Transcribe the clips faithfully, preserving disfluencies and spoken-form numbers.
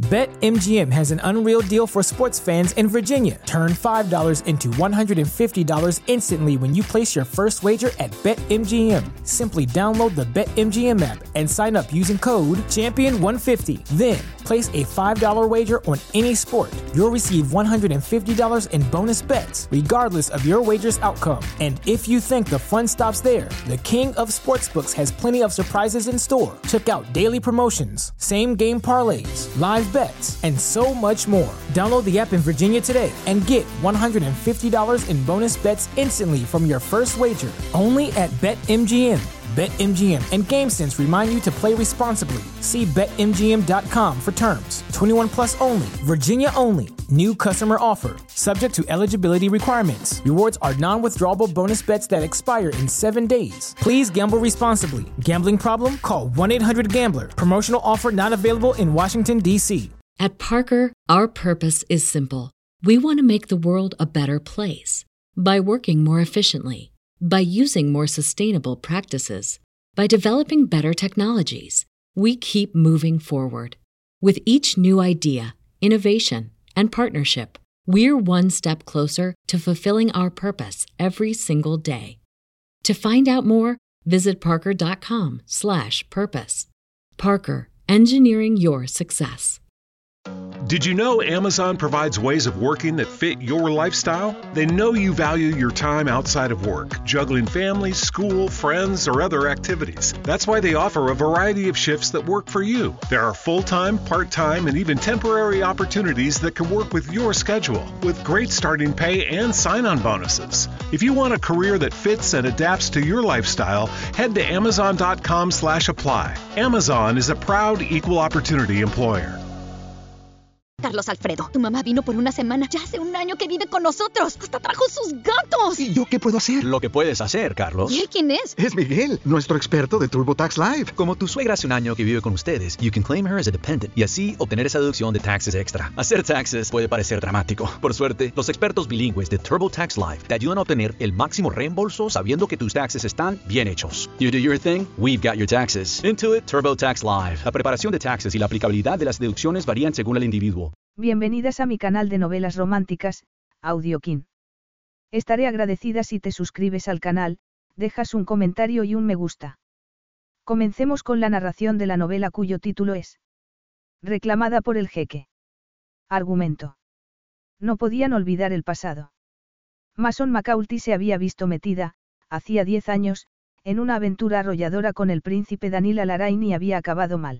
BetMGM has an unreal deal for sports fans in Virginia. Turn five dollars into one hundred fifty dollars instantly when you place your first wager at BetMGM. Simply download the BetMGM app and sign up using code champion one fifty. Then, place a five dollars wager on any sport. You'll receive one hundred fifty dollars in bonus bets, regardless of your wager's outcome. And if you think the fun stops there, the King of Sportsbooks has plenty of surprises in store. Check out daily promotions, same-game parlays, live bets, and so much more. Download the app in Virginia today and get one hundred fifty dollars in bonus bets instantly from your first wager. Only at BetMGM. BetMGM and GameSense remind you to play responsibly. See Bet M G M dot com for terms. twenty-one plus only. Virginia only. New customer offer. Subject to eligibility requirements. Rewards are non-withdrawable bonus bets that expire in seven days. Please gamble responsibly. Gambling problem? Call one eight hundred gambler. Promotional offer not available in Washington, D C At Parker, our purpose is simple. We want to make the world a better place by working more efficiently, by using more sustainable practices, by developing better technologies. We keep moving forward. With each new idea, innovation, and partnership, we're one step closer to fulfilling our purpose every single day. To find out more, visit parker.com slash purpose. Parker, engineering your success. Did you know Amazon provides ways of working that fit your lifestyle? They know you value your time outside of work, juggling family, school, friends, or other activities. That's why they offer a variety of shifts that work for you. There are full-time, part-time, and even temporary opportunities that can work with your schedule, with great starting pay and sign-on bonuses. If you want a career that fits and adapts to your lifestyle, head to amazon.com slash apply. Amazon is a proud equal opportunity employer. Carlos Alfredo, tu mamá vino por una semana. Ya hace un año que vive con nosotros. Hasta trajo sus gatos. ¿Y yo qué puedo hacer? Lo que puedes hacer, Carlos. ¿Y él quién es? Es Miguel, nuestro experto de TurboTax Live. Como tu suegra hace un año que vive con ustedes, you can claim her as a dependent y así obtener esa deducción de taxes extra. Hacer taxes puede parecer dramático. Por suerte, los expertos bilingües de TurboTax Live te ayudan a obtener el máximo reembolso sabiendo que tus taxes están bien hechos. You do your thing, we've got your taxes. Intuit TurboTax Live. La preparación de taxes y la aplicabilidad de las deducciones varían según el individuo. Bienvenidas a mi canal de novelas románticas, Audiokin. Estaré agradecida si te suscribes al canal, dejas un comentario y un me gusta. Comencemos con la narración de la novela cuyo título es Reclamada por el jeque. Argumento. No podían olvidar el pasado. Mason Macaulty se había visto metida, hacía diez años, en una aventura arrolladora con el príncipe Daniel Alarain y había acabado mal.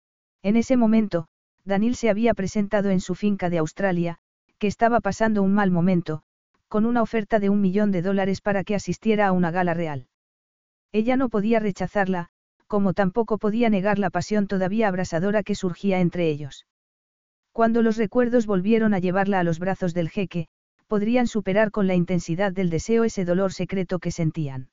En ese momento, Daniel se había presentado en su finca de Australia, que estaba pasando un mal momento, con una oferta de un millón de dólares para que asistiera a una gala real. Ella no podía rechazarla, como tampoco podía negar la pasión todavía abrasadora que surgía entre ellos. Cuando los recuerdos volvieron a llevarla a los brazos del jeque, podrían superar con la intensidad del deseo ese dolor secreto que sentían.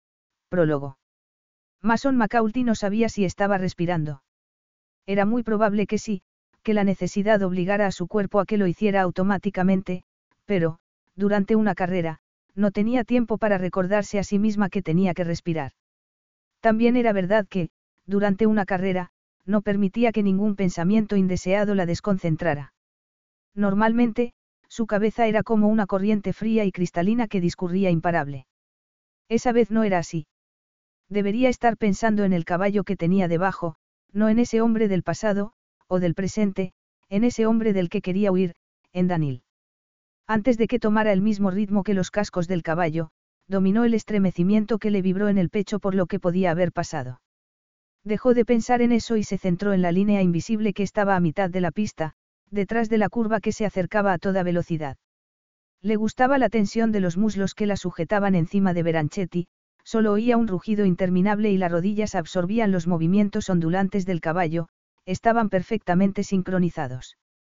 Prólogo. Mason Macaulty no sabía si estaba respirando. Era muy probable que sí, que la necesidad obligara a su cuerpo a que lo hiciera automáticamente, pero, durante una carrera, no tenía tiempo para recordarse a sí misma que tenía que respirar. También era verdad que, durante una carrera, no permitía que ningún pensamiento indeseado la desconcentrara. Normalmente, su cabeza era como una corriente fría y cristalina que discurría imparable. Esa vez no era así. Debería estar pensando en el caballo que tenía debajo, no en ese hombre del pasado, o del presente, en ese hombre del que quería huir, en Daniel. Antes de que tomara el mismo ritmo que los cascos del caballo, dominó el estremecimiento que le vibró en el pecho por lo que podía haber pasado. Dejó de pensar en eso y se centró en la línea invisible que estaba a mitad de la pista, detrás de la curva que se acercaba a toda velocidad. Le gustaba la tensión de los muslos que la sujetaban encima de Beranchetti, solo oía un rugido interminable y las rodillas absorbían los movimientos ondulantes del caballo, estaban perfectamente sincronizados.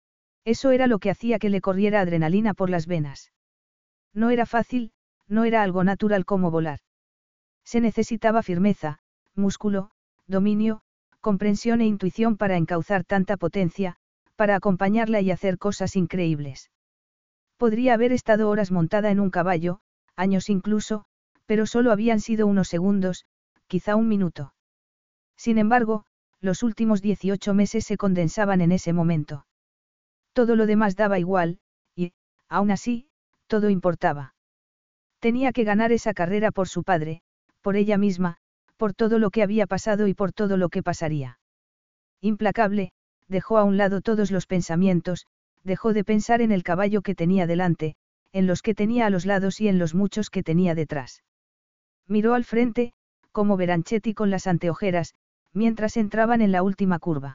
Eso era lo que hacía que le corriera adrenalina por las venas. No era fácil, no era algo natural como volar. Se necesitaba firmeza, músculo, dominio, comprensión e intuición para encauzar tanta potencia, para acompañarla y hacer cosas increíbles. Podría haber estado horas montada en un caballo, años incluso, pero solo habían sido unos segundos, quizá un minuto. Sin embargo, los últimos dieciocho meses se condensaban en ese momento. Todo lo demás daba igual, y, aún así, todo importaba. Tenía que ganar esa carrera por su padre, por ella misma, por todo lo que había pasado y por todo lo que pasaría. Implacable, dejó a un lado todos los pensamientos, dejó de pensar en el caballo que tenía delante, en los que tenía a los lados y en los muchos que tenía detrás. Miró al frente, como Beranchetti con las anteojeras, mientras entraban en la última curva.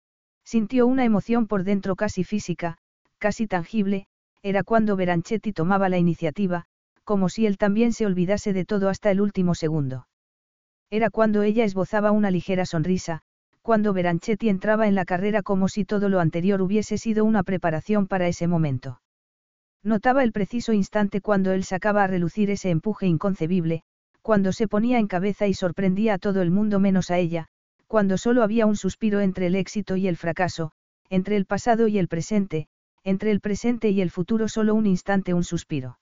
Sintió una emoción por dentro casi física, casi tangible, era cuando Beranchetti tomaba la iniciativa, como si él también se olvidase de todo hasta el último segundo. Era cuando ella esbozaba una ligera sonrisa, cuando Beranchetti entraba en la carrera como si todo lo anterior hubiese sido una preparación para ese momento. Notaba el preciso instante cuando él sacaba a relucir ese empuje inconcebible, cuando se ponía en cabeza y sorprendía a todo el mundo menos a ella, cuando solo había un suspiro entre el éxito y el fracaso, entre el pasado y el presente, entre el presente y el futuro solo un instante un suspiro.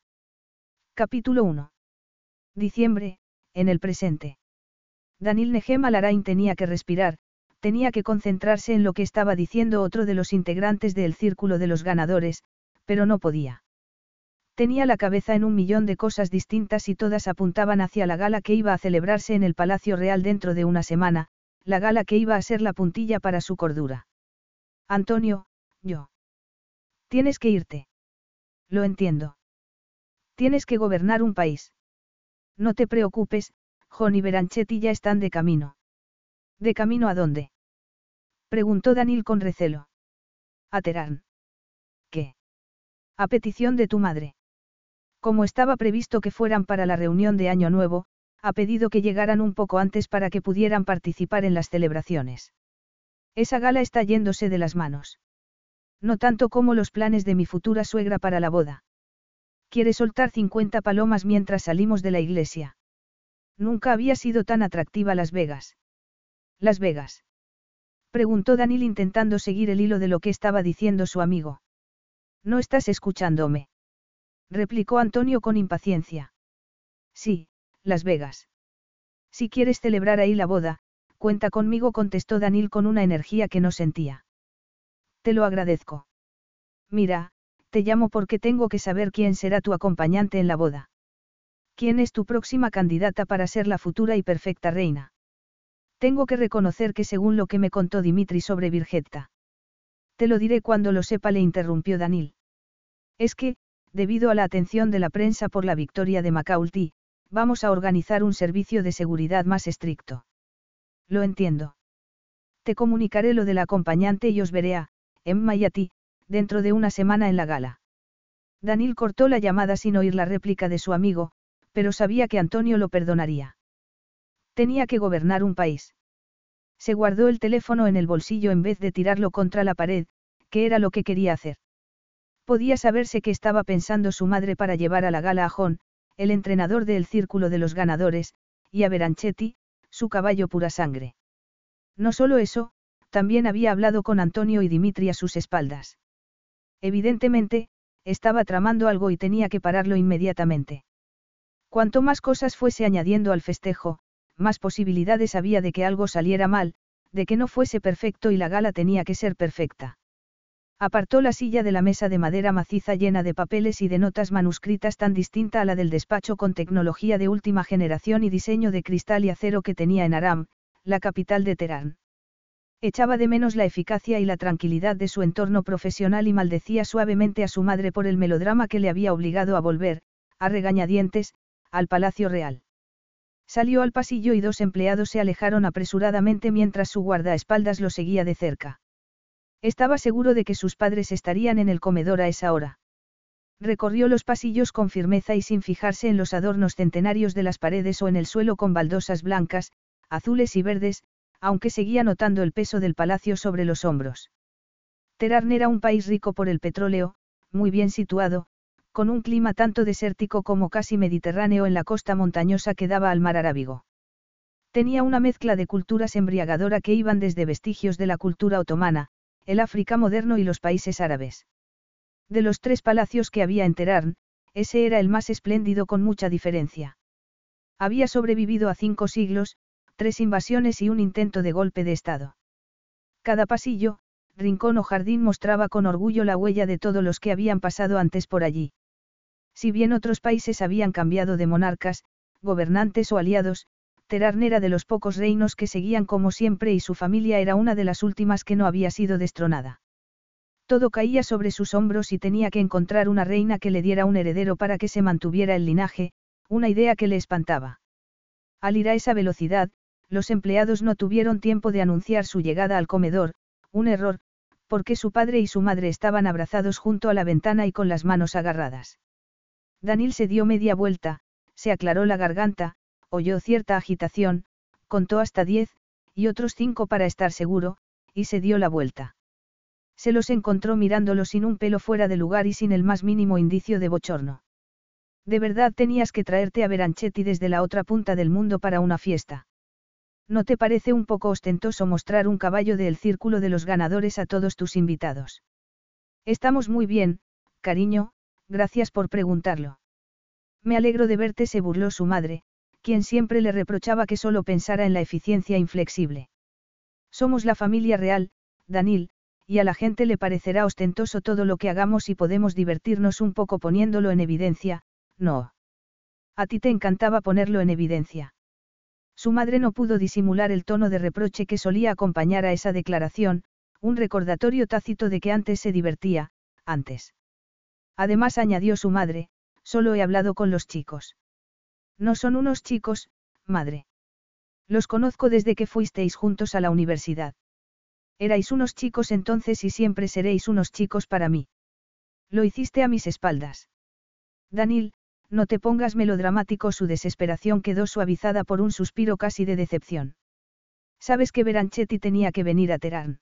Capítulo uno. Diciembre, en el presente. Daniil Nehem Al-Arain tenía que respirar, tenía que concentrarse en lo que estaba diciendo otro de los integrantes del círculo de los ganadores, pero no podía. Tenía la cabeza en un millón de cosas distintas y todas apuntaban hacia la gala que iba a celebrarse en el Palacio Real dentro de una semana, la gala que iba a ser la puntilla para su cordura. Antonio, yo. Tienes que irte. Lo entiendo. Tienes que gobernar un país. No te preocupes, John y Beranchetti ya están de camino. ¿De camino a dónde? Preguntó Daniil con recelo. A Teherán. ¿Qué? A petición de tu madre. Como estaba previsto que fueran para la reunión de Año Nuevo, ha pedido que llegaran un poco antes para que pudieran participar en las celebraciones. Esa gala está yéndose de las manos. No tanto como los planes de mi futura suegra para la boda. Quiere soltar cincuenta palomas mientras salimos de la iglesia. Nunca había sido tan atractiva Las Vegas. ¿Las Vegas? Preguntó Daniil intentando seguir el hilo de lo que estaba diciendo su amigo. ¿No estás escuchándome? Replicó Antonio con impaciencia. Sí, Las Vegas. Si quieres celebrar ahí la boda, cuenta conmigo, contestó Daniil con una energía que no sentía. Te lo agradezco. Mira, te llamo porque tengo que saber quién será tu acompañante en la boda. ¿Quién es tu próxima candidata para ser la futura y perfecta reina? Tengo que reconocer que según lo que me contó Dimitri sobre Virgetta. Te lo diré cuando lo sepa, le interrumpió Daniil. Es que, debido a la atención de la prensa por la victoria de Macaulty, vamos a organizar un servicio de seguridad más estricto. Lo entiendo. Te comunicaré lo del acompañante y os veré a Emma y a ti, dentro de una semana en la gala. Daniil cortó la llamada sin oír la réplica de su amigo, pero sabía que Antonio lo perdonaría. Tenía que gobernar un país. Se guardó el teléfono en el bolsillo en vez de tirarlo contra la pared, que era lo que quería hacer. Podía saberse qué estaba pensando su madre para llevar a la gala a John, el entrenador del círculo de los ganadores, y a Beranchetti, su caballo pura sangre. No solo eso, también había hablado con Antonio y Dimitri a sus espaldas. Evidentemente, estaba tramando algo y tenía que pararlo inmediatamente. Cuanto más cosas fuese añadiendo al festejo, más posibilidades había de que algo saliera mal, de que no fuese perfecto, y la gala tenía que ser perfecta. Apartó la silla de la mesa de madera maciza llena de papeles y de notas manuscritas tan distinta a la del despacho con tecnología de última generación y diseño de cristal y acero que tenía en Aram, la capital de Teherán. Echaba de menos la eficacia y la tranquilidad de su entorno profesional y maldecía suavemente a su madre por el melodrama que le había obligado a volver, a regañadientes, al Palacio Real. Salió al pasillo y dos empleados se alejaron apresuradamente mientras su guardaespaldas lo seguía de cerca. Estaba seguro de que sus padres estarían en el comedor a esa hora. Recorrió los pasillos con firmeza y sin fijarse en los adornos centenarios de las paredes o en el suelo con baldosas blancas, azules y verdes, aunque seguía notando el peso del palacio sobre los hombros. Teherán era un país rico por el petróleo, muy bien situado, con un clima tanto desértico como casi mediterráneo en la costa montañosa que daba al mar Arábigo. Tenía una mezcla de culturas embriagadora que iban desde vestigios de la cultura otomana, el África moderno y los países árabes. De los tres palacios que había en Teherán, ese era el más espléndido con mucha diferencia. Había sobrevivido a cinco siglos, tres invasiones y un intento de golpe de Estado. Cada pasillo, rincón o jardín mostraba con orgullo la huella de todos los que habían pasado antes por allí. Si bien otros países habían cambiado de monarcas, gobernantes o aliados, Terarn era de los pocos reinos que seguían como siempre y su familia era una de las últimas que no había sido destronada. Todo caía sobre sus hombros y tenía que encontrar una reina que le diera un heredero para que se mantuviera el linaje, una idea que le espantaba. Al ir a esa velocidad, los empleados no tuvieron tiempo de anunciar su llegada al comedor, un error, porque su padre y su madre estaban abrazados junto a la ventana y con las manos agarradas. Daniel se dio media vuelta, se aclaró la garganta, oyó cierta agitación, contó hasta diez, y otros cinco para estar seguro, y se dio la vuelta. Se los encontró mirándolo sin un pelo fuera de lugar y sin el más mínimo indicio de bochorno. ¿De verdad tenías que traerte a Veranchetti desde la otra punta del mundo para una fiesta? ¿No te parece un poco ostentoso mostrar un caballo del círculo de los ganadores a todos tus invitados? Estamos muy bien, cariño, gracias por preguntarlo. Me alegro de verte, se burló su madre, quien siempre le reprochaba que solo pensara en la eficiencia inflexible. Somos la familia real, Daniel, y a la gente le parecerá ostentoso todo lo que hagamos y podemos divertirnos un poco poniéndolo en evidencia, ¿no? A ti te encantaba ponerlo en evidencia. Su madre no pudo disimular el tono de reproche que solía acompañar a esa declaración, un recordatorio tácito de que antes se divertía, antes. Además, añadió su madre, solo he hablado con los chicos. No son unos chicos, madre. Los conozco desde que fuisteis juntos a la universidad. Erais unos chicos entonces y siempre seréis unos chicos para mí. Lo hiciste a mis espaldas. Daniel, no te pongas melodramático. Su desesperación quedó suavizada por un suspiro casi de decepción. Sabes que Veranchetti tenía que venir a Terán.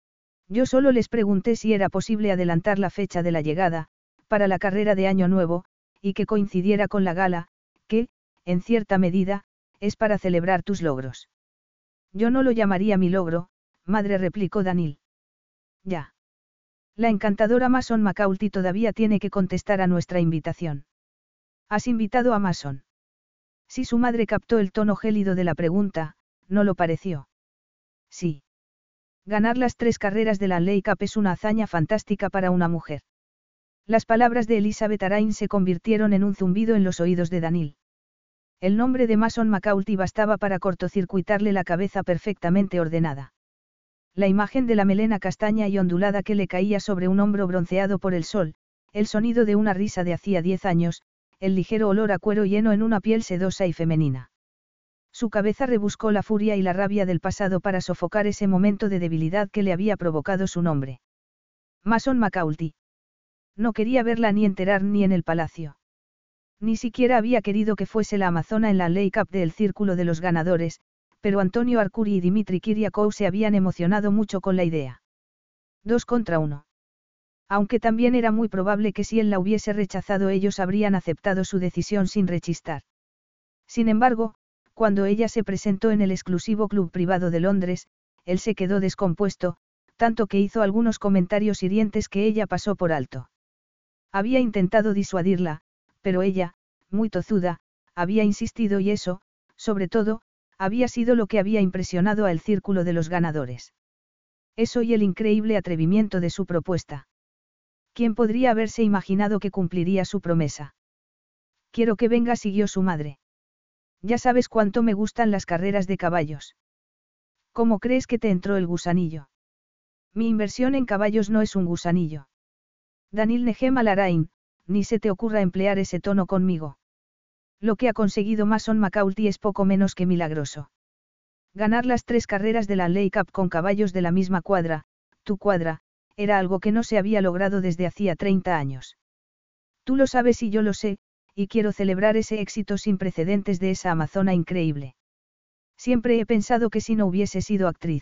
Yo solo les pregunté si era posible adelantar la fecha de la llegada, para la carrera de Año Nuevo, y que coincidiera con la gala, que, en cierta medida, es para celebrar tus logros. Yo no lo llamaría mi logro, madre, replicó Daniel. Ya. La encantadora Mason Macaulty todavía tiene que contestar a nuestra invitación. ¿Has invitado a Mason? Si su madre captó el tono gélido de la pregunta, no lo pareció. Sí. Ganar las tres carreras de la Ley Cup es una hazaña fantástica para una mujer. Las palabras de Elizabeth Arain se convirtieron en un zumbido en los oídos de Daniel. El nombre de Mason Macaulty bastaba para cortocircuitarle la cabeza perfectamente ordenada. La imagen de la melena castaña y ondulada que le caía sobre un hombro bronceado por el sol, el sonido de una risa de hacía diez años, el ligero olor a cuero lleno en una piel sedosa y femenina. Su cabeza rebuscó la furia y la rabia del pasado para sofocar ese momento de debilidad que le había provocado su nombre. Mason Macaulty. No quería verla ni enterar ni en el palacio. Ni siquiera había querido que fuese la amazona en la Ley Cup del Círculo de los Ganadores, pero Antonio Arcuri y Dimitri Kiriakou se habían emocionado mucho con la idea. Dos contra uno. Aunque también era muy probable que si él la hubiese rechazado ellos habrían aceptado su decisión sin rechistar. Sin embargo, cuando ella se presentó en el exclusivo club privado de Londres, él se quedó descompuesto, tanto que hizo algunos comentarios hirientes que ella pasó por alto. Había intentado disuadirla, pero ella, muy tozuda, había insistido y eso, sobre todo, había sido lo que había impresionado a el Círculo de los Ganadores. Eso y el increíble atrevimiento de su propuesta. ¿Quién podría haberse imaginado que cumpliría su promesa? Quiero que venga, siguió su madre. Ya sabes cuánto me gustan las carreras de caballos. ¿Cómo crees que te entró el gusanillo? Mi inversión en caballos no es un gusanillo. Daniel Nejem Al-Arain, ni se te ocurra emplear ese tono conmigo. Lo que ha conseguido Mason Macaulty es poco menos que milagroso. Ganar las tres carreras de la Ley Cup con caballos de la misma cuadra, tu cuadra, era algo que no se había logrado desde hacía treinta años. Tú lo sabes y yo lo sé, y quiero celebrar ese éxito sin precedentes de esa amazona increíble. Siempre he pensado que si no hubiese sido actriz,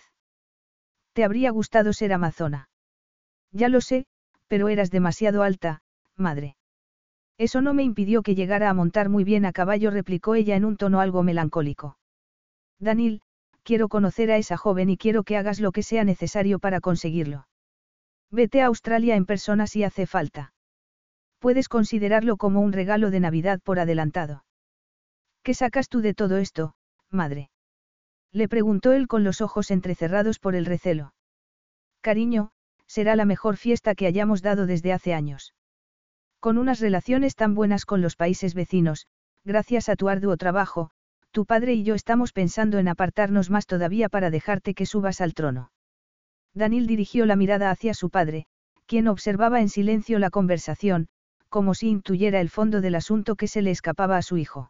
te habría gustado ser amazona. Ya lo sé, pero eras demasiado alta, madre. Eso no me impidió que llegara a montar muy bien a caballo, replicó ella en un tono algo melancólico. Daniel, quiero conocer a esa joven y quiero que hagas lo que sea necesario para conseguirlo. Vete a Australia en persona si hace falta. Puedes considerarlo como un regalo de Navidad por adelantado. ¿Qué sacas tú de todo esto, madre? Le preguntó él con los ojos entrecerrados por el recelo. Cariño, será la mejor fiesta que hayamos dado desde hace años. Con unas relaciones tan buenas con los países vecinos, gracias a tu arduo trabajo, tu padre y yo estamos pensando en apartarnos más todavía para dejarte que subas al trono. Daniel dirigió la mirada hacia su padre, quien observaba en silencio la conversación, como si intuyera el fondo del asunto que se le escapaba a su hijo.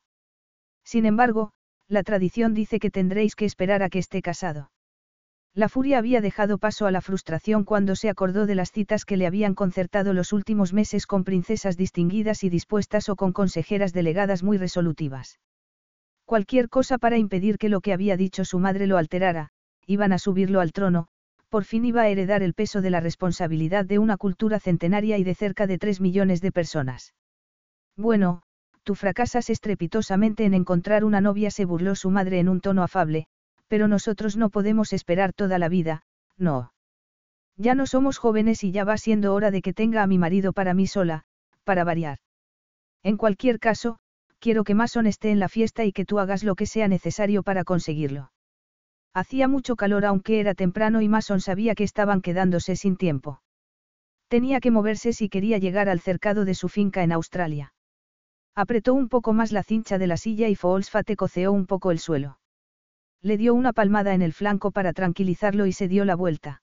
Sin embargo, la tradición dice que tendréis que esperar a que esté casado. La furia había dejado paso a la frustración cuando se acordó de las citas que le habían concertado los últimos meses con princesas distinguidas y dispuestas o con consejeras delegadas muy resolutivas. Cualquier cosa para impedir que lo que había dicho su madre lo alterara, iban a subirlo al trono, por fin iba a heredar el peso de la responsabilidad de una cultura centenaria y de cerca de tres millones de personas. Bueno, tú fracasas estrepitosamente en encontrar una novia, se burló su madre en un tono afable, pero nosotros no podemos esperar toda la vida, no. Ya no somos jóvenes y ya va siendo hora de que tenga a mi marido para mí sola, para variar. En cualquier caso, quiero que Mason esté en la fiesta y que tú hagas lo que sea necesario para conseguirlo. Hacía mucho calor aunque era temprano y Mason sabía que estaban quedándose sin tiempo. Tenía que moverse si quería llegar al cercado de su finca en Australia. Apretó un poco más la cincha de la silla y Foolsfate coceó un poco el suelo. Le dio una palmada en el flanco para tranquilizarlo y se dio la vuelta.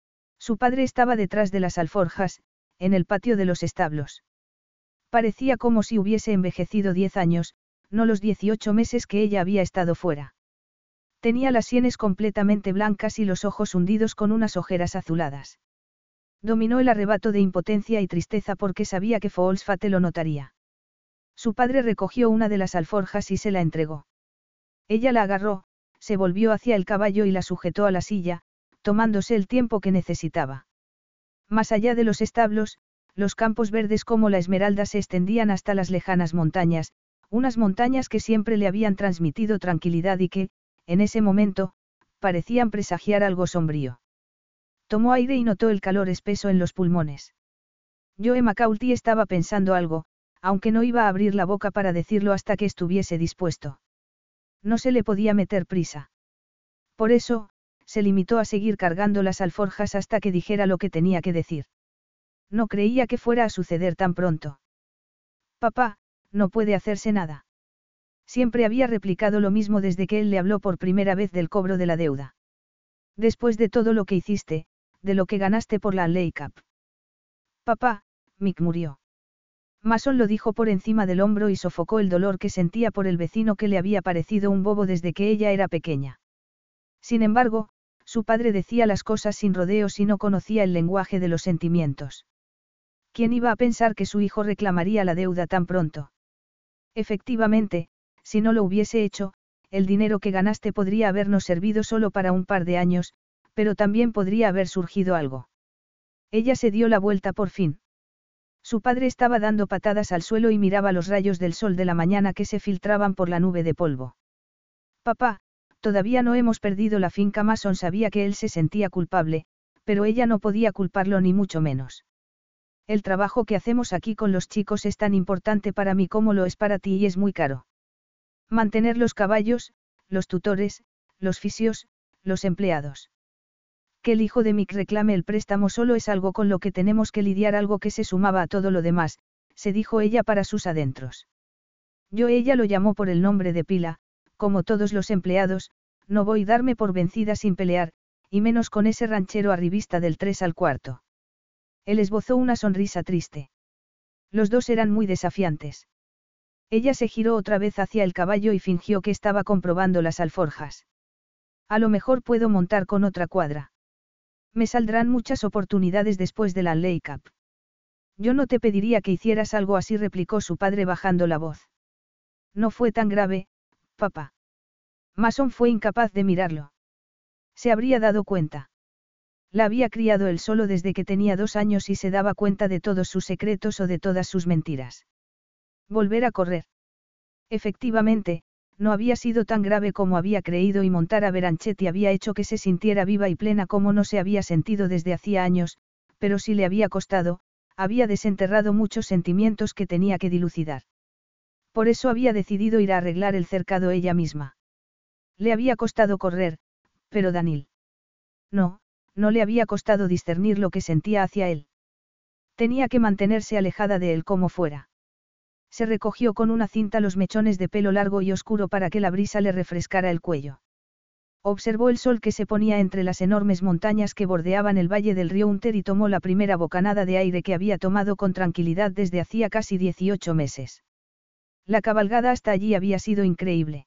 Su padre estaba detrás de las alforjas, en el patio de los establos. Parecía como si hubiese envejecido diez años, no los dieciocho meses que ella había estado fuera. Tenía las sienes completamente blancas y los ojos hundidos con unas ojeras azuladas. Dominó el arrebato de impotencia y tristeza porque sabía que Foolsfate lo notaría. Su padre recogió una de las alforjas y se la entregó. Ella la agarró, se volvió hacia el caballo y la sujetó a la silla, tomándose el tiempo que necesitaba. Más allá de los establos, los campos verdes como la esmeralda se extendían hasta las lejanas montañas, unas montañas que siempre le habían transmitido tranquilidad y que, en ese momento, parecían presagiar algo sombrío. Tomó aire y notó el calor espeso en los pulmones. Joe Macaulty estaba pensando algo, aunque no iba a abrir la boca para decirlo hasta que estuviese dispuesto. No se le podía meter prisa. Por eso, se limitó a seguir cargando las alforjas hasta que dijera lo que tenía que decir. No creía que fuera a suceder tan pronto. Papá, no puede hacerse nada. Siempre había replicado lo mismo desde que él le habló por primera vez del cobro de la deuda. Después de todo lo que hiciste, de lo que ganaste por la League Cup. Papá, Mick murió. Mason lo dijo por encima del hombro y sofocó el dolor que sentía por el vecino que le había parecido un bobo desde que ella era pequeña. Sin embargo, su padre decía las cosas sin rodeos y no conocía el lenguaje de los sentimientos. ¿Quién iba a pensar que su hijo reclamaría la deuda tan pronto? Efectivamente, si no lo hubiese hecho, el dinero que ganaste podría habernos servido solo para un par de años, pero también podría haber surgido algo. Ella se dio la vuelta por fin. Su padre estaba dando patadas al suelo y miraba los rayos del sol de la mañana que se filtraban por la nube de polvo. Papá, todavía no hemos perdido la finca. Mason sabía que él se sentía culpable, pero ella no podía culparlo ni mucho menos. El trabajo que hacemos aquí con los chicos es tan importante para mí como lo es para ti y es muy caro. Mantener los caballos, los tutores, los fisios, los empleados. Que el hijo de Mick reclame el préstamo solo es algo con lo que tenemos que lidiar, algo que se sumaba a todo lo demás, se dijo ella para sus adentros. Yo ella lo llamó por el nombre de pila, como todos los empleados, no voy a darme por vencida sin pelear, y menos con ese ranchero arribista del tres al cuarto. Él esbozó una sonrisa triste. Los dos eran muy desafiantes. Ella se giró otra vez hacia el caballo y fingió que estaba comprobando las alforjas. A lo mejor puedo montar con otra cuadra. Me saldrán muchas oportunidades después de la League Cup. Yo no te pediría que hicieras algo así, replicó su padre bajando la voz. No fue tan grave, papá. Mason fue incapaz de mirarlo. Se habría dado cuenta. La había criado él solo desde que tenía dos años y se daba cuenta de todos sus secretos o de todas sus mentiras. Volver a correr. Efectivamente, no había sido tan grave como había creído y montar a Beranchetti había hecho que se sintiera viva y plena como no se había sentido desde hacía años, pero si le había costado, había desenterrado muchos sentimientos que tenía que dilucidar. Por eso había decidido ir a arreglar el cercado ella misma. Le había costado correr, pero Daniel. No, no le había costado discernir lo que sentía hacia él. Tenía que mantenerse alejada de él como fuera. Se recogió con una cinta los mechones de pelo largo y oscuro para que la brisa le refrescara el cuello. Observó el sol que se ponía entre las enormes montañas que bordeaban el valle del río Unter y tomó la primera bocanada de aire que había tomado con tranquilidad desde hacía casi dieciocho meses. La cabalgada hasta allí había sido increíble.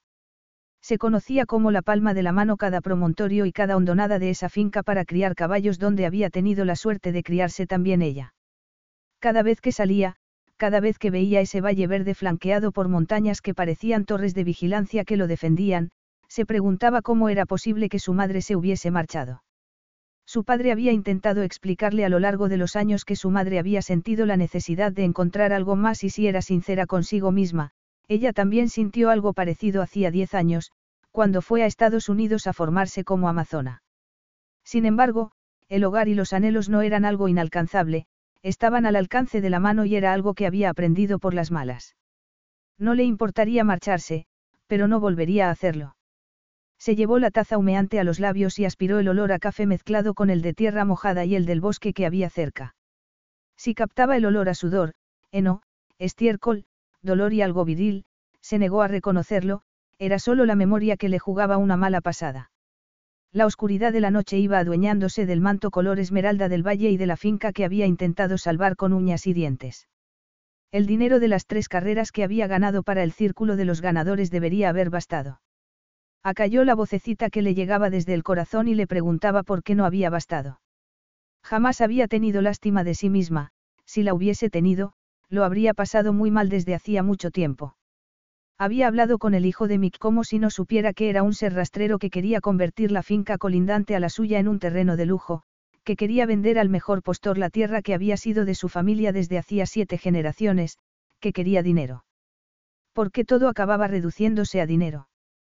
Se conocía como la palma de la mano cada promontorio y cada hondonada de esa finca para criar caballos donde había tenido la suerte de criarse también ella. Cada vez que salía, cada vez que veía ese valle verde flanqueado por montañas que parecían torres de vigilancia que lo defendían, se preguntaba cómo era posible que su madre se hubiese marchado. Su padre había intentado explicarle a lo largo de los años que su madre había sentido la necesidad de encontrar algo más y si era sincera consigo misma, ella también sintió algo parecido hacía diez años, cuando fue a Estados Unidos a formarse como amazona. Sin embargo, el hogar y los anhelos no eran algo inalcanzable, estaban al alcance de la mano y era algo que había aprendido por las malas. No le importaría marcharse, pero no volvería a hacerlo. Se llevó la taza humeante a los labios y aspiró el olor a café mezclado con el de tierra mojada y el del bosque que había cerca. Si captaba el olor a sudor, heno, estiércol, dolor y algo viril, se negó a reconocerlo, era solo la memoria que le jugaba una mala pasada. La oscuridad de la noche iba adueñándose del manto color esmeralda del valle y de la finca que había intentado salvar con uñas y dientes. El dinero de las tres carreras que había ganado para el círculo de los ganadores debería haber bastado. Acalló la vocecita que le llegaba desde el corazón y le preguntaba por qué no había bastado. Jamás había tenido lástima de sí misma, si la hubiese tenido, lo habría pasado muy mal desde hacía mucho tiempo. Había hablado con el hijo de Mick como si no supiera que era un ser rastrero que quería convertir la finca colindante a la suya en un terreno de lujo, que quería vender al mejor postor la tierra que había sido de su familia desde hacía siete generaciones, que quería dinero. ¿Por qué todo acababa reduciéndose a dinero?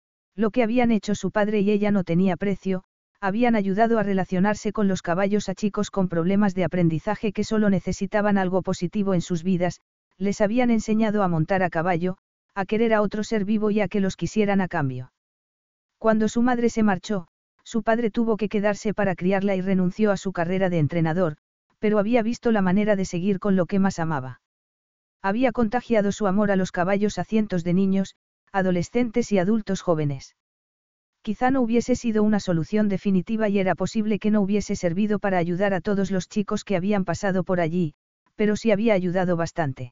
Lo que habían hecho su padre y ella no tenía precio, habían ayudado a relacionarse con los caballos a chicos con problemas de aprendizaje que solo necesitaban algo positivo en sus vidas, les habían enseñado a montar a caballo, a querer a otro ser vivo y a que los quisieran a cambio. Cuando su madre se marchó, su padre tuvo que quedarse para criarla y renunció a su carrera de entrenador, pero había visto la manera de seguir con lo que más amaba. Había contagiado su amor a los caballos a cientos de niños, adolescentes y adultos jóvenes. Quizá no hubiese sido una solución definitiva y era posible que no hubiese servido para ayudar a todos los chicos que habían pasado por allí, pero sí había ayudado bastante.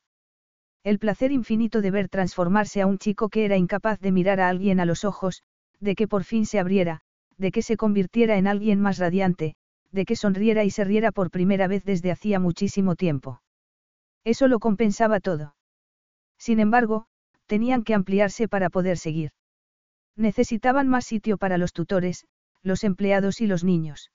El placer infinito de ver transformarse a un chico que era incapaz de mirar a alguien a los ojos, de que por fin se abriera, de que se convirtiera en alguien más radiante, de que sonriera y se riera por primera vez desde hacía muchísimo tiempo. Eso lo compensaba todo. Sin embargo, tenían que ampliarse para poder seguir. Necesitaban más sitio para los tutores, los empleados y los niños.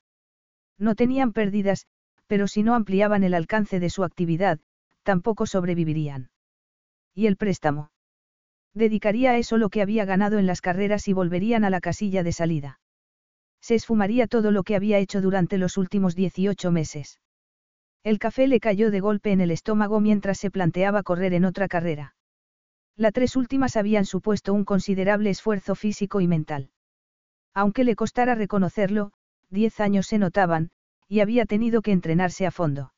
No tenían pérdidas, pero si no ampliaban el alcance de su actividad, tampoco sobrevivirían. ¿Y el préstamo? Dedicaría a eso lo que había ganado en las carreras y volverían a la casilla de salida. Se esfumaría todo lo que había hecho durante los últimos dieciocho meses. El café le cayó de golpe en el estómago mientras se planteaba correr en otra carrera. Las tres últimas habían supuesto un considerable esfuerzo físico y mental. Aunque le costara reconocerlo, diez años se notaban, y había tenido que entrenarse a fondo.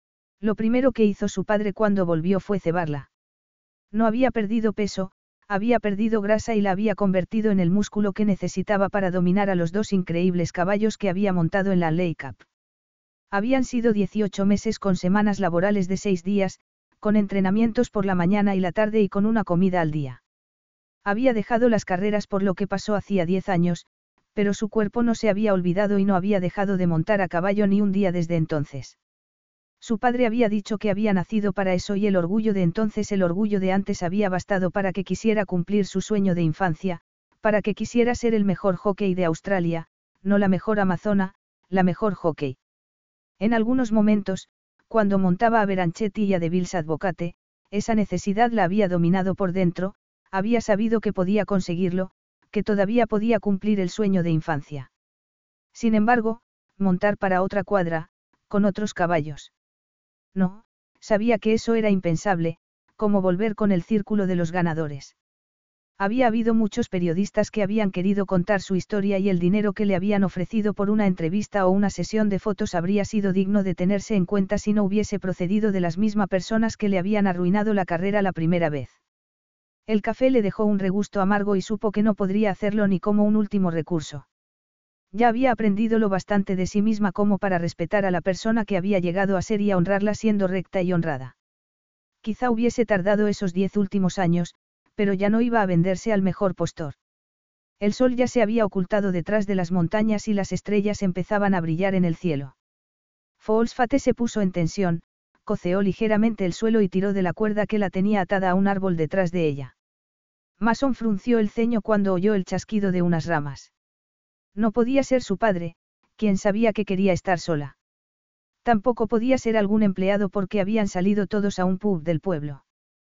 Lo primero que hizo su padre cuando volvió fue cebarla. No había perdido peso, había perdido grasa y la había convertido en el músculo que necesitaba para dominar a los dos increíbles caballos que había montado en la Ley Cup. Habían sido dieciocho meses con semanas laborales de seis días, con entrenamientos por la mañana y la tarde y con una comida al día. Había dejado las carreras por lo que pasó hacía diez años, pero su cuerpo no se había olvidado y no había dejado de montar a caballo ni un día desde entonces. Su padre había dicho que había nacido para eso y el orgullo de entonces, el orgullo de antes había bastado para que quisiera cumplir su sueño de infancia, para que quisiera ser el mejor jockey de Australia, no la mejor amazona, la mejor jockey. En algunos momentos, cuando montaba a Beranchetti y a Devil's Advocate, esa necesidad la había dominado por dentro, había sabido que podía conseguirlo, que todavía podía cumplir el sueño de infancia. Sin embargo, montar para otra cuadra, con otros caballos. No, sabía que eso era impensable, como volver con el círculo de los ganadores. Había habido muchos periodistas que habían querido contar su historia y el dinero que le habían ofrecido por una entrevista o una sesión de fotos habría sido digno de tenerse en cuenta si no hubiese procedido de las mismas personas que le habían arruinado la carrera la primera vez. El café le dejó un regusto amargo y supo que no podría hacerlo ni como un último recurso. Ya había aprendido lo bastante de sí misma como para respetar a la persona que había llegado a ser y a honrarla siendo recta y honrada. Quizá hubiese tardado esos diez últimos años, pero ya no iba a venderse al mejor postor. El sol ya se había ocultado detrás de las montañas y las estrellas empezaban a brillar en el cielo. Foolsfate se puso en tensión, coceó ligeramente el suelo y tiró de la cuerda que la tenía atada a un árbol detrás de ella. Mason frunció el ceño cuando oyó el chasquido de unas ramas. No podía ser su padre, quien sabía que quería estar sola. Tampoco podía ser algún empleado porque habían salido todos a un pub del pueblo.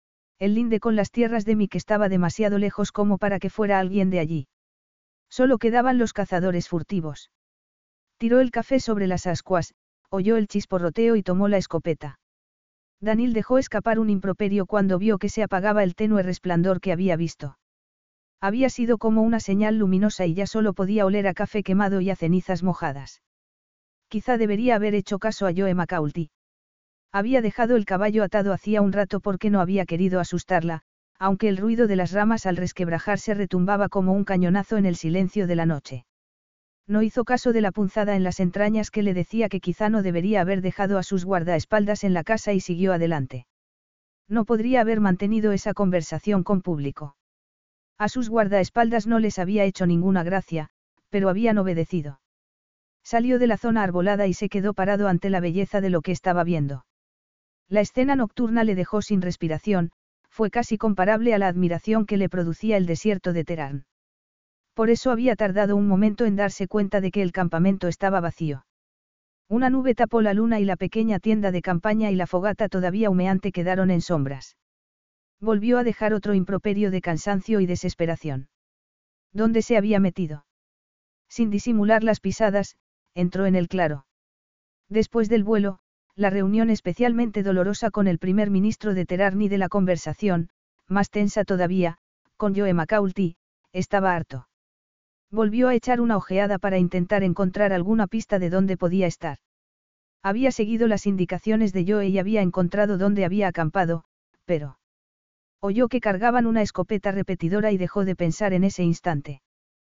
El linde con las tierras de Mick estaba demasiado lejos como para que fuera alguien de allí. Solo quedaban los cazadores furtivos. Tiró el café sobre las ascuas, oyó el chisporroteo y tomó la escopeta. Daniel dejó escapar un improperio cuando vio que se apagaba el tenue resplandor que había visto. Había sido como una señal luminosa y ya solo podía oler a café quemado y a cenizas mojadas. Quizá debería haber hecho caso a Joe McCarthy. Había dejado el caballo atado hacía un rato porque no había querido asustarla, aunque el ruido de las ramas al resquebrajarse retumbaba como un cañonazo en el silencio de la noche. No hizo caso de la punzada en las entrañas que le decía que quizá no debería haber dejado a sus guardaespaldas en la casa y siguió adelante. No podría haber mantenido esa conversación con público. A sus guardaespaldas no les había hecho ninguna gracia, pero habían obedecido. Salió de la zona arbolada y se quedó parado ante la belleza de lo que estaba viendo. La escena nocturna le dejó sin respiración, fue casi comparable a la admiración que le producía el desierto de Terán. Por eso había tardado un momento en darse cuenta de que el campamento estaba vacío. Una nube tapó la luna y la pequeña tienda de campaña y la fogata todavía humeante quedaron en sombras. Volvió a dejar otro improperio de cansancio y desesperación. ¿Dónde se había metido? Sin disimular las pisadas, entró en el claro. Después del vuelo, la reunión especialmente dolorosa con el primer ministro de Terán y de la conversación, más tensa todavía, con Joe McCarthy, estaba harto. Volvió a echar una ojeada para intentar encontrar alguna pista de dónde podía estar. Había seguido las indicaciones de Joe y había encontrado dónde había acampado, pero... oyó que cargaban una escopeta repetidora y dejó de pensar en ese instante.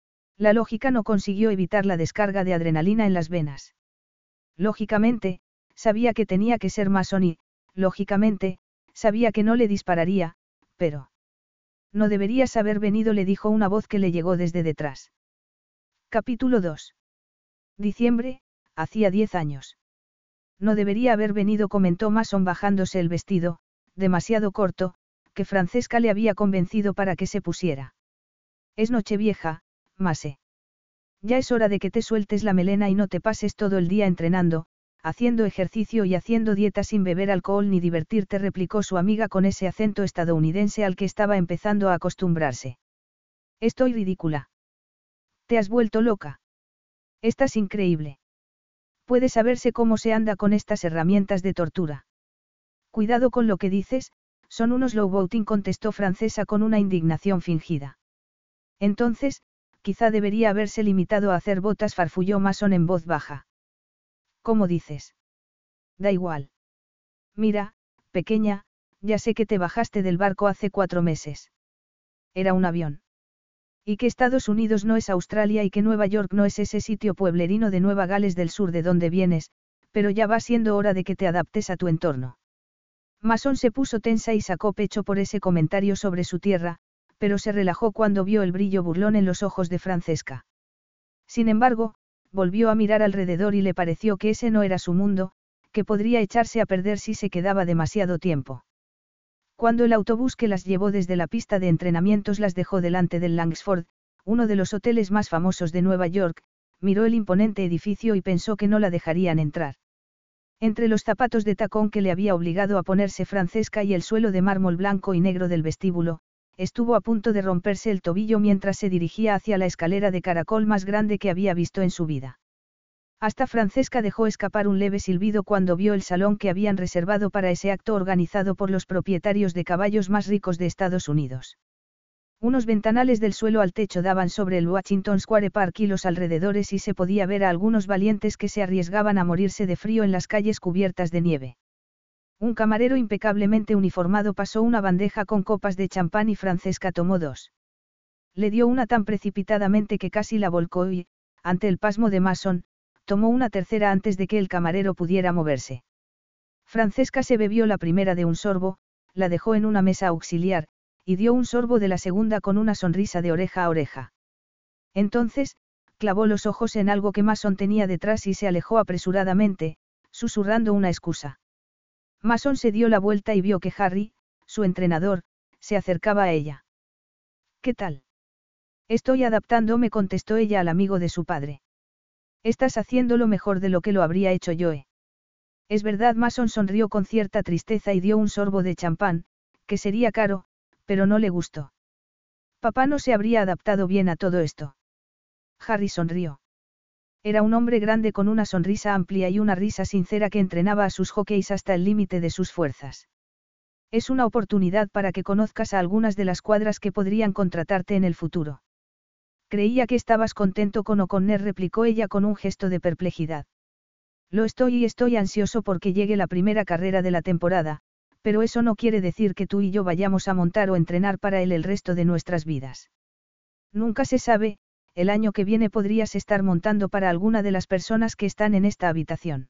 La lógica no consiguió evitar la descarga de adrenalina en las venas. Lógicamente, sabía que tenía que ser Mason y, lógicamente, sabía que no le dispararía, pero... no deberías haber venido, le dijo una voz que le llegó desde detrás. Capítulo dos. Diciembre, hacía diez años. No debería haber venido, comentó Mason bajándose el vestido, demasiado corto, que Francesca le había convencido para que se pusiera. Es Nochevieja, Mase. Ya es hora de que te sueltes la melena y no te pases todo el día entrenando, haciendo ejercicio y haciendo dieta sin beber alcohol ni divertirte, replicó su amiga con ese acento estadounidense al que estaba empezando a acostumbrarse. Estoy ridícula. ¿Te has vuelto loca? Estás increíble. Puede saberse cómo se anda con estas herramientas de tortura. Cuidado con lo que dices, son unos lowboating, contestó Francesa con una indignación fingida. Entonces, quizá debería haberse limitado a hacer botas, farfulló Mason en voz baja. ¿Cómo dices? Da igual. Mira, pequeña, ya sé que te bajaste del barco hace cuatro meses. Era un avión. Y que Estados Unidos no es Australia y que Nueva York no es ese sitio pueblerino de Nueva Gales del Sur de donde vienes, pero ya va siendo hora de que te adaptes a tu entorno. Mason se puso tensa y sacó pecho por ese comentario sobre su tierra, pero se relajó cuando vio el brillo burlón en los ojos de Francesca. Sin embargo, volvió a mirar alrededor y le pareció que ese no era su mundo, que podría echarse a perder si se quedaba demasiado tiempo. Cuando el autobús que las llevó desde la pista de entrenamientos las dejó delante del Langsford, uno de los hoteles más famosos de Nueva York, miró el imponente edificio y pensó que no la dejarían entrar. Entre los zapatos de tacón que le había obligado a ponerse Francesca y el suelo de mármol blanco y negro del vestíbulo, estuvo a punto de romperse el tobillo mientras se dirigía hacia la escalera de caracol más grande que había visto en su vida. Hasta Francesca dejó escapar un leve silbido cuando vio el salón que habían reservado para ese acto organizado por los propietarios de caballos más ricos de Estados Unidos. Unos ventanales del suelo al techo daban sobre el Washington Square Park y los alrededores y se podía ver a algunos valientes que se arriesgaban a morirse de frío en las calles cubiertas de nieve. Un camarero impecablemente uniformado pasó una bandeja con copas de champán y Francesca tomó dos. Le dio una tan precipitadamente que casi la volcó y, ante el pasmo de Mason, tomó una tercera antes de que el camarero pudiera moverse. Francesca se bebió la primera de un sorbo, la dejó en una mesa auxiliar, y dio un sorbo de la segunda con una sonrisa de oreja a oreja. Entonces, clavó los ojos en algo que Mason tenía detrás y se alejó apresuradamente, susurrando una excusa. Mason se dio la vuelta y vio que Harry, su entrenador, se acercaba a ella. ¿Qué tal? Estoy adaptándome, contestó ella al amigo de su padre. Estás haciéndolo mejor de lo que lo habría hecho yo. ¿eh? Es verdad, Mason sonrió con cierta tristeza y dio un sorbo de champán, que sería caro, pero no le gustó. Papá no se habría adaptado bien a todo esto. Harry sonrió. Era un hombre grande con una sonrisa amplia y una risa sincera que entrenaba a sus jockeys hasta el límite de sus fuerzas. Es una oportunidad para que conozcas a algunas de las cuadras que podrían contratarte en el futuro. Creía que estabas contento con O'Connor, replicó ella con un gesto de perplejidad. Lo estoy y estoy ansioso porque llegue la primera carrera de la temporada, pero eso no quiere decir que tú y yo vayamos a montar o entrenar para él el resto de nuestras vidas. Nunca se sabe. El año que viene podrías estar montando para alguna de las personas que están en esta habitación.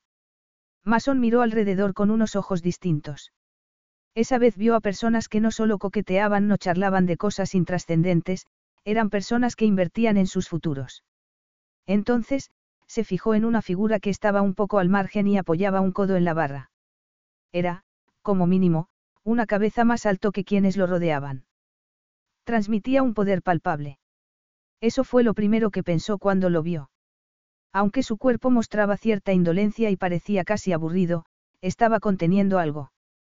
Mason miró alrededor con unos ojos distintos. Esa vez vio a personas que no solo coqueteaban, no charlaban de cosas intrascendentes, eran personas que invertían en sus futuros. Entonces, se fijó en una figura que estaba un poco al margen y apoyaba un codo en la barra. Era, como mínimo, una cabeza más alto que quienes lo rodeaban. Transmitía un poder palpable. Eso fue lo primero que pensó cuando lo vio. Aunque su cuerpo mostraba cierta indolencia y parecía casi aburrido, estaba conteniendo algo.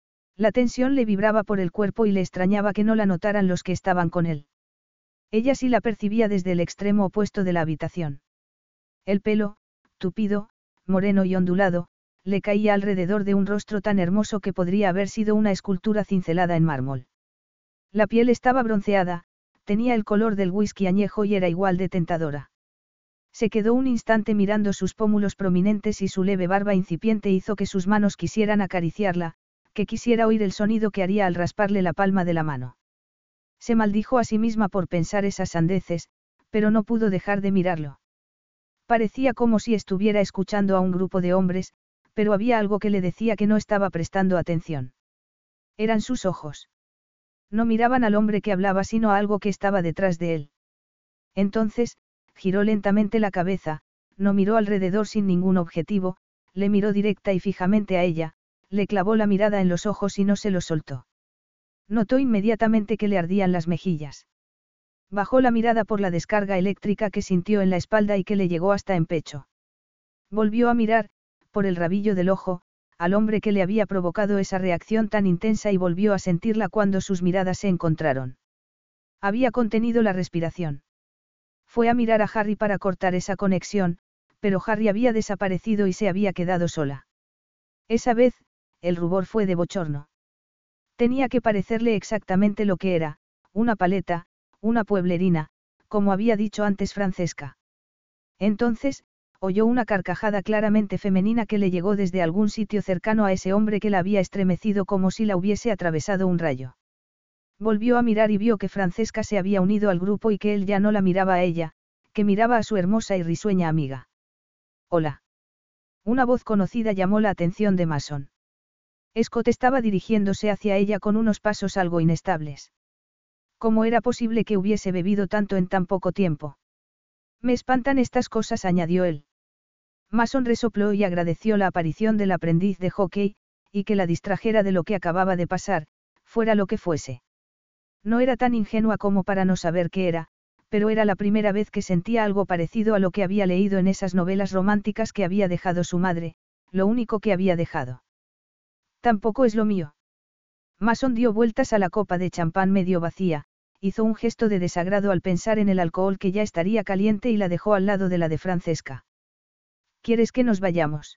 La tensión le vibraba por el cuerpo y le extrañaba que no la notaran los que estaban con él. Ella sí la percibía desde el extremo opuesto de la habitación. El pelo, tupido, moreno y ondulado, le caía alrededor de un rostro tan hermoso que podría haber sido una escultura cincelada en mármol. La piel estaba bronceada, tenía el color del whisky añejo y era igual de tentadora. Se quedó un instante mirando sus pómulos prominentes y su leve barba incipiente hizo que sus manos quisieran acariciarla, que quisiera oír el sonido que haría al rasparle la palma de la mano. Se maldijo a sí misma por pensar esas sandeces, pero no pudo dejar de mirarlo. Parecía como si estuviera escuchando a un grupo de hombres, pero había algo que le decía que no estaba prestando atención. Eran sus ojos. No miraban al hombre que hablaba sino a algo que estaba detrás de él. Entonces, giró lentamente la cabeza, no miró alrededor sin ningún objetivo, le miró directa y fijamente a ella, le clavó la mirada en los ojos y no se los soltó. Notó inmediatamente que le ardían las mejillas. Bajó la mirada por la descarga eléctrica que sintió en la espalda y que le llegó hasta en pecho. Volvió a mirar, por el rabillo del ojo, al hombre que le había provocado esa reacción tan intensa y volvió a sentirla cuando sus miradas se encontraron. Había contenido la respiración. Fue a mirar a Harry para cortar esa conexión, pero Harry había desaparecido y se había quedado sola. Esa vez, el rubor fue de bochorno. Tenía que parecerle exactamente lo que era, una paleta, una pueblerina, como había dicho antes Francesca. Entonces, oyó una carcajada claramente femenina que le llegó desde algún sitio cercano a ese hombre que la había estremecido como si la hubiese atravesado un rayo. Volvió a mirar y vio que Francesca se había unido al grupo y que él ya no la miraba a ella, que miraba a su hermosa y risueña amiga. «Hola». Una voz conocida llamó la atención de Mason. Scott estaba dirigiéndose hacia ella con unos pasos algo inestables. ¿Cómo era posible que hubiese bebido tanto en tan poco tiempo? Me espantan estas cosas, añadió él. Mason resopló y agradeció la aparición del aprendiz de hockey, y que la distrajera de lo que acababa de pasar, fuera lo que fuese. No era tan ingenua como para no saber qué era, pero era la primera vez que sentía algo parecido a lo que había leído en esas novelas románticas que había dejado su madre, lo único que había dejado. Tampoco es lo mío. Mason dio vueltas a la copa de champán medio vacía, hizo un gesto de desagrado al pensar en el alcohol que ya estaría caliente y la dejó al lado de la de Francesca. ¿Quieres que nos vayamos?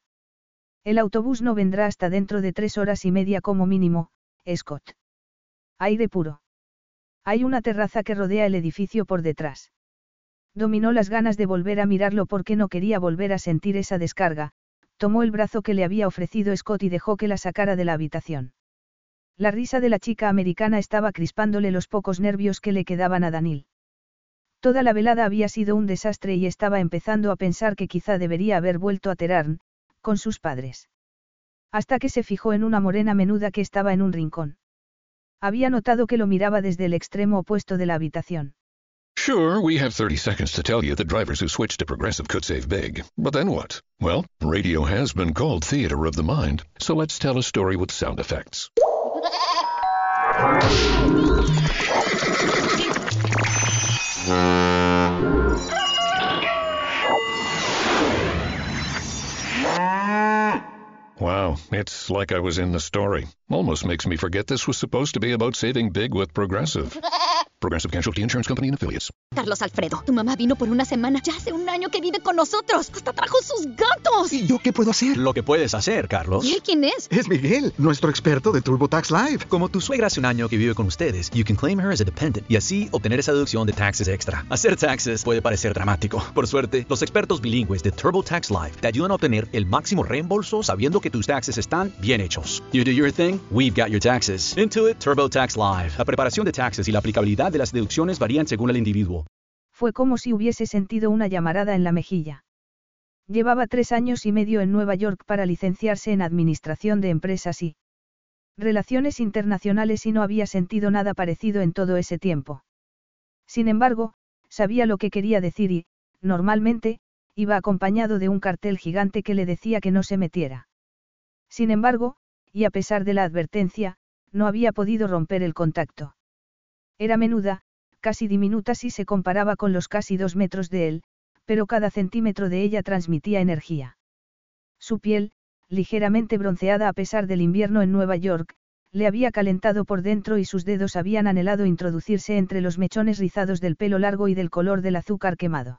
El autobús no vendrá hasta dentro de tres horas y media como mínimo, Scott. Aire puro. Hay una terraza que rodea el edificio por detrás. Dominó las ganas de volver a mirarlo porque no quería volver a sentir esa descarga, tomó el brazo que le había ofrecido Scott y dejó que la sacara de la habitación. La risa de la chica americana estaba crispándole los pocos nervios que le quedaban a Daniel. Toda la velada había sido un desastre y estaba empezando a pensar que quizá debería haber vuelto a Teherán, con sus padres. Hasta que se fijó en una morena menuda que estaba en un rincón. Había notado que lo miraba desde el extremo opuesto de la habitación. Sure, we have thirty seconds to tell you that drivers who switch to Progressive could save big. But then what? Well, radio has been called theater of the mind, so let's tell a story with sound effects. Wow, it's like I was in the story. Almost makes me forget this was supposed to be about saving big with Progressive. Progressive Casualty Insurance Company and Affiliates. Carlos Alfredo, tu mamá vino por una semana. Ya hace un año que vive con nosotros. Hasta trajo sus gatos. ¿Y yo qué puedo hacer? Lo que puedes hacer, Carlos. ¿Y él quién es? Es Miguel, nuestro experto de TurboTax Live. Como tu suegra hace un año que vive con ustedes, you can claim her as a dependent y así obtener esa deducción de taxes extra. Hacer taxes puede parecer dramático. Por suerte, los expertos bilingües de TurboTax Live te ayudan a obtener el máximo reembolso sabiendo que tus taxes están bien hechos. You do your thing, we've got your taxes. Intuit TurboTax Live. La preparación de taxes y la aplicabilidad de las deducciones varían según el individuo. Fue como si hubiese sentido una llamarada en la mejilla. Llevaba tres años y medio en Nueva York para licenciarse en Administración de Empresas y Relaciones Internacionales y no había sentido nada parecido en todo ese tiempo. Sin embargo, sabía lo que quería decir y, normalmente, iba acompañado de un cartel gigante que le decía que no se metiera. Sin embargo, y a pesar de la advertencia, no había podido romper el contacto. Era menuda, casi diminuta si se comparaba con los casi dos metros de él, pero cada centímetro de ella transmitía energía. Su piel, ligeramente bronceada a pesar del invierno en Nueva York, le había calentado por dentro y sus dedos habían anhelado introducirse entre los mechones rizados del pelo largo y del color del azúcar quemado.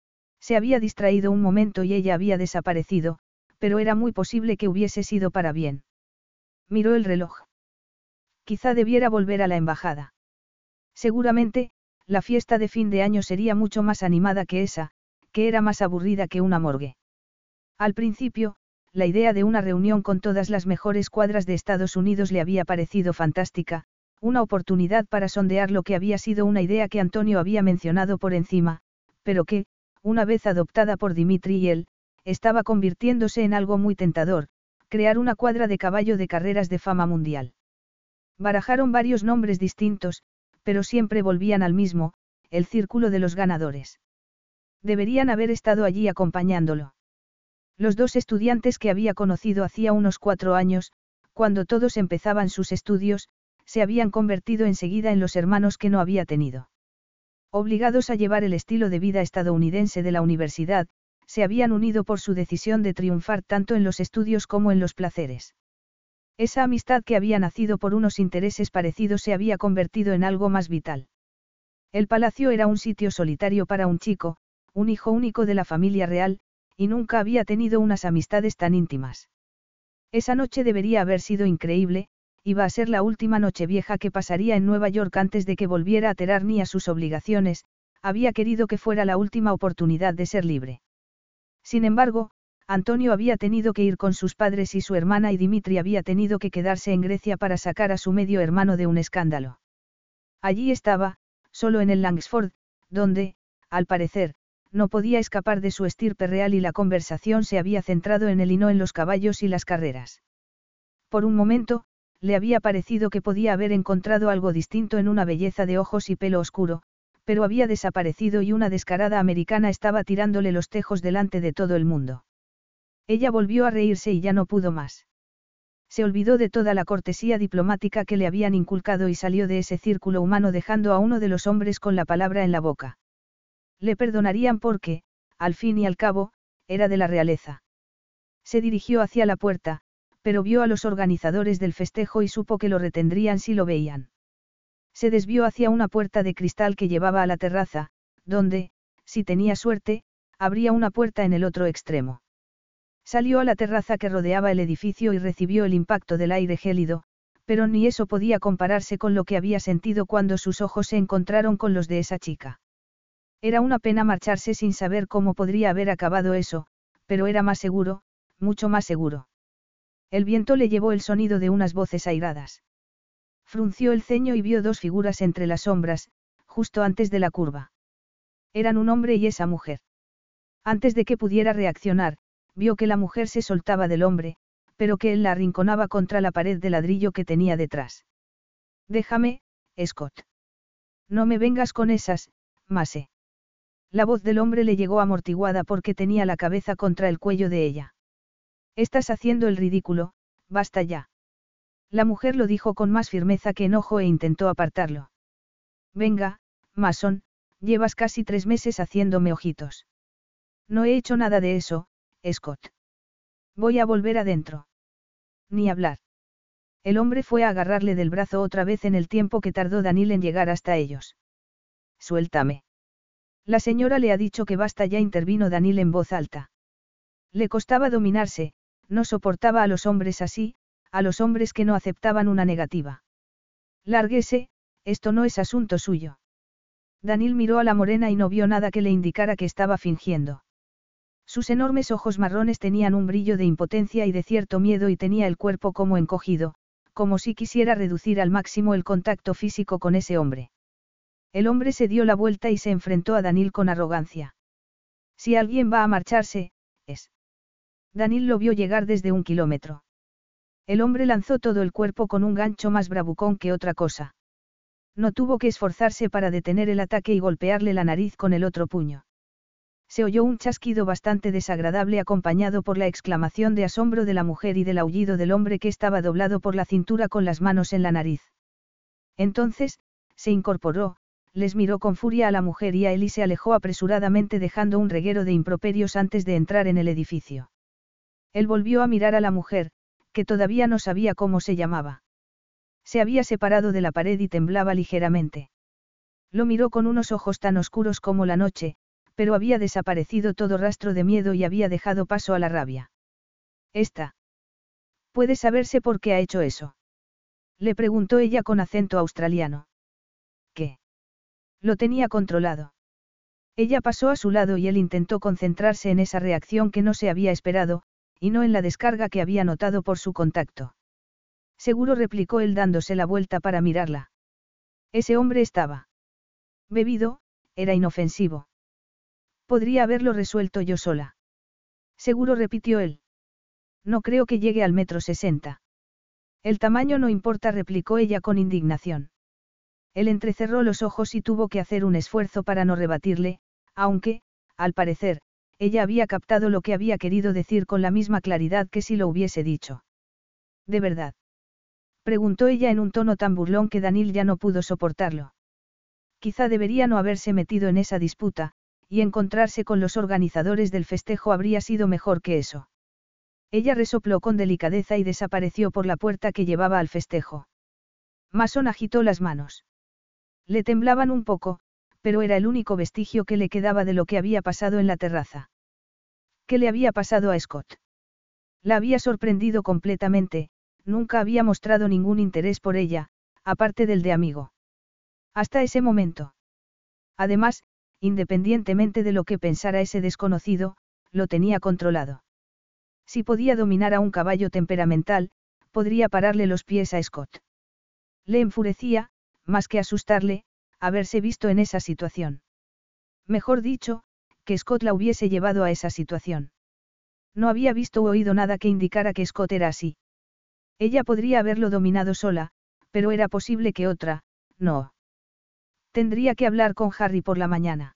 Se había distraído un momento y ella había desaparecido, pero era muy posible que hubiese sido para bien. Miró el reloj. Quizá debiera volver a la embajada. Seguramente, la fiesta de fin de año sería mucho más animada que esa, que era más aburrida que una morgue. Al principio, la idea de una reunión con todas las mejores cuadras de Estados Unidos le había parecido fantástica, una oportunidad para sondear lo que había sido una idea que Antonio había mencionado por encima, pero que, una vez adoptada por Dimitri y él, estaba convirtiéndose en algo muy tentador, crear una cuadra de caballo de carreras de fama mundial. Barajaron varios nombres distintos, pero siempre volvían al mismo, el círculo de los ganadores. Deberían haber estado allí acompañándolo. Los dos estudiantes que había conocido hacía unos cuatro años, cuando todos empezaban sus estudios, se habían convertido enseguida en los hermanos que no había tenido. Obligados a llevar el estilo de vida estadounidense de la universidad, se habían unido por su decisión de triunfar tanto en los estudios como en los placeres. Esa amistad que había nacido por unos intereses parecidos se había convertido en algo más vital. El palacio era un sitio solitario para un chico, un hijo único de la familia real, y nunca había tenido unas amistades tan íntimas. Esa noche debería haber sido increíble, iba a ser la última Nochevieja que pasaría en Nueva York antes de que volviera a Teherán ni a sus obligaciones, había querido que fuera la última oportunidad de ser libre. Sin embargo, Antonio había tenido que ir con sus padres y su hermana y Dimitri había tenido que quedarse en Grecia para sacar a su medio hermano de un escándalo. Allí estaba, solo en el Langsford, donde, al parecer, no podía escapar de su estirpe real y la conversación se había centrado en él y no en los caballos y las carreras. Por un momento, le había parecido que podía haber encontrado algo distinto en una belleza de ojos y pelo oscuro, pero había desaparecido y una descarada americana estaba tirándole los tejos delante de todo el mundo. Ella volvió a reírse y ya no pudo más. Se olvidó de toda la cortesía diplomática que le habían inculcado y salió de ese círculo humano dejando a uno de los hombres con la palabra en la boca. Le perdonarían porque, al fin y al cabo, era de la realeza. Se dirigió hacia la puerta, pero vio a los organizadores del festejo y supo que lo retendrían si lo veían. Se desvió hacia una puerta de cristal que llevaba a la terraza, donde, si tenía suerte, habría una puerta en el otro extremo. Salió a la terraza que rodeaba el edificio y recibió el impacto del aire gélido, pero ni eso podía compararse con lo que había sentido cuando sus ojos se encontraron con los de esa chica. Era una pena marcharse sin saber cómo podría haber acabado eso, pero era más seguro, mucho más seguro. El viento le llevó el sonido de unas voces airadas. Frunció el ceño y vio dos figuras entre las sombras, justo antes de la curva. Eran un hombre y esa mujer. Antes de que pudiera reaccionar, vio que la mujer se soltaba del hombre, pero que él la arrinconaba contra la pared de ladrillo que tenía detrás. Déjame, Scott. No me vengas con esas, Mase. La voz del hombre le llegó amortiguada porque tenía la cabeza contra el cuello de ella. Estás haciendo el ridículo, basta ya. La mujer lo dijo con más firmeza que enojo e intentó apartarlo. Venga, Mason, llevas casi tres meses haciéndome ojitos. No he hecho nada de eso, Scott. Voy a volver adentro. Ni hablar. El hombre fue a agarrarle del brazo otra vez en el tiempo que tardó Daniel en llegar hasta ellos. Suéltame. La señora le ha dicho que basta ya, intervino Daniel en voz alta. Le costaba dominarse, no soportaba a los hombres así, a los hombres que no aceptaban una negativa. Lárguese, esto no es asunto suyo. Daniel miró a la morena y no vio nada que le indicara que estaba fingiendo. Sus enormes ojos marrones tenían un brillo de impotencia y de cierto miedo y tenía el cuerpo como encogido, como si quisiera reducir al máximo el contacto físico con ese hombre. El hombre se dio la vuelta y se enfrentó a Daniel con arrogancia. Si alguien va a marcharse, es. Daniel lo vio llegar desde un kilómetro. El hombre lanzó todo el cuerpo con un gancho más bravucón que otra cosa. No tuvo que esforzarse para detener el ataque y golpearle la nariz con el otro puño. Se oyó un chasquido bastante desagradable acompañado por la exclamación de asombro de la mujer y del aullido del hombre que estaba doblado por la cintura con las manos en la nariz. Entonces, se incorporó, les miró con furia a la mujer y a él y se alejó apresuradamente dejando un reguero de improperios antes de entrar en el edificio. Él volvió a mirar a la mujer, que todavía no sabía cómo se llamaba. Se había separado de la pared y temblaba ligeramente. Lo miró con unos ojos tan oscuros como la noche, pero había desaparecido todo rastro de miedo y había dejado paso a la rabia. ¿Esta? ¿Puede saberse por qué ha hecho eso? Le preguntó ella con acento australiano. ¿Qué? Lo tenía controlado. Ella pasó a su lado y él intentó concentrarse en esa reacción que no se había esperado, y no en la descarga que había notado por su contacto. Seguro, replicó él dándose la vuelta para mirarla. Ese hombre estaba bebido, era inofensivo. Podría haberlo resuelto yo sola. Seguro, repitió él. No creo que llegue al metro sesenta. El tamaño no importa, replicó ella con indignación. Él entrecerró los ojos y tuvo que hacer un esfuerzo para no rebatirle, aunque, al parecer, ella había captado lo que había querido decir con la misma claridad que si lo hubiese dicho. ¿De verdad?, preguntó ella en un tono tan burlón que Daniel ya no pudo soportarlo. Quizá debería no haberse metido en esa disputa, y encontrarse con los organizadores del festejo habría sido mejor que eso. Ella resopló con delicadeza y desapareció por la puerta que llevaba al festejo. Mason agitó las manos. Le temblaban un poco, pero era el único vestigio que le quedaba de lo que había pasado en la terraza. ¿Qué le había pasado a Scott? La había sorprendido completamente, nunca había mostrado ningún interés por ella, aparte del de amigo. Hasta ese momento. Además, independientemente de lo que pensara ese desconocido, lo tenía controlado. Si podía dominar a un caballo temperamental, podría pararle los pies a Scott. Le enfurecía, más que asustarle, haberse visto en esa situación. Mejor dicho, que Scott la hubiese llevado a esa situación. No había visto o oído nada que indicara que Scott era así. Ella podría haberlo dominado sola, pero era posible que otra, no. Tendría que hablar con Harry por la mañana.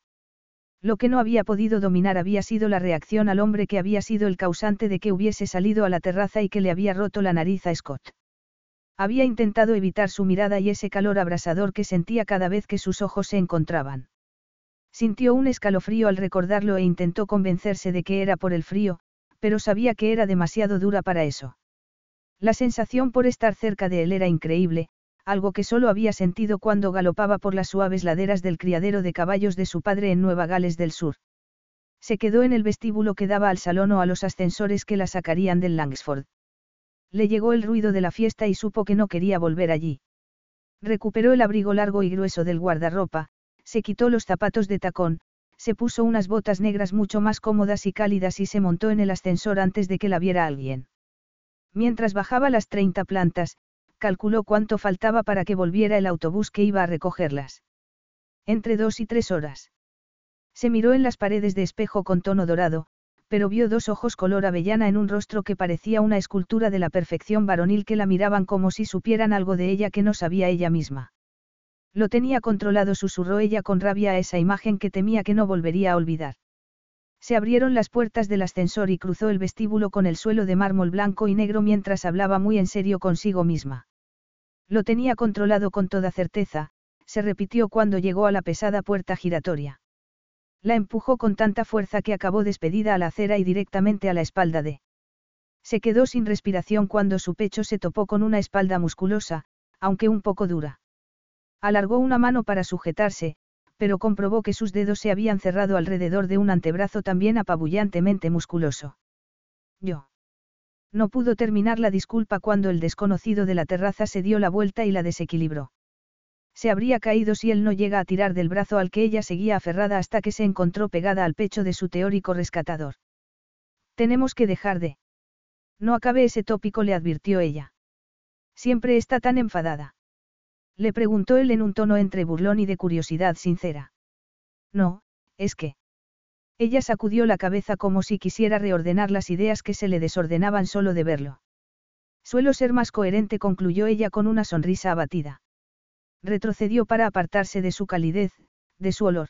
Lo que no había podido dominar había sido la reacción al hombre que había sido el causante de que hubiese salido a la terraza y que le había roto la nariz a Scott. Había intentado evitar su mirada y ese calor abrasador que sentía cada vez que sus ojos se encontraban. Sintió un escalofrío al recordarlo e intentó convencerse de que era por el frío, pero sabía que era demasiado dura para eso. La sensación por estar cerca de él era increíble, algo que solo había sentido cuando galopaba por las suaves laderas del criadero de caballos de su padre en Nueva Gales del Sur. Se quedó en el vestíbulo que daba al salón o a los ascensores que la sacarían del Langsford. Le llegó el ruido de la fiesta y supo que no quería volver allí. Recuperó el abrigo largo y grueso del guardarropa, se quitó los zapatos de tacón, se puso unas botas negras mucho más cómodas y cálidas y se montó en el ascensor antes de que la viera alguien. Mientras bajaba las treinta plantas, calculó cuánto faltaba para que volviera el autobús que iba a recogerlas. Entre dos y tres horas. Se miró en las paredes de espejo con tono dorado, pero vio dos ojos color avellana en un rostro que parecía una escultura de la perfección varonil que la miraban como si supieran algo de ella que no sabía ella misma. Lo tenía controlado, susurró ella con rabia a esa imagen que temía que no volvería a olvidar. Se abrieron las puertas del ascensor y cruzó el vestíbulo con el suelo de mármol blanco y negro mientras hablaba muy en serio consigo misma. Lo tenía controlado con toda certeza, se repitió cuando llegó a la pesada puerta giratoria. La empujó con tanta fuerza que acabó despedida a la acera y directamente a la espalda de. Se quedó sin respiración cuando su pecho se topó con una espalda musculosa, aunque un poco dura. Alargó una mano para sujetarse, pero comprobó que sus dedos se habían cerrado alrededor de un antebrazo también apabullantemente musculoso. Yo. No pudo terminar la disculpa cuando el desconocido de la terraza se dio la vuelta y la desequilibró. Se habría caído si él no llega a tirar del brazo al que ella seguía aferrada hasta que se encontró pegada al pecho de su teórico rescatador. Tenemos que dejar de. No acabe ese tópico, le advirtió ella. Siempre está tan enfadada. Le preguntó él en un tono entre burlón y de curiosidad sincera. No, es que. Ella sacudió la cabeza como si quisiera reordenar las ideas que se le desordenaban solo de verlo. Suelo ser más coherente, concluyó ella con una sonrisa abatida. Retrocedió para apartarse de su calidez, de su olor.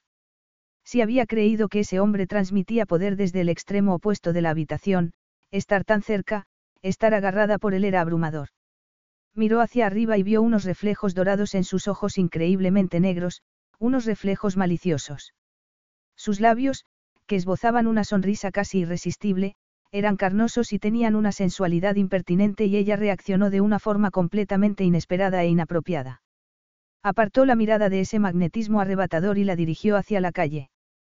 Si había creído que ese hombre transmitía poder desde el extremo opuesto de la habitación, estar tan cerca, estar agarrada por él era abrumador. Miró hacia arriba y vio unos reflejos dorados en sus ojos increíblemente negros, unos reflejos maliciosos. Sus labios, que esbozaban una sonrisa casi irresistible, eran carnosos y tenían una sensualidad impertinente y ella reaccionó de una forma completamente inesperada e inapropiada. Apartó la mirada de ese magnetismo arrebatador y la dirigió hacia la calle.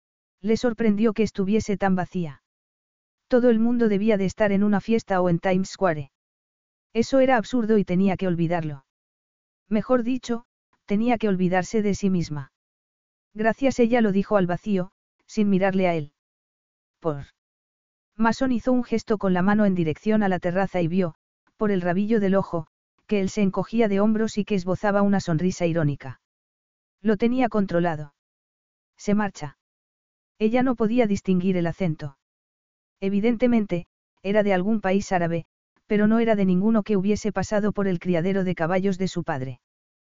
Le sorprendió que estuviese tan vacía. Todo el mundo debía de estar en una fiesta o en Times Square. Eso era absurdo y tenía que olvidarlo. Mejor dicho, tenía que olvidarse de sí misma. Gracias, ella lo dijo al vacío, sin mirarle a él. Por. Mason hizo un gesto con la mano en dirección a la terraza y vio, por el rabillo del ojo, que él se encogía de hombros y que esbozaba una sonrisa irónica. Lo tenía controlado. Se marcha. Ella no podía distinguir el acento. Evidentemente, era de algún país árabe, pero no era de ninguno que hubiese pasado por el criadero de caballos de su padre.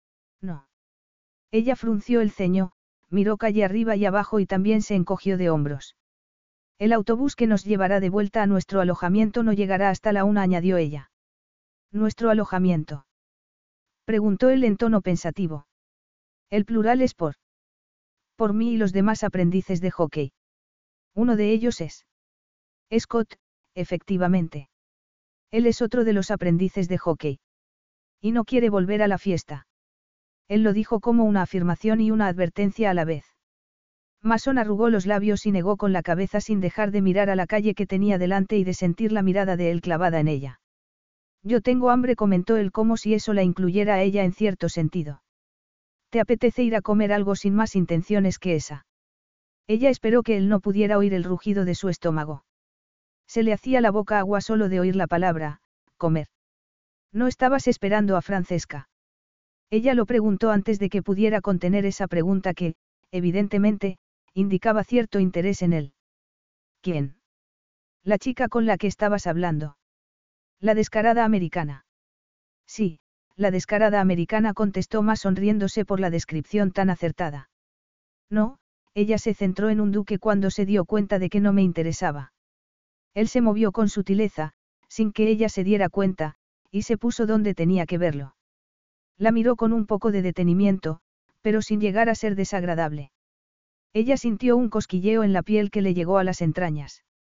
No. Ella frunció el ceño, miró calle arriba y abajo y también se encogió de hombros. El autobús que nos llevará de vuelta a nuestro alojamiento no llegará hasta la una, añadió ella. ¿Nuestro alojamiento?, preguntó él en tono pensativo. El plural es por. Por mí y los demás aprendices de hockey. Uno de ellos es. Scott, efectivamente. Él es otro de los aprendices de hockey. Y no quiere volver a la fiesta. Él lo dijo como una afirmación y una advertencia a la vez. Mason arrugó los labios y negó con la cabeza sin dejar de mirar a la calle que tenía delante y de sentir la mirada de él clavada en ella. Yo tengo hambre, comentó él como si eso la incluyera a ella en cierto sentido. ¿Te apetece ir a comer algo sin más intenciones que esa? Ella esperó que él no pudiera oír el rugido de su estómago. Se le hacía la boca agua solo de oír la palabra, comer. ¿No estabas esperando a Francesca? Ella lo preguntó antes de que pudiera contener esa pregunta que, evidentemente, indicaba cierto interés en él. ¿Quién? La chica con la que estabas hablando. La descarada americana. Sí, la descarada americana, contestó más sonriéndose por la descripción tan acertada. No, ella se centró en un duque cuando se dio cuenta de que no me interesaba. Él se movió con sutileza, sin que ella se diera cuenta, y se puso donde tenía que verlo. La miró con un poco de detenimiento, pero sin llegar a ser desagradable. Ella sintió un cosquilleo en la piel que le llegó a las entrañas.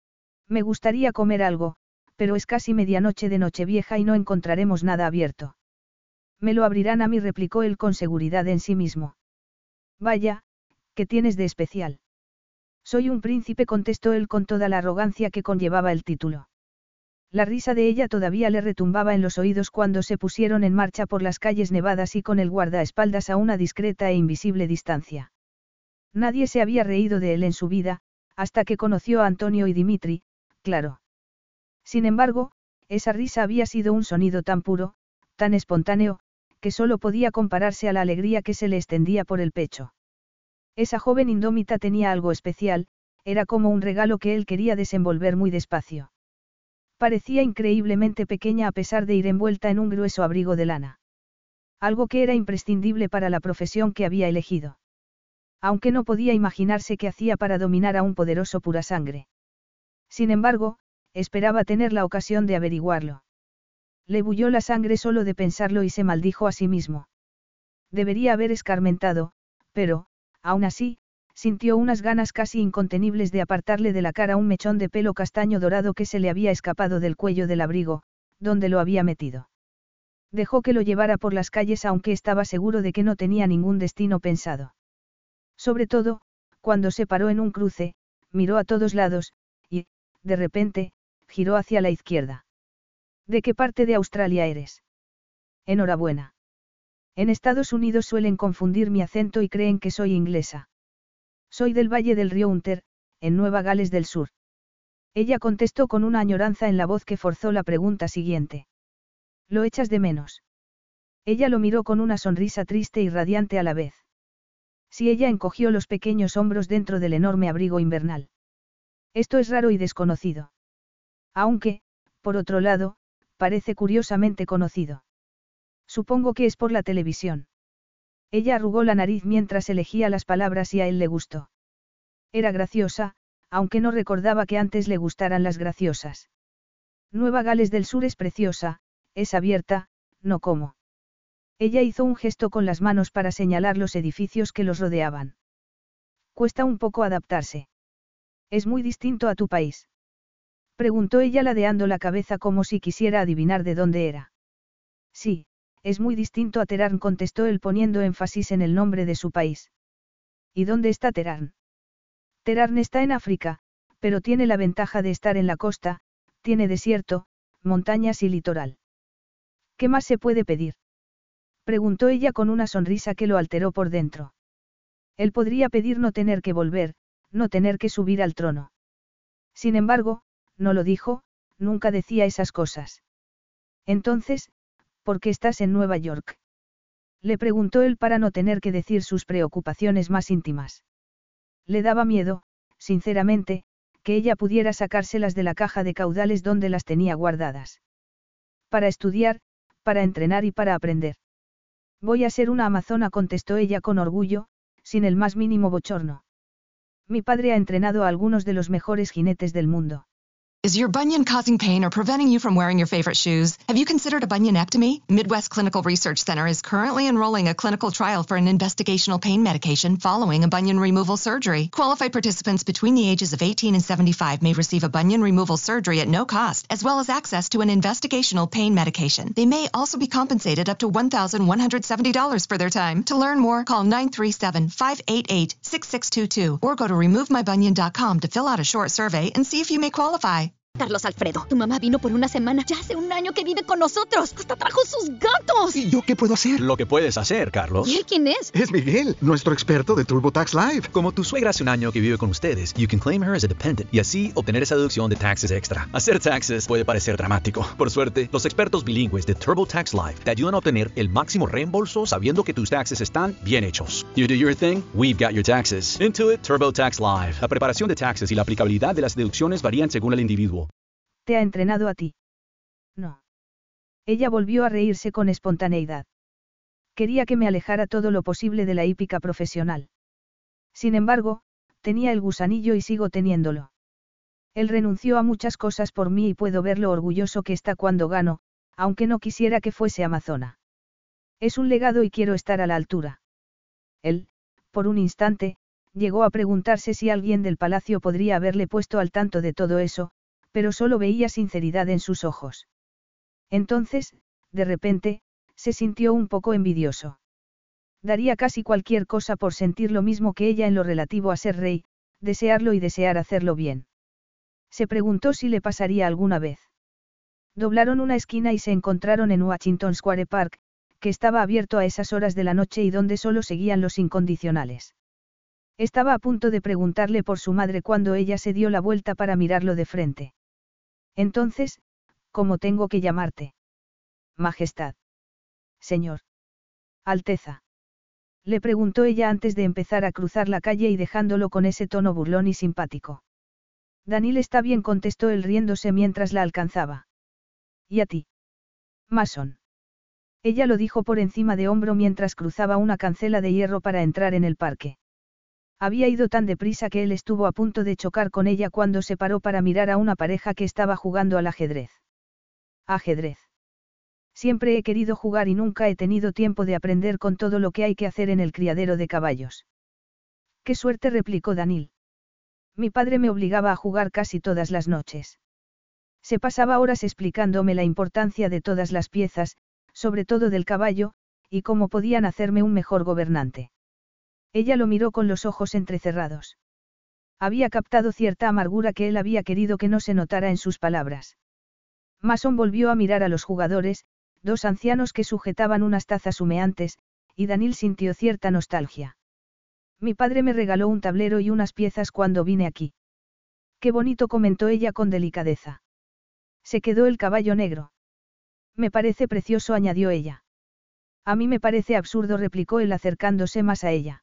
Me gustaría comer algo, pero es casi medianoche de Nochevieja y no encontraremos nada abierto. Me lo abrirán a mí, replicó él con seguridad en sí mismo. Vaya, ¿qué tienes de especial? Soy un príncipe, contestó él con toda la arrogancia que conllevaba el título. La risa de ella todavía le retumbaba en los oídos cuando se pusieron en marcha por las calles nevadas y con el guardaespaldas a una discreta e invisible distancia. Nadie se había reído de él en su vida, hasta que conoció a Antonio y Dimitri, claro. Sin embargo, esa risa había sido un sonido tan puro, tan espontáneo, que solo podía compararse a la alegría que se le extendía por el pecho. Esa joven indómita tenía algo especial, era como un regalo que él quería desenvolver muy despacio. Parecía increíblemente pequeña a pesar de ir envuelta en un grueso abrigo de lana. Algo que era imprescindible para la profesión que había elegido. Aunque no podía imaginarse qué hacía para dominar a un poderoso purasangre. Sin embargo, esperaba tener la ocasión de averiguarlo. Le bulló la sangre solo de pensarlo y se maldijo a sí mismo. Debería haber escarmentado, pero, aún así, sintió unas ganas casi incontenibles de apartarle de la cara un mechón de pelo castaño dorado que se le había escapado del cuello del abrigo, donde lo había metido. Dejó que lo llevara por las calles aunque estaba seguro de que no tenía ningún destino pensado. Sobre todo, cuando se paró en un cruce, miró a todos lados, y, de repente, giró hacia la izquierda. ¿De qué parte de Australia eres? Enhorabuena. En Estados Unidos suelen confundir mi acento y creen que soy inglesa. Soy del Valle del Río Hunter, en Nueva Gales del Sur. Ella contestó con una añoranza en la voz que forzó la pregunta siguiente. ¿Lo echas de menos? Ella lo miró con una sonrisa triste y radiante a la vez. Sí, ella encogió los pequeños hombros dentro del enorme abrigo invernal. Esto es raro y desconocido. Aunque, por otro lado, parece curiosamente conocido. Supongo que es por la televisión. Ella arrugó la nariz mientras elegía las palabras y a él le gustó. Era graciosa, aunque no recordaba que antes le gustaran las graciosas. Nueva Gales del Sur es preciosa, es abierta, no como. Ella hizo un gesto con las manos para señalar los edificios que los rodeaban. Cuesta un poco adaptarse. ¿Es muy distinto a tu país? Preguntó ella ladeando la cabeza como si quisiera adivinar de dónde era. Sí, es muy distinto a Terán, contestó él poniendo énfasis en el nombre de su país. ¿Y dónde está Terán? Terán está en África, pero tiene la ventaja de estar en la costa, tiene desierto, montañas y litoral. ¿Qué más se puede pedir? Preguntó ella con una sonrisa que lo alteró por dentro. Él podría pedir no tener que volver, no tener que subir al trono. Sin embargo, no lo dijo, nunca decía esas cosas. Entonces, ¿por qué estás en Nueva York? Le preguntó él para no tener que decir sus preocupaciones más íntimas. Le daba miedo, sinceramente, que ella pudiera sacárselas de la caja de caudales donde las tenía guardadas. Para estudiar, para entrenar y para aprender. Voy a ser una amazona, contestó ella con orgullo, sin el más mínimo bochorno. Mi padre ha entrenado a algunos de los mejores jinetes del mundo. Is your bunion causing pain or preventing you from wearing your favorite shoes? Have you considered a bunionectomy? Midwest Clinical Research Center is currently enrolling a clinical trial for an investigational pain medication following a bunion removal surgery. Qualified participants between the ages of eighteen and seventy-five may receive a bunion removal surgery at no cost, as well as access to an investigational pain medication. They may also be compensated up to one thousand one hundred seventy dollars for their time. To learn more, call nine three seven, five eight eight, six six two two or go to remove my bunion dot com to fill out a short survey and see if you may qualify. Carlos Alfredo, tu mamá vino por una semana. Ya hace un año que vive con nosotros. Hasta trajo sus gatos. ¿Y yo qué puedo hacer? Lo que puedes hacer, Carlos. ¿Y él quién es? Es Miguel, nuestro experto de TurboTax Live. Como tu suegra hace un año que vive con ustedes, you can claim her as a dependent y así obtener esa deducción de taxes extra. Hacer taxes puede parecer dramático. Por suerte, los expertos bilingües de TurboTax Live te ayudan a obtener el máximo reembolso sabiendo que tus taxes están bien hechos. You do your thing, we've got your taxes. Intuit TurboTax Live. La preparación de taxes y la aplicabilidad de las deducciones varían según el individuo. ¿Te ha entrenado a ti? No. Ella volvió a reírse con espontaneidad. Quería que me alejara todo lo posible de la hípica profesional. Sin embargo, tenía el gusanillo y sigo teniéndolo. Él renunció a muchas cosas por mí y puedo ver lo orgulloso que está cuando gano, aunque no quisiera que fuese amazona. Es un legado y quiero estar a la altura. Él, por un instante, llegó a preguntarse si alguien del palacio podría haberle puesto al tanto de todo eso, pero solo veía sinceridad en sus ojos. Entonces, de repente, se sintió un poco envidioso. Daría casi cualquier cosa por sentir lo mismo que ella en lo relativo a ser rey, desearlo y desear hacerlo bien. Se preguntó si le pasaría alguna vez. Doblaron una esquina y se encontraron en Washington Square Park, que estaba abierto a esas horas de la noche y donde solo seguían los incondicionales. Estaba a punto de preguntarle por su madre cuando ella se dio la vuelta para mirarlo de frente. Entonces, ¿cómo tengo que llamarte? Majestad. Señor. Alteza. Le preguntó ella antes de empezar a cruzar la calle y dejándolo con ese tono burlón y simpático. Daniel está bien, contestó él riéndose mientras la alcanzaba. ¿Y a ti? Mason. Ella lo dijo por encima de hombro mientras cruzaba una cancela de hierro para entrar en el parque. Había ido tan deprisa que él estuvo a punto de chocar con ella cuando se paró para mirar a una pareja que estaba jugando al ajedrez. Ajedrez. Siempre he querido jugar y nunca he tenido tiempo de aprender con todo lo que hay que hacer en el criadero de caballos. ¡Qué suerte!, replicó Daniel. Mi padre me obligaba a jugar casi todas las noches. Se pasaba horas explicándome la importancia de todas las piezas, sobre todo del caballo, y cómo podían hacerme un mejor gobernante. Ella lo miró con los ojos entrecerrados. Había captado cierta amargura que él había querido que no se notara en sus palabras. Mason volvió a mirar a los jugadores, dos ancianos que sujetaban unas tazas humeantes, y Daniel sintió cierta nostalgia. Mi padre me regaló un tablero y unas piezas cuando vine aquí. Qué bonito, comentó ella con delicadeza. Se quedó el caballo negro. Me parece precioso, añadió ella. A mí me parece absurdo, replicó él acercándose más a ella.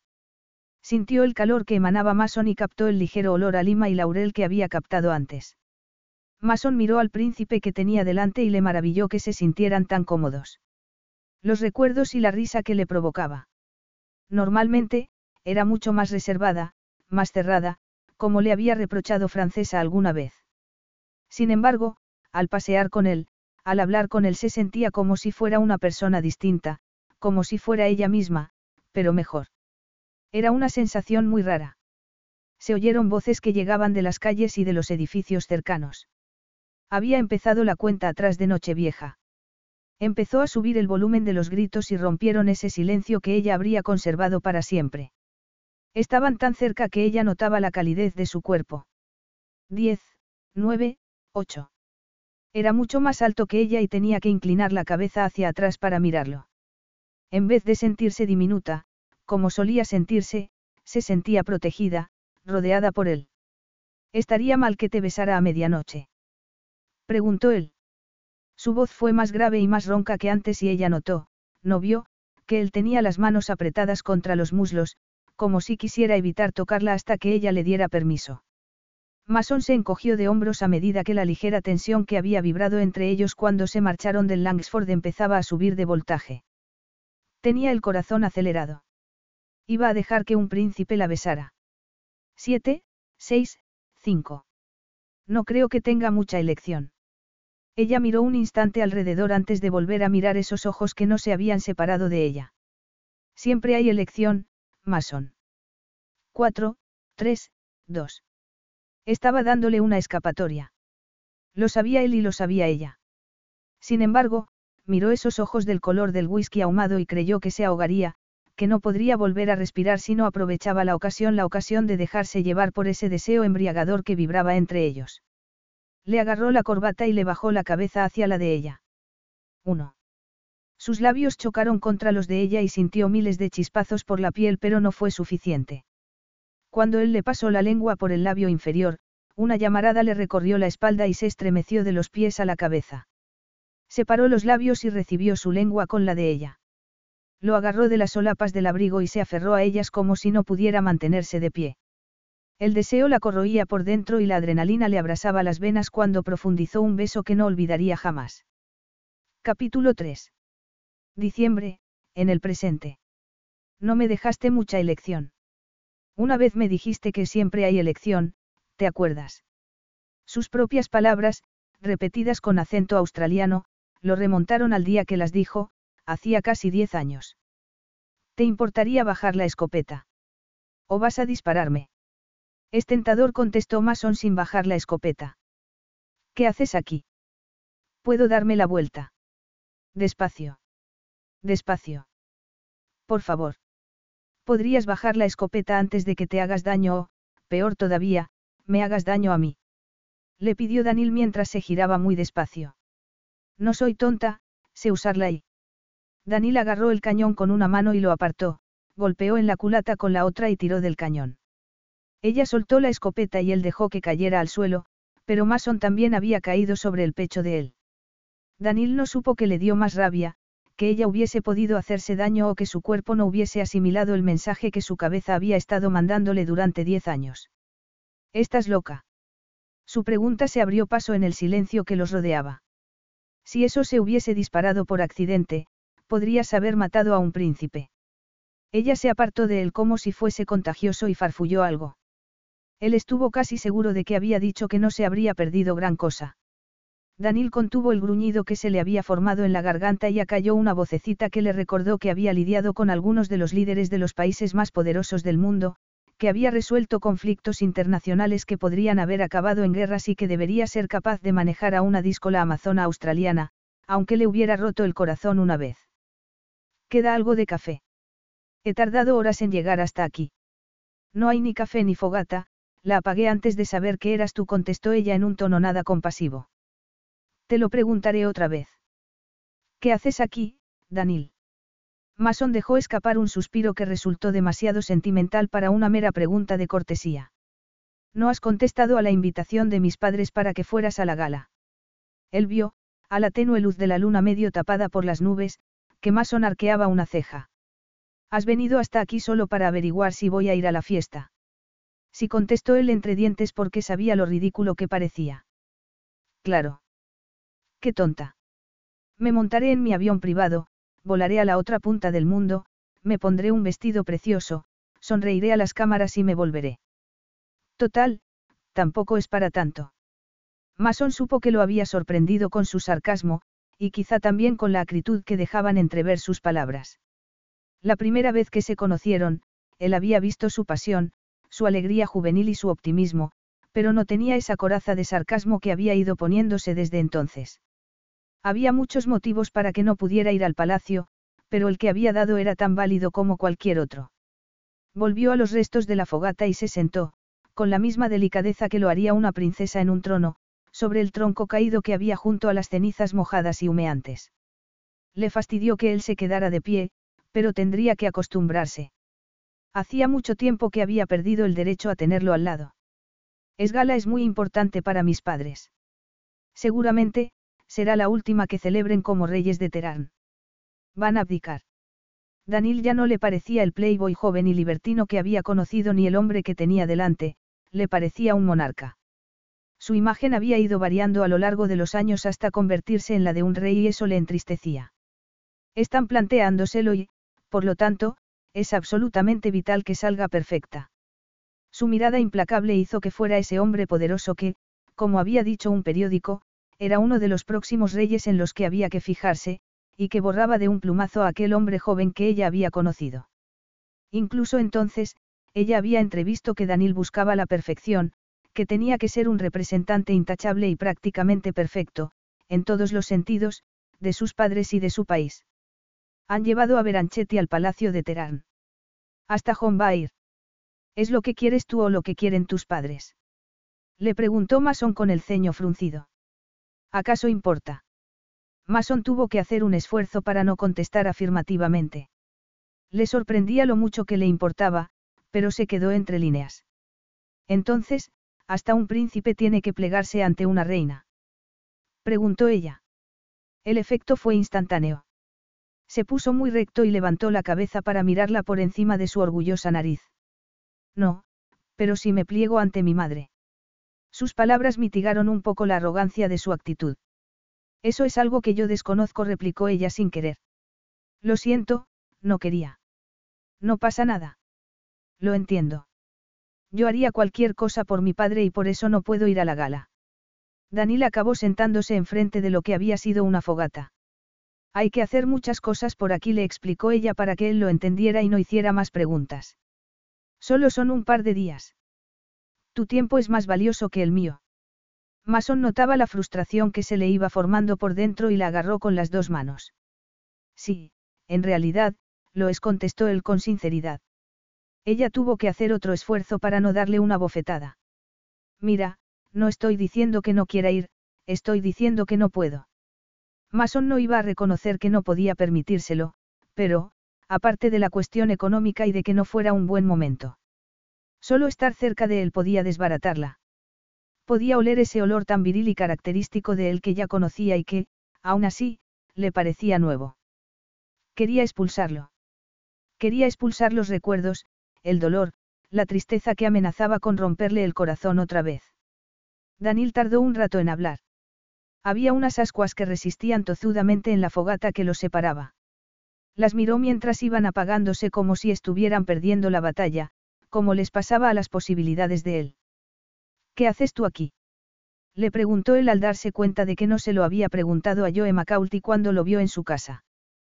Sintió el calor que emanaba Mason y captó el ligero olor a lima y laurel que había captado antes. Mason miró al príncipe que tenía delante y le maravilló que se sintieran tan cómodos. Los recuerdos y la risa que le provocaba. Normalmente, era mucho más reservada, más cerrada, como le había reprochado Francesa alguna vez. Sin embargo, al pasear con él, al hablar con él se sentía como si fuera una persona distinta, como si fuera ella misma, pero mejor. Era una sensación muy rara. Se oyeron voces que llegaban de las calles y de los edificios cercanos. Había empezado la cuenta atrás de Nochevieja. Empezó a subir el volumen de los gritos y rompieron ese silencio que ella habría conservado para siempre. Estaban tan cerca que ella notaba la calidez de su cuerpo. Diez, nueve, ocho. Era mucho más alto que ella y tenía que inclinar la cabeza hacia atrás para mirarlo. En vez de sentirse diminuta, como solía sentirse, se sentía protegida, rodeada por él. ¿Estaría mal que te besara a medianoche?, preguntó él. Su voz fue más grave y más ronca que antes y ella notó, no vio, que él tenía las manos apretadas contra los muslos, como si quisiera evitar tocarla hasta que ella le diera permiso. Mason se encogió de hombros a medida que la ligera tensión que había vibrado entre ellos cuando se marcharon del Langsford empezaba a subir de voltaje. Tenía el corazón acelerado. Iba a dejar que un príncipe la besara. Siete, seis, cinco. No creo que tenga mucha elección. Ella miró un instante alrededor antes de volver a mirar esos ojos que no se habían separado de ella. Siempre hay elección, Mason. Cuatro, tres, dos. Estaba dándole una escapatoria. Lo sabía él y lo sabía ella. Sin embargo, miró esos ojos del color del whisky ahumado y creyó que se ahogaría, que no podría volver a respirar si no aprovechaba la ocasión, la ocasión de dejarse llevar por ese deseo embriagador que vibraba entre ellos. Le agarró la corbata y le bajó la cabeza hacia la de ella. Uno. Sus labios chocaron contra los de ella y sintió miles de chispazos por la piel, pero no fue suficiente. Cuando él le pasó la lengua por el labio inferior, una llamarada le recorrió la espalda y se estremeció de los pies a la cabeza. Separó los labios y recibió su lengua con la de ella. Lo agarró de las solapas del abrigo y se aferró a ellas como si no pudiera mantenerse de pie. El deseo la corroía por dentro y la adrenalina le abrasaba las venas cuando profundizó un beso que no olvidaría jamás. Capítulo tres. Diciembre, en el presente. No me dejaste mucha elección. Una vez me dijiste que siempre hay elección, ¿te acuerdas? Sus propias palabras, repetidas con acento australiano, lo remontaron al día que las dijo, hacía casi diez años. ¿Te importaría bajar la escopeta? ¿O vas a dispararme? Es tentador, contestó Mason sin bajar la escopeta. ¿Qué haces aquí? ¿Puedo darme la vuelta? Despacio. Despacio. Por favor. ¿Podrías bajar la escopeta antes de que te hagas daño o, peor todavía, me hagas daño a mí? Le pidió Daniel mientras se giraba muy despacio. No soy tonta, sé usarla y... Daniel agarró el cañón con una mano y lo apartó, golpeó en la culata con la otra y tiró del cañón. Ella soltó la escopeta y él dejó que cayera al suelo, pero Mason también había caído sobre el pecho de él. Daniel no supo que le dio más rabia, que ella hubiese podido hacerse daño o que su cuerpo no hubiese asimilado el mensaje que su cabeza había estado mandándole durante diez años. ¿Estás loca? Su pregunta se abrió paso en el silencio que los rodeaba. Si eso se hubiese disparado por accidente, podrías haber matado a un príncipe. Ella se apartó de él como si fuese contagioso y farfulló algo. Él estuvo casi seguro de que había dicho que no se habría perdido gran cosa. Daniel contuvo el gruñido que se le había formado en la garganta y acalló una vocecita que le recordó que había lidiado con algunos de los líderes de los países más poderosos del mundo, que había resuelto conflictos internacionales que podrían haber acabado en guerras y que debería ser capaz de manejar a una díscola amazona australiana, aunque le hubiera roto el corazón una vez. ¿Queda algo de café? He tardado horas en llegar hasta aquí. No hay ni café ni fogata, la apagué antes de saber que eras tú, contestó ella en un tono nada compasivo. Te lo preguntaré otra vez. ¿Qué haces aquí, Daniel? Mason dejó escapar un suspiro que resultó demasiado sentimental para una mera pregunta de cortesía. No has contestado a la invitación de mis padres para que fueras a la gala. Él vio, a la tenue luz de la luna medio tapada por las nubes, que Mason arqueaba una ceja. Has venido hasta aquí solo para averiguar si voy a ir a la fiesta. Sí, contestó él entre dientes porque sabía lo ridículo que parecía. Claro. Qué tonta. Me montaré en mi avión privado, volaré a la otra punta del mundo, me pondré un vestido precioso, sonreiré a las cámaras y me volveré. Total, tampoco es para tanto. Mason supo que lo había sorprendido con su sarcasmo, y quizá también con la acritud que dejaban entrever sus palabras. La primera vez que se conocieron, él había visto su pasión, su alegría juvenil y su optimismo, pero no tenía esa coraza de sarcasmo que había ido poniéndose desde entonces. Había muchos motivos para que no pudiera ir al palacio, pero el que había dado era tan válido como cualquier otro. Volvió a los restos de la fogata y se sentó, con la misma delicadeza que lo haría una princesa en un trono, sobre el tronco caído que había junto a las cenizas mojadas y humeantes. Le fastidió que él se quedara de pie, pero tendría que acostumbrarse. Hacía mucho tiempo que había perdido el derecho a tenerlo al lado. Esa gala es muy importante para mis padres. Seguramente, será la última que celebren como reyes de Terán. Van a abdicar. Daniel ya no le parecía el playboy joven y libertino que había conocido ni el hombre que tenía delante, le parecía un monarca. Su imagen había ido variando a lo largo de los años hasta convertirse en la de un rey y eso le entristecía. Están planteándoselo y, por lo tanto, es absolutamente vital que salga perfecta. Su mirada implacable hizo que fuera ese hombre poderoso que, como había dicho un periódico, era uno de los próximos reyes en los que había que fijarse, y que borraba de un plumazo a aquel hombre joven que ella había conocido. Incluso entonces, ella había entrevisto que Daniel buscaba la perfección, que tenía que ser un representante intachable y prácticamente perfecto, en todos los sentidos, de sus padres y de su país. Han llevado a Beranchetti al palacio de Terán. Hasta Jon va a ir. ¿Es lo que quieres tú o lo que quieren tus padres? Le preguntó Mason con el ceño fruncido. ¿Acaso importa? Mason tuvo que hacer un esfuerzo para no contestar afirmativamente. Le sorprendía lo mucho que le importaba, pero se quedó entre líneas. Entonces, ¿hasta un príncipe tiene que plegarse ante una reina? Preguntó ella. El efecto fue instantáneo. Se puso muy recto y levantó la cabeza para mirarla por encima de su orgullosa nariz. No, pero si me pliego ante mi madre. Sus palabras mitigaron un poco la arrogancia de su actitud. Eso es algo que yo desconozco, replicó ella sin querer. Lo siento, no quería. No pasa nada. Lo entiendo. Yo haría cualquier cosa por mi padre y por eso no puedo ir a la gala. Daniel acabó sentándose enfrente de lo que había sido una fogata. Hay que hacer muchas cosas por aquí, le explicó ella para que él lo entendiera y no hiciera más preguntas. Solo son un par de días. Tu tiempo es más valioso que el mío. Mason notaba la frustración que se le iba formando por dentro y la agarró con las dos manos. Sí, en realidad, lo es, contestó él con sinceridad. Ella tuvo que hacer otro esfuerzo para no darle una bofetada. Mira, no estoy diciendo que no quiera ir, estoy diciendo que no puedo. Mason no iba a reconocer que no podía permitírselo, pero, aparte de la cuestión económica y de que no fuera un buen momento. Solo estar cerca de él podía desbaratarla. Podía oler ese olor tan viril y característico de él que ya conocía y que, aún así, le parecía nuevo. Quería expulsarlo. Quería expulsar los recuerdos, el dolor, la tristeza que amenazaba con romperle el corazón otra vez. Daniel tardó un rato en hablar. Había unas ascuas que resistían tozudamente en la fogata que los separaba. Las miró mientras iban apagándose como si estuvieran perdiendo la batalla, como les pasaba a las posibilidades de él. ¿Qué haces tú aquí?, le preguntó él al darse cuenta de que no se lo había preguntado a Joe Macaulay cuando lo vio en su casa.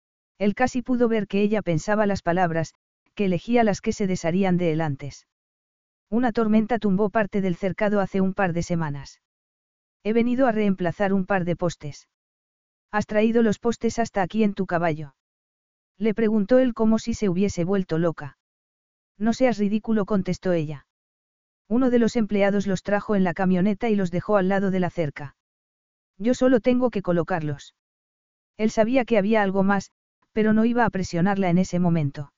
Él casi pudo ver que ella pensaba las palabras, que elegía las que se desharían de él antes. Una tormenta tumbó parte del cercado hace un par de semanas. He venido a reemplazar un par de postes. ¿Has traído los postes hasta aquí en tu caballo?, le preguntó él como si se hubiese vuelto loca. No seas ridículo, contestó ella. Uno de los empleados los trajo en la camioneta y los dejó al lado de la cerca. Yo solo tengo que colocarlos. Él sabía que había algo más, pero no iba a presionarla en ese momento.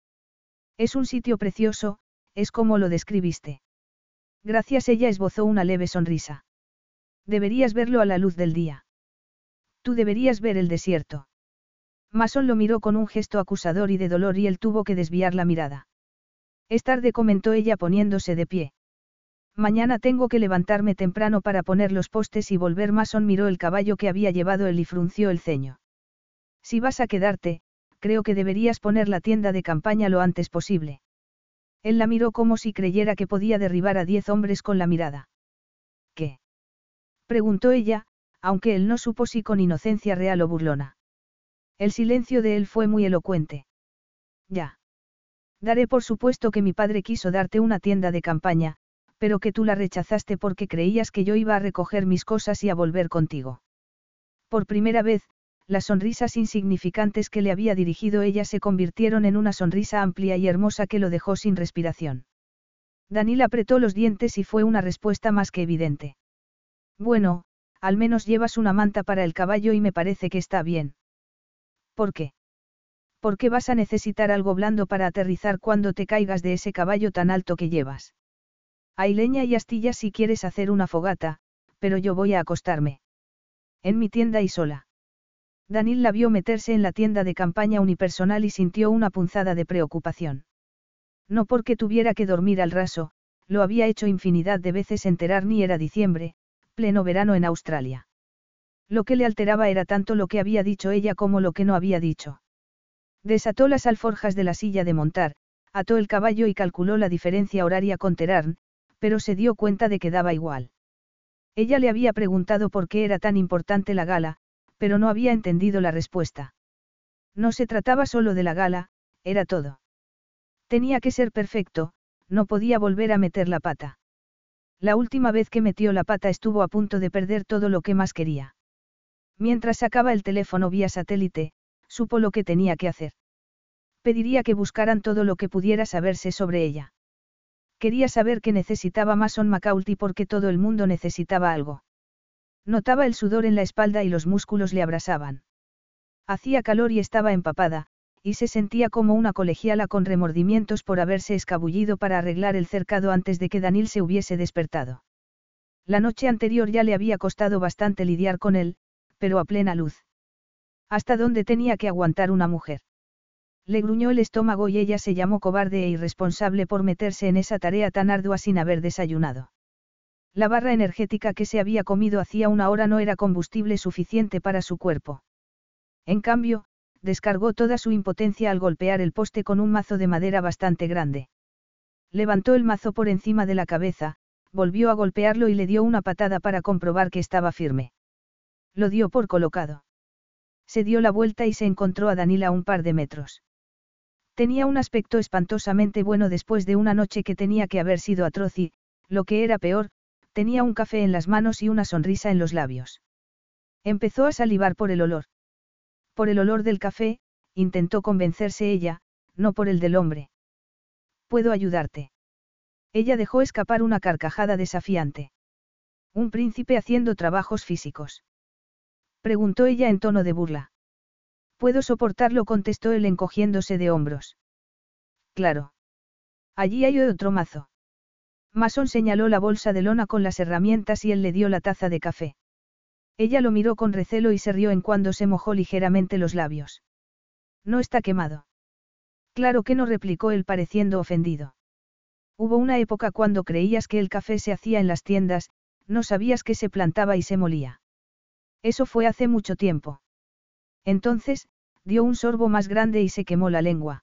Es un sitio precioso, es como lo describiste. Gracias, ella esbozó una leve sonrisa. Deberías verlo a la luz del día. Tú deberías ver el desierto. Mason lo miró con un gesto acusador y de dolor y él tuvo que desviar la mirada. Es tarde, comentó ella poniéndose de pie. Mañana tengo que levantarme temprano para poner los postes y volver. Mason miró el caballo que había llevado él y frunció el ceño. Si vas a quedarte, creo que deberías poner la tienda de campaña lo antes posible. Él la miró como si creyera que podía derribar a diez hombres con la mirada. ¿Qué?, preguntó ella, aunque él no supo si con inocencia real o burlona. El silencio de él fue muy elocuente. Ya. Daré por supuesto que mi padre quiso darte una tienda de campaña, pero que tú la rechazaste porque creías que yo iba a recoger mis cosas y a volver contigo. Por primera vez, las sonrisas insignificantes que le había dirigido ella se convirtieron en una sonrisa amplia y hermosa que lo dejó sin respiración. Daniel apretó los dientes y fue una respuesta más que evidente. Bueno, al menos llevas una manta para el caballo y me parece que está bien. ¿Por qué? ¿Por qué vas a necesitar algo blando para aterrizar cuando te caigas de ese caballo tan alto que llevas? Hay leña y astillas si quieres hacer una fogata, pero yo voy a acostarme. En mi tienda y sola. Daniel la vio meterse en la tienda de campaña unipersonal y sintió una punzada de preocupación. No porque tuviera que dormir al raso, lo había hecho infinidad de veces en Terar, ni era diciembre, pleno verano en Australia. Lo que le alteraba era tanto lo que había dicho ella como lo que no había dicho. Desató las alforjas de la silla de montar, ató el caballo y calculó la diferencia horaria con Terarn, pero se dio cuenta de que daba igual. Ella le había preguntado por qué era tan importante la gala, pero no había entendido la respuesta. No se trataba solo de la gala, era todo. Tenía que ser perfecto, no podía volver a meter la pata. La última vez que metió la pata estuvo a punto de perder todo lo que más quería. Mientras sacaba el teléfono vía satélite, supo lo que tenía que hacer. Pediría que buscaran todo lo que pudiera saberse sobre ella. Quería saber qué necesitaba Mason Macaulay porque todo el mundo necesitaba algo. Notaba el sudor en la espalda y los músculos le abrasaban. Hacía calor y estaba empapada, y se sentía como una colegiala con remordimientos por haberse escabullido para arreglar el cercado antes de que Daniel se hubiese despertado. La noche anterior ya le había costado bastante lidiar con él, pero a plena luz. ¿Hasta dónde tenía que aguantar una mujer? Le gruñó el estómago y ella se llamó cobarde e irresponsable por meterse en esa tarea tan ardua sin haber desayunado. La barra energética que se había comido hacía una hora no era combustible suficiente para su cuerpo. En cambio, descargó toda su impotencia al golpear el poste con un mazo de madera bastante grande. Levantó el mazo por encima de la cabeza, volvió a golpearlo y le dio una patada para comprobar que estaba firme. Lo dio por colocado. Se dio la vuelta y se encontró a Daniel a un par de metros. Tenía un aspecto espantosamente bueno después de una noche que tenía que haber sido atroz y, lo que era peor, tenía un café en las manos y una sonrisa en los labios. Empezó a salivar por el olor. Por el olor del café, intentó convencerse ella, no por el del hombre. ¿Puedo ayudarte? Ella dejó escapar una carcajada desafiante. Un príncipe haciendo trabajos físicos. Preguntó ella en tono de burla. Puedo soportarlo, contestó él encogiéndose de hombros. Claro. Allí hay otro mazo. Mason señaló la bolsa de lona con las herramientas y él le dio la taza de café. Ella lo miró con recelo y se rió en cuando se mojó ligeramente los labios. No está quemado. Claro que no, replicó él pareciendo ofendido. Hubo una época cuando creías que el café se hacía en las tiendas, no sabías que se plantaba y se molía. Eso fue hace mucho tiempo. Entonces, dio un sorbo más grande y se quemó la lengua.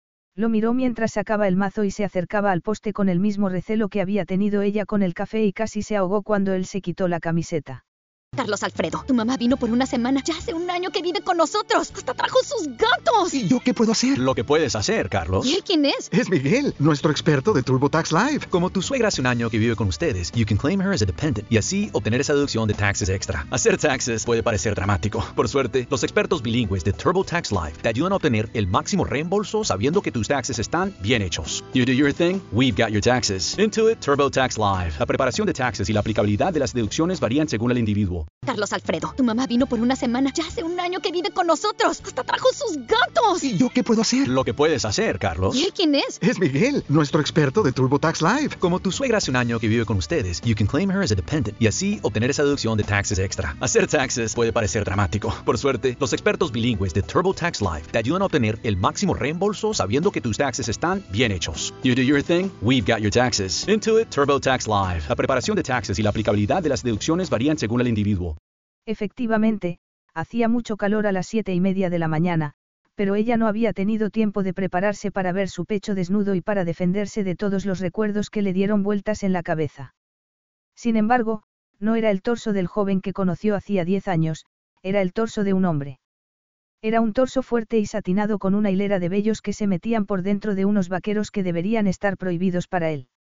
Lo miró mientras sacaba el mazo y se acercaba al poste con el mismo recelo que había tenido ella con el café y casi se ahogó cuando él se quitó la camiseta. Carlos Alfredo, tu mamá vino por una semana. Ya hace un año que vive con nosotros. Hasta trajo sus gatos. ¿Y yo qué puedo hacer? Lo que puedes hacer, Carlos. ¿Y él quién es? Es Miguel, nuestro experto de TurboTax Live. Como tu suegra hace un año que vive con ustedes, you can claim her as a dependent y así obtener esa deducción de taxes extra. Hacer taxes puede parecer dramático. Por suerte, los expertos bilingües de TurboTax Live te ayudan a obtener el máximo reembolso sabiendo que tus taxes están bien hechos. You do your thing, we've got your taxes. Intuit TurboTax Live. La preparación de taxes y la aplicabilidad de las deducciones varían según el individuo. Carlos Alfredo, tu mamá vino por una semana. Ya hace un año que vive con nosotros. Hasta trajo sus gatos. ¿Y yo qué puedo hacer? Lo que puedes hacer, Carlos. ¿Y él quién es? Es Miguel, nuestro experto de TurboTax Live. Como tu suegra hace un año que vive con ustedes, you can claim her as a dependent y así obtener esa deducción de taxes extra. Hacer taxes puede parecer dramático. Por suerte, los expertos bilingües de TurboTax Live te ayudan a obtener el máximo reembolso sabiendo que tus taxes están bien hechos. You do your thing, we've got your taxes. Intuit TurboTax Live. La preparación de taxes y la aplicabilidad de las deducciones varían según el individuo. Efectivamente, hacía mucho calor a las siete y media de la mañana, pero ella no había tenido tiempo de prepararse para ver su pecho desnudo y para defenderse de todos los recuerdos que le dieron vueltas en la cabeza. Sin embargo, no era el torso del joven que conoció hacía diez años, era el torso de un hombre. Era un torso fuerte y satinado con una hilera de vellos que se metían por dentro de unos vaqueros que deberían estar prohibidos para él.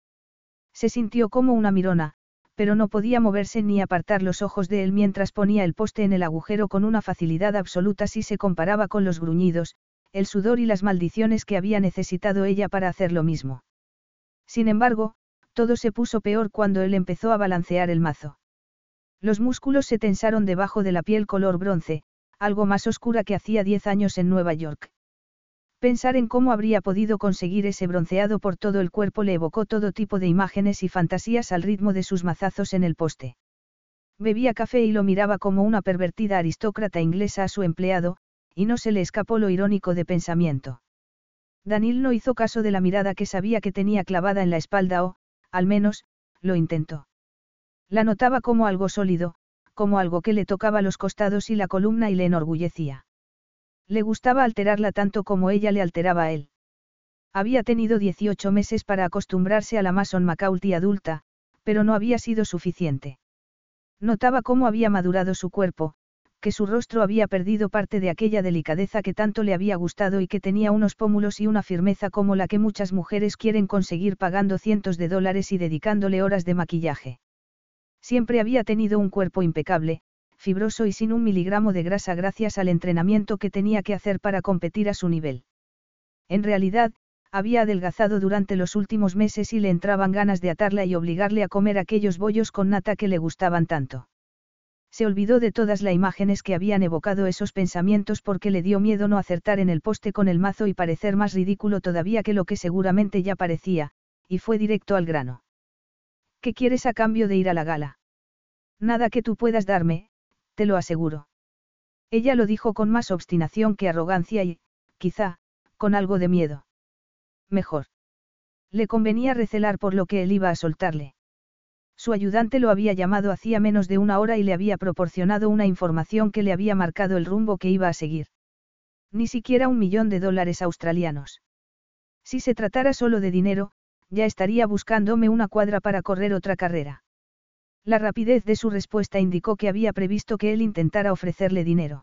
Se sintió como una mirona, pero no podía moverse ni apartar los ojos de él mientras ponía el poste en el agujero con una facilidad absoluta si se comparaba con los gruñidos, el sudor y las maldiciones que había necesitado ella para hacer lo mismo. Sin embargo, todo se puso peor cuando él empezó a balancear el mazo. Los músculos se tensaron debajo de la piel color bronce, algo más oscura que hacía diez años en Nueva York. Pensar en cómo habría podido conseguir ese bronceado por todo el cuerpo le evocó todo tipo de imágenes y fantasías al ritmo de sus mazazos en el poste. Bebía café y lo miraba como una pervertida aristócrata inglesa a su empleado, y no se le escapó lo irónico de pensamiento. Daniel no hizo caso de la mirada que sabía que tenía clavada en la espalda o, al menos, lo intentó. La notaba como algo sólido, como algo que le tocaba los costados y la columna y le enorgullecía. Le gustaba alterarla tanto como ella le alteraba a él. Había tenido dieciocho meses para acostumbrarse a la Mason McCarthy adulta, pero no había sido suficiente. Notaba cómo había madurado su cuerpo, que su rostro había perdido parte de aquella delicadeza que tanto le había gustado y que tenía unos pómulos y una firmeza como la que muchas mujeres quieren conseguir pagando cientos de dólares y dedicándole horas de maquillaje. Siempre había tenido un cuerpo impecable, fibroso y sin un miligramo de grasa gracias al entrenamiento que tenía que hacer para competir a su nivel. En realidad, había adelgazado durante los últimos meses y le entraban ganas de atarla y obligarle a comer aquellos bollos con nata que le gustaban tanto. Se olvidó de todas las imágenes que habían evocado esos pensamientos porque le dio miedo no acertar en el poste con el mazo y parecer más ridículo todavía que lo que seguramente ya parecía, y fue directo al grano. ¿Qué quieres a cambio de ir a la gala? Nada que tú puedas darme, te lo aseguro. Ella lo dijo con más obstinación que arrogancia y, quizá, con algo de miedo. Mejor. Le convenía recelar por lo que él iba a soltarle. Su ayudante lo había llamado hacía menos de una hora y le había proporcionado una información que le había marcado el rumbo que iba a seguir. Ni siquiera un millón de dólares australianos. Si se tratara solo de dinero, ya estaría buscándome una cuadra para correr otra carrera. La rapidez de su respuesta indicó que había previsto que él intentara ofrecerle dinero.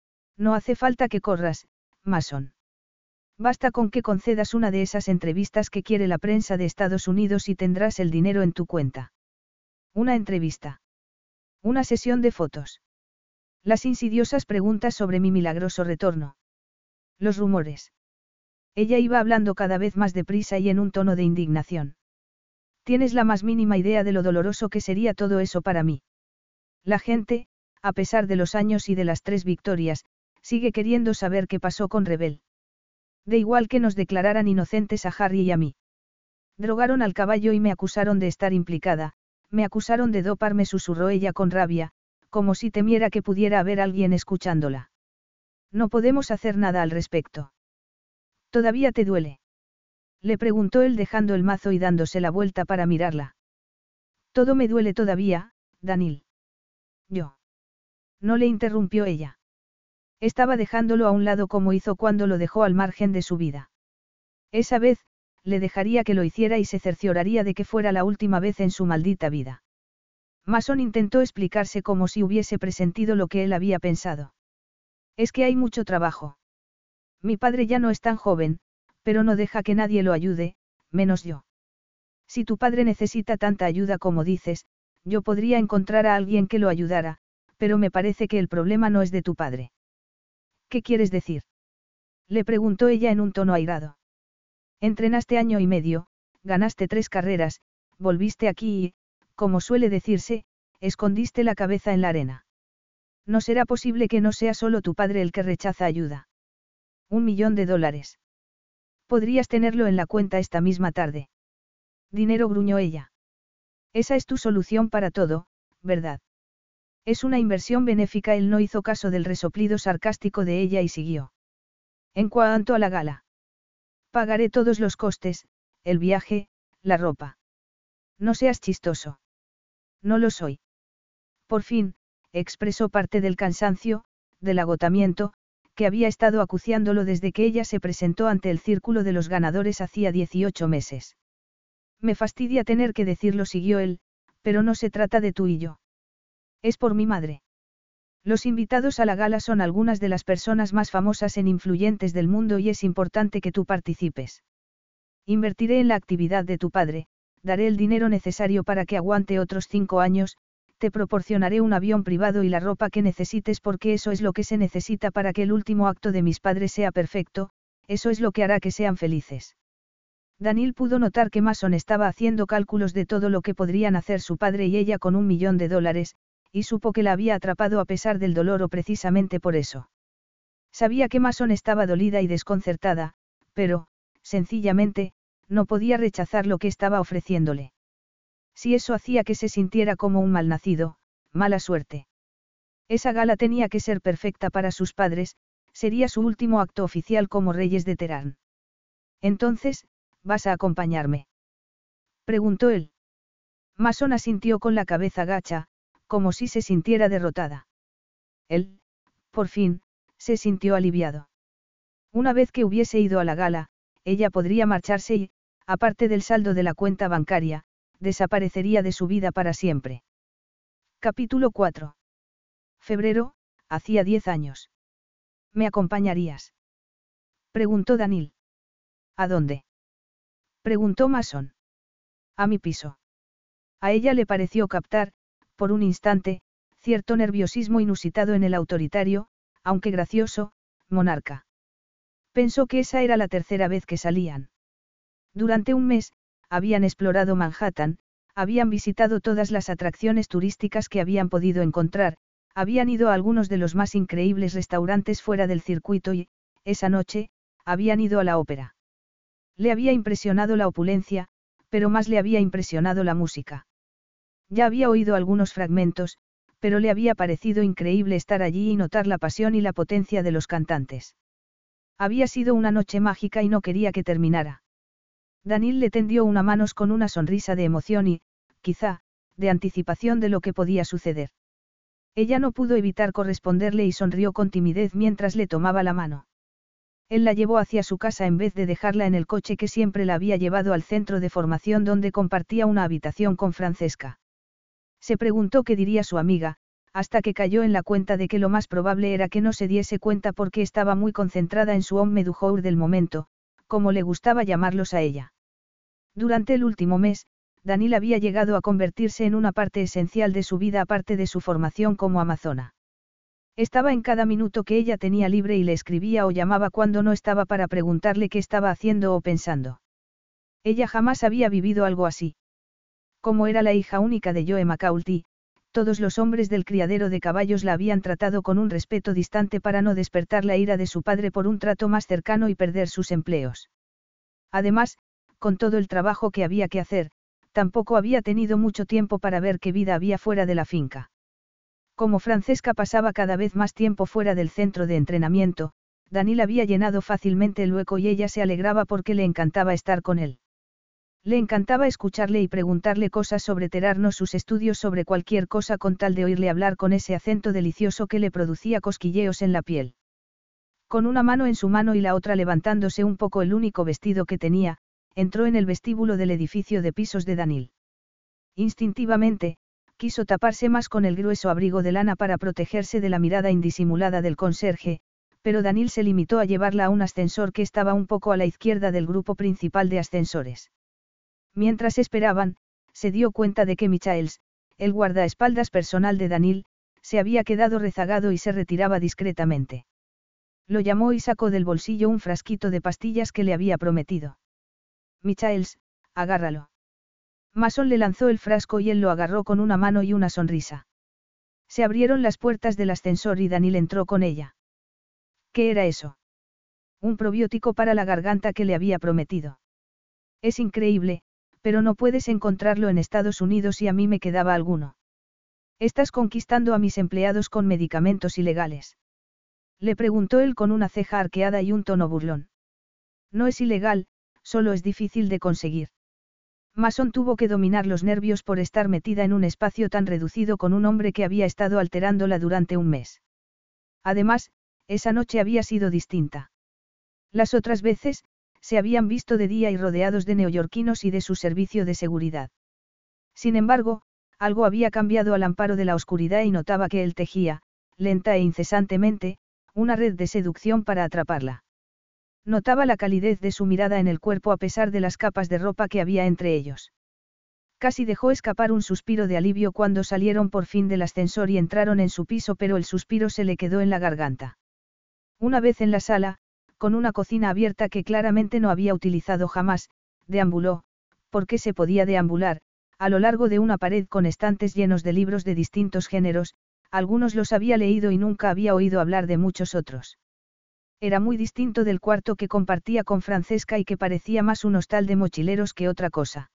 No hace falta que corras, Mason. Basta con que concedas una de esas entrevistas que quiere la prensa de Estados Unidos y tendrás el dinero en tu cuenta. Una entrevista. Una sesión de fotos. Las insidiosas preguntas sobre mi milagroso retorno. Los rumores. Ella iba hablando cada vez más deprisa y en un tono de indignación. ¿Tienes la más mínima idea de lo doloroso que sería todo eso para mí? La gente, a pesar de los años y de las tres victorias, sigue queriendo saber qué pasó con Rebel. De igual que nos declararan inocentes a Harry y a mí. Drogaron al caballo y me acusaron de estar implicada, me acusaron de doparme, susurró ella con rabia, como si temiera que pudiera haber alguien escuchándola. No podemos hacer nada al respecto. ¿Todavía te duele? Le preguntó él dejando el mazo y dándose la vuelta para mirarla. Todo me duele todavía, Daniel. Yo. No le interrumpió ella. Estaba dejándolo a un lado como hizo cuando lo dejó al margen de su vida. Esa vez, le dejaría que lo hiciera y se cercioraría de que fuera la última vez en su maldita vida. Mason intentó explicarse como si hubiese presentido lo que él había pensado. Es que hay mucho trabajo. Mi padre ya no es tan joven, pero no deja que nadie lo ayude, menos yo. Si tu padre necesita tanta ayuda como dices, yo podría encontrar a alguien que lo ayudara, pero me parece que el problema no es de tu padre. ¿Qué quieres decir? Le preguntó ella en un tono airado. Entrenaste año y medio, ganaste tres carreras, volviste aquí y, como suele decirse, escondiste la cabeza en la arena. No será posible que no sea solo tu padre el que rechaza ayuda. Un millón de dólares. Podrías tenerlo en la cuenta esta misma tarde. Dinero, gruñó ella. Esa es tu solución para todo, ¿verdad? Es una inversión benéfica. Él no hizo caso del resoplido sarcástico de ella y siguió. En cuanto a la gala. Pagaré todos los costes, el viaje, la ropa. No seas chistoso. No lo soy. Por fin, expresó parte del cansancio, del agotamiento, que había estado acuciándolo desde que ella se presentó ante el círculo de los ganadores hacía dieciocho meses. Me fastidia tener que decirlo, siguió él, pero no se trata de tú y yo. Es por mi madre. Los invitados a la gala son algunas de las personas más famosas e influyentes del mundo y es importante que tú participes. Invertiré en la actividad de tu padre, daré el dinero necesario para que aguante otros cinco años, te proporcionaré un avión privado y la ropa que necesites porque eso es lo que se necesita para que el último acto de mis padres sea perfecto, eso es lo que hará que sean felices. Daniel pudo notar que Mason estaba haciendo cálculos de todo lo que podrían hacer su padre y ella con un millón de dólares, y supo que la había atrapado a pesar del dolor o precisamente por eso. Sabía que Mason estaba dolida y desconcertada, pero, sencillamente, no podía rechazar lo que estaba ofreciéndole. Si eso hacía que se sintiera como un malnacido, mala suerte. Esa gala tenía que ser perfecta para sus padres, sería su último acto oficial como reyes de Terán. Entonces, ¿vas a acompañarme?, preguntó él. Mason asintió con la cabeza gacha, como si se sintiera derrotada. Él, por fin, se sintió aliviado. Una vez que hubiese ido a la gala, ella podría marcharse y, aparte del saldo de la cuenta bancaria, desaparecería de su vida para siempre. Capítulo cuatro. Febrero, hacía diez años. ¿Me acompañarías?, preguntó Daniel. ¿A dónde?, preguntó Mason. A mi piso. A ella le pareció captar, por un instante, cierto nerviosismo inusitado en el autoritario, aunque gracioso, monarca. Pensó que esa era la tercera vez que salían. Durante un mes, habían explorado Manhattan, habían visitado todas las atracciones turísticas que habían podido encontrar, habían ido a algunos de los más increíbles restaurantes fuera del circuito y, esa noche, habían ido a la ópera. Le había impresionado la opulencia, pero más le había impresionado la música. Ya había oído algunos fragmentos, pero le había parecido increíble estar allí y notar la pasión y la potencia de los cantantes. Había sido una noche mágica y no quería que terminara. Daniel le tendió una mano con una sonrisa de emoción y, quizá, de anticipación de lo que podía suceder. Ella no pudo evitar corresponderle y sonrió con timidez mientras le tomaba la mano. Él la llevó hacia su casa en vez de dejarla en el coche que siempre la había llevado al centro de formación donde compartía una habitación con Francesca. Se preguntó qué diría su amiga, hasta que cayó en la cuenta de que lo más probable era que no se diese cuenta porque estaba muy concentrada en su homme du jour del momento, como le gustaba llamarlos a ella. Durante el último mes, Daniel había llegado a convertirse en una parte esencial de su vida aparte de su formación como amazona. Estaba en cada minuto que ella tenía libre y le escribía o llamaba cuando no estaba para preguntarle qué estaba haciendo o pensando. Ella jamás había vivido algo así. Como era la hija única de Joe McCarthy, todos los hombres del criadero de caballos la habían tratado con un respeto distante para no despertar la ira de su padre por un trato más cercano y perder sus empleos. Además, con todo el trabajo que había que hacer, tampoco había tenido mucho tiempo para ver qué vida había fuera de la finca. Como Francesca pasaba cada vez más tiempo fuera del centro de entrenamiento, Daniel había llenado fácilmente el hueco y ella se alegraba porque le encantaba estar con él. Le encantaba escucharle y preguntarle cosas sobre Terarnos, sus estudios, sobre cualquier cosa con tal de oírle hablar con ese acento delicioso que le producía cosquilleos en la piel. Con una mano en su mano y la otra levantándose un poco el único vestido que tenía, entró en el vestíbulo del edificio de pisos de Daniel. Instintivamente, quiso taparse más con el grueso abrigo de lana para protegerse de la mirada indisimulada del conserje, pero Daniel se limitó a llevarla a un ascensor que estaba un poco a la izquierda del grupo principal de ascensores. Mientras esperaban, se dio cuenta de que Michaels, el guardaespaldas personal de Daniel, se había quedado rezagado y se retiraba discretamente. Lo llamó y sacó del bolsillo un frasquito de pastillas que le había prometido. Michaels, agárralo. Mason le lanzó el frasco y él lo agarró con una mano y una sonrisa. Se abrieron las puertas del ascensor y Daniel entró con ella. ¿Qué era eso? Un probiótico para la garganta que le había prometido. Es increíble, pero no puedes encontrarlo en Estados Unidos y a mí me quedaba alguno. Estás conquistando a mis empleados con medicamentos ilegales. Le preguntó él con una ceja arqueada y un tono burlón. No es ilegal, solo es difícil de conseguir. Mason tuvo que dominar los nervios por estar metida en un espacio tan reducido con un hombre que había estado alterándola durante un mes. Además, esa noche había sido distinta. Las otras veces, se habían visto de día y rodeados de neoyorquinos y de su servicio de seguridad. Sin embargo, algo había cambiado al amparo de la oscuridad y notaba que él tejía, lenta e incesantemente, una red de seducción para atraparla. Notaba la calidez de su mirada en el cuerpo a pesar de las capas de ropa que había entre ellos. Casi dejó escapar un suspiro de alivio cuando salieron por fin del ascensor y entraron en su piso, pero el suspiro se le quedó en la garganta. Una vez en la sala, con una cocina abierta que claramente no había utilizado jamás, deambuló, porque se podía deambular, a lo largo de una pared con estantes llenos de libros de distintos géneros, algunos los había leído y nunca había oído hablar de muchos otros. Era muy distinto del cuarto que compartía con Francesca y que parecía más un hostal de mochileros que otra cosa.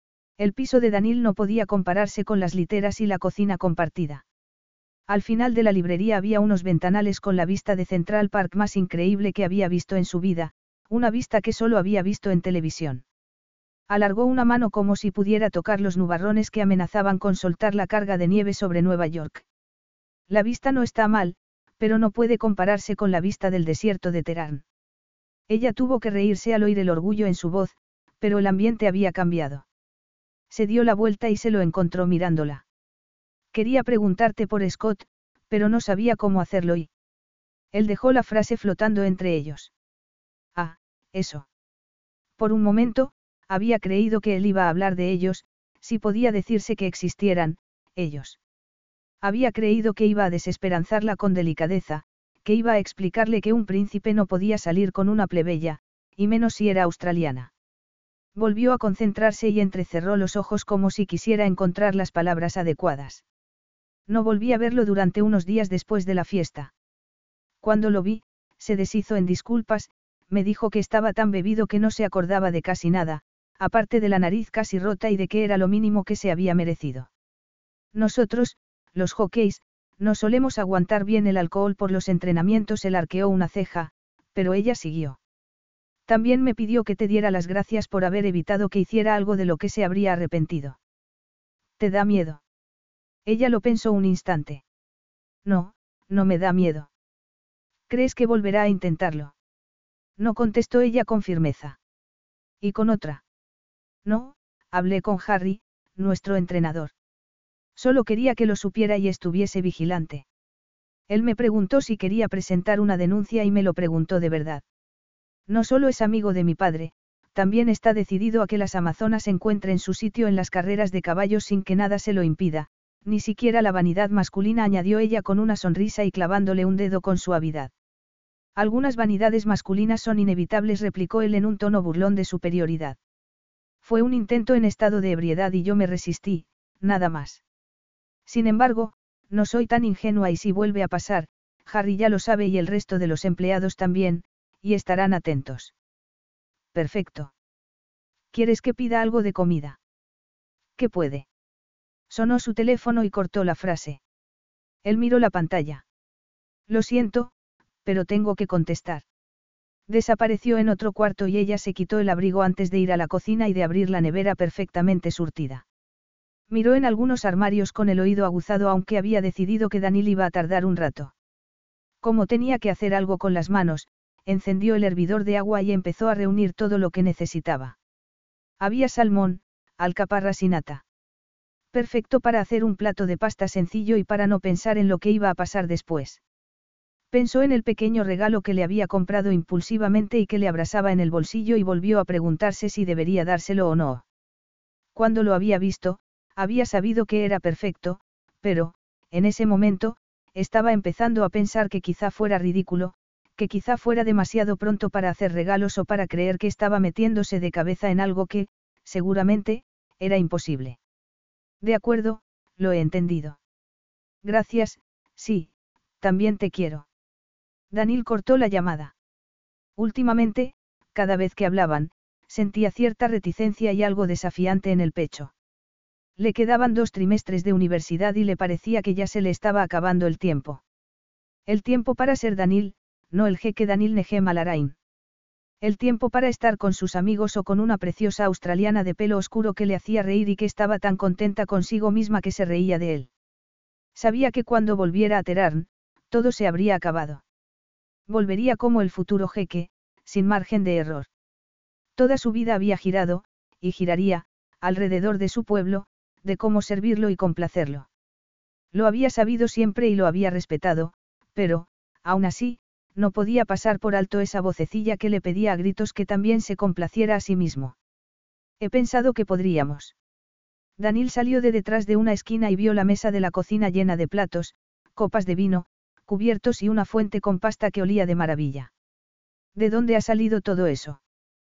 El piso de Daniel no podía compararse con las literas y la cocina compartida. Al final de la librería había unos ventanales con la vista de Central Park más increíble que había visto en su vida, una vista que solo había visto en televisión. Alargó una mano como si pudiera tocar los nubarrones que amenazaban con soltar la carga de nieve sobre Nueva York. La vista no está mal, pero no puede compararse con la vista del desierto de Teherán. Ella tuvo que reírse al oír el orgullo en su voz, pero el ambiente había cambiado. Se dio la vuelta y se lo encontró mirándola. Quería preguntarte por Scott, pero no sabía cómo hacerlo y... Él dejó la frase flotando entre ellos. Ah, eso. Por un momento, había creído que él iba a hablar de ellos, si podía decirse que existieran, ellos. Había creído que iba a desesperanzarla con delicadeza, que iba a explicarle que un príncipe no podía salir con una plebeya, y menos si era australiana. Volvió a concentrarse y entrecerró los ojos como si quisiera encontrar las palabras adecuadas. No volví a verlo durante unos días después de la fiesta. Cuando lo vi, se deshizo en disculpas, me dijo que estaba tan bebido que no se acordaba de casi nada, aparte de la nariz casi rota y de que era lo mínimo que se había merecido. Nosotros, los jockeys, no solemos aguantar bien el alcohol por los entrenamientos. Él arqueó una ceja, pero ella siguió. También me pidió que te diera las gracias por haber evitado que hiciera algo de lo que se habría arrepentido. ¿Te da miedo? Ella lo pensó un instante. No, no me da miedo. ¿Crees que volverá a intentarlo? No contestó ella con firmeza. ¿Y con otra? No, hablé con Harry, nuestro entrenador. Solo quería que lo supiera y estuviese vigilante. Él me preguntó si quería presentar una denuncia y me lo preguntó de verdad. No solo es amigo de mi padre, también está decidido a que las amazonas encuentren su sitio en las carreras de caballos sin que nada se lo impida, ni siquiera la vanidad masculina, añadió ella con una sonrisa y clavándole un dedo con suavidad. Algunas vanidades masculinas son inevitables, replicó él en un tono burlón de superioridad. Fue un intento en estado de ebriedad y yo me resistí, nada más. Sin embargo, no soy tan ingenua y si vuelve a pasar, Harry ya lo sabe y el resto de los empleados también, y estarán atentos. Perfecto. ¿Quieres que pida algo de comida? ¿Qué puede? Sonó su teléfono y cortó la frase. Él miró la pantalla. Lo siento, pero tengo que contestar. Desapareció en otro cuarto y ella se quitó el abrigo antes de ir a la cocina y de abrir la nevera perfectamente surtida. Miró en algunos armarios con el oído aguzado aunque había decidido que Daniel iba a tardar un rato. Como tenía que hacer algo con las manos, encendió el hervidor de agua y empezó a reunir todo lo que necesitaba. Había salmón, alcaparras y nata. Perfecto para hacer un plato de pasta sencillo y para no pensar en lo que iba a pasar después. Pensó en el pequeño regalo que le había comprado impulsivamente y que le abrasaba en el bolsillo y volvió a preguntarse si debería dárselo o no. Cuando lo había visto, había sabido que era perfecto, pero, en ese momento, estaba empezando a pensar que quizá fuera ridículo, que quizá fuera demasiado pronto para hacer regalos o para creer que estaba metiéndose de cabeza en algo que, seguramente, era imposible. De acuerdo, lo he entendido. Gracias, sí, también te quiero. Daniel cortó la llamada. Últimamente, cada vez que hablaban, sentía cierta reticencia y algo desafiante en el pecho. Le quedaban dos trimestres de universidad y le parecía que ya se le estaba acabando el tiempo. El tiempo para ser Daniel, no el jeque Daniel Nejem Al-Arain. El tiempo para estar con sus amigos o con una preciosa australiana de pelo oscuro que le hacía reír y que estaba tan contenta consigo misma que se reía de él. Sabía que cuando volviera a Teherán, todo se habría acabado. Volvería como el futuro jeque, sin margen de error. Toda su vida había girado, y giraría, alrededor de su pueblo, de cómo servirlo y complacerlo. Lo había sabido siempre y lo había respetado, pero, aún así, no podía pasar por alto esa vocecilla que le pedía a gritos que también se complaciera a sí mismo. He pensado que podríamos. Daniel salió de detrás de una esquina y vio la mesa de la cocina llena de platos, copas de vino, cubiertos y una fuente con pasta que olía de maravilla. ¿De dónde ha salido todo eso?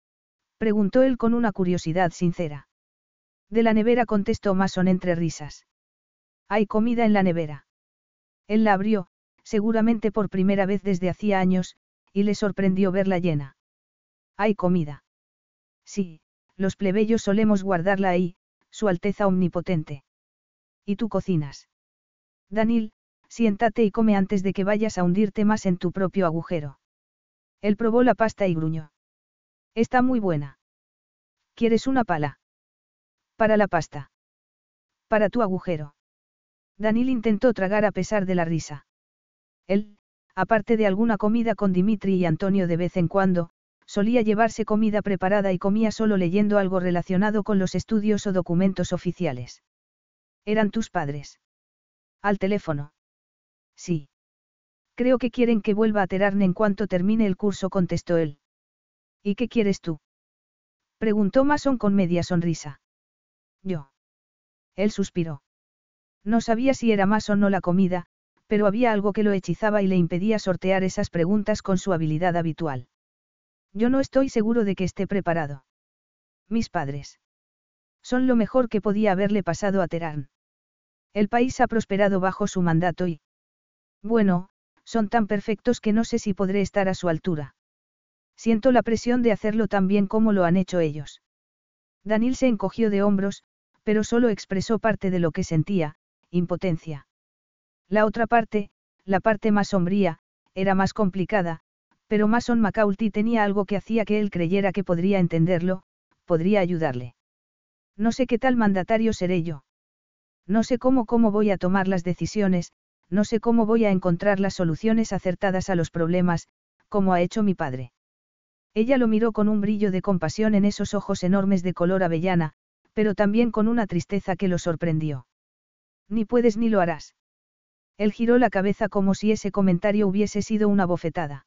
Preguntó él con una curiosidad sincera. De la nevera, contestó Mason entre risas. Hay comida en la nevera. Él la abrió, seguramente por primera vez desde hacía años, y le sorprendió verla llena. ¿Hay comida? Sí, los plebeyos solemos guardarla ahí, Su Alteza Omnipotente. ¿Y tú cocinas? Daniel, siéntate y come antes de que vayas a hundirte más en tu propio agujero. Él probó la pasta y gruñó. Está muy buena. ¿Quieres una pala? Para la pasta. Para tu agujero. Daniel intentó tragar a pesar de la risa. Él, aparte de alguna comida con Dimitri y Antonio de vez en cuando, solía llevarse comida preparada y comía solo leyendo algo relacionado con los estudios o documentos oficiales. ¿Eran tus padres? Al teléfono. Sí. Creo que quieren que vuelva a Teherán en cuanto termine el curso, contestó él. ¿Y qué quieres tú? Preguntó Mason con media sonrisa. Yo. Él suspiró. No sabía si era más o no la comida, pero había algo que lo hechizaba y le impedía sortear esas preguntas con su habilidad habitual. Yo no estoy seguro de que esté preparado. Mis padres. Son lo mejor que podía haberle pasado a Teherán. El país ha prosperado bajo su mandato y... Bueno, son tan perfectos que no sé si podré estar a su altura. Siento la presión de hacerlo tan bien como lo han hecho ellos. Daniel se encogió de hombros, pero solo expresó parte de lo que sentía, impotencia. La otra parte, la parte más sombría, era más complicada, pero Mason Macaulay tenía algo que hacía que él creyera que podría entenderlo, podría ayudarle. No sé qué tal mandatario seré yo. No sé cómo cómo voy a tomar las decisiones, no sé cómo voy a encontrar las soluciones acertadas a los problemas, como ha hecho mi padre. Ella lo miró con un brillo de compasión en esos ojos enormes de color avellana, pero también con una tristeza que lo sorprendió. Ni puedes ni lo harás. Él giró la cabeza como si ese comentario hubiese sido una bofetada.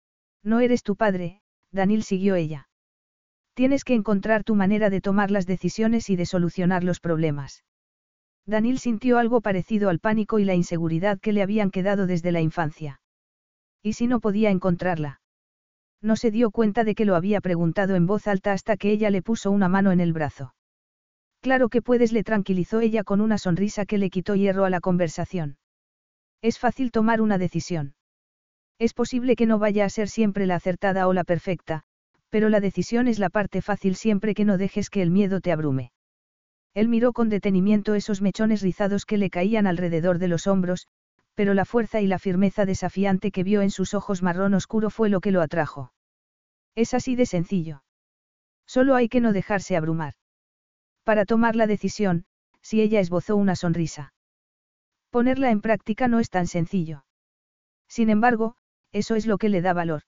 No eres tu padre, Daniel, siguió ella. Tienes que encontrar tu manera de tomar las decisiones y de solucionar los problemas. Daniel sintió algo parecido al pánico y la inseguridad que le habían quedado desde la infancia. ¿Y si no podía encontrarla? No se dio cuenta de que lo había preguntado en voz alta hasta que ella le puso una mano en el brazo. Claro que puedes, le tranquilizó ella con una sonrisa que le quitó hierro a la conversación. Es fácil tomar una decisión. Es posible que no vaya a ser siempre la acertada o la perfecta, pero la decisión es la parte fácil siempre que no dejes que el miedo te abrume. Él miró con detenimiento esos mechones rizados que le caían alrededor de los hombros, pero la fuerza y la firmeza desafiante que vio en sus ojos marrón oscuro fue lo que lo atrajo. Es así de sencillo. Solo hay que no dejarse abrumar. Para tomar la decisión, si ella esbozó una sonrisa. Ponerla en práctica no es tan sencillo. Sin embargo, eso es lo que le da valor.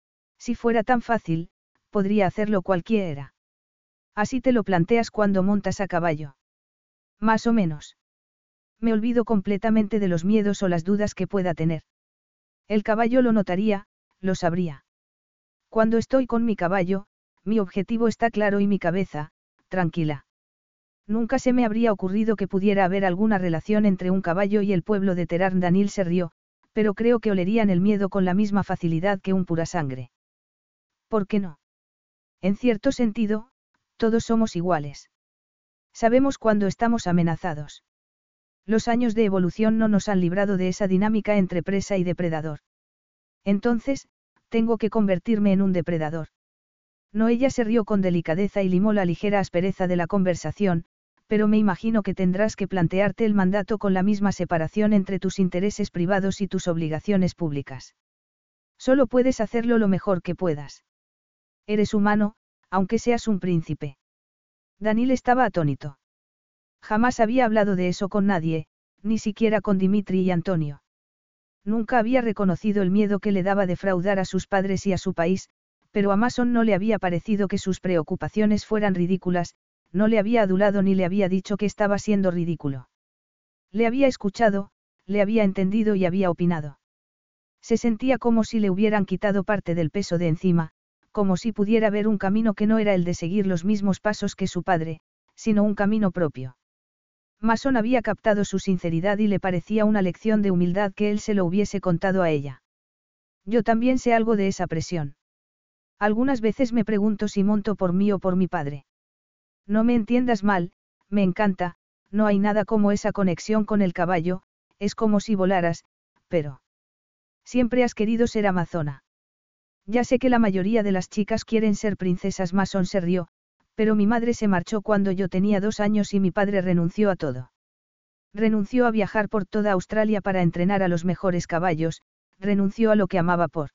Si fuera tan fácil, podría hacerlo cualquiera. Así te lo planteas cuando montas a caballo. Más o menos. Me olvido completamente de los miedos o las dudas que pueda tener. El caballo lo notaría, lo sabría. Cuando estoy con mi caballo, mi objetivo está claro y mi cabeza, tranquila. Nunca se me habría ocurrido que pudiera haber alguna relación entre un caballo y el pueblo de Terarn. Daniel se rió, pero creo que olerían el miedo con la misma facilidad que un purasangre. ¿Por qué no? En cierto sentido, todos somos iguales. Sabemos cuándo estamos amenazados. Los años de evolución no nos han librado de esa dinámica entre presa y depredador. Entonces, tengo que convertirme en un depredador. No, ella se rió con delicadeza y limó la ligera aspereza de la conversación, pero me imagino que tendrás que plantearte el mandato con la misma separación entre tus intereses privados y tus obligaciones públicas. Solo puedes hacerlo lo mejor que puedas. Eres humano, aunque seas un príncipe. Daniel estaba atónito. Jamás había hablado de eso con nadie, ni siquiera con Dimitri y Antonio. Nunca había reconocido el miedo que le daba defraudar a sus padres y a su país, pero a Mason no le había parecido que sus preocupaciones fueran ridículas, no le había adulado ni le había dicho que estaba siendo ridículo. Le había escuchado, le había entendido y había opinado. Se sentía como si le hubieran quitado parte del peso de encima, como si pudiera ver un camino que no era el de seguir los mismos pasos que su padre, sino un camino propio. Mason había captado su sinceridad y le parecía una lección de humildad que él se lo hubiese contado a ella. Yo también sé algo de esa presión. Algunas veces me pregunto si monto por mí o por mi padre. No me entiendas mal, me encanta, no hay nada como esa conexión con el caballo, es como si volaras, pero... Siempre has querido ser amazona. Ya sé que la mayoría de las chicas quieren ser princesas. Mason se rió, pero mi madre se marchó cuando yo tenía dos años y mi padre renunció a todo. Renunció a viajar por toda Australia para entrenar a los mejores caballos, renunció a lo que amaba por...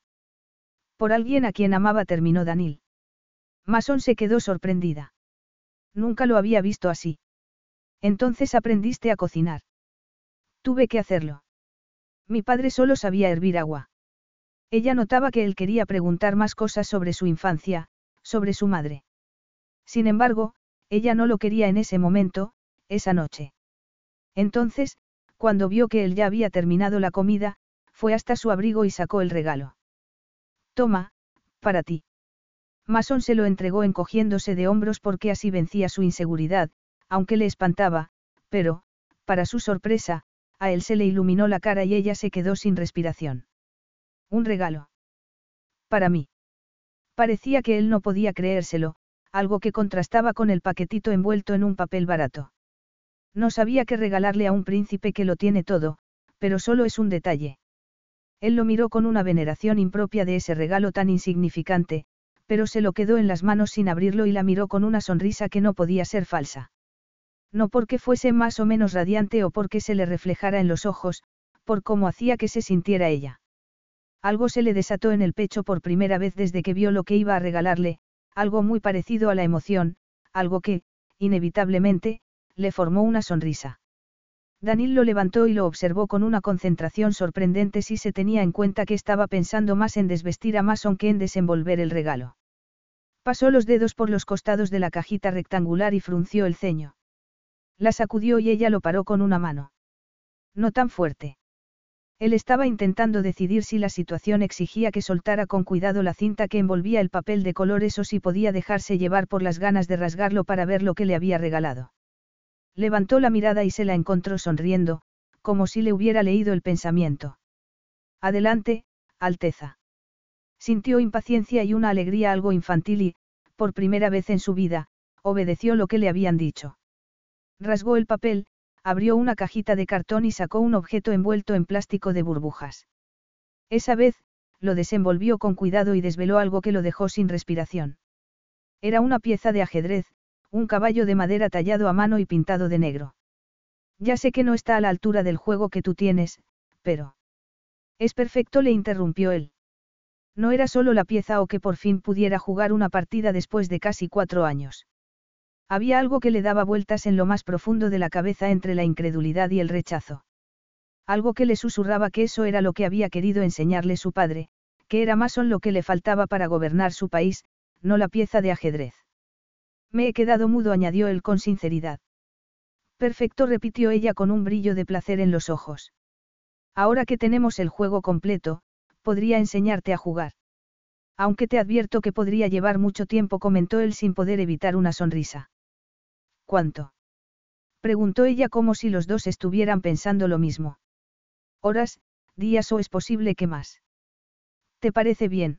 Por alguien a quien amaba, terminó Daniel. Mason se quedó sorprendida. Nunca lo había visto así. Entonces aprendiste a cocinar. Tuve que hacerlo. Mi padre solo sabía hervir agua. Ella notaba que él quería preguntar más cosas sobre su infancia, sobre su madre. Sin embargo, ella no lo quería en ese momento, esa noche. Entonces, cuando vio que él ya había terminado la comida, fue hasta su abrigo y sacó el regalo. Toma, para ti. Mason se lo entregó encogiéndose de hombros porque así vencía su inseguridad, aunque le espantaba, pero, para su sorpresa, a él se le iluminó la cara y ella se quedó sin respiración. Un regalo. Para mí. Parecía que él no podía creérselo, algo que contrastaba con el paquetito envuelto en un papel barato. No sabía qué regalarle a un príncipe que lo tiene todo, pero solo es un detalle. Él lo miró con una veneración impropia de ese regalo tan insignificante, pero se lo quedó en las manos sin abrirlo y la miró con una sonrisa que no podía ser falsa. No porque fuese más o menos radiante o porque se le reflejara en los ojos, por cómo hacía que se sintiera ella. Algo se le desató en el pecho por primera vez desde que vio lo que iba a regalarle, algo muy parecido a la emoción, algo que, inevitablemente, le formó una sonrisa. Daniel lo levantó y lo observó con una concentración sorprendente si se tenía en cuenta que estaba pensando más en desvestir a Mason que en desenvolver el regalo. Pasó los dedos por los costados de la cajita rectangular y frunció el ceño. La sacudió y ella lo paró con una mano. No tan fuerte. Él estaba intentando decidir si la situación exigía que soltara con cuidado la cinta que envolvía el papel de colores o si podía dejarse llevar por las ganas de rasgarlo para ver lo que le había regalado. Levantó la mirada y se la encontró sonriendo, como si le hubiera leído el pensamiento. Adelante, Alteza. Sintió impaciencia y una alegría algo infantil y, por primera vez en su vida, obedeció lo que le habían dicho. Rasgó el papel, abrió una cajita de cartón y sacó un objeto envuelto en plástico de burbujas. Esa vez, lo desenvolvió con cuidado y desveló algo que lo dejó sin respiración. Era una pieza de ajedrez, un caballo de madera tallado a mano y pintado de negro. Ya sé que no está a la altura del juego que tú tienes, pero... Es perfecto, le interrumpió él. No era solo la pieza o que por fin pudiera jugar una partida después de casi cuatro años. Había algo que le daba vueltas en lo más profundo de la cabeza entre la incredulidad y el rechazo. Algo que le susurraba que eso era lo que había querido enseñarle su padre, que era masón lo que le faltaba para gobernar su país, no la pieza de ajedrez. Me he quedado mudo, añadió él con sinceridad. Perfecto, repitió ella con un brillo de placer en los ojos. Ahora que tenemos el juego completo, podría enseñarte a jugar. Aunque te advierto que podría llevar mucho tiempo, comentó él sin poder evitar una sonrisa. ¿Cuánto? Preguntó ella como si los dos estuvieran pensando lo mismo. Horas, días o es posible que más. ¿Te parece bien?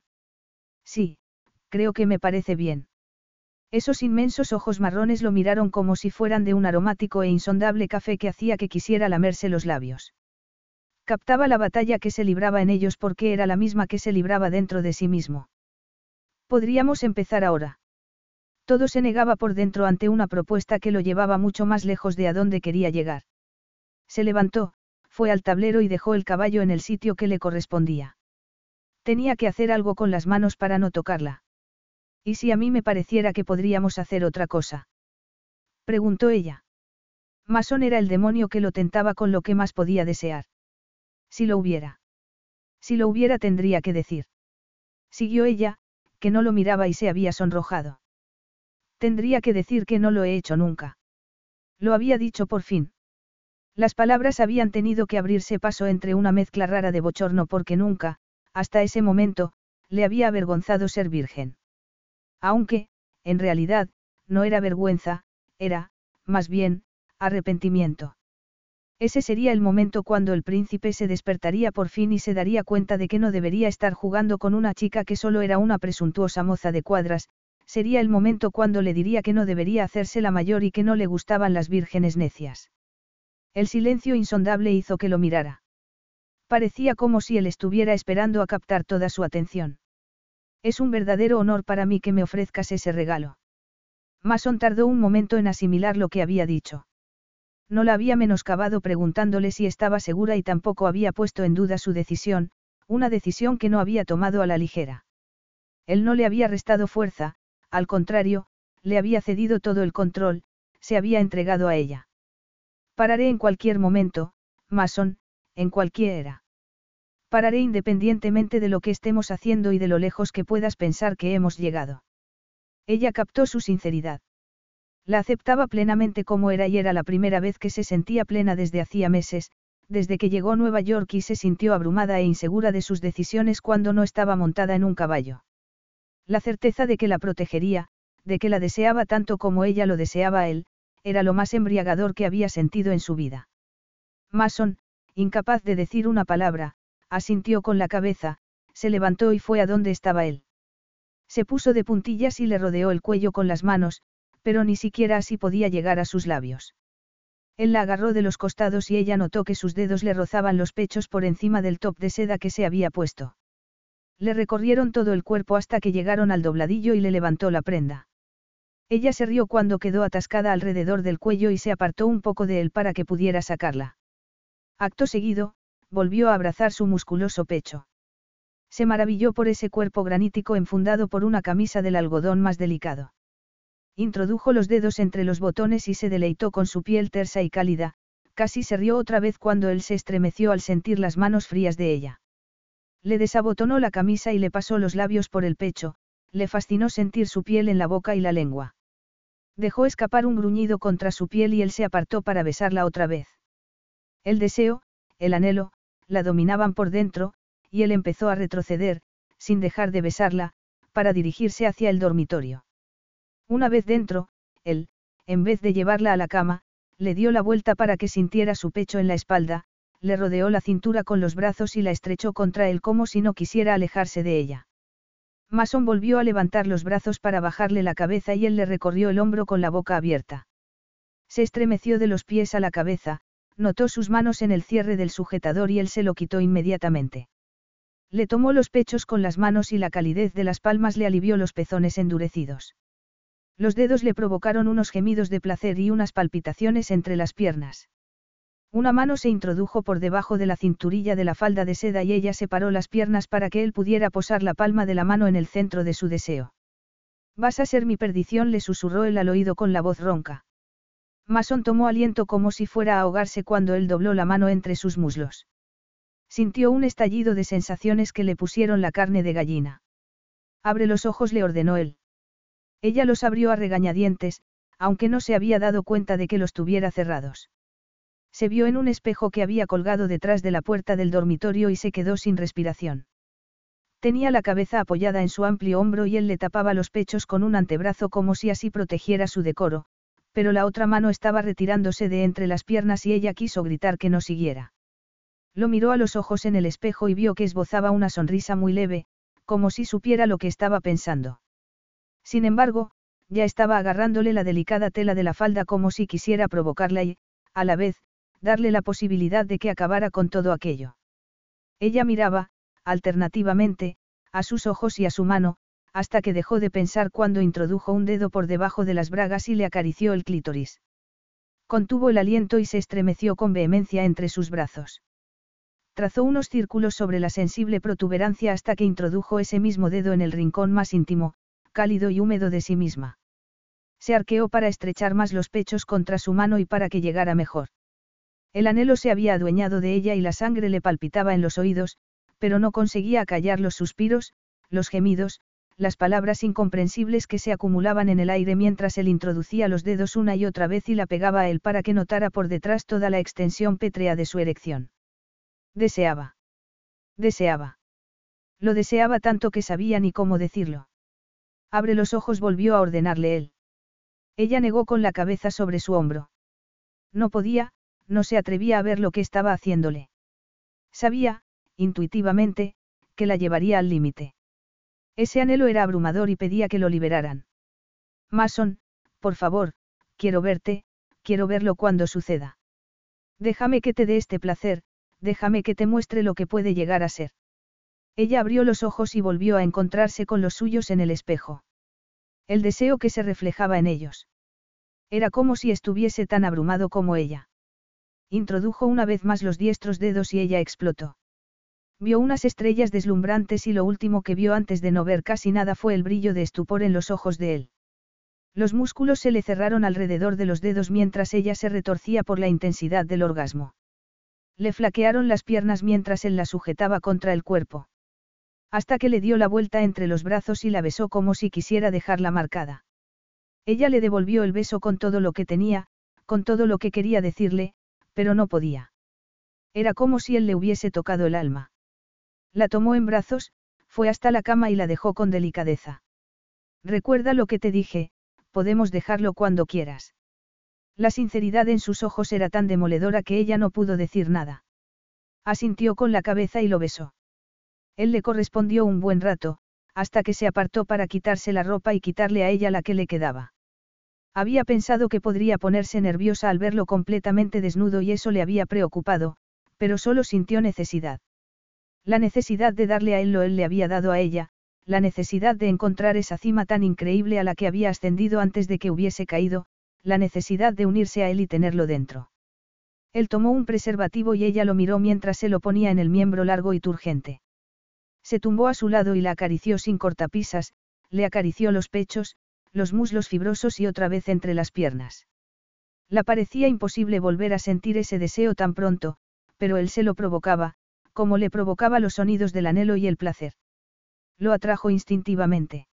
Sí, creo que me parece bien. Esos inmensos ojos marrones lo miraron como si fueran de un aromático e insondable café que hacía que quisiera lamerse los labios. Captaba la batalla que se libraba en ellos porque era la misma que se libraba dentro de sí mismo. Podríamos empezar ahora. Todo se negaba por dentro ante una propuesta que lo llevaba mucho más lejos de a dónde quería llegar. Se levantó, fue al tablero y dejó el caballo en el sitio que le correspondía. Tenía que hacer algo con las manos para no tocarla. ¿Y si a mí me pareciera que podríamos hacer otra cosa? Preguntó ella. Masón era el demonio que lo tentaba con lo que más podía desear. Si lo hubiera. Si lo hubiera, tendría que decir. Siguió ella, que no lo miraba y se había sonrojado. Tendría que decir que no lo he hecho nunca. Lo había dicho por fin. Las palabras habían tenido que abrirse paso entre una mezcla rara de bochorno porque nunca, hasta ese momento, le había avergonzado ser virgen. Aunque, en realidad, no era vergüenza, era, más bien, arrepentimiento. Ese sería el momento cuando el príncipe se despertaría por fin y se daría cuenta de que no debería estar jugando con una chica que solo era una presuntuosa moza de cuadras, sería el momento cuando le diría que no debería hacerse la mayor y que no le gustaban las vírgenes necias. El silencio insondable hizo que lo mirara. Parecía como si él estuviera esperando a captar toda su atención. Es un verdadero honor para mí que me ofrezcas ese regalo. Mason tardó un momento en asimilar lo que había dicho. No la había menoscabado preguntándole si estaba segura y tampoco había puesto en duda su decisión, una decisión que no había tomado a la ligera. Él no le había restado fuerza, al contrario, le había cedido todo el control, se había entregado a ella. Pararé en cualquier momento, Mason, en cualquiera. Pararé independientemente de lo que estemos haciendo y de lo lejos que puedas pensar que hemos llegado. Ella captó su sinceridad. La aceptaba plenamente como era y era la primera vez que se sentía plena desde hacía meses, desde que llegó a Nueva York y se sintió abrumada e insegura de sus decisiones cuando no estaba montada en un caballo. La certeza de que la protegería, de que la deseaba tanto como ella lo deseaba él, era lo más embriagador que había sentido en su vida. Mason, incapaz de decir una palabra, asintió con la cabeza, se levantó y fue a donde estaba él. Se puso de puntillas y le rodeó el cuello con las manos, pero ni siquiera así podía llegar a sus labios. Él la agarró de los costados y ella notó que sus dedos le rozaban los pechos por encima del top de seda que se había puesto. Le recorrieron todo el cuerpo hasta que llegaron al dobladillo y le levantó la prenda. Ella se rió cuando quedó atascada alrededor del cuello y se apartó un poco de él para que pudiera sacarla. Acto seguido, volvió a abrazar su musculoso pecho. Se maravilló por ese cuerpo granítico enfundado por una camisa del algodón más delicado. Introdujo los dedos entre los botones y se deleitó con su piel tersa y cálida, casi se rió otra vez cuando él se estremeció al sentir las manos frías de ella. Le desabotonó la camisa y le pasó los labios por el pecho, le fascinó sentir su piel en la boca y la lengua. Dejó escapar un gruñido contra su piel y él se apartó para besarla otra vez. El deseo, el anhelo, la dominaban por dentro, y él empezó a retroceder, sin dejar de besarla, para dirigirse hacia el dormitorio. Una vez dentro, él, en vez de llevarla a la cama, le dio la vuelta para que sintiera su pecho en la espalda, le rodeó la cintura con los brazos y la estrechó contra él como si no quisiera alejarse de ella. Mason volvió a levantar los brazos para bajarle la cabeza y él le recorrió el hombro con la boca abierta. Se estremeció de los pies a la cabeza, notó sus manos en el cierre del sujetador y él se lo quitó inmediatamente. Le tomó los pechos con las manos y la calidez de las palmas le alivió los pezones endurecidos. Los dedos le provocaron unos gemidos de placer y unas palpitaciones entre las piernas. Una mano se introdujo por debajo de la cinturilla de la falda de seda y ella separó las piernas para que él pudiera posar la palma de la mano en el centro de su deseo. «Vas a ser mi perdición», le susurró él al oído con la voz ronca. Mason tomó aliento como si fuera a ahogarse cuando él dobló la mano entre sus muslos. Sintió un estallido de sensaciones que le pusieron la carne de gallina. «Abre los ojos», le ordenó él. Ella los abrió a regañadientes, aunque no se había dado cuenta de que los tuviera cerrados. Se vio en un espejo que había colgado detrás de la puerta del dormitorio y se quedó sin respiración. Tenía la cabeza apoyada en su amplio hombro y él le tapaba los pechos con un antebrazo como si así protegiera su decoro, pero la otra mano estaba retirándose de entre las piernas y ella quiso gritar que no siguiera. Lo miró a los ojos en el espejo y vio que esbozaba una sonrisa muy leve, como si supiera lo que estaba pensando. Sin embargo, ya estaba agarrándole la delicada tela de la falda como si quisiera provocarla y, a la vez, darle la posibilidad de que acabara con todo aquello. Ella miraba, alternativamente, a sus ojos y a su mano, hasta que dejó de pensar cuando introdujo un dedo por debajo de las bragas y le acarició el clítoris. Contuvo el aliento y se estremeció con vehemencia entre sus brazos. Trazó unos círculos sobre la sensible protuberancia hasta que introdujo ese mismo dedo en el rincón más íntimo, cálido y húmedo de sí misma. Se arqueó para estrechar más los pechos contra su mano y para que llegara mejor. El anhelo se había adueñado de ella y la sangre le palpitaba en los oídos, pero no conseguía acallar los suspiros, los gemidos, las palabras incomprensibles que se acumulaban en el aire mientras él introducía los dedos una y otra vez y la pegaba a él para que notara por detrás toda la extensión pétrea de su erección. Deseaba. Deseaba. Lo deseaba tanto que sabía ni cómo decirlo. Abre los ojos, volvió a ordenarle él. Ella negó con la cabeza sobre su hombro. No podía, no se atrevía a ver lo que estaba haciéndole. Sabía, intuitivamente, que la llevaría al límite. Ese anhelo era abrumador y pedía que lo liberaran. Mason, por favor, quiero verte, quiero verlo cuando suceda. Déjame que te dé este placer, déjame que te muestre lo que puede llegar a ser. Ella abrió los ojos y volvió a encontrarse con los suyos en el espejo. El deseo que se reflejaba en ellos. Era como si estuviese tan abrumado como ella. Introdujo una vez más los diestros dedos y ella explotó. Vio unas estrellas deslumbrantes y lo último que vio antes de no ver casi nada fue el brillo de estupor en los ojos de él. Los músculos se le cerraron alrededor de los dedos mientras ella se retorcía por la intensidad del orgasmo. Le flaquearon las piernas mientras él la sujetaba contra el cuerpo. Hasta que le dio la vuelta entre los brazos y la besó como si quisiera dejarla marcada. Ella le devolvió el beso con todo lo que tenía, con todo lo que quería decirle, pero no podía. Era como si él le hubiese tocado el alma. La tomó en brazos, fue hasta la cama y la dejó con delicadeza. Recuerda lo que te dije, podemos dejarlo cuando quieras. La sinceridad en sus ojos era tan demoledora que ella no pudo decir nada. Asintió con la cabeza y lo besó. Él le correspondió un buen rato, hasta que se apartó para quitarse la ropa y quitarle a ella la que le quedaba. Había pensado que podría ponerse nerviosa al verlo completamente desnudo y eso le había preocupado, pero solo sintió necesidad. La necesidad de darle a él lo él le había dado a ella, la necesidad de encontrar esa cima tan increíble a la que había ascendido antes de que hubiese caído, la necesidad de unirse a él y tenerlo dentro. Él tomó un preservativo y ella lo miró mientras se lo ponía en el miembro largo y turgente. Se tumbó a su lado y la acarició sin cortapisas, le acarició los pechos, los muslos fibrosos y otra vez entre las piernas. La parecía imposible volver a sentir ese deseo tan pronto, pero él se lo provocaba, como le provocaba los sonidos del anhelo y el placer. Lo atrajo instintivamente.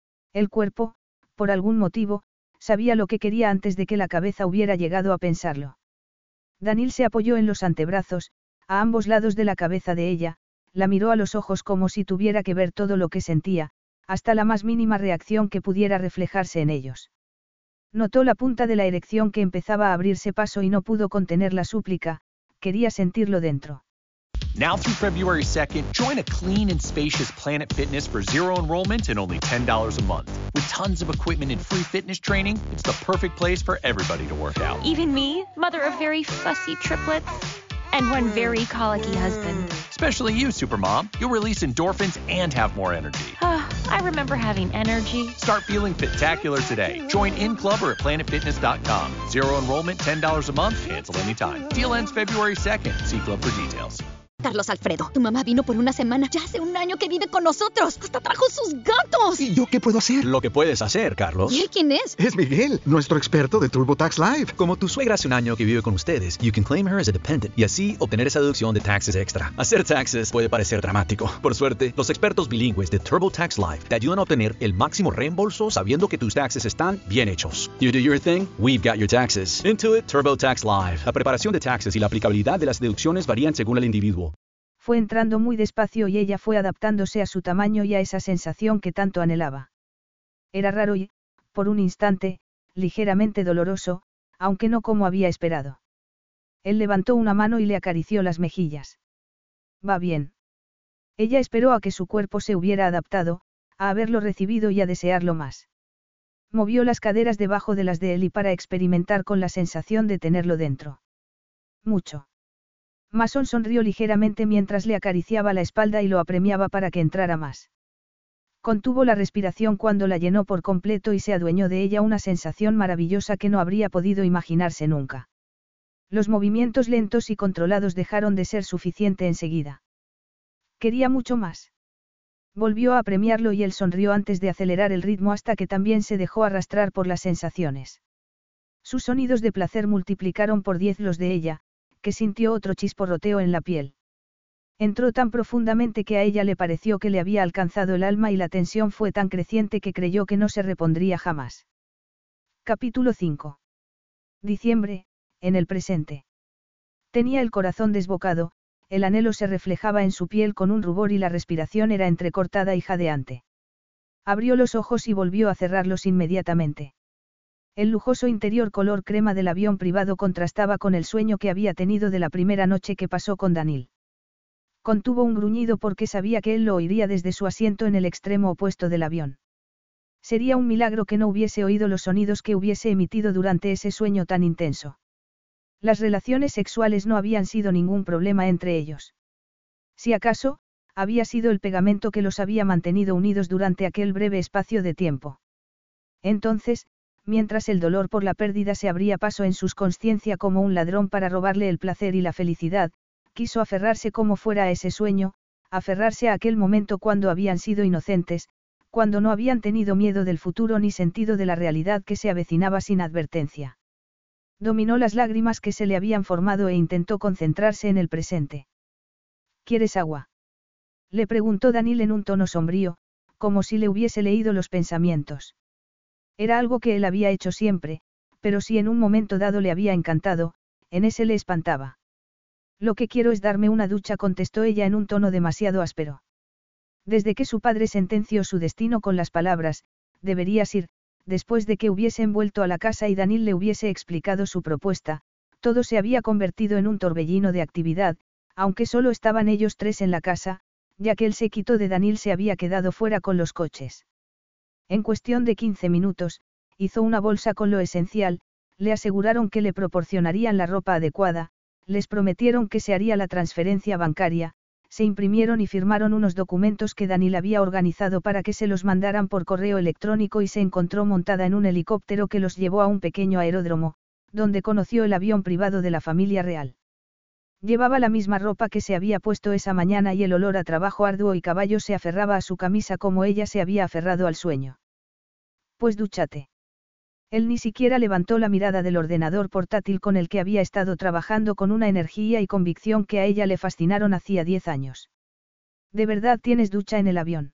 El cuerpo, por algún motivo, sabía lo que quería antes de que la cabeza hubiera llegado a pensarlo. Daniel se apoyó en los antebrazos, a ambos lados de la cabeza de ella, la miró a los ojos como si tuviera que ver todo lo que sentía, hasta la más mínima reacción que pudiera reflejarse en ellos. Notó la punta de la erección que empezaba a abrirse paso y no pudo contener la súplica, quería sentirlo dentro. Now through February second, join a clean and spacious Planet Fitness for zero enrollment and only ten dollars a month. With tons of equipment and free fitness training, it's the perfect place for everybody to work out. Even me, mother of very fussy triplets and one very colicky husband. Especially you, Supermom. You'll release endorphins and have more energy. I remember having energy. Start feeling fit-tacular today. Join in club or at planet fitness dot com. Zero enrollment, ten dollars a month, cancel anytime. Deal ends February second. See club for details. Carlos Alfredo, tu mamá vino por una semana. Ya hace un año que vive con nosotros. Hasta trajo sus gatos. ¿Y yo qué puedo hacer? Lo que puedes hacer, Carlos. ¿Y él quién es? Es Miguel, nuestro experto de TurboTax Live. Como tu suegra hace un año que vive con ustedes, you can claim her as a dependent y así obtener esa deducción de taxes extra. Hacer taxes puede parecer dramático. Por suerte, los expertos bilingües de TurboTax Live te ayudan a obtener el máximo reembolso sabiendo que tus taxes están bien hechos. You do your thing, we've got your taxes. Intuit TurboTax Live. La preparación de taxes y la aplicabilidad de las deducciones varían según el individuo. Fue entrando muy despacio y ella fue adaptándose a su tamaño y a esa sensación que tanto anhelaba. Era raro y, por un instante, ligeramente doloroso, aunque no como había esperado. Él levantó una mano y le acarició las mejillas. Va bien. Ella esperó a que su cuerpo se hubiera adaptado, a haberlo recibido y a desearlo más. Movió las caderas debajo de las de él y para experimentar con la sensación de tenerlo dentro. Mucho. Mason sonrió ligeramente mientras le acariciaba la espalda y lo apremiaba para que entrara más. Contuvo la respiración cuando la llenó por completo y se adueñó de ella una sensación maravillosa que no habría podido imaginarse nunca. Los movimientos lentos y controlados dejaron de ser suficiente enseguida. Quería mucho más. Volvió a apremiarlo y él sonrió antes de acelerar el ritmo hasta que también se dejó arrastrar por las sensaciones. Sus sonidos de placer multiplicaron por diez los de ella, que sintió otro chisporroteo en la piel. Entró tan profundamente que a ella le pareció que le había alcanzado el alma y la tensión fue tan creciente que creyó que no se repondría jamás. Capítulo cinco. Diciembre, en el presente. Tenía el corazón desbocado, el anhelo se reflejaba en su piel con un rubor y la respiración era entrecortada y jadeante. Abrió los ojos y volvió a cerrarlos inmediatamente. El lujoso interior color crema del avión privado contrastaba con el sueño que había tenido de la primera noche que pasó con Daniel. Contuvo un gruñido porque sabía que él lo oiría desde su asiento en el extremo opuesto del avión. Sería un milagro que no hubiese oído los sonidos que hubiese emitido durante ese sueño tan intenso. Las relaciones sexuales no habían sido ningún problema entre ellos. Si acaso, había sido el pegamento que los había mantenido unidos durante aquel breve espacio de tiempo. Entonces, mientras el dolor por la pérdida se abría paso en sus conciencia como un ladrón para robarle el placer y la felicidad, quiso aferrarse como fuera a ese sueño, aferrarse a aquel momento cuando habían sido inocentes, cuando no habían tenido miedo del futuro ni sentido de la realidad que se avecinaba sin advertencia. Dominó las lágrimas que se le habían formado e intentó concentrarse en el presente. ¿Quieres agua?, le preguntó Daniel en un tono sombrío, como si le hubiese leído los pensamientos. Era algo que él había hecho siempre, pero si en un momento dado le había encantado, en ese le espantaba. Lo que quiero es darme una ducha, contestó ella en un tono demasiado áspero. Desde que su padre sentenció su destino con las palabras, deberías ir, después de que hubiesen vuelto a la casa y Daniel le hubiese explicado su propuesta, todo se había convertido en un torbellino de actividad, aunque solo estaban ellos tres en la casa, ya que el séquito de Daniel se había quedado fuera con los coches. En cuestión de quince minutos, hizo una bolsa con lo esencial, le aseguraron que le proporcionarían la ropa adecuada, les prometieron que se haría la transferencia bancaria, se imprimieron y firmaron unos documentos que Daniel había organizado para que se los mandaran por correo electrónico y se encontró montada en un helicóptero que los llevó a un pequeño aeródromo, donde conoció el avión privado de la familia real. Llevaba la misma ropa que se había puesto esa mañana y el olor a trabajo arduo y caballo se aferraba a su camisa como ella se había aferrado al sueño. Pues dúchate. Él ni siquiera levantó la mirada del ordenador portátil con el que había estado trabajando con una energía y convicción que a ella le fascinaron hacía diez años. ¿De verdad tienes ducha en el avión?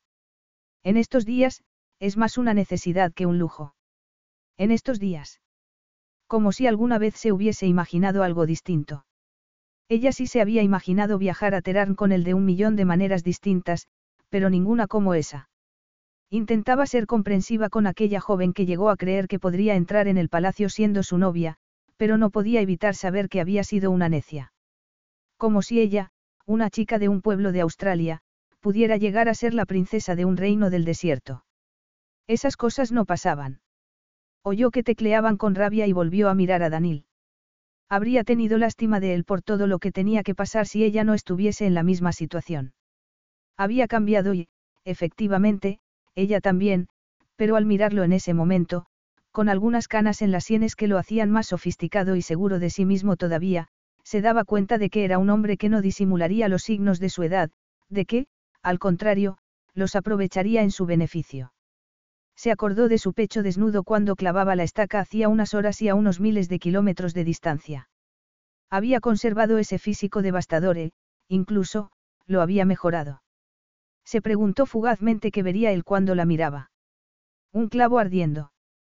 En estos días, es más una necesidad que un lujo. En estos días. Como si alguna vez se hubiese imaginado algo distinto. Ella sí se había imaginado viajar a Teherán con él de un millón de maneras distintas, pero ninguna como esa. Intentaba ser comprensiva con aquella joven que llegó a creer que podría entrar en el palacio siendo su novia, pero no podía evitar saber que había sido una necia. Como si ella, una chica de un pueblo de Australia, pudiera llegar a ser la princesa de un reino del desierto. Esas cosas no pasaban. Oyó que tecleaban con rabia y volvió a mirar a Daniel. Habría tenido lástima de él por todo lo que tenía que pasar si ella no estuviese en la misma situación. Había cambiado y, efectivamente, ella también, pero al mirarlo en ese momento, con algunas canas en las sienes que lo hacían más sofisticado y seguro de sí mismo todavía, se daba cuenta de que era un hombre que no disimularía los signos de su edad, de que, al contrario, los aprovecharía en su beneficio. Se acordó de su pecho desnudo cuando clavaba la estaca hacía unas horas y a unos miles de kilómetros de distancia. Había conservado ese físico devastador e, incluso, lo había mejorado. Se preguntó fugazmente qué vería él cuando la miraba. Un clavo ardiendo.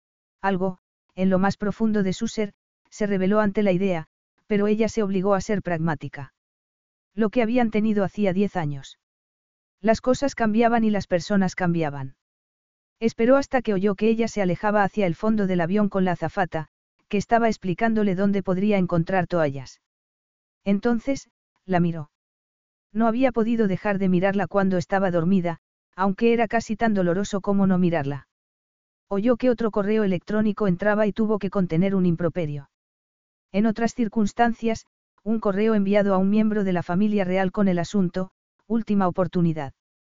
Algo, en lo más profundo de su ser, se rebeló ante la idea, pero ella se obligó a ser pragmática. Lo que habían tenido hacía diez años. Las cosas cambiaban y las personas cambiaban. Esperó hasta que oyó que ella se alejaba hacia el fondo del avión con la azafata, que estaba explicándole dónde podría encontrar toallas. Entonces, la miró. No había podido dejar de mirarla cuando estaba dormida, aunque era casi tan doloroso como no mirarla. Oyó que otro correo electrónico entraba y tuvo que contener un improperio. En otras circunstancias, un correo enviado a un miembro de la familia real con el asunto, última oportunidad.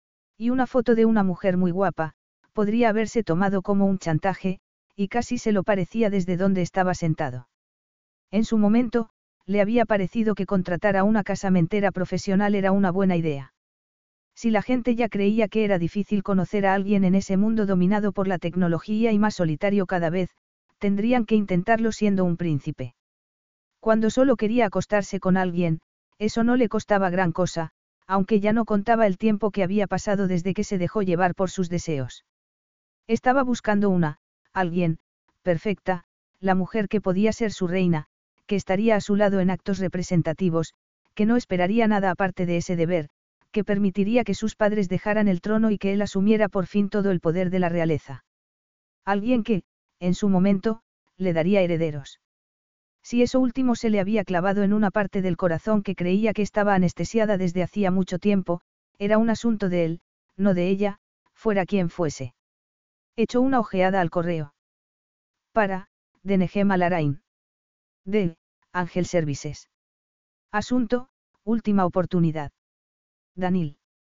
Y una foto de una mujer muy guapa, podría haberse tomado como un chantaje, y casi se lo parecía desde donde estaba sentado. En su momento, le había parecido que contratar a una casamentera profesional era una buena idea. Si la gente ya creía que era difícil conocer a alguien en ese mundo dominado por la tecnología y más solitario cada vez, tendrían que intentarlo siendo un príncipe. Cuando solo quería acostarse con alguien, eso no le costaba gran cosa, aunque ya no contaba el tiempo que había pasado desde que se dejó llevar por sus deseos. Estaba buscando una, alguien, perfecta, la mujer que podía ser su reina, que estaría a su lado en actos representativos, que no esperaría nada aparte de ese deber, que permitiría que sus padres dejaran el trono y que él asumiera por fin todo el poder de la realeza. Alguien que, en su momento, le daría herederos. Si eso último se le había clavado en una parte del corazón que creía que estaba anestesiada desde hacía mucho tiempo, era un asunto de él, no de ella, fuera quien fuese. Echó una ojeada al correo. Para, de Negema Larain. De, Ángel Services. Asunto, última oportunidad. Daniel.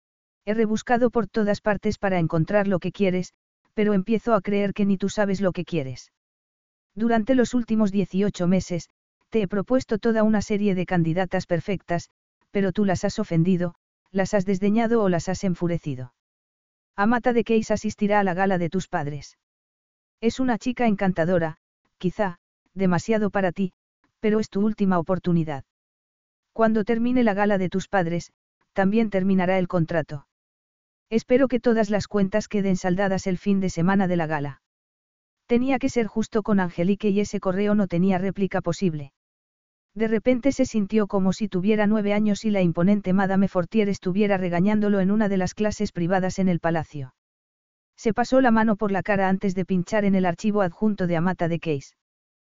He rebuscado por todas partes para encontrar lo que quieres, pero empiezo a creer que ni tú sabes lo que quieres. Durante los últimos dieciocho meses, te he propuesto toda una serie de candidatas perfectas, pero tú las has ofendido, las has desdeñado o las has enfurecido. Amata de Case asistirá a la gala de tus padres. Es una chica encantadora, quizá, demasiado para ti, pero es tu última oportunidad. Cuando termine la gala de tus padres, también terminará el contrato. Espero que todas las cuentas queden saldadas el fin de semana de la gala. Tenía que ser justo con Angelique y ese correo no tenía réplica posible. De repente se sintió como si tuviera nueve años y la imponente Madame Fortier estuviera regañándolo en una de las clases privadas en el palacio. Se pasó la mano por la cara antes de pinchar en el archivo adjunto de Amata de Case.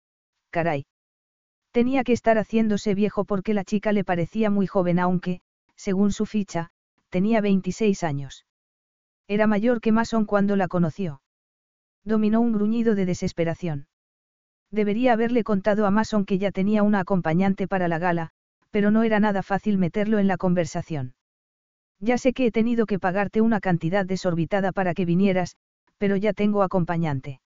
Caray. Tenía que estar haciéndose viejo porque la chica le parecía muy joven aunque, según su ficha, tenía veintiséis años. Era mayor que Mason cuando la conoció. Dominó un gruñido de desesperación. Debería haberle contado a Mason que ya tenía una acompañante para la gala, pero no era nada fácil meterlo en la conversación. Ya sé que he tenido que pagarte una cantidad desorbitada para que vinieras, pero ya tengo acompañante.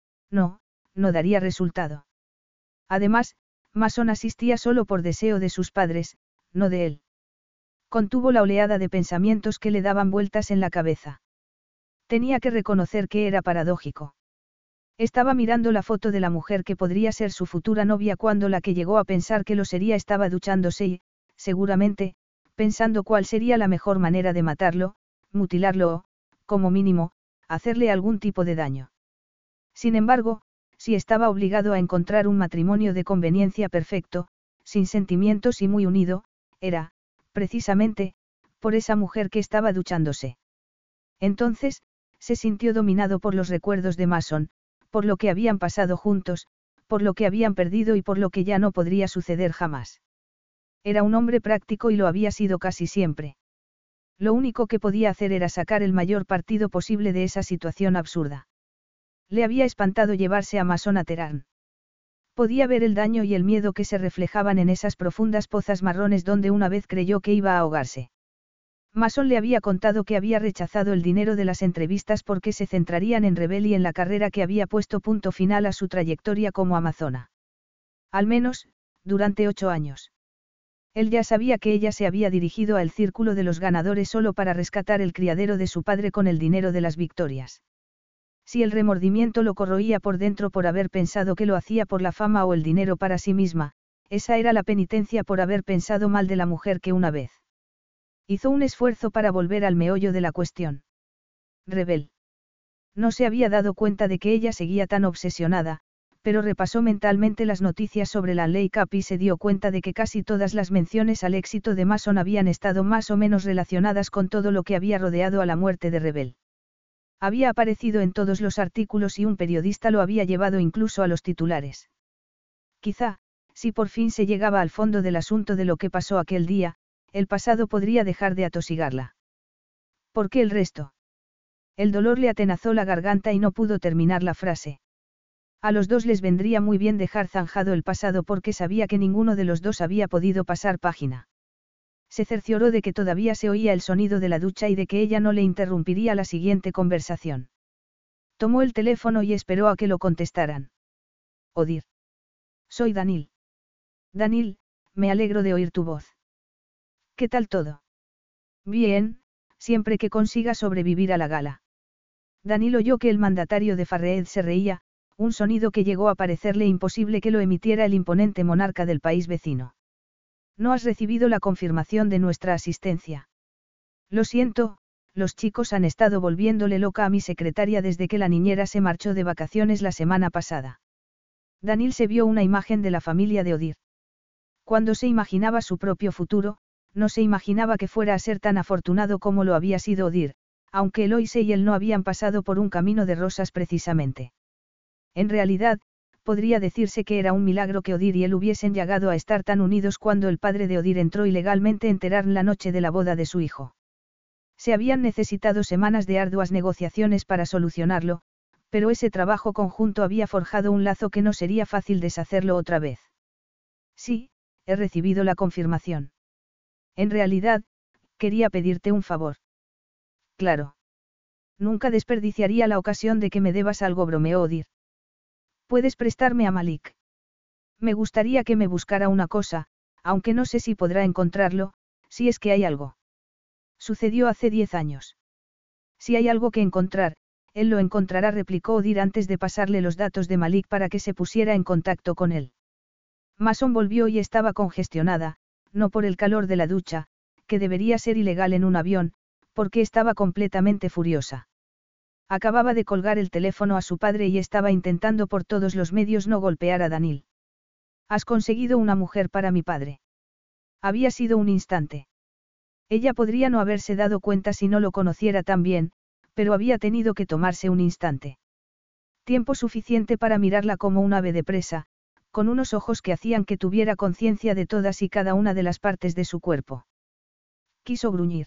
No, no daría resultado. Además, Mason asistía solo por deseo de sus padres, no de él. Contuvo la oleada de pensamientos que le daban vueltas en la cabeza. Tenía que reconocer que era paradójico. Estaba mirando la foto de la mujer que podría ser su futura novia cuando la que llegó a pensar que lo sería estaba duchándose y, seguramente, pensando cuál sería la mejor manera de matarlo, mutilarlo o, como mínimo, hacerle algún tipo de daño. Sin embargo, si estaba obligado a encontrar un matrimonio de conveniencia perfecto, sin sentimientos y muy unido, era, precisamente, por esa mujer que estaba duchándose. Entonces, se sintió dominado por los recuerdos de Mason, por lo que habían pasado juntos, por lo que habían perdido y por lo que ya no podría suceder jamás. Era un hombre práctico y lo había sido casi siempre. Lo único que podía hacer era sacar el mayor partido posible de esa situación absurda. Le había espantado llevarse a Mason a Teherán. Podía ver el daño y el miedo que se reflejaban en esas profundas pozas marrones donde una vez creyó que iba a ahogarse. Mason le había contado que había rechazado el dinero de las entrevistas porque se centrarían en Rebel y en la carrera que había puesto punto final a su trayectoria como amazona. Al menos, durante ocho años. Él ya sabía que ella se había dirigido al círculo de los ganadores solo para rescatar el criadero de su padre con el dinero de las victorias. Si el remordimiento lo corroía por dentro por haber pensado que lo hacía por la fama o el dinero para sí misma, esa era la penitencia por haber pensado mal de la mujer que una vez. Hizo un esfuerzo para volver al meollo de la cuestión. Rebel. No se había dado cuenta de que ella seguía tan obsesionada, pero repasó mentalmente las noticias sobre la Ley Cup y se dio cuenta de que casi todas las menciones al éxito de Mason habían estado más o menos relacionadas con todo lo que había rodeado a la muerte de Rebel. Había aparecido en todos los artículos y un periodista lo había llevado incluso a los titulares. Quizá, si por fin se llegaba al fondo del asunto de lo que pasó aquel día, el pasado podría dejar de atosigarla. ¿Por qué el resto? El dolor le atenazó la garganta y no pudo terminar la frase. A los dos les vendría muy bien dejar zanjado el pasado porque sabía que ninguno de los dos había podido pasar página. Se cercioró de que todavía se oía el sonido de la ducha y de que ella no le interrumpiría la siguiente conversación. Tomó el teléfono y esperó a que lo contestaran. Odir. Soy Danil. Danil, me alegro de oír tu voz. ¿Qué tal todo? Bien, siempre que consiga sobrevivir a la gala. Danil oyó que el mandatario de Fareed se reía, un sonido que llegó a parecerle imposible que lo emitiera el imponente monarca del país vecino. No has recibido la confirmación de nuestra asistencia. Lo siento, los chicos han estado volviéndole loca a mi secretaria desde que la niñera se marchó de vacaciones la semana pasada. Danil se vio una imagen de la familia de Odir. Cuando se imaginaba su propio futuro, no se imaginaba que fuera a ser tan afortunado como lo había sido Odir, aunque Eloise y él no habían pasado por un camino de rosas precisamente. En realidad, podría decirse que era un milagro que Odir y él hubiesen llegado a estar tan unidos cuando el padre de Odir entró ilegalmente en Teherán la noche de la boda de su hijo. Se habían necesitado semanas de arduas negociaciones para solucionarlo, pero ese trabajo conjunto había forjado un lazo que no sería fácil deshacerlo otra vez. Sí, he recibido la confirmación. En realidad, quería pedirte un favor. Claro. Nunca desperdiciaría la ocasión de que me debas algo, bromeó Odir. ¿Puedes prestarme a Malik? Me gustaría que me buscara una cosa, aunque no sé si podrá encontrarlo, si es que hay algo. Sucedió hace diez años. Si hay algo que encontrar, él lo encontrará, replicó Odir antes de pasarle los datos de Malik para que se pusiera en contacto con él. Mason volvió y estaba congestionada, no por el calor de la ducha, que debería ser ilegal en un avión, porque estaba completamente furiosa. Acababa de colgar el teléfono a su padre y estaba intentando por todos los medios no golpear a Danil. Has conseguido una mujer para mi padre. Había sido un instante. Ella podría no haberse dado cuenta si no lo conociera tan bien, pero había tenido que tomarse un instante. Tiempo suficiente para mirarla como un ave de presa, con unos ojos que hacían que tuviera conciencia de todas y cada una de las partes de su cuerpo. Quiso gruñir.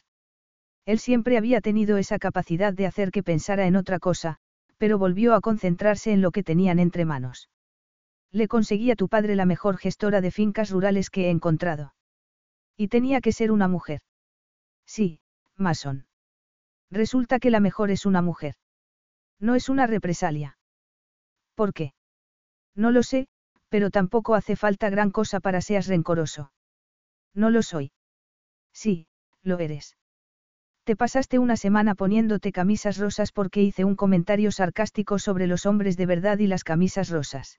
Él siempre había tenido esa capacidad de hacer que pensara en otra cosa, pero volvió a concentrarse en lo que tenían entre manos. Le conseguí a tu padre la mejor gestora de fincas rurales que he encontrado. Y tenía que ser una mujer. Sí, Mason. Resulta que la mejor es una mujer. No es una represalia. ¿Por qué? No lo sé, pero tampoco hace falta gran cosa para seas rencoroso. No lo soy. Sí, lo eres. Te pasaste una semana poniéndote camisas rosas porque hice un comentario sarcástico sobre los hombres de verdad y las camisas rosas.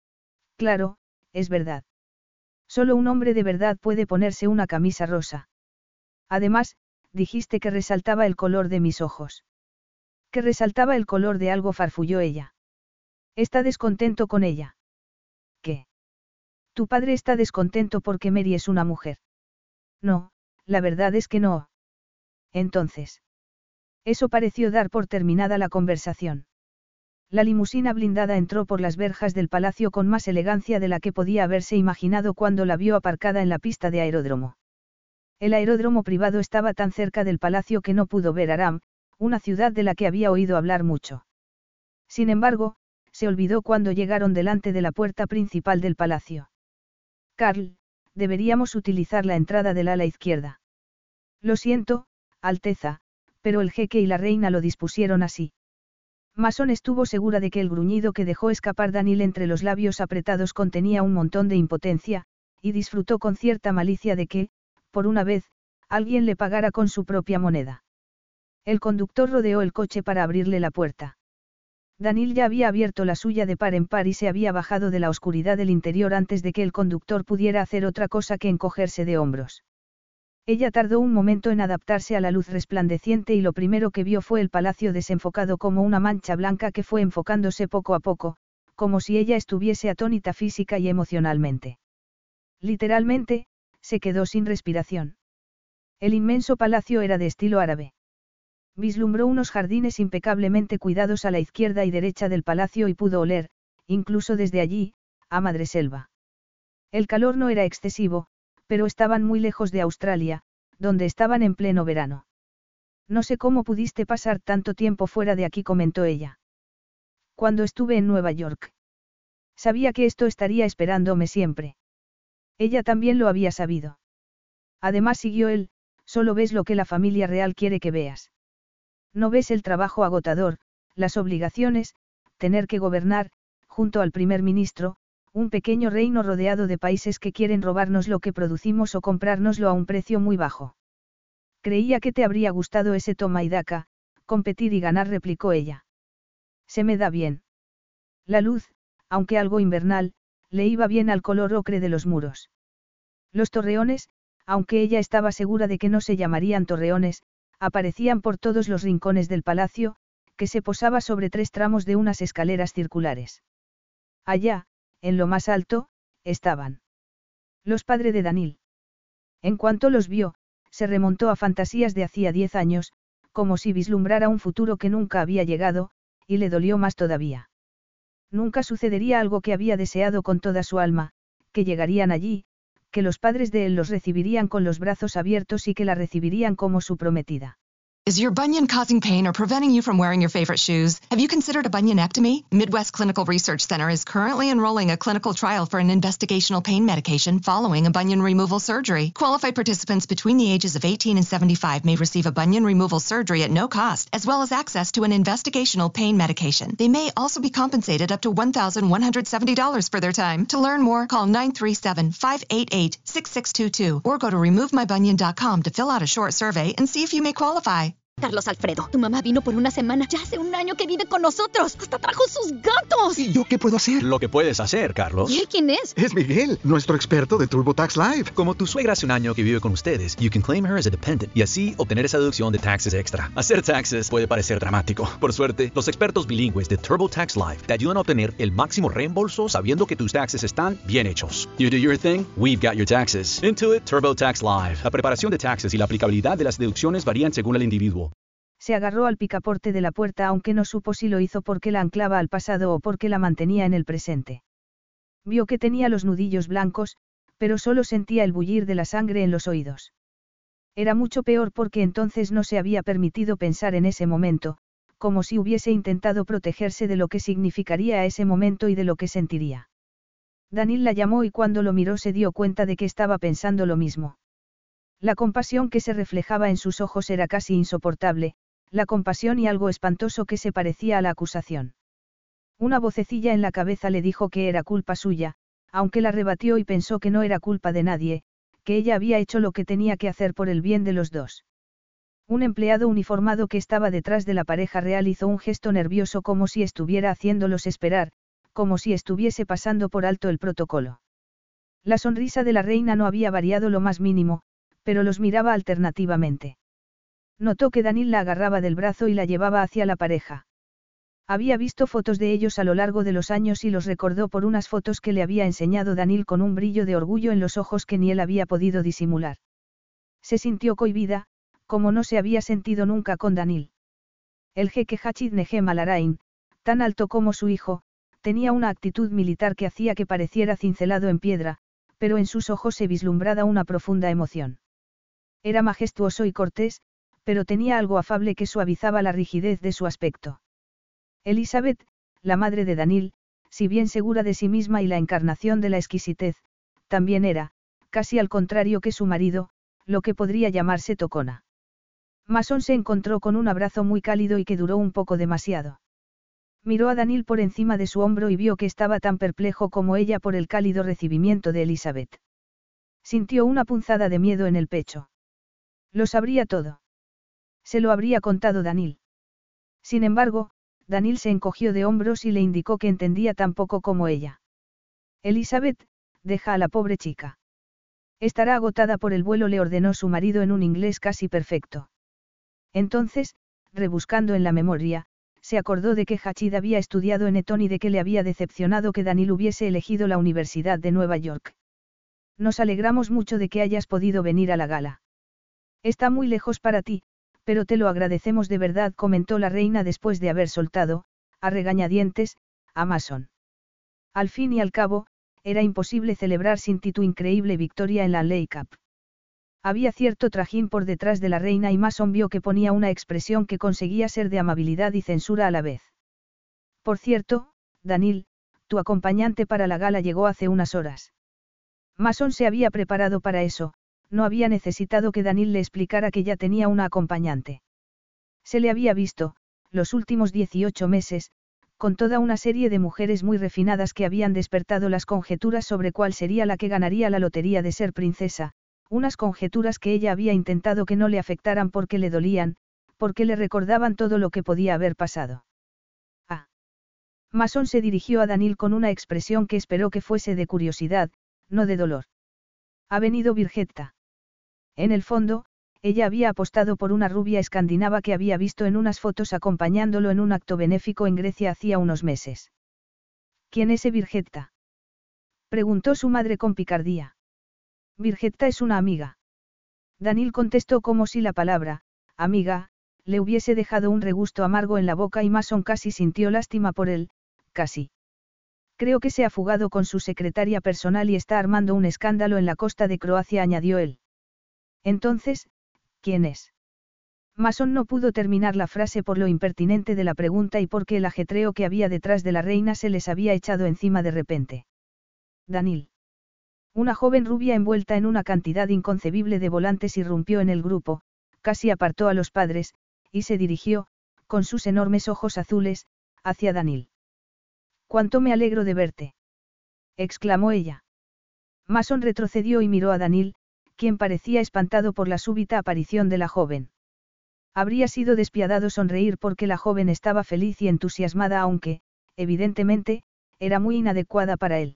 Claro, es verdad. Solo un hombre de verdad puede ponerse una camisa rosa. Además, dijiste que resaltaba el color de mis ojos. Que resaltaba el color de algo, farfulló ella. Está descontento con ella. ¿Qué? Tu padre está descontento porque Mary es una mujer. No, la verdad es que no. Entonces. Eso pareció dar por terminada la conversación. La limusina blindada entró por las verjas del palacio con más elegancia de la que podía haberse imaginado cuando la vio aparcada en la pista de aeródromo. El aeródromo privado estaba tan cerca del palacio que no pudo ver Aram, una ciudad de la que había oído hablar mucho. Sin embargo, se olvidó cuando llegaron delante de la puerta principal del palacio. Carl, deberíamos utilizar la entrada del ala izquierda. Lo siento, Alteza, pero el jeque y la reina lo dispusieron así. Mason estuvo segura de que el gruñido que dejó escapar Daniel entre los labios apretados contenía un montón de impotencia, y disfrutó con cierta malicia de que, por una vez, alguien le pagara con su propia moneda. El conductor rodeó el coche para abrirle la puerta. Daniel ya había abierto la suya de par en par y se había bajado de la oscuridad del interior antes de que el conductor pudiera hacer otra cosa que encogerse de hombros. Ella tardó un momento en adaptarse a la luz resplandeciente y lo primero que vio fue el palacio desenfocado como una mancha blanca que fue enfocándose poco a poco, como si ella estuviese atónita física y emocionalmente. Literalmente, se quedó sin respiración. El inmenso palacio era de estilo árabe. Vislumbró unos jardines impecablemente cuidados a la izquierda y derecha del palacio y pudo oler, incluso desde allí, a madreselva. El calor no era excesivo, pero estaban muy lejos de Australia, donde estaban en pleno verano. No sé cómo pudiste pasar tanto tiempo fuera de aquí, comentó ella. Cuando estuve en Nueva York. Sabía que esto estaría esperándome siempre. Ella también lo había sabido. Además, siguió él, solo ves lo que la familia real quiere que veas. No ves el trabajo agotador, las obligaciones, tener que gobernar, junto al primer ministro, un pequeño reino rodeado de países que quieren robarnos lo que producimos o comprárnoslo a un precio muy bajo. Creía que te habría gustado ese toma y daca, competir y ganar, replicó ella. Se me da bien. La luz, aunque algo invernal, le iba bien al color ocre de los muros. Los torreones, aunque ella estaba segura de que no se llamarían torreones, aparecían por todos los rincones del palacio, que se posaba sobre tres tramos de unas escaleras circulares. Allá, en lo más alto, estaban los padres de Daniel. En cuanto los vio, se remontó a fantasías de hacía diez años, como si vislumbrara un futuro que nunca había llegado, y le dolió más todavía. Nunca sucedería algo que había deseado con toda su alma, que llegarían allí, que los padres de él los recibirían con los brazos abiertos y que la recibirían como su prometida. Is your bunion causing pain or preventing you from wearing your favorite shoes? Have you considered a bunionectomy? Midwest Clinical Research Center is currently enrolling a clinical trial for an investigational pain medication following a bunion removal surgery. Qualified participants between the ages of eighteen and seventy-five may receive a bunion removal surgery at no cost, as well as access to an investigational pain medication. They may also be compensated up to one thousand one hundred seventy dollars for their time. To learn more, call nine three seven, five eight eight, six six two two or go to remove my bunion dot com to fill out a short survey and see if you may qualify. Carlos Alfredo, tu mamá vino por una semana. Ya hace un año que vive con nosotros. Hasta trajo sus gatos. ¿Y yo qué puedo hacer? Lo que puedes hacer, Carlos. ¿Y él quién es? Es Miguel, nuestro experto de TurboTax Live. Como tu suegra hace un año que vive con ustedes, you can claim her as a dependent y así obtener esa deducción de taxes extra. Hacer taxes puede parecer dramático. Por suerte, los expertos bilingües de TurboTax Live te ayudan a obtener el máximo reembolso sabiendo que tus taxes están bien hechos. You do your thing, we've got your taxes. Intuit TurboTax Live. La preparación de taxes y la aplicabilidad de las deducciones varían según el individuo. Se agarró al picaporte de la puerta aunque no supo si lo hizo porque la anclaba al pasado o porque la mantenía en el presente. Vio que tenía los nudillos blancos, pero solo sentía el bullir de la sangre en los oídos. Era mucho peor porque entonces no se había permitido pensar en ese momento, como si hubiese intentado protegerse de lo que significaría ese momento y de lo que sentiría. Daniel la llamó y cuando lo miró se dio cuenta de que estaba pensando lo mismo. La compasión que se reflejaba en sus ojos era casi insoportable, la compasión y algo espantoso que se parecía a la acusación. Una vocecilla en la cabeza le dijo que era culpa suya, aunque la rebatió y pensó que no era culpa de nadie, que ella había hecho lo que tenía que hacer por el bien de los dos. Un empleado uniformado que estaba detrás de la pareja real hizo un gesto nervioso como si estuviera haciéndolos esperar, como si estuviese pasando por alto el protocolo. La sonrisa de la reina no había variado lo más mínimo, pero los miraba alternativamente. Notó que Daniel la agarraba del brazo y la llevaba hacia la pareja. Había visto fotos de ellos a lo largo de los años y los recordó por unas fotos que le había enseñado Daniel con un brillo de orgullo en los ojos que ni él había podido disimular. Se sintió cohibida, como no se había sentido nunca con Daniel. El jeque Hachid Nejem Al Arain, Tan alto como su hijo, tenía una actitud militar que hacía que pareciera cincelado en piedra, pero en sus ojos se vislumbraba una profunda emoción. Era majestuoso y cortés, pero tenía algo afable que suavizaba la rigidez de su aspecto. Elizabeth, la madre de Daniel, si bien segura de sí misma y la encarnación de la exquisitez, también era, casi al contrario que su marido, lo que podría llamarse tocona. Mason se encontró con un abrazo muy cálido y que duró un poco demasiado. Miró a Daniel por encima de su hombro y vio que estaba tan perplejo como ella por el cálido recibimiento de Elizabeth. Sintió una punzada de miedo en el pecho. Lo sabría todo. Se lo habría contado Daniel. Sin embargo, Daniel se encogió de hombros y le indicó que entendía tan poco como ella. Elizabeth, deja a la pobre chica. Estará agotada por el vuelo, le ordenó su marido en un inglés casi perfecto. Entonces, rebuscando en la memoria, se acordó de que Hachid había estudiado en Eton y de que le había decepcionado que Daniel hubiese elegido la Universidad de Nueva York. Nos alegramos mucho de que hayas podido venir a la gala. Está muy lejos para ti, pero te lo agradecemos de verdad, comentó la reina después de haber soltado, a regañadientes, a Mason. Al fin y al cabo, era imposible celebrar sin ti tu increíble victoria en la League Cup. Había cierto trajín por detrás de la reina y Mason vio que ponía una expresión que conseguía ser de amabilidad y censura a la vez. Por cierto, Daniel, tu acompañante para la gala llegó hace unas horas. Mason se había preparado para eso, no había necesitado que Daniel le explicara que ya tenía una acompañante. Se le había visto, los últimos dieciocho meses, con toda una serie de mujeres muy refinadas que habían despertado las conjeturas sobre cuál sería la que ganaría la lotería de ser princesa, unas conjeturas que ella había intentado que no le afectaran porque le dolían, porque le recordaban todo lo que podía haber pasado. Ah. Mason se dirigió a Daniel con una expresión que esperó que fuese de curiosidad, no de dolor. Ha venido Birgetta. En el fondo, ella había apostado por una rubia escandinava que había visto en unas fotos acompañándolo en un acto benéfico en Grecia hacía unos meses. ¿Quién es Birgetta?, preguntó su madre con picardía. Birgetta es una amiga. Daniel contestó como si la palabra, amiga, le hubiese dejado un regusto amargo en la boca y Mason casi sintió lástima por él, casi. Creo que se ha fugado con su secretaria personal y está armando un escándalo en la costa de Croacia, añadió él. Entonces, ¿quién es? Mason no pudo terminar la frase por lo impertinente de la pregunta y porque el ajetreo que había detrás de la reina se les había echado encima de repente. Daniel. Una joven rubia envuelta en una cantidad inconcebible de volantes irrumpió en el grupo, casi apartó a los padres, y se dirigió, con sus enormes ojos azules, hacia Daniel. «¡Cuánto me alegro de verte!», exclamó ella. Mason retrocedió y miró a Daniel, quien parecía espantado por la súbita aparición de la joven. Habría sido despiadado sonreír porque la joven estaba feliz y entusiasmada aunque, evidentemente, era muy inadecuada para él.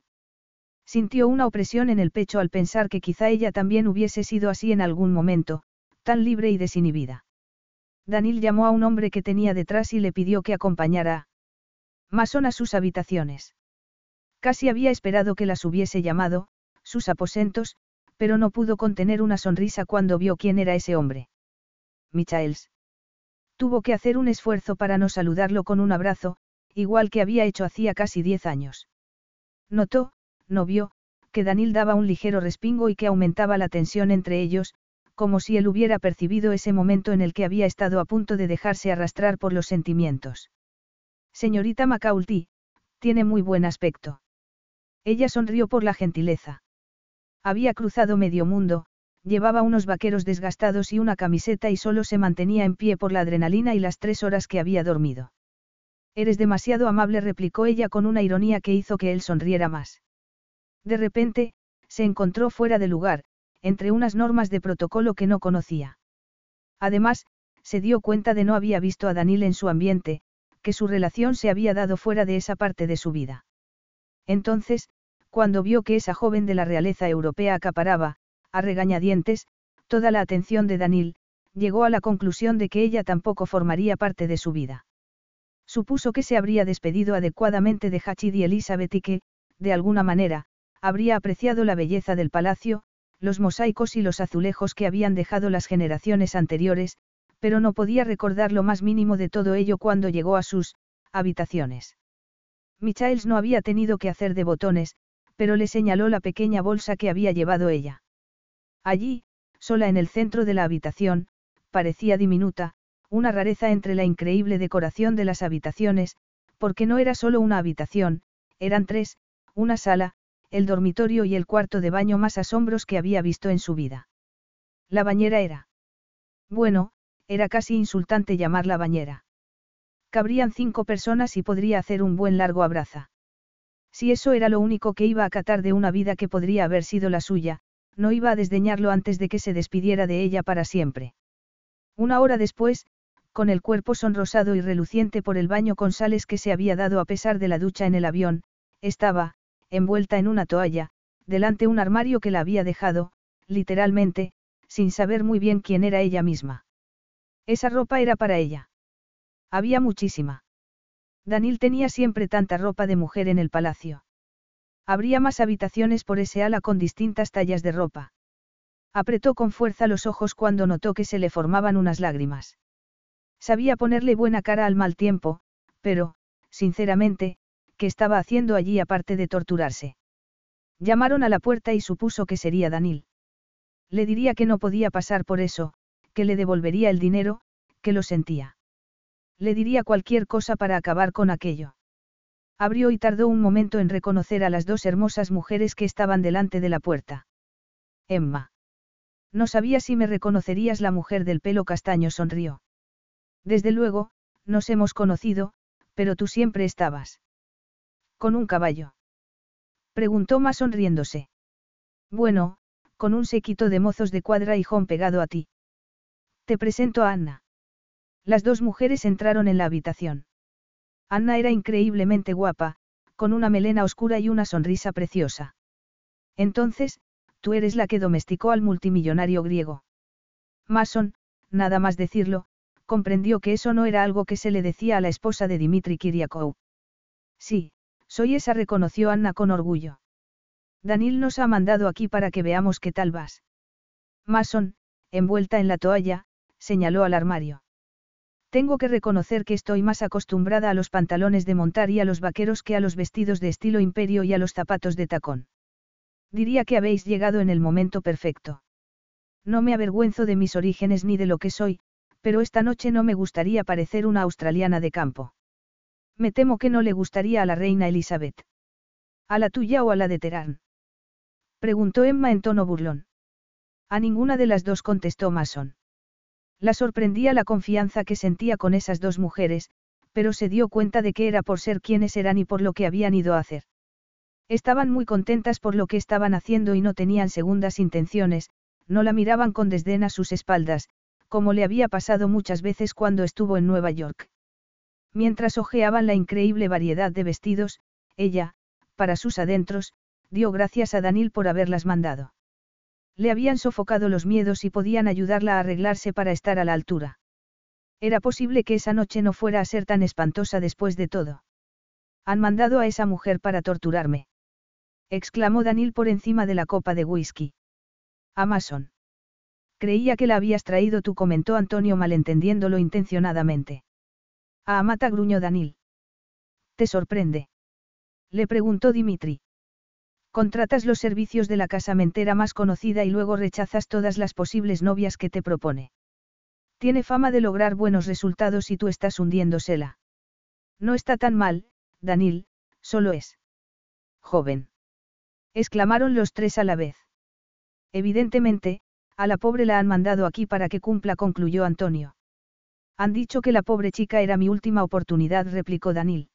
Sintió una opresión en el pecho al pensar que quizá ella también hubiese sido así en algún momento, tan libre y desinhibida. Daniel llamó a un hombre que tenía detrás y le pidió que acompañara a Mason a sus habitaciones. Casi había esperado que las hubiese llamado, sus aposentos, pero no pudo contener una sonrisa cuando vio quién era ese hombre. Michaels. Tuvo que hacer un esfuerzo para no saludarlo con un abrazo, igual que había hecho hacía casi diez años. Notó, no vio, que Daniel daba un ligero respingo y que aumentaba la tensión entre ellos, como si él hubiera percibido ese momento en el que había estado a punto de dejarse arrastrar por los sentimientos. Señorita Macaulty, tiene muy buen aspecto. Ella sonrió por la gentileza. Había cruzado medio mundo, llevaba unos vaqueros desgastados y una camiseta y solo se mantenía en pie por la adrenalina y las tres horas que había dormido. Eres demasiado amable, replicó ella con una ironía que hizo que él sonriera más. De repente, se encontró fuera de lugar, entre unas normas de protocolo que no conocía. Además, se dio cuenta de no había visto a Daniel en su ambiente, que su relación se había dado fuera de esa parte de su vida. Entonces, cuando vio que esa joven de la realeza europea acaparaba, a regañadientes, toda la atención de Daniel, llegó a la conclusión de que ella tampoco formaría parte de su vida. Supuso que se habría despedido adecuadamente de Hachid y Elizabeth y que, de alguna manera, habría apreciado la belleza del palacio, los mosaicos y los azulejos que habían dejado las generaciones anteriores, pero no podía recordar lo más mínimo de todo ello cuando llegó a sus habitaciones. Michaels no había tenido que hacer de botones, pero le señaló la pequeña bolsa que había llevado ella. Allí, sola en el centro de la habitación, parecía diminuta, una rareza entre la increíble decoración de las habitaciones, porque no era solo una habitación, eran tres, una sala, el dormitorio y el cuarto de baño más asombros que había visto en su vida. La bañera era. Bueno, era casi insultante llamarla bañera. Cabrían cinco personas y podría hacer un buen largo abraza. Si eso era lo único que iba a catar de una vida que podría haber sido la suya, no iba a desdeñarlo antes de que se despidiera de ella para siempre. Una hora después, con el cuerpo sonrosado y reluciente por el baño con sales que se había dado a pesar de la ducha en el avión, estaba, envuelta en una toalla, delante un armario que la había dejado, literalmente, sin saber muy bien quién era ella misma. Esa ropa era para ella. Había muchísima. Daniel tenía siempre tanta ropa de mujer en el palacio. Habría más habitaciones por ese ala con distintas tallas de ropa. Apretó con fuerza los ojos cuando notó que se le formaban unas lágrimas. Sabía ponerle buena cara al mal tiempo, pero, sinceramente, ¿qué estaba haciendo allí aparte de torturarse? Llamaron a la puerta y supuso que sería Daniel. Le diría que no podía pasar por eso, que le devolvería el dinero, que lo sentía. Le diría cualquier cosa para acabar con aquello. Abrió y tardó un momento en reconocer a las dos hermosas mujeres que estaban delante de la puerta. Emma. No sabía si me reconocerías. La mujer del pelo castaño sonrió. Desde luego, nos hemos conocido, pero tú siempre estabas. ¿Con un caballo? Preguntó Mason riéndose. Bueno, con un séquito de mozos de cuadra y John pegado a ti. Te presento a Anna. Las dos mujeres entraron en la habitación. Anna era increíblemente guapa, con una melena oscura y una sonrisa preciosa. Entonces, tú eres la que domesticó al multimillonario griego. Mason, nada más decirlo, comprendió que eso no era algo que se le decía a la esposa de Dmitri Kiriakou. Sí, soy esa, reconoció Anna con orgullo. Daniel nos ha mandado aquí para que veamos qué tal vas. Mason, envuelta en la toalla, señaló al armario. Tengo que reconocer que estoy más acostumbrada a los pantalones de montar y a los vaqueros que a los vestidos de estilo imperio y a los zapatos de tacón. Diría que habéis llegado en el momento perfecto. No me avergüenzo de mis orígenes ni de lo que soy, pero esta noche no me gustaría parecer una australiana de campo. Me temo que no le gustaría a la reina Elizabeth. ¿A la tuya o a la de Terán? Preguntó Emma en tono burlón. A ninguna de las dos, contestó Mason. La sorprendía la confianza que sentía con esas dos mujeres, pero se dio cuenta de que era por ser quienes eran y por lo que habían ido a hacer. Estaban muy contentas por lo que estaban haciendo y no tenían segundas intenciones, no la miraban con desdén a sus espaldas, como le había pasado muchas veces cuando estuvo en Nueva York. Mientras hojeaban la increíble variedad de vestidos, ella, para sus adentros, dio gracias a Daniel por haberlas mandado. Le habían sofocado los miedos y podían ayudarla a arreglarse para estar a la altura. Era posible que esa noche no fuera a ser tan espantosa después de todo. Han mandado a esa mujer para torturarme, exclamó Daniel por encima de la copa de whisky. A Mason. Creía que la habías traído tú, comentó Antonio malentendiéndolo intencionadamente. A Amata, gruñó Daniel. ¿Te sorprende? Le preguntó Dimitri. Contratas los servicios de la casamentera más conocida y luego rechazas todas las posibles novias que te propone. Tiene fama de lograr buenos resultados y tú estás hundiéndosela. No está tan mal, Daniel, solo es joven. Exclamaron los tres a la vez. Evidentemente, a la pobre la han mandado aquí para que cumpla, concluyó Antonio. Han dicho que la pobre chica era mi última oportunidad, replicó Daniel.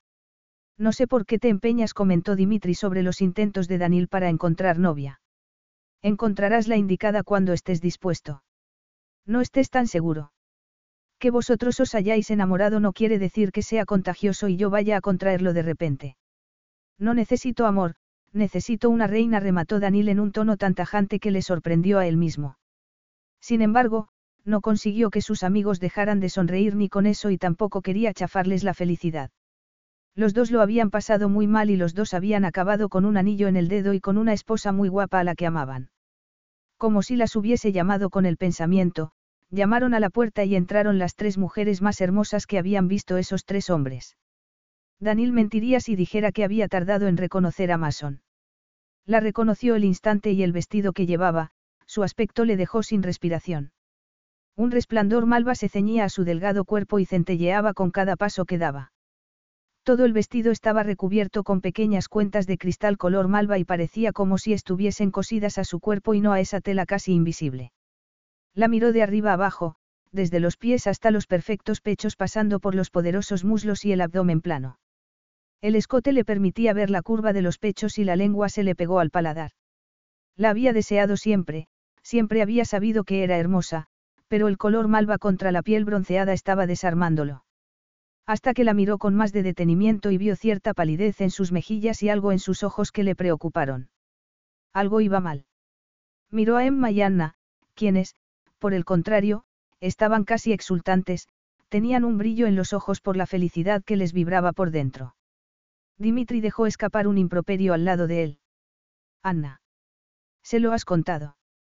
No sé por qué te empeñas, comentó Dimitri sobre los intentos de Daniel para encontrar novia. Encontrarás la indicada cuando estés dispuesto. No estés tan seguro. Que vosotros os hayáis enamorado no quiere decir que sea contagioso y yo vaya a contraerlo de repente. No necesito amor, necesito una reina, remató Daniel en un tono tan tajante que le sorprendió a él mismo. Sin embargo, no consiguió que sus amigos dejaran de sonreír ni con eso y tampoco quería chafarles la felicidad. Los dos lo habían pasado muy mal y los dos habían acabado con un anillo en el dedo y con una esposa muy guapa a la que amaban. Como si las hubiese llamado con el pensamiento, llamaron a la puerta y entraron las tres mujeres más hermosas que habían visto esos tres hombres. Daniel mentiría si dijera que había tardado en reconocer a Mason. La reconoció el instante y el vestido que llevaba, su aspecto le dejó sin respiración. Un resplandor malva se ceñía a su delgado cuerpo y centelleaba con cada paso que daba. Todo el vestido estaba recubierto con pequeñas cuentas de cristal color malva y parecía como si estuviesen cosidas a su cuerpo y no a esa tela casi invisible. La miró de arriba abajo, desde los pies hasta los perfectos pechos pasando por los poderosos muslos y el abdomen plano. El escote le permitía ver la curva de los pechos y la lengua se le pegó al paladar. La había deseado siempre, siempre había sabido que era hermosa, pero el color malva contra la piel bronceada estaba desarmándolo. Hasta que la miró con más de detenimiento y vio cierta palidez en sus mejillas y algo en sus ojos que le preocuparon. Algo iba mal. Miró a Emma y Anna, quienes, por el contrario, estaban casi exultantes, tenían un brillo en los ojos por la felicidad que les vibraba por dentro. Dimitri dejó escapar un improperio al lado de él. Anna. ¿Se lo has contado?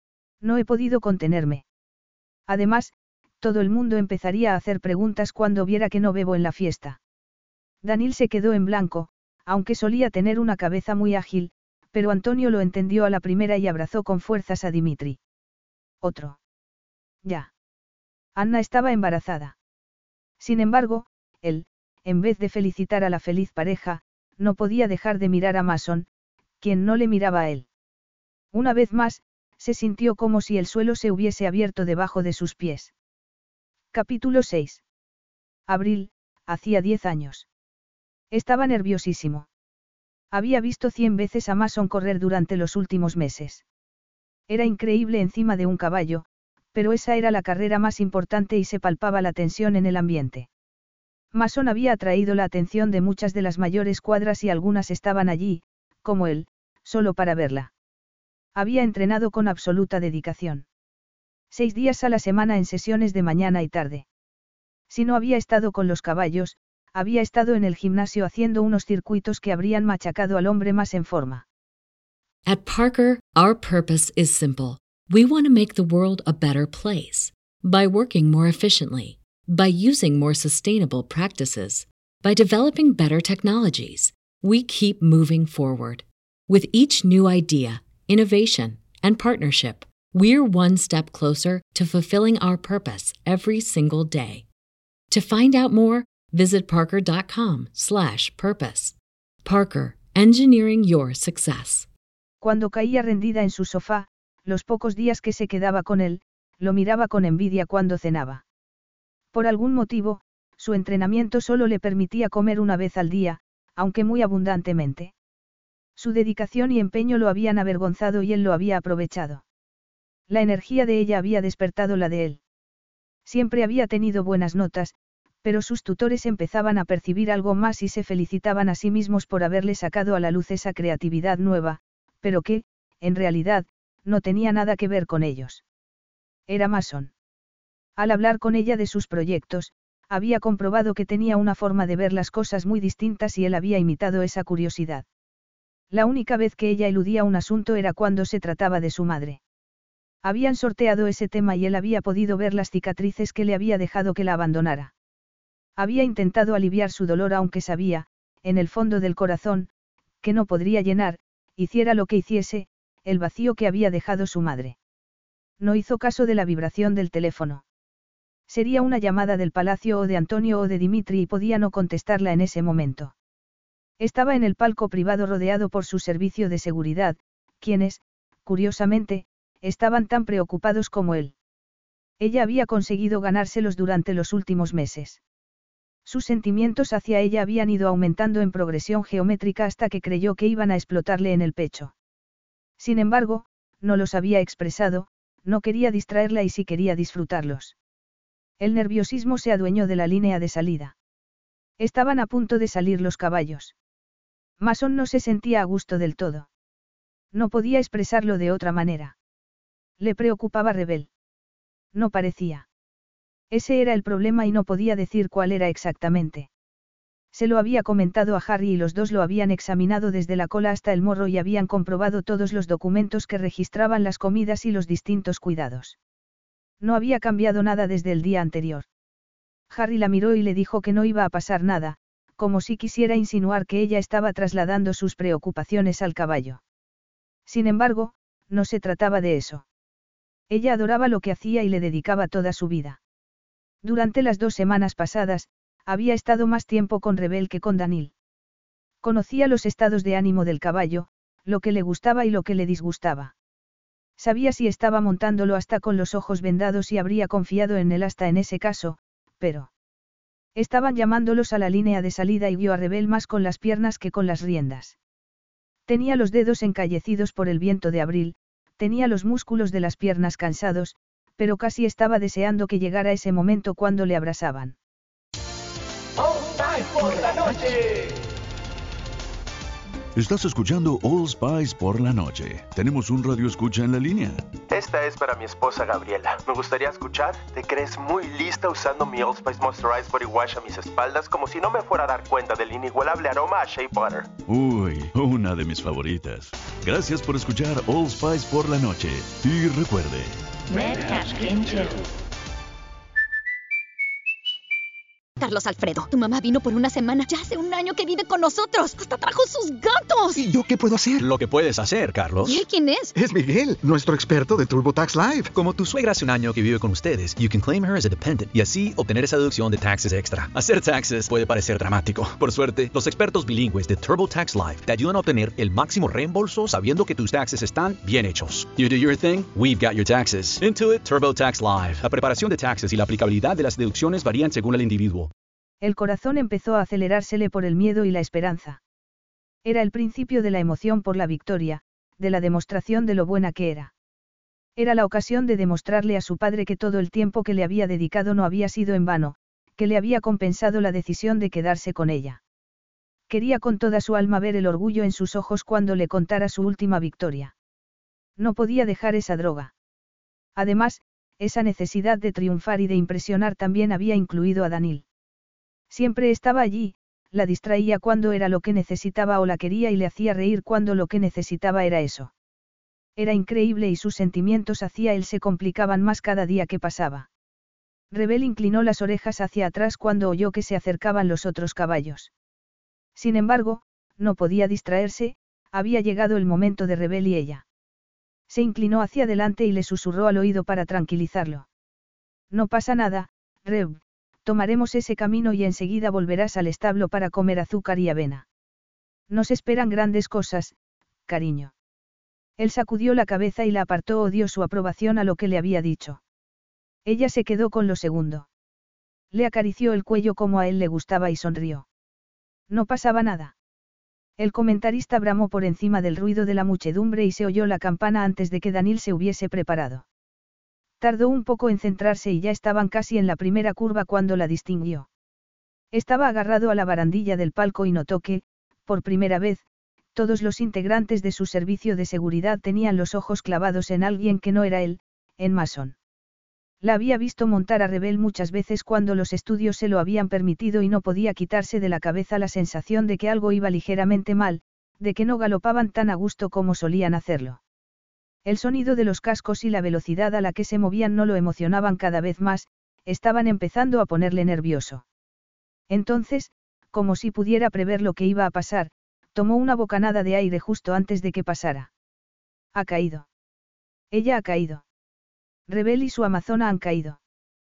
No he podido contenerme. Además, todo el mundo empezaría a hacer preguntas cuando viera que no bebo en la fiesta. Daniel se quedó en blanco, aunque solía tener una cabeza muy ágil, pero Antonio lo entendió a la primera y abrazó con fuerzas a Dimitri. Otro. Ya. Anna estaba embarazada. Sin embargo, él, en vez de felicitar a la feliz pareja, no podía dejar de mirar a Mason, quien no le miraba a él. Una vez más, se sintió como si el suelo se hubiese abierto debajo de sus pies. Capítulo seis. Abril, hacía diez años. Estaba nerviosísimo. Había visto cien veces a Mason correr durante los últimos meses. Era increíble encima de un caballo, pero esa era la carrera más importante y se palpaba la tensión en el ambiente. Mason había atraído la atención de muchas de las mayores cuadras y algunas estaban allí, como él, solo para verla. Había entrenado con absoluta dedicación. Seis días a la semana en sesiones de mañana y tarde. Si no había estado con los caballos, había estado en el gimnasio haciendo unos circuitos que habrían machacado al hombre más en forma. At Parker, our purpose is simple. We want to make the world a better place. By working more efficiently, by using more sustainable practices, by developing better technologies, we keep moving forward. With each new idea, innovation, and partnership, we're one step closer to fulfilling our purpose every single day. To find out more, visit parker.com slash purpose. Parker, engineering your success. Cuando caía rendida en su sofá, los pocos días que se quedaba con él, lo miraba con envidia cuando cenaba. Por algún motivo, su entrenamiento solo le permitía comer una vez al día, aunque muy abundantemente. Su dedicación y empeño lo habían avergonzado y él lo había aprovechado. La energía de ella había despertado la de él. Siempre había tenido buenas notas, pero sus tutores empezaban a percibir algo más y se felicitaban a sí mismos por haberle sacado a la luz esa creatividad nueva, pero que, en realidad, no tenía nada que ver con ellos. Era Mason. Al hablar con ella de sus proyectos, había comprobado que tenía una forma de ver las cosas muy distintas y él había imitado esa curiosidad. La única vez que ella eludía un asunto era cuando se trataba de su madre. Habían sorteado ese tema y él había podido ver las cicatrices que le había dejado que la abandonara. Había intentado aliviar su dolor aunque sabía, en el fondo del corazón, que no podría llenar, hiciera lo que hiciese, el vacío que había dejado su madre. No hizo caso de la vibración del teléfono. Sería una llamada del palacio o de Antonio o de Dimitri y podía no contestarla en ese momento. Estaba en el palco privado rodeado por su servicio de seguridad, quienes, curiosamente, estaban tan preocupados como él. Ella había conseguido ganárselos durante los últimos meses. Sus sentimientos hacia ella habían ido aumentando en progresión geométrica hasta que creyó que iban a explotarle en el pecho. Sin embargo, no los había expresado, no quería distraerla y sí quería disfrutarlos. El nerviosismo se adueñó de la línea de salida. Estaban a punto de salir los caballos. Mason no se sentía a gusto del todo. No podía expresarlo de otra manera. Le preocupaba Rebel. No parecía. Ese era el problema y no podía decir cuál era exactamente. Se lo había comentado a Harry y los dos lo habían examinado desde la cola hasta el morro y habían comprobado todos los documentos que registraban las comidas y los distintos cuidados. No había cambiado nada desde el día anterior. Harry la miró y le dijo que no iba a pasar nada, como si quisiera insinuar que ella estaba trasladando sus preocupaciones al caballo. Sin embargo, no se trataba de eso. Ella adoraba lo que hacía y le dedicaba toda su vida. Durante las dos semanas pasadas, había estado más tiempo con Rebel que con Daniel. Conocía los estados de ánimo del caballo, lo que le gustaba y lo que le disgustaba. Sabía si estaba montándolo hasta con los ojos vendados y habría confiado en él hasta en ese caso, pero... Estaban llamándolos a la línea de salida y guió a Rebel más con las piernas que con las riendas. Tenía los dedos encallecidos por el viento de abril, tenía los músculos de las piernas cansados, pero casi estaba deseando que llegara ese momento cuando le abrazaban. Old Spice por la noche. Estás escuchando Old Spice por la noche. Tenemos un radio escucha en la línea. Esta es para mi esposa Gabriela. Me gustaría escuchar. ¿Te crees muy lista usando mi Old Spice Moisturized Body Wash a mis espaldas como si no me fuera a dar cuenta del inigualable aroma a Shea Butter? Uy, una de mis favoritas. Gracias por escuchar Old Spice por la noche. Y recuerde... Red Cashkin two. Carlos Alfredo, tu mamá vino por una semana. Ya hace un año que vive con nosotros. Hasta trajo sus gatos. ¿Y yo qué puedo hacer? Lo que puedes hacer, Carlos. ¿Y él quién es? Es Miguel, nuestro experto de TurboTax Live. Como tu suegra hace un año que vive con ustedes, you can claim her as a dependent y así obtener esa deducción de taxes extra. Hacer taxes puede parecer dramático. Por suerte, los expertos bilingües de TurboTax Live te ayudan a obtener el máximo reembolso sabiendo que tus taxes están bien hechos. You do your thing, we've got your taxes. Intuit TurboTax Live. La preparación de taxes y la aplicabilidad de las deducciones varían según el individuo. El corazón empezó a acelerársele por el miedo y la esperanza. Era el principio de la emoción por la victoria, de la demostración de lo buena que era. Era la ocasión de demostrarle a su padre que todo el tiempo que le había dedicado no había sido en vano, que le había compensado la decisión de quedarse con ella. Quería con toda su alma ver el orgullo en sus ojos cuando le contara su última victoria. No podía dejar esa droga. Además, esa necesidad de triunfar y de impresionar también había incluido a Daniel. Siempre estaba allí, la distraía cuando era lo que necesitaba o la quería y le hacía reír cuando lo que necesitaba era eso. Era increíble y sus sentimientos hacia él se complicaban más cada día que pasaba. Rebel inclinó las orejas hacia atrás cuando oyó que se acercaban los otros caballos. Sin embargo, no podía distraerse, había llegado el momento de Rebel y ella. Se inclinó hacia adelante y le susurró al oído para tranquilizarlo. No pasa nada, Reb. Tomaremos ese camino y enseguida volverás al establo para comer azúcar y avena. Nos esperan grandes cosas, cariño. Él sacudió la cabeza y la apartó o dio su aprobación a lo que le había dicho. Ella se quedó con lo segundo. Le acarició el cuello como a él le gustaba y sonrió. No pasaba nada. El comentarista bramó por encima del ruido de la muchedumbre y se oyó la campana antes de que Daniel se hubiese preparado. Tardó un poco en centrarse y ya estaban casi en la primera curva cuando la distinguió. Estaba agarrado a la barandilla del palco y notó que, por primera vez, todos los integrantes de su servicio de seguridad tenían los ojos clavados en alguien que no era él, en Mason. La había visto montar a Rebel muchas veces cuando los estudios se lo habían permitido y no podía quitarse de la cabeza la sensación de que algo iba ligeramente mal, de que no galopaban tan a gusto como solían hacerlo. El sonido de los cascos y la velocidad a la que se movían no lo emocionaban cada vez más, estaban empezando a ponerle nervioso. Entonces, como si pudiera prever lo que iba a pasar, tomó una bocanada de aire justo antes de que pasara. Ha caído. Ella ha caído. Rebel y su amazona han caído.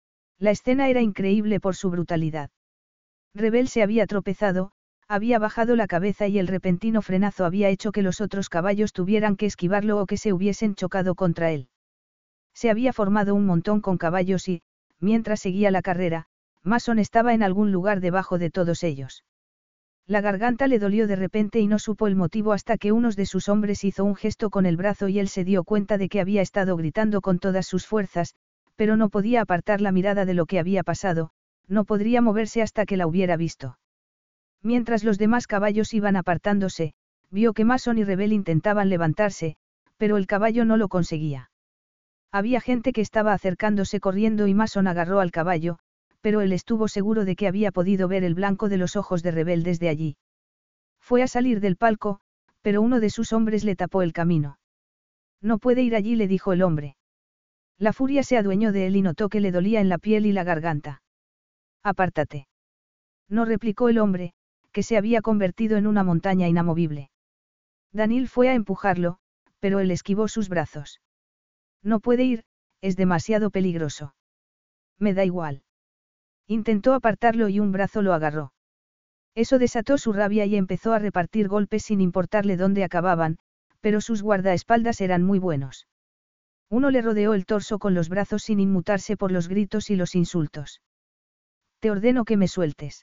La escena era increíble por su brutalidad. Rebel se había tropezado, había bajado la cabeza y el repentino frenazo había hecho que los otros caballos tuvieran que esquivarlo o que se hubiesen chocado contra él. Se había formado un montón con caballos y, mientras seguía la carrera, Mason estaba en algún lugar debajo de todos ellos. La garganta le dolió de repente y no supo el motivo hasta que uno de sus hombres hizo un gesto con el brazo y él se dio cuenta de que había estado gritando con todas sus fuerzas, pero no podía apartar la mirada de lo que había pasado, no podría moverse hasta que la hubiera visto. Mientras los demás caballos iban apartándose, vio que Mason y Rebel intentaban levantarse, pero el caballo no lo conseguía. Había gente que estaba acercándose corriendo y Mason agarró al caballo, pero él estuvo seguro de que había podido ver el blanco de los ojos de Rebel desde allí. Fue a salir del palco, pero uno de sus hombres le tapó el camino. No puede ir allí, le dijo el hombre. La furia se adueñó de él y notó que le dolía en la piel y la garganta. Apártate. No, replicó el hombre, que se había convertido en una montaña inamovible. Daniel fue a empujarlo, pero él esquivó sus brazos. No puede ir, es demasiado peligroso. Me da igual. Intentó apartarlo y un brazo lo agarró. Eso desató su rabia y empezó a repartir golpes sin importarle dónde acababan, pero sus guardaespaldas eran muy buenos. Uno le rodeó el torso con los brazos sin inmutarse por los gritos y los insultos. Te ordeno que me sueltes.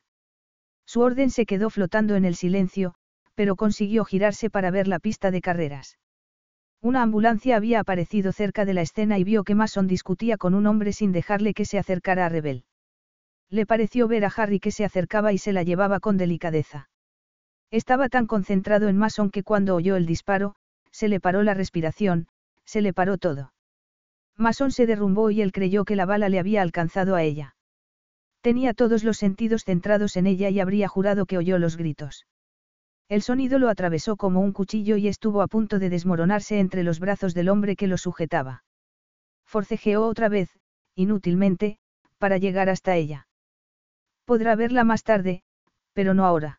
Su orden se quedó flotando en el silencio, pero consiguió girarse para ver la pista de carreras. Una ambulancia había aparecido cerca de la escena y vio que Mason discutía con un hombre sin dejarle que se acercara a Rebel. Le pareció ver a Harry que se acercaba y se la llevaba con delicadeza. Estaba tan concentrado en Mason que cuando oyó el disparo, se le paró la respiración, se le paró todo. Mason se derrumbó y él creyó que la bala le había alcanzado a ella. Tenía todos los sentidos centrados en ella y habría jurado que oyó los gritos. El sonido lo atravesó como un cuchillo y estuvo a punto de desmoronarse entre los brazos del hombre que lo sujetaba. Forcejeó otra vez, inútilmente, para llegar hasta ella. Podrá verla más tarde, pero no ahora.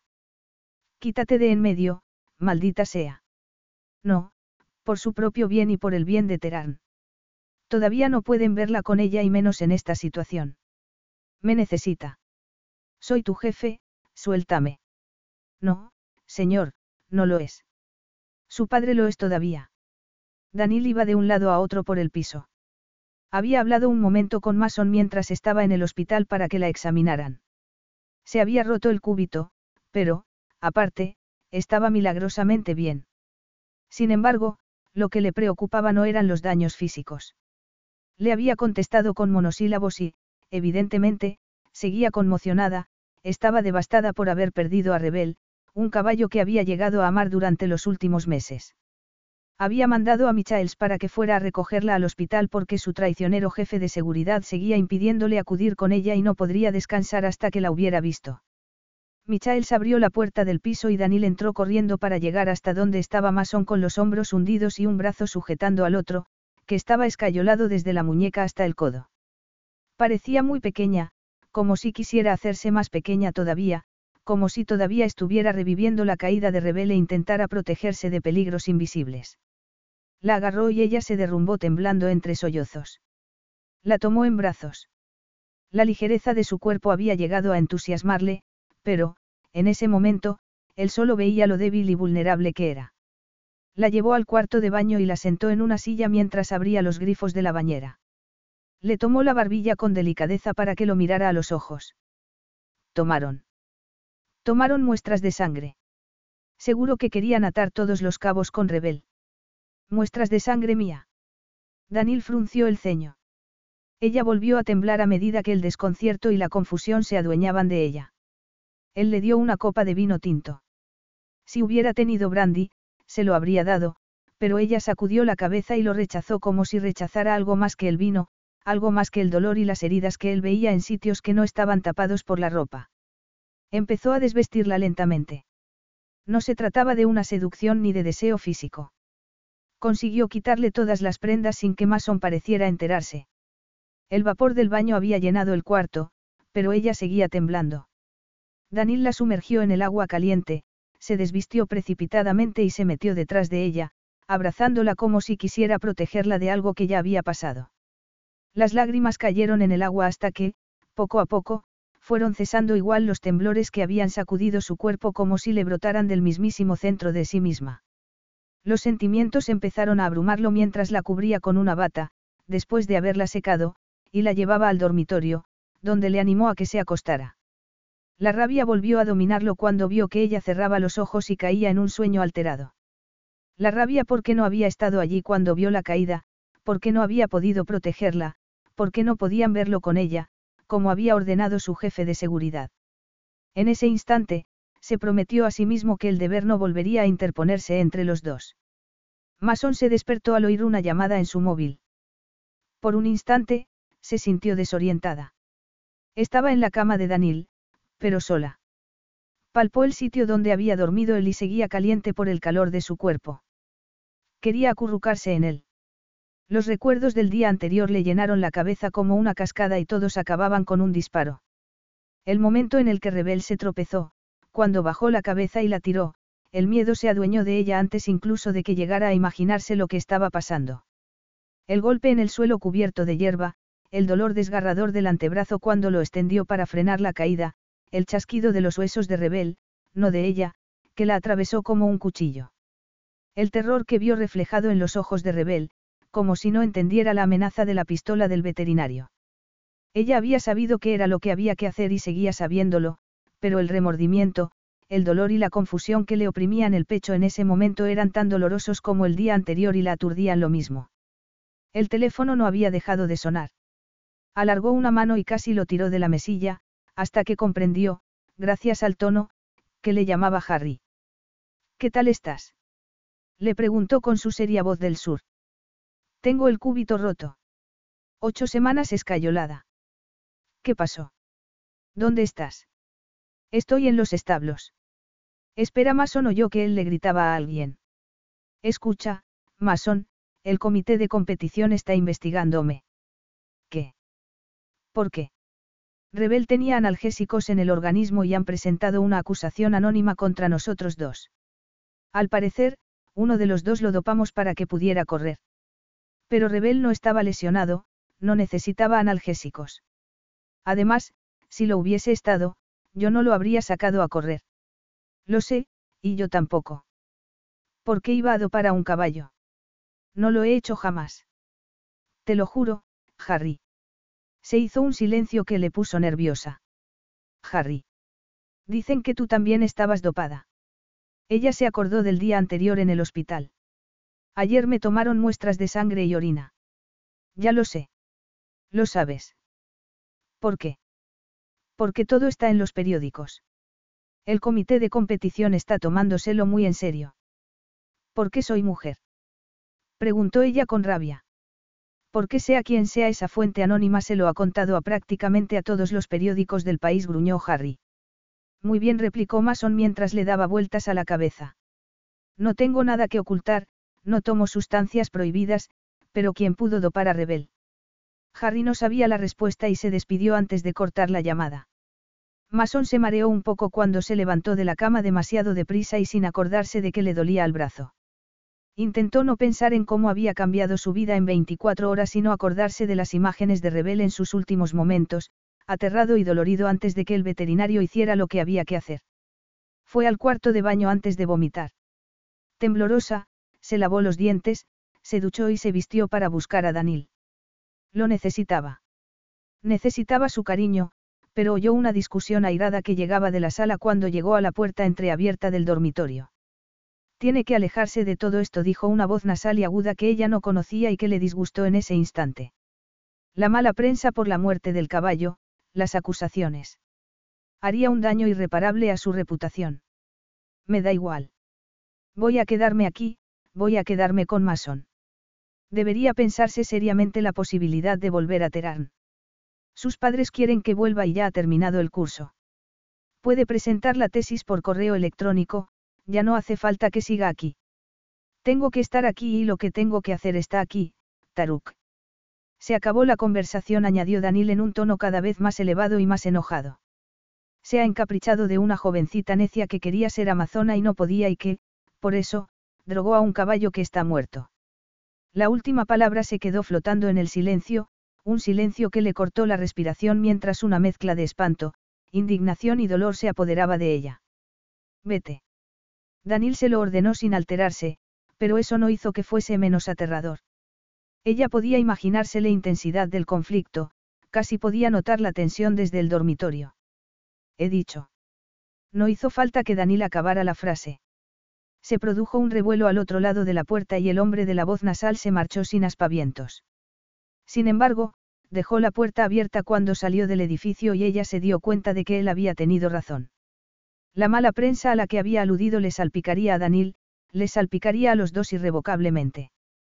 Quítate de en medio, maldita sea. No, por su propio bien y por el bien de Terán. Todavía no pueden verla con ella y menos en esta situación. Me necesita. Soy tu jefe, suéltame. No, señor, no lo es. Su padre lo es todavía. Daniel iba de un lado a otro por el piso. Había hablado un momento con Mason mientras estaba en el hospital para que la examinaran. Se había roto el cúbito, pero, aparte, estaba milagrosamente bien. Sin embargo, lo que le preocupaba no eran los daños físicos. Le había contestado con monosílabos y, evidentemente, seguía conmocionada, estaba devastada por haber perdido a Rebel, un caballo que había llegado a amar durante los últimos meses. Había mandado a Michaels para que fuera a recogerla al hospital porque su traicionero jefe de seguridad seguía impidiéndole acudir con ella y no podría descansar hasta que la hubiera visto. Michaels abrió la puerta del piso y Daniel entró corriendo para llegar hasta donde estaba Mason con los hombros hundidos y un brazo sujetando al otro, que estaba escayolado desde la muñeca hasta el codo. Parecía muy pequeña, como si quisiera hacerse más pequeña todavía, como si todavía estuviera reviviendo la caída de Rebel e intentara protegerse de peligros invisibles. La agarró y ella se derrumbó temblando entre sollozos. La tomó en brazos. La ligereza de su cuerpo había llegado a entusiasmarle, pero, en ese momento, él solo veía lo débil y vulnerable que era. La llevó al cuarto de baño y la sentó en una silla mientras abría los grifos de la bañera. Le tomó la barbilla con delicadeza para que lo mirara a los ojos. Tomaron. Tomaron muestras de sangre. Seguro que querían atar todos los cabos con Rebel. Muestras de sangre mía. Daniel frunció el ceño. Ella volvió a temblar a medida que el desconcierto y la confusión se adueñaban de ella. Él le dio una copa de vino tinto. Si hubiera tenido brandy, se lo habría dado, pero ella sacudió la cabeza y lo rechazó como si rechazara algo más que el vino, algo más que el dolor y las heridas que él veía en sitios que no estaban tapados por la ropa. Empezó a desvestirla lentamente. No se trataba de una seducción ni de deseo físico. Consiguió quitarle todas las prendas sin que Mason pareciera enterarse. El vapor del baño había llenado el cuarto, pero ella seguía temblando. Daniel la sumergió en el agua caliente, se desvistió precipitadamente y se metió detrás de ella, abrazándola como si quisiera protegerla de algo que ya había pasado. Las lágrimas cayeron en el agua hasta que, poco a poco, fueron cesando igual los temblores que habían sacudido su cuerpo como si le brotaran del mismísimo centro de sí misma. Los sentimientos empezaron a abrumarlo mientras la cubría con una bata, después de haberla secado, y la llevaba al dormitorio, donde le animó a que se acostara. La rabia volvió a dominarlo cuando vio que ella cerraba los ojos y caía en un sueño alterado. La rabia porque no había estado allí cuando vio la caída, porque no había podido protegerla, porque no podían verlo con ella, como había ordenado su jefe de seguridad. En ese instante, se prometió a sí mismo que el deber no volvería a interponerse entre los dos. Mason se despertó al oír una llamada en su móvil. Por un instante, se sintió desorientada. Estaba en la cama de Daniel, pero sola. Palpó el sitio donde había dormido él y seguía caliente por el calor de su cuerpo. Quería acurrucarse en él. Los recuerdos del día anterior le llenaron la cabeza como una cascada y todos acababan con un disparo. El momento en el que Rebel se tropezó, cuando bajó la cabeza y la tiró, el miedo se adueñó de ella antes incluso de que llegara a imaginarse lo que estaba pasando. El golpe en el suelo cubierto de hierba, el dolor desgarrador del antebrazo cuando lo extendió para frenar la caída, el chasquido de los huesos de Rebel, no de ella, que la atravesó como un cuchillo. El terror que vio reflejado en los ojos de Rebel, como si no entendiera la amenaza de la pistola del veterinario. Ella había sabido qué era lo que había que hacer y seguía sabiéndolo, pero el remordimiento, el dolor y la confusión que le oprimían el pecho en ese momento eran tan dolorosos como el día anterior y la aturdían lo mismo. El teléfono no había dejado de sonar. Alargó una mano y casi lo tiró de la mesilla, hasta que comprendió, gracias al tono, que le llamaba Harry. ¿Qué tal estás? Le preguntó con su seria voz del sur. Tengo el cúbito roto. Ocho semanas escayolada. ¿Qué pasó? ¿Dónde estás? Estoy en los establos. Espera, Mason, oyó que él le gritaba a alguien. Escucha, Mason, el comité de competición está investigándome. ¿Qué? ¿Por qué? Rebel tenía analgésicos en el organismo y han presentado una acusación anónima contra nosotros dos. Al parecer, uno de los dos lo dopamos para que pudiera correr. Pero Rebel no estaba lesionado, no necesitaba analgésicos. Además, si lo hubiese estado, yo no lo habría sacado a correr. Lo sé, y yo tampoco. ¿Por qué iba a dopar a un caballo? No lo he hecho jamás. Te lo juro, Harry. Se hizo un silencio que le puso nerviosa. Harry. Dicen que tú también estabas dopada. Ella se acordó del día anterior en el hospital. Ayer me tomaron muestras de sangre y orina. Ya lo sé. Lo sabes. ¿Por qué? Porque todo está en los periódicos. El comité de competición está tomándoselo muy en serio. ¿Por qué soy mujer? Preguntó ella con rabia. Porque sea quien sea esa fuente anónima se lo ha contado a prácticamente a todos los periódicos del país, gruñó Harry. Muy bien, replicó Mason mientras le daba vueltas a la cabeza. No tengo nada que ocultar, no tomo sustancias prohibidas, pero ¿quién pudo dopar a Rebel? Harry no sabía la respuesta y se despidió antes de cortar la llamada. Mason se mareó un poco cuando se levantó de la cama demasiado deprisa y sin acordarse de que le dolía el brazo. Intentó no pensar en cómo había cambiado su vida en veinticuatro horas y no acordarse de las imágenes de Rebel en sus últimos momentos, aterrado y dolorido antes de que el veterinario hiciera lo que había que hacer. Fue al cuarto de baño antes de vomitar. Temblorosa, se lavó los dientes, se duchó y se vistió para buscar a Daniel. Lo necesitaba. Necesitaba su cariño, pero oyó una discusión airada que llegaba de la sala cuando llegó a la puerta entreabierta del dormitorio. Tiene que alejarse de todo esto, dijo una voz nasal y aguda que ella no conocía y que le disgustó en ese instante. La mala prensa por la muerte del caballo, las acusaciones. Haría un daño irreparable a su reputación. Me da igual. Voy a quedarme aquí, voy a quedarme con Mason. Debería pensarse seriamente la posibilidad de volver a Teherán. Sus padres quieren que vuelva y ya ha terminado el curso. Puede presentar la tesis por correo electrónico, ya no hace falta que siga aquí. Tengo que estar aquí y lo que tengo que hacer está aquí, Taruk. Se acabó la conversación, añadió Daniel en un tono cada vez más elevado y más enojado. Se ha encaprichado de una jovencita necia que quería ser amazona y no podía y que, por eso, drogó a un caballo que está muerto. La última palabra se quedó flotando en el silencio, un silencio que le cortó la respiración mientras una mezcla de espanto, indignación y dolor se apoderaba de ella. Vete. Daniel se lo ordenó sin alterarse, pero eso no hizo que fuese menos aterrador. Ella podía imaginarse la intensidad del conflicto, casi podía notar la tensión desde el dormitorio. He dicho. No hizo falta que Daniel acabara la frase. Se produjo un revuelo al otro lado de la puerta y el hombre de la voz nasal se marchó sin aspavientos. Sin embargo, dejó la puerta abierta cuando salió del edificio y ella se dio cuenta de que él había tenido razón. La mala prensa a la que había aludido le salpicaría a Daniel, le salpicaría a los dos irrevocablemente.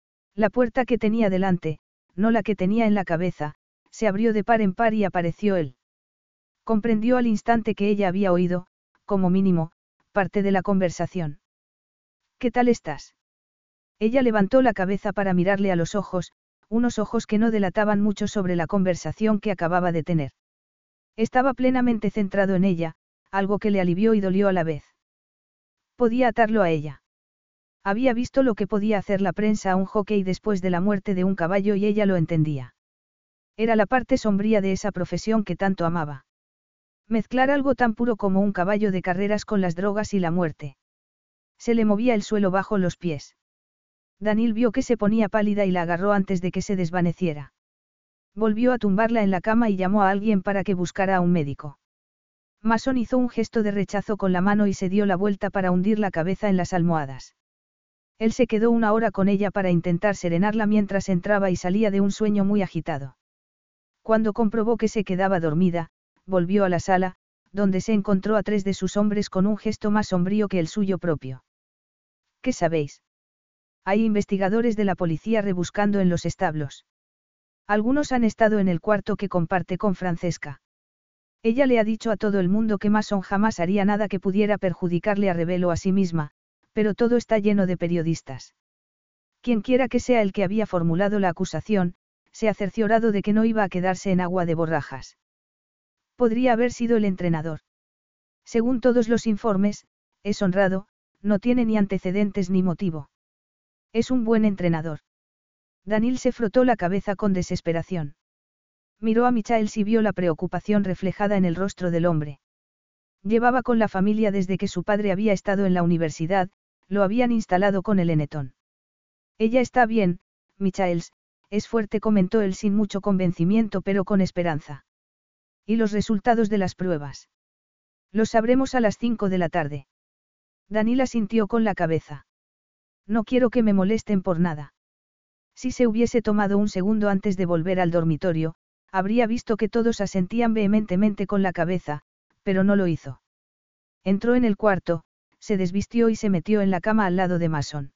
La puerta que tenía delante, no la que tenía en la cabeza, se abrió de par en par y apareció él. Comprendió al instante que ella había oído, como mínimo, parte de la conversación. ¿Qué tal estás? Ella levantó la cabeza para mirarle a los ojos, unos ojos que no delataban mucho sobre la conversación que acababa de tener. Estaba plenamente centrado en ella, algo que le alivió y dolió a la vez. Podía atarlo a ella. Había visto lo que podía hacer la prensa a un jockey después de la muerte de un caballo y ella lo entendía. Era la parte sombría de esa profesión que tanto amaba. Mezclar algo tan puro como un caballo de carreras con las drogas y la muerte. Se le movía el suelo bajo los pies. Daniel vio que se ponía pálida y la agarró antes de que se desvaneciera. Volvió a tumbarla en la cama y llamó a alguien para que buscara a un médico. Mason hizo un gesto de rechazo con la mano y se dio la vuelta para hundir la cabeza en las almohadas. Él se quedó una hora con ella para intentar serenarla mientras entraba y salía de un sueño muy agitado. Cuando comprobó que se quedaba dormida, volvió a la sala, donde se encontró a tres de sus hombres con un gesto más sombrío que el suyo propio. ¿Qué sabéis? Hay investigadores de la policía rebuscando en los establos. Algunos han estado en el cuarto que comparte con Francesca. Ella le ha dicho a todo el mundo que Mason jamás haría nada que pudiera perjudicarle a Rebel o a sí misma, pero todo está lleno de periodistas. Quienquiera que sea el que había formulado la acusación, se ha cerciorado de que no iba a quedarse en agua de borrajas. Podría haber sido el entrenador. Según todos los informes, es honrado, no tiene ni antecedentes ni motivo. Es un buen entrenador. Daniel se frotó la cabeza con desesperación. Miró a Michaels y vio la preocupación reflejada en el rostro del hombre. Llevaba con la familia desde que su padre había estado en la universidad, lo habían instalado con el Eneton. Ella está bien, Michaels, es fuerte, comentó él sin mucho convencimiento pero con esperanza. ¿Y los resultados de las pruebas? Los sabremos a las cinco de la tarde. Daniel asintió con la cabeza. No quiero que me molesten por nada. Si se hubiese tomado un segundo antes de volver al dormitorio, habría visto que todos asentían vehementemente con la cabeza, pero no lo hizo. Entró en el cuarto, se desvistió y se metió en la cama al lado de Mason.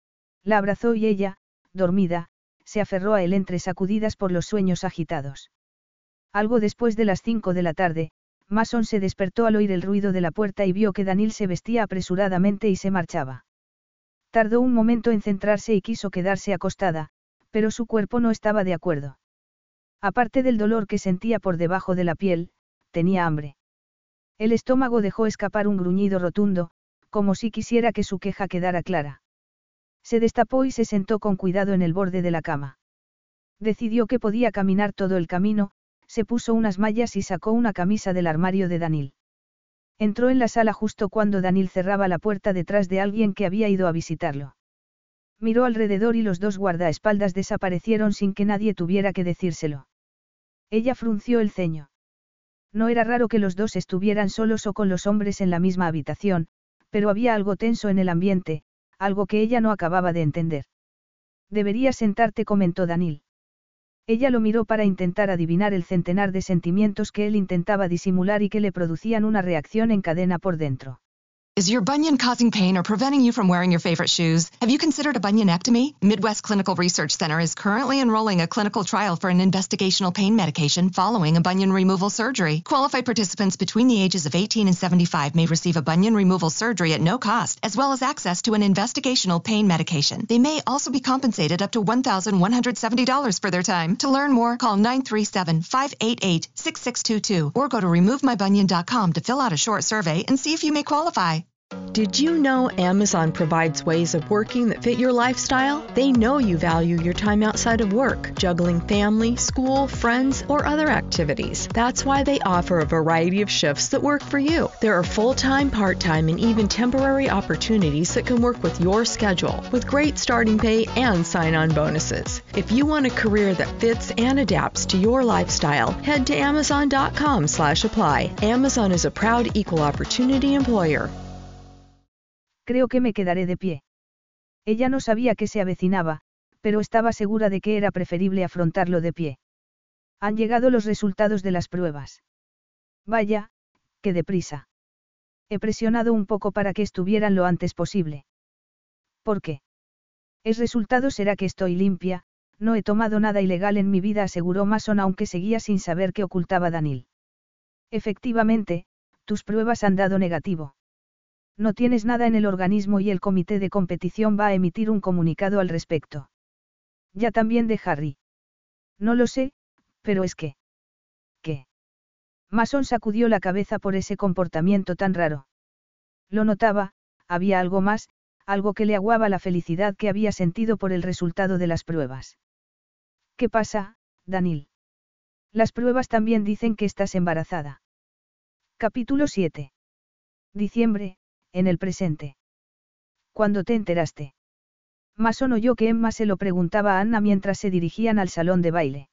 La abrazó y ella, dormida, se aferró a él entre sacudidas por los sueños agitados. Algo después de las cinco de la tarde, Mason se despertó al oír el ruido de la puerta y vio que Daniel se vestía apresuradamente y se marchaba. Tardó un momento en centrarse y quiso quedarse acostada, pero su cuerpo no estaba de acuerdo. Aparte del dolor que sentía por debajo de la piel, tenía hambre. El estómago dejó escapar un gruñido rotundo, como si quisiera que su queja quedara clara. Se destapó y se sentó con cuidado en el borde de la cama. Decidió que podía caminar todo el camino, se puso unas mallas y sacó una camisa del armario de Daniel. Entró en la sala justo cuando Daniel cerraba la puerta detrás de alguien que había ido a visitarlo. Miró alrededor y los dos guardaespaldas desaparecieron sin que nadie tuviera que decírselo. Ella frunció el ceño. No era raro que los dos estuvieran solos o con los hombres en la misma habitación, pero había algo tenso en el ambiente, algo que ella no acababa de entender. Deberías sentarte, comentó Daniel. Ella lo miró para intentar adivinar el centenar de sentimientos que él intentaba disimular y que le producían una reacción en cadena por dentro. Is your bunion causing pain or preventing you from wearing your favorite shoes? Have you considered a bunionectomy? Midwest Clinical Research Center is currently enrolling a clinical trial for an investigational pain medication following a bunion removal surgery. Qualified participants between the ages of eighteen and seventy-five may receive a bunion removal surgery at no cost, as well as access to an investigational pain medication. They may also be compensated up to one thousand one hundred seventy dollars for their time. To learn more, call nine three seven, five eight eight, six six two two or go to remove my bunion dot com to fill out a short survey and see if you may qualify. Did you know Amazon provides ways of working that fit your lifestyle? They know you value your time outside of work, juggling family, school, friends, or other activities. That's why they offer a variety of shifts that work for you. There are full-time, part-time, and even temporary opportunities that can work with your schedule, with great starting pay and sign-on bonuses. If you want a career that fits and adapts to your lifestyle, head to amazon dot com slash apply. Amazon is a proud equal opportunity employer. Creo que me quedaré de pie. Ella no sabía qué se avecinaba, pero estaba segura de que era preferible afrontarlo de pie. Han llegado los resultados de las pruebas. Vaya, qué deprisa. He presionado un poco para que estuvieran lo antes posible. ¿Por qué? El resultado será que estoy limpia, no he tomado nada ilegal en mi vida, aseguró Mason, aunque seguía sin saber qué ocultaba Daniel. Efectivamente, tus pruebas han dado negativo. No tienes nada en el organismo y el comité de competición va a emitir un comunicado al respecto. Ya también de Harry. No lo sé, pero es que... ¿Qué? Mason sacudió la cabeza por ese comportamiento tan raro. Lo notaba, había algo más, algo que le aguaba la felicidad que había sentido por el resultado de las pruebas. ¿Qué pasa, Daniel? Las pruebas también dicen que estás embarazada. Capítulo siete. Diciembre, en el presente. ¿Cuándo te enteraste? Mason oyó que Emma se lo preguntaba a Anna mientras se dirigían al salón de baile.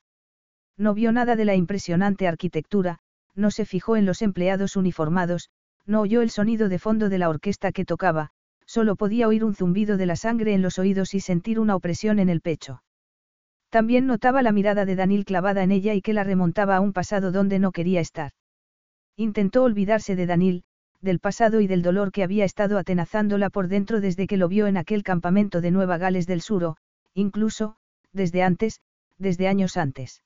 No vio nada de la impresionante arquitectura, no se fijó en los empleados uniformados, no oyó el sonido de fondo de la orquesta que tocaba, solo podía oír un zumbido de la sangre en los oídos y sentir una opresión en el pecho. También notaba la mirada de Daniel clavada en ella y que la remontaba a un pasado donde no quería estar. Intentó olvidarse de Daniel, del pasado y del dolor que había estado atenazándola por dentro desde que lo vio en aquel campamento de Nueva Gales del Sur o, incluso, desde antes, desde años antes.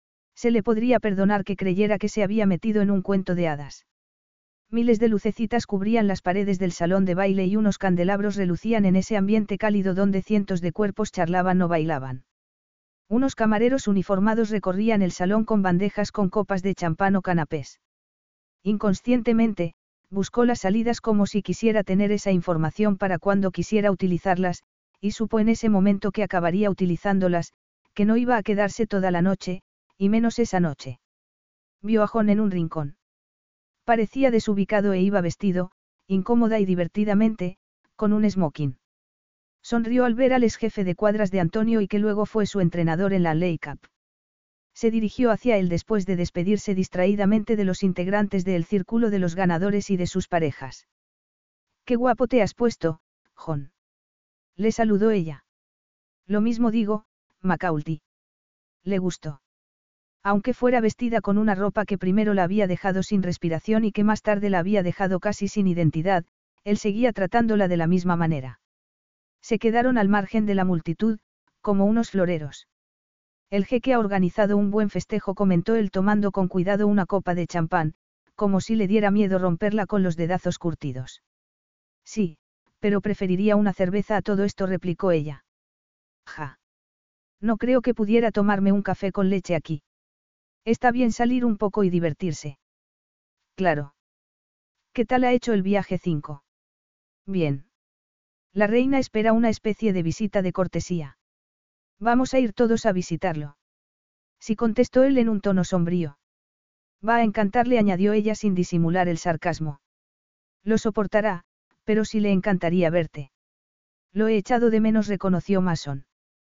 Se le podría perdonar que creyera que se había metido en un cuento de hadas. Miles de lucecitas cubrían las paredes del salón de baile y unos candelabros relucían en ese ambiente cálido donde cientos de cuerpos charlaban o bailaban. Unos camareros uniformados recorrían el salón con bandejas con copas de champán o canapés. Inconscientemente, buscó las salidas como si quisiera tener esa información para cuando quisiera utilizarlas, y supo en ese momento que acabaría utilizándolas, que no iba a quedarse toda la noche, y menos esa noche. Vio a Jon en un rincón. Parecía desubicado e iba vestido, incómoda y divertidamente, con un smoking. Sonrió al ver al ex jefe de cuadras de Antonio y que luego fue su entrenador en la League Cup. Se dirigió hacia él después de despedirse distraídamente de los integrantes del círculo de los ganadores y de sus parejas. «Qué guapo te has puesto, Jon». Le saludó ella. «Lo mismo digo, Macaulty». Le gustó. Aunque fuera vestida con una ropa que primero la había dejado sin respiración y que más tarde la había dejado casi sin identidad, él seguía tratándola de la misma manera. Se quedaron al margen de la multitud, como unos floreros. El jeque ha organizado un buen festejo, comentó él tomando con cuidado una copa de champán, como si le diera miedo romperla con los dedazos curtidos. Sí, pero preferiría una cerveza a todo esto, replicó ella. Ja. No creo que pudiera tomarme un café con leche aquí. Está bien salir un poco y divertirse. Claro. ¿Qué tal ha hecho el viaje cinco? Bien. La reina espera una especie de visita de cortesía. Vamos a ir todos a visitarlo. Sí, contestó él en un tono sombrío. Va a encantarle, añadió ella sin disimular el sarcasmo. Lo soportará, pero sí le encantaría verte. Lo he echado de menos, reconoció Mason.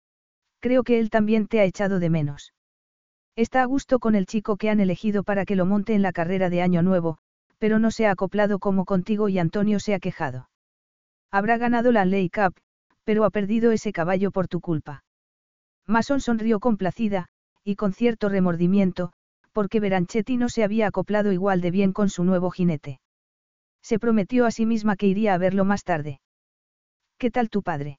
Creo que él también te ha echado de menos. Está a gusto con el chico que han elegido para que lo monte en la carrera de Año Nuevo, pero no se ha acoplado como contigo y Antonio se ha quejado. Habrá ganado la League Cup, pero ha perdido ese caballo por tu culpa. Mason sonrió complacida, y con cierto remordimiento, porque Beranchetti no se había acoplado igual de bien con su nuevo jinete. Se prometió a sí misma que iría a verlo más tarde. ¿Qué tal tu padre?,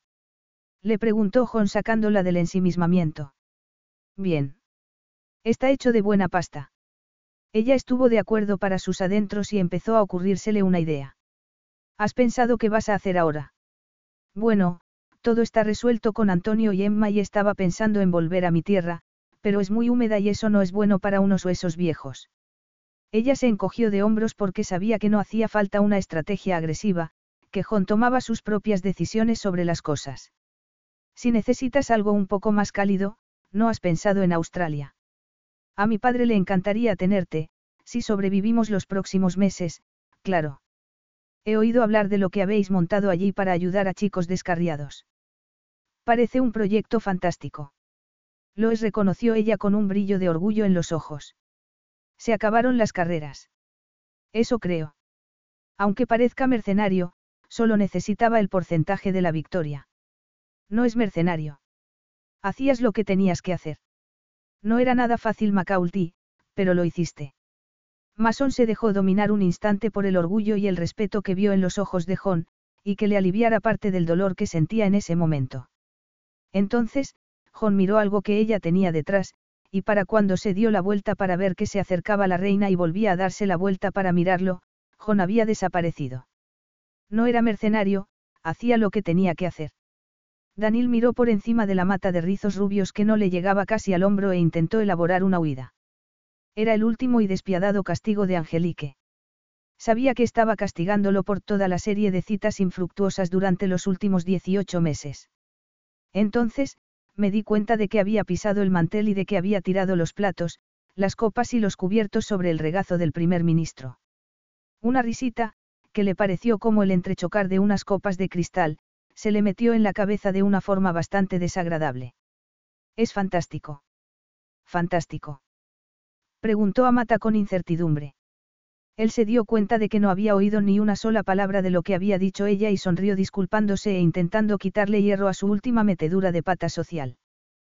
le preguntó Jon sacándola del ensimismamiento. Bien. Está hecho de buena pasta. Ella estuvo de acuerdo para sus adentros y empezó a ocurrírsele una idea. ¿Has pensado qué vas a hacer ahora? Bueno, todo está resuelto con Antonio y Emma y estaba pensando en volver a mi tierra, pero es muy húmeda y eso no es bueno para unos huesos viejos. Ella se encogió de hombros porque sabía que no hacía falta una estrategia agresiva, que Jon tomaba sus propias decisiones sobre las cosas. Si necesitas algo un poco más cálido, ¿no has pensado en Australia? A mi padre le encantaría tenerte, si sobrevivimos los próximos meses, claro. He oído hablar de lo que habéis montado allí para ayudar a chicos descarriados. Parece un proyecto fantástico. Lo es, reconoció ella con un brillo de orgullo en los ojos. Se acabaron las carreras. Eso creo. Aunque parezca mercenario, solo necesitaba el porcentaje de la victoria. No es mercenario. Hacías lo que tenías que hacer. No era nada fácil, Macaulty, pero lo hiciste. Mason se dejó dominar un instante por el orgullo y el respeto que vio en los ojos de Jon, y que le aliviara parte del dolor que sentía en ese momento. Entonces, Jon miró algo que ella tenía detrás, y para cuando se dio la vuelta para ver que se acercaba la reina y volvía a darse la vuelta para mirarlo, Jon había desaparecido. No era mercenario, hacía lo que tenía que hacer. Daniel miró por encima de la mata de rizos rubios que no le llegaba casi al hombro e intentó elaborar una huida. Era el último y despiadado castigo de Angelique. Sabía que estaba castigándolo por toda la serie de citas infructuosas durante los últimos dieciocho meses. Entonces, me di cuenta de que había pisado el mantel y de que había tirado los platos, las copas y los cubiertos sobre el regazo del primer ministro. Una risita, que le pareció como el entrechocar de unas copas de cristal, se le metió en la cabeza de una forma bastante desagradable. «Es fantástico». «¿Fantástico?», preguntó Amata con incertidumbre. Él se dio cuenta de que no había oído ni una sola palabra de lo que había dicho ella y sonrió disculpándose e intentando quitarle hierro a su última metedura de pata social.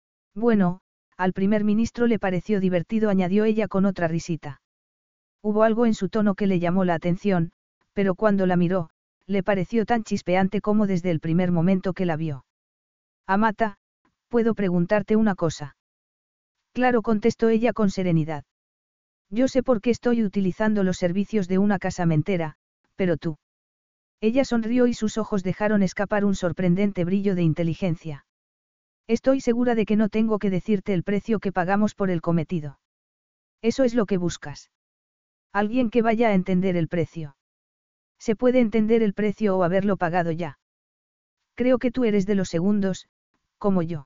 Bueno, al primer ministro le pareció divertido, añadió ella con otra risita. Hubo algo en su tono que le llamó la atención, pero cuando la miró, le pareció tan chispeante como desde el primer momento que la vio. Amata, ¿puedo preguntarte una cosa? Claro, contestó ella con serenidad. Yo sé por qué estoy utilizando los servicios de una casamentera, pero tú. Ella sonrió y sus ojos dejaron escapar un sorprendente brillo de inteligencia. Estoy segura de que no tengo que decirte el precio que pagamos por el cometido. Eso es lo que buscas. Alguien que vaya a entender el precio. Se puede entender el precio o haberlo pagado ya. Creo que tú eres de los segundos, como yo.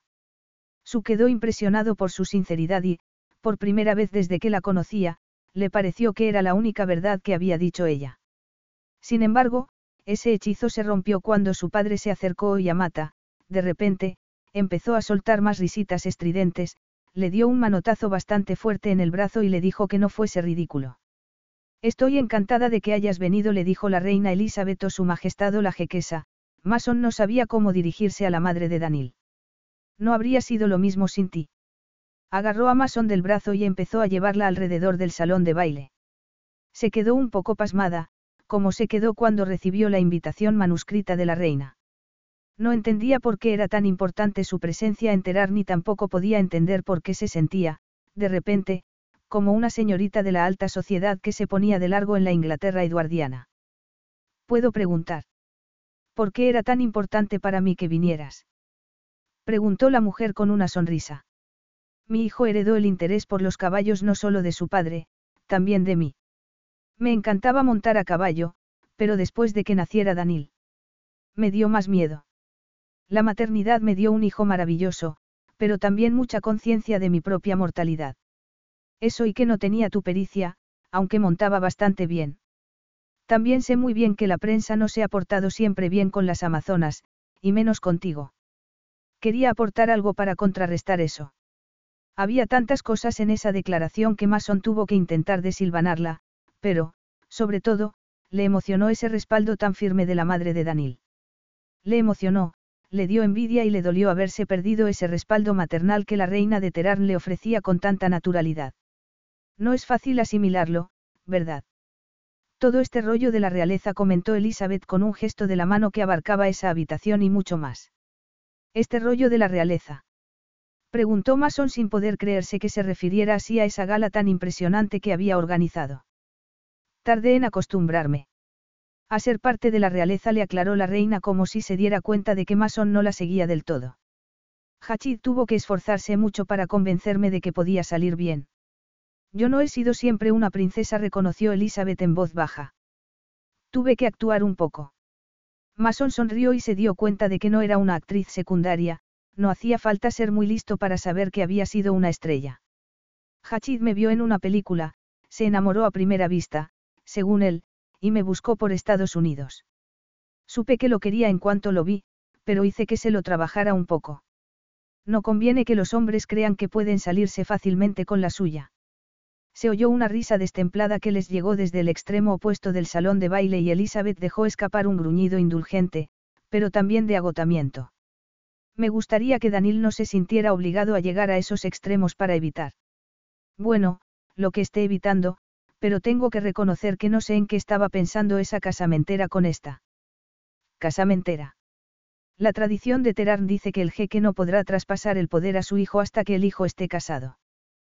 Su quedó impresionado por su sinceridad y, por primera vez desde que la conocía, le pareció que era la única verdad que había dicho ella. Sin embargo, ese hechizo se rompió cuando su padre se acercó y Amata, de repente, empezó a soltar más risitas estridentes, le dio un manotazo bastante fuerte en el brazo y le dijo que no fuese ridículo. Estoy encantada de que hayas venido, le dijo la reina Elizabeth o su majestad o la jequesa. Mason no sabía cómo dirigirse a la madre de Daniel. No habría sido lo mismo sin ti. Agarró a Mason del brazo y empezó a llevarla alrededor del salón de baile. Se quedó un poco pasmada, como se quedó cuando recibió la invitación manuscrita de la reina. No entendía por qué era tan importante su presencia en Terar ni tampoco podía entender por qué se sentía, de repente, como una señorita de la alta sociedad que se ponía de largo en la Inglaterra eduardiana. ¿Puedo preguntar? ¿Por qué era tan importante para mí que vinieras? Preguntó la mujer con una sonrisa. Mi hijo heredó el interés por los caballos no solo de su padre, también de mí. Me encantaba montar a caballo, pero después de que naciera Daniel, me dio más miedo. La maternidad me dio un hijo maravilloso, pero también mucha conciencia de mi propia mortalidad. Eso y que no tenía tu pericia, aunque montaba bastante bien. También sé muy bien que la prensa no se ha portado siempre bien con las amazonas, y menos contigo. Quería aportar algo para contrarrestar eso. Había tantas cosas en esa declaración que Mason tuvo que intentar desilvanarla, pero, sobre todo, le emocionó ese respaldo tan firme de la madre de Daniel. Le emocionó, le dio envidia y le dolió haberse perdido ese respaldo maternal que la reina de Terar le ofrecía con tanta naturalidad. No es fácil asimilarlo, ¿verdad? Todo este rollo de la realeza, comentó Elizabeth con un gesto de la mano que abarcaba esa habitación y mucho más. ¿Este rollo de la realeza? Preguntó Mason sin poder creerse que se refiriera así a esa gala tan impresionante que había organizado. Tardé en acostumbrarme. A ser parte de la realeza, le aclaró la reina como si se diera cuenta de que Mason no la seguía del todo. Hachid tuvo que esforzarse mucho para convencerme de que podía salir bien. Yo no he sido siempre una princesa, reconoció Elizabeth en voz baja. Tuve que actuar un poco. Mason sonrió y se dio cuenta de que no era una actriz secundaria. No hacía falta ser muy listo para saber que había sido una estrella. Hachid me vio en una película, se enamoró a primera vista, según él, y me buscó por Estados Unidos. Supe que lo quería en cuanto lo vi, pero hice que se lo trabajara un poco. No conviene que los hombres crean que pueden salirse fácilmente con la suya. Se oyó una risa destemplada que les llegó desde el extremo opuesto del salón de baile y Elizabeth dejó escapar un gruñido indulgente, pero también de agotamiento. Me gustaría que Daniel no se sintiera obligado a llegar a esos extremos para evitar. Bueno, lo que esté evitando, pero tengo que reconocer que no sé en qué estaba pensando esa casamentera con esta. Casamentera. La tradición de Terar dice que el jeque no podrá traspasar el poder a su hijo hasta que el hijo esté casado.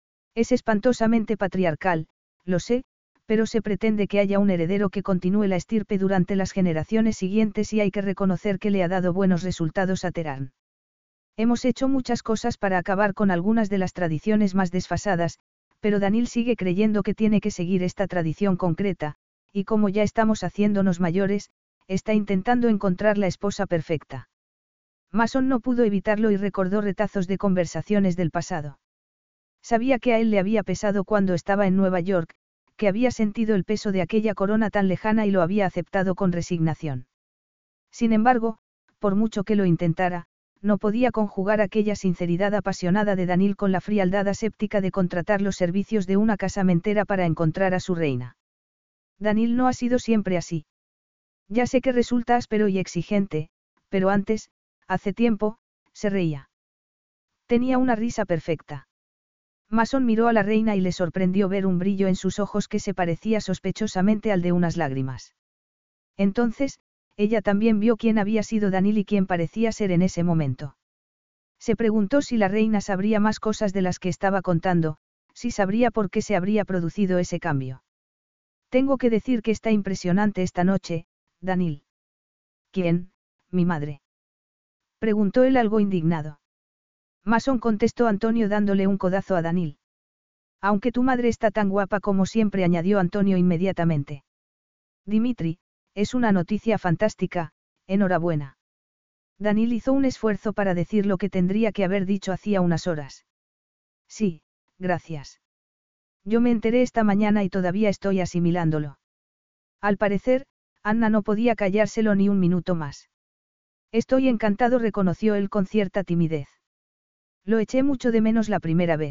Es espantosamente patriarcal, lo sé, pero se pretende que haya un heredero que continúe la estirpe durante las generaciones siguientes y hay que reconocer que le ha dado buenos resultados a Terar. Hemos hecho muchas cosas para acabar con algunas de las tradiciones más desfasadas, pero Daniil sigue creyendo que tiene que seguir esta tradición concreta, y como ya estamos haciéndonos mayores, está intentando encontrar la esposa perfecta. Mason no pudo evitarlo y recordó retazos de conversaciones del pasado. Sabía que a él le había pesado cuando estaba en Nueva York, que había sentido el peso de aquella corona tan lejana y lo había aceptado con resignación. Sin embargo, por mucho que lo intentara, no podía conjugar aquella sinceridad apasionada de Daniil con la frialdad aséptica de contratar los servicios de una casamentera para encontrar a su reina. Daniil no ha sido siempre así. Ya sé que resulta áspero y exigente, pero antes, hace tiempo, se reía. Tenía una risa perfecta. Mason miró a la reina y le sorprendió ver un brillo en sus ojos que se parecía sospechosamente al de unas lágrimas. Entonces, ella también vio quién había sido Daniil y quién parecía ser en ese momento. Se preguntó si la reina sabría más cosas de las que estaba contando, si sabría por qué se habría producido ese cambio. Tengo que decir que está impresionante esta noche, Daniil. ¿Quién, mi madre? Preguntó él algo indignado. Mason contestó Antonio dándole un codazo a Daniil. Aunque tu madre está tan guapa como siempre, añadió Antonio inmediatamente. Dimitri, es una noticia fantástica, enhorabuena. Daniil hizo un esfuerzo para decir lo que tendría que haber dicho hacía unas horas. Sí, gracias. Yo me enteré esta mañana y todavía estoy asimilándolo. Al parecer, Anna no podía callárselo ni un minuto más. Estoy encantado, reconoció él con cierta timidez. Lo eché mucho de menos la primera vez.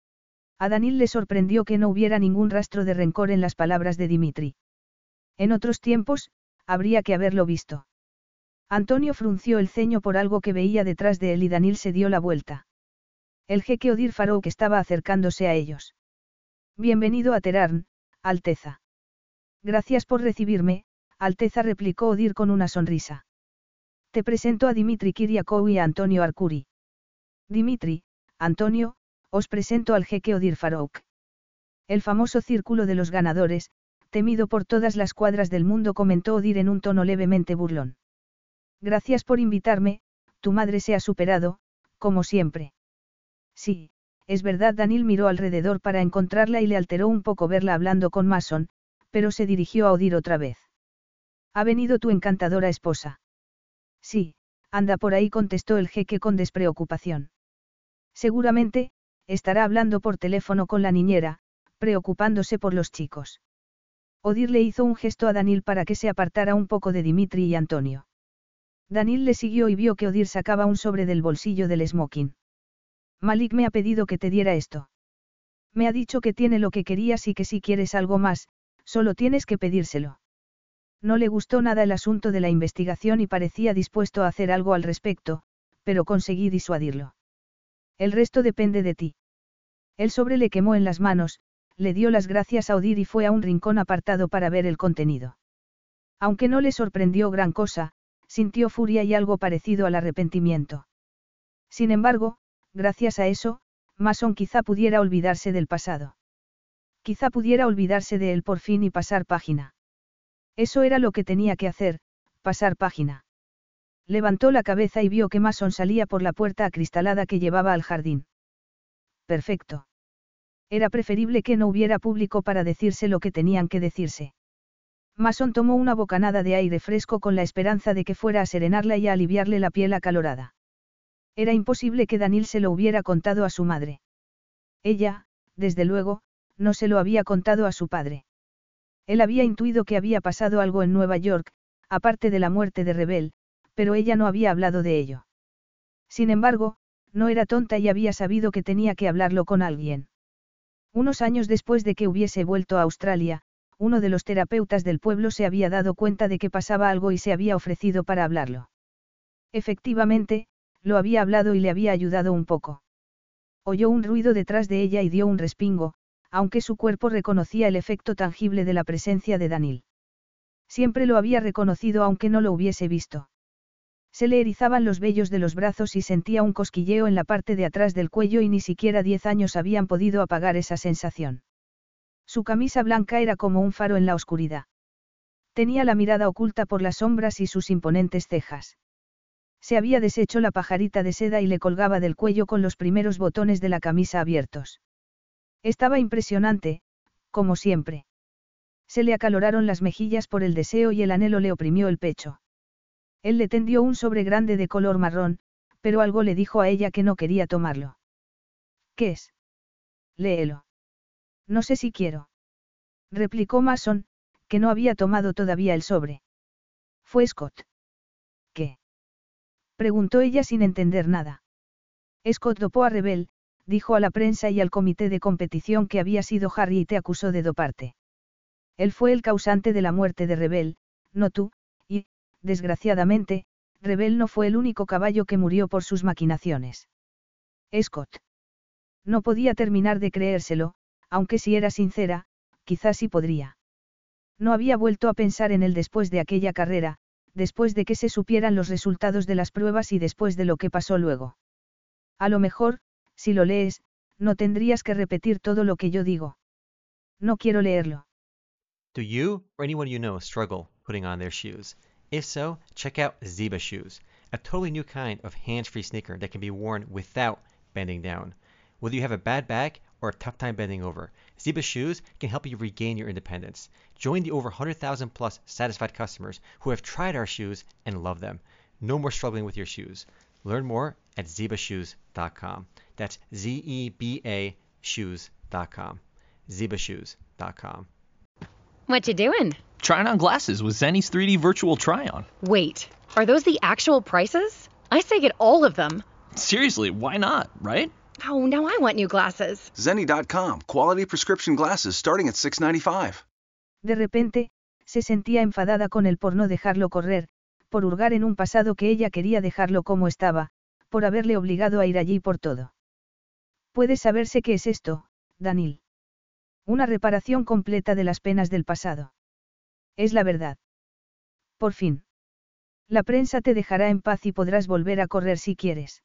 A Daniil le sorprendió que no hubiera ningún rastro de rencor en las palabras de Dimitri. En otros tiempos, habría que haberlo visto. Antonio frunció el ceño por algo que veía detrás de él y Daniil se dio la vuelta. El jeque Odir Farouk estaba acercándose a ellos. Bienvenido a Teherán, Alteza. Gracias por recibirme, Alteza, replicó Odir con una sonrisa. Te presento a Dimitri Kiryakov y a Antonio Arcuri. Dimitri, Antonio, os presento al jeque Odir Farouk. El famoso círculo de los ganadores, temido por todas las cuadras del mundo, comentó Odir en un tono levemente burlón. Gracias por invitarme, tu madre se ha superado, como siempre. Sí, es verdad. Daniil miró alrededor para encontrarla y le alteró un poco verla hablando con Mason, pero se dirigió a Odir otra vez. ¿Ha venido tu encantadora esposa? Sí, anda por ahí, contestó el jeque con despreocupación. Seguramente, estará hablando por teléfono con la niñera, preocupándose por los chicos. Odir le hizo un gesto a Daniil para que se apartara un poco de Dimitri y Antonio. Daniil le siguió y vio que Odir sacaba un sobre del bolsillo del smoking. Malik me ha pedido que te diera esto. Me ha dicho que tiene lo que querías y que si quieres algo más, solo tienes que pedírselo. No le gustó nada el asunto de la investigación y parecía dispuesto a hacer algo al respecto, pero conseguí disuadirlo. El resto depende de ti. El sobre le quemó en las manos, le dio las gracias a Odir y fue a un rincón apartado para ver el contenido. Aunque no le sorprendió gran cosa, sintió furia y algo parecido al arrepentimiento. Sin embargo, gracias a eso, Mason quizá pudiera olvidarse del pasado. Quizá pudiera olvidarse de él por fin y pasar página. Eso era lo que tenía que hacer, pasar página. Levantó la cabeza y vio que Mason salía por la puerta acristalada que llevaba al jardín. Perfecto. Era preferible que no hubiera público para decirse lo que tenían que decirse. Mason tomó una bocanada de aire fresco con la esperanza de que fuera a serenarla y a aliviarle la piel acalorada. Era imposible que Daniil se lo hubiera contado a su madre. Ella, desde luego, no se lo había contado a su padre. Él había intuido que había pasado algo en Nueva York, aparte de la muerte de Rebel, pero ella no había hablado de ello. Sin embargo, no era tonta y había sabido que tenía que hablarlo con alguien. Unos años después de que hubiese vuelto a Australia, uno de los terapeutas del pueblo se había dado cuenta de que pasaba algo y se había ofrecido para hablarlo. Efectivamente, lo había hablado y le había ayudado un poco. Oyó un ruido detrás de ella y dio un respingo, aunque su cuerpo reconocía el efecto tangible de la presencia de Daniil. Siempre lo había reconocido aunque no lo hubiese visto. Se le erizaban los vellos de los brazos y sentía un cosquilleo en la parte de atrás del cuello y ni siquiera diez años habían podido apagar esa sensación. Su camisa blanca era como un faro en la oscuridad. Tenía la mirada oculta por las sombras y sus imponentes cejas. Se había deshecho la pajarita de seda y le colgaba del cuello con los primeros botones de la camisa abiertos. Estaba impresionante, como siempre. Se le acaloraron las mejillas por el deseo y el anhelo le oprimió el pecho. Él le tendió un sobre grande de color marrón, pero algo le dijo a ella que no quería tomarlo. ¿Qué es? Léelo. No sé si quiero. Replicó Mason, que no había tomado todavía el sobre. Fue Scott. ¿Qué? Preguntó ella sin entender nada. Scott dopó a Rebel, dijo a la prensa y al comité de competición que había sido Harry y te acusó de doparte. Él fue el causante de la muerte de Rebel, no tú, y, desgraciadamente, Rebel no fue el único caballo que murió por sus maquinaciones. Scott. No podía terminar de creérselo, aunque si era sincera, quizás sí podría. No había vuelto a pensar en él después de aquella carrera, después de que se supieran los resultados de las pruebas y después de lo que pasó luego. A lo mejor, si lo lees, no tendrías que repetir todo lo que yo digo. No quiero leerlo. Do you or anyone you know struggle putting on their shoes? If so, check out Ziba Shoes, a totally new kind of hands-free sneaker that can be worn without bending down. Whether you have a bad back or a tough time bending over, Ziba Shoes can help you regain your independence. Join the over one hundred thousand plus satisfied customers who have tried our shoes and love them. No more struggling with your shoes. Learn more at ziba shoes dot com. That's Z E B A shoes dot com. ziba shoes dot com. What you doing? Trying on glasses with Zenny's three D virtual try-on. Wait, are those the actual prices? I say get all of them. Seriously, why not, right? Oh, now I want new glasses. Zenny dot com. Quality prescription glasses starting at six ninety-five. De repente, se sentía enfadada con él por no dejarlo correr, por hurgar en un pasado que ella quería dejarlo como estaba, por haberle obligado a ir allí por todo. Puede saberse qué es esto, Daniel. Una reparación completa de las penas del pasado. Es la verdad. Por fin. La prensa te dejará en paz y podrás volver a correr si quieres.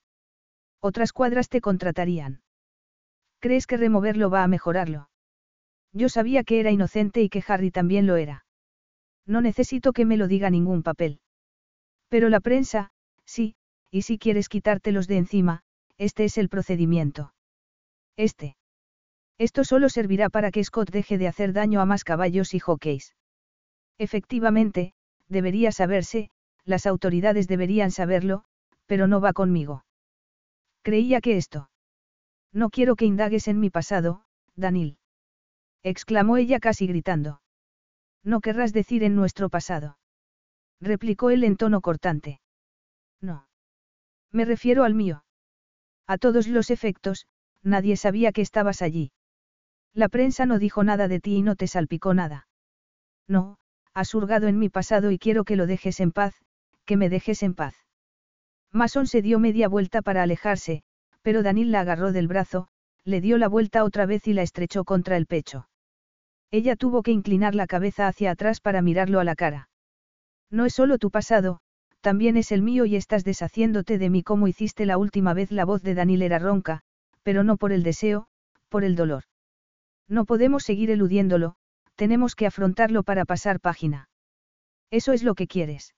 Otras cuadras te contratarían. ¿Crees que removerlo va a mejorarlo? Yo sabía que era inocente y que Harry también lo era. No necesito que me lo diga ningún papel. Pero la prensa, sí, y si quieres quitártelos de encima, este es el procedimiento. Este. Esto solo servirá para que Scott deje de hacer daño a más caballos y jockeys. Efectivamente, debería saberse, las autoridades deberían saberlo, pero no va conmigo. Creía que esto. No quiero que indagues en mi pasado, Daniel. Exclamó ella casi gritando. No querrás decir en nuestro pasado. Replicó él en tono cortante. No. Me refiero al mío. A todos los efectos, nadie sabía que estabas allí. La prensa no dijo nada de ti y no te salpicó nada. No, has hurgado en mi pasado y quiero que lo dejes en paz, que me dejes en paz. Mason se dio media vuelta para alejarse, pero Daniel la agarró del brazo, le dio la vuelta otra vez y la estrechó contra el pecho. Ella tuvo que inclinar la cabeza hacia atrás para mirarlo a la cara. No es solo tu pasado, también es el mío y estás deshaciéndote de mí como hiciste la última vez. La voz de Daniel era ronca, pero no por el deseo, por el dolor. No podemos seguir eludiéndolo, tenemos que afrontarlo para pasar página. Eso es lo que quieres.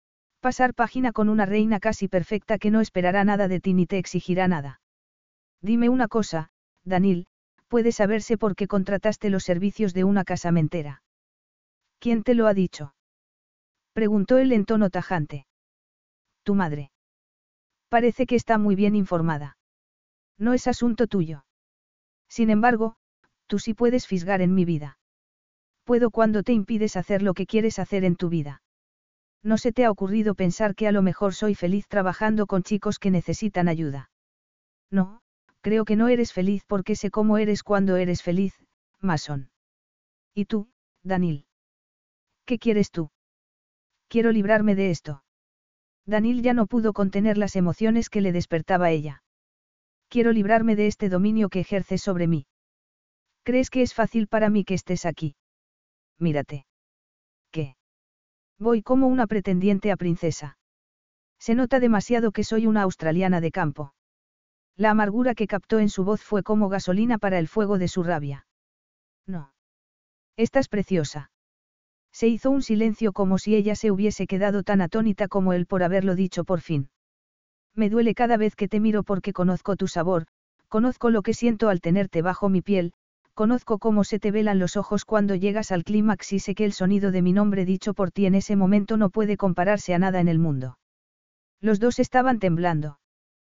Pasar página con una reina casi perfecta que no esperará nada de ti ni te exigirá nada. Dime una cosa, Daniel, ¿puede saberse por qué contrataste los servicios de una casamentera? ¿Quién te lo ha dicho? Preguntó él en tono tajante. Tu madre. Parece que está muy bien informada. No es asunto tuyo. Sin embargo, tú sí puedes fisgar en mi vida. Puedo cuando te impides hacer lo que quieres hacer en tu vida. ¿No se te ha ocurrido pensar que a lo mejor soy feliz trabajando con chicos que necesitan ayuda? No, creo que no eres feliz porque sé cómo eres cuando eres feliz, Mason. ¿Y tú, Daniel? ¿Qué quieres tú? Quiero librarme de esto. Daniel ya no pudo contener las emociones que le despertaba ella. Quiero librarme de este dominio que ejerces sobre mí. ¿Crees que es fácil para mí que estés aquí? Mírate. ¿Qué? Voy como una pretendiente a princesa. Se nota demasiado que soy una australiana de campo. La amargura que captó en su voz fue como gasolina para el fuego de su rabia. No. Estás preciosa. Se hizo un silencio como si ella se hubiese quedado tan atónita como él por haberlo dicho por fin. Me duele cada vez que te miro porque conozco tu sabor, conozco lo que siento al tenerte bajo mi piel, Conozco cómo se te velan los ojos cuando llegas al clímax y sé que el sonido de mi nombre dicho por ti en ese momento no puede compararse a nada en el mundo. Los dos estaban temblando.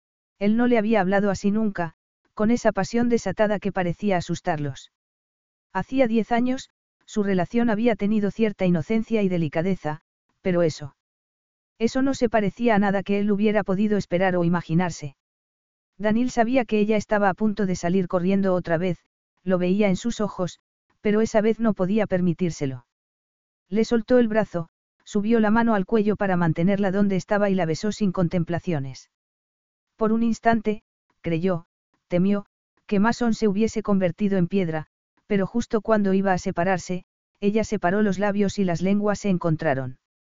Él no le había hablado así nunca, con esa pasión desatada que parecía asustarlos. Hacía diez años, su relación había tenido cierta inocencia y delicadeza, pero eso. Eso no se parecía a nada que él hubiera podido esperar o imaginarse. Daniel sabía que ella estaba a punto de salir corriendo otra vez, lo veía en sus ojos, pero esa vez no podía permitírselo. Le soltó el brazo, subió la mano al cuello para mantenerla donde estaba y la besó sin contemplaciones. Por un instante, creyó, temió, que Mason se hubiese convertido en piedra, pero justo cuando iba a separarse, ella separó los labios y las lenguas se encontraron.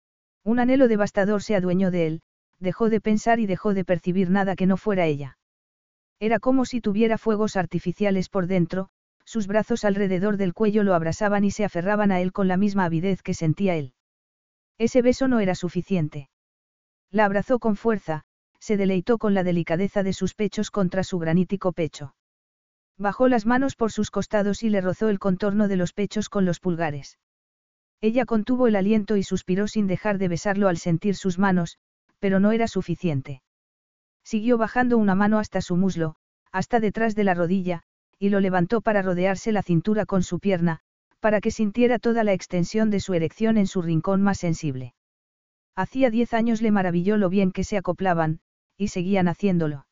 Un anhelo devastador se adueñó de él, dejó de pensar y dejó de percibir nada que no fuera ella. Era como si tuviera fuegos artificiales por dentro, sus brazos alrededor del cuello lo abrasaban y se aferraban a él con la misma avidez que sentía él. Ese beso no era suficiente. La abrazó con fuerza, se deleitó con la delicadeza de sus pechos contra su granítico pecho. Bajó las manos por sus costados y le rozó el contorno de los pechos con los pulgares. Ella contuvo el aliento y suspiró sin dejar de besarlo al sentir sus manos, pero no era suficiente. Siguió bajando una mano hasta su muslo, hasta detrás de la rodilla, y lo levantó para rodearse la cintura con su pierna, para que sintiera toda la extensión de su erección en su rincón más sensible. Hacía diez años le maravilló lo bien que se acoplaban, y seguían haciéndolo.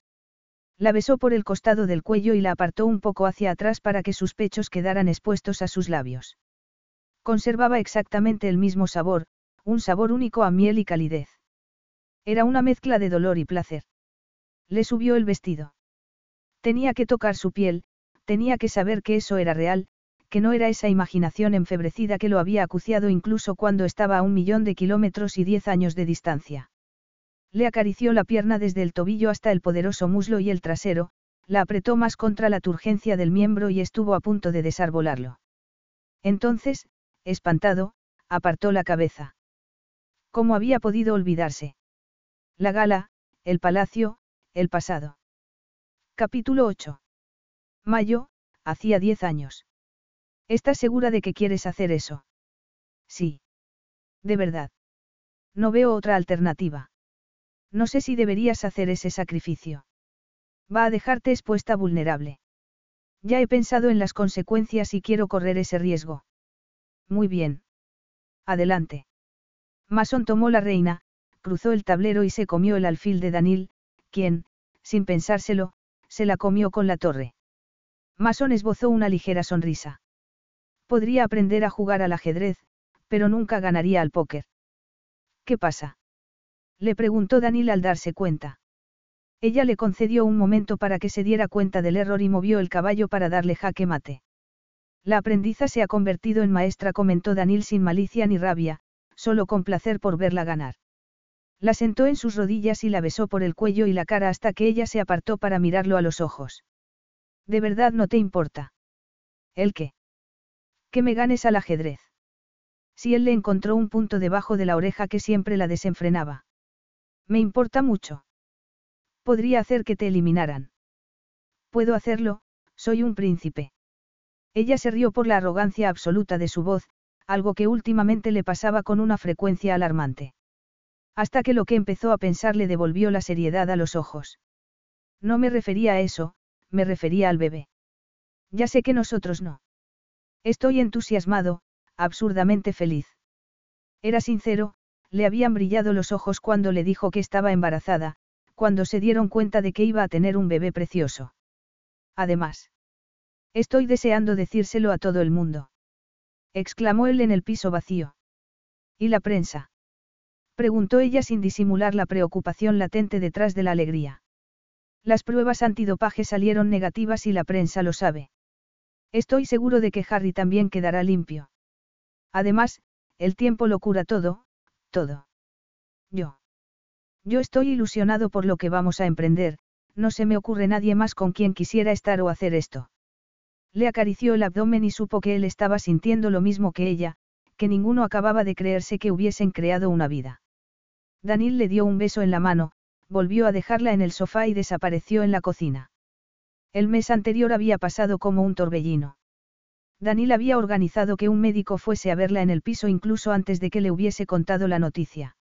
La besó por el costado del cuello y la apartó un poco hacia atrás para que sus pechos quedaran expuestos a sus labios. Conservaba exactamente el mismo sabor, un sabor único a miel y calidez. Era una mezcla de dolor y placer. Le subió el vestido. Tenía que tocar su piel, tenía que saber que eso era real, que no era esa imaginación enfebrecida que lo había acuciado incluso cuando estaba a un millón de kilómetros y diez años de distancia. Le acarició la pierna desde el tobillo hasta el poderoso muslo y el trasero, la apretó más contra la turgencia del miembro y estuvo a punto de desarbolarlo. Entonces, espantado, apartó la cabeza. ¿Cómo había podido olvidarse? La gala, el palacio, el pasado. Capítulo ocho. Mayo, hacía diez años. ¿Estás segura de que quieres hacer eso? Sí. De verdad. No veo otra alternativa. No sé si deberías hacer ese sacrificio. Va a dejarte expuesta vulnerable. Ya he pensado en las consecuencias y quiero correr ese riesgo. Muy bien. Adelante. Mason tomó la reina, cruzó el tablero y se comió el alfil de Daniel, quien, sin pensárselo, se la comió con la torre. Mason esbozó una ligera sonrisa. Podría aprender a jugar al ajedrez, pero nunca ganaría al póker. ¿Qué pasa?, le preguntó Daniel al darse cuenta. Ella le concedió un momento para que se diera cuenta del error y movió el caballo para darle jaque mate. La aprendiza se ha convertido en maestra, comentó Daniel sin malicia ni rabia, solo con placer por verla ganar. La sentó en sus rodillas y la besó por el cuello y la cara hasta que ella se apartó para mirarlo a los ojos. ¿De verdad no te importa? ¿El qué? Que me ganes al ajedrez. Si él le encontró un punto debajo de la oreja que siempre la desenfrenaba. Me importa mucho. Podría hacer que te eliminaran. Puedo hacerlo, soy un príncipe. Ella se rió por la arrogancia absoluta de su voz, algo que últimamente le pasaba con una frecuencia alarmante. Hasta que lo que empezó a pensar le devolvió la seriedad a los ojos. No me refería a eso, me refería al bebé. Ya sé que nosotros no. Estoy entusiasmado, absurdamente feliz. Era sincero, le habían brillado los ojos cuando le dijo que estaba embarazada, cuando se dieron cuenta de que iba a tener un bebé precioso. Además, estoy deseando decírselo a todo el mundo. Exclamó él en el piso vacío. ¿Y la prensa?, preguntó ella sin disimular la preocupación latente detrás de la alegría. Las pruebas antidopaje salieron negativas y la prensa lo sabe. Estoy seguro de que Harry también quedará limpio. Además, el tiempo lo cura todo, todo. Yo. Yo estoy ilusionado por lo que vamos a emprender, no se me ocurre nadie más con quien quisiera estar o hacer esto. Le acarició el abdomen y supo que él estaba sintiendo lo mismo que ella, que ninguno acababa de creerse que hubiesen creado una vida. Daniel le dio un beso en la mano, volvió a dejarla en el sofá y desapareció en la cocina. El mes anterior había pasado como un torbellino. Daniel había organizado que un médico fuese a verla en el piso incluso antes de que le hubiese contado la noticia.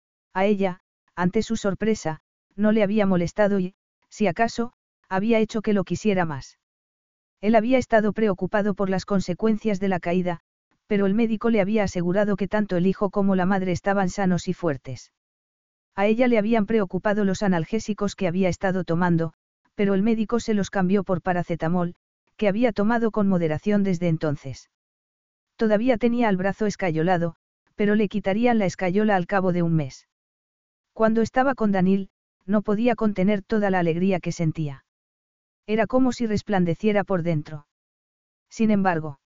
A ella, ante su sorpresa, no le había molestado y, si acaso, había hecho que lo quisiera más. Él había estado preocupado por las consecuencias de la caída, pero el médico le había asegurado que tanto el hijo como la madre estaban sanos y fuertes. A ella le habían preocupado los analgésicos que había estado tomando, pero el médico se los cambió por paracetamol, que había tomado con moderación desde entonces. Todavía tenía el brazo escayolado, pero le quitarían la escayola al cabo de un mes. Cuando estaba con Daniel, no podía contener toda la alegría que sentía. Era como si resplandeciera por dentro. Sin embargo,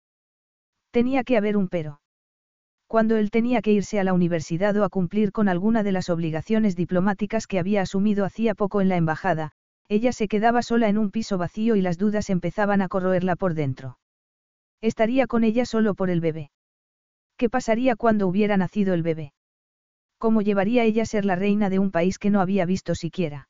tenía que haber un pero. Cuando él tenía que irse a la universidad o a cumplir con alguna de las obligaciones diplomáticas que había asumido hacía poco en la embajada, ella se quedaba sola en un piso vacío y las dudas empezaban a corroerla por dentro. ¿Estaría con ella solo por el bebé? ¿Qué pasaría cuando hubiera nacido el bebé? ¿Cómo llevaría ella ser la reina de un país que no había visto siquiera?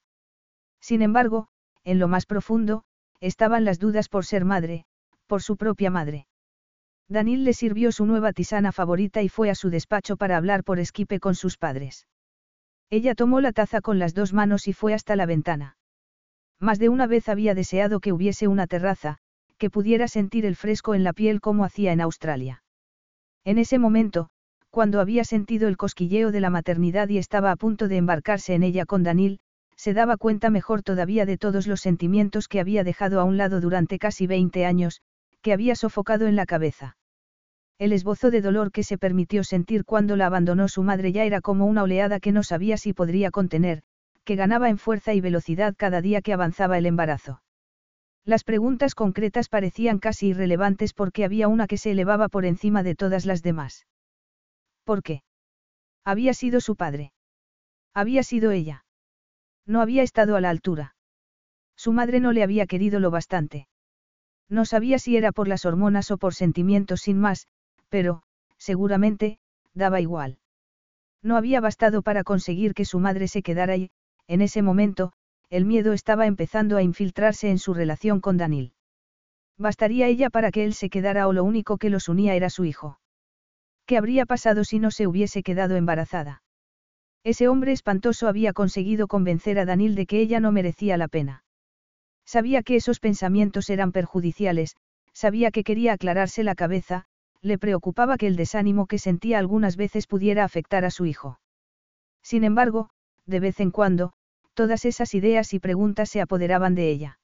Sin embargo, en lo más profundo, estaban las dudas por ser madre, por su propia madre. Daniel le sirvió su nueva tisana favorita y fue a su despacho para hablar por Skype con sus padres. Ella tomó la taza con las dos manos y fue hasta la ventana. Más de una vez había deseado que hubiese una terraza, que pudiera sentir el fresco en la piel como hacía en Australia. En ese momento, cuando había sentido el cosquilleo de la maternidad y estaba a punto de embarcarse en ella con Daniel, se daba cuenta mejor todavía de todos los sentimientos que había dejado a un lado durante casi veinte años, que había sofocado en la cabeza. El esbozo de dolor que se permitió sentir cuando la abandonó su madre ya era como una oleada que no sabía si podría contener, que ganaba en fuerza y velocidad cada día que avanzaba el embarazo. Las preguntas concretas parecían casi irrelevantes porque había una que se elevaba por encima de todas las demás. ¿Por qué? Había sido su padre. Había sido ella. No había estado a la altura. Su madre no le había querido lo bastante. No sabía si era por las hormonas o por sentimientos sin más, pero, seguramente, daba igual. No había bastado para conseguir que su madre se quedara y, en ese momento, el miedo estaba empezando a infiltrarse en su relación con Daniel. ¿Bastaría ella para que él se quedara o lo único que los unía era su hijo? ¿Qué habría pasado si no se hubiese quedado embarazada? Ese hombre espantoso había conseguido convencer a Daniel de que ella no merecía la pena. Sabía que esos pensamientos eran perjudiciales, sabía que quería aclararse la cabeza, le preocupaba que el desánimo que sentía algunas veces pudiera afectar a su hijo. Sin embargo, de vez en cuando, todas esas ideas y preguntas se apoderaban de ella.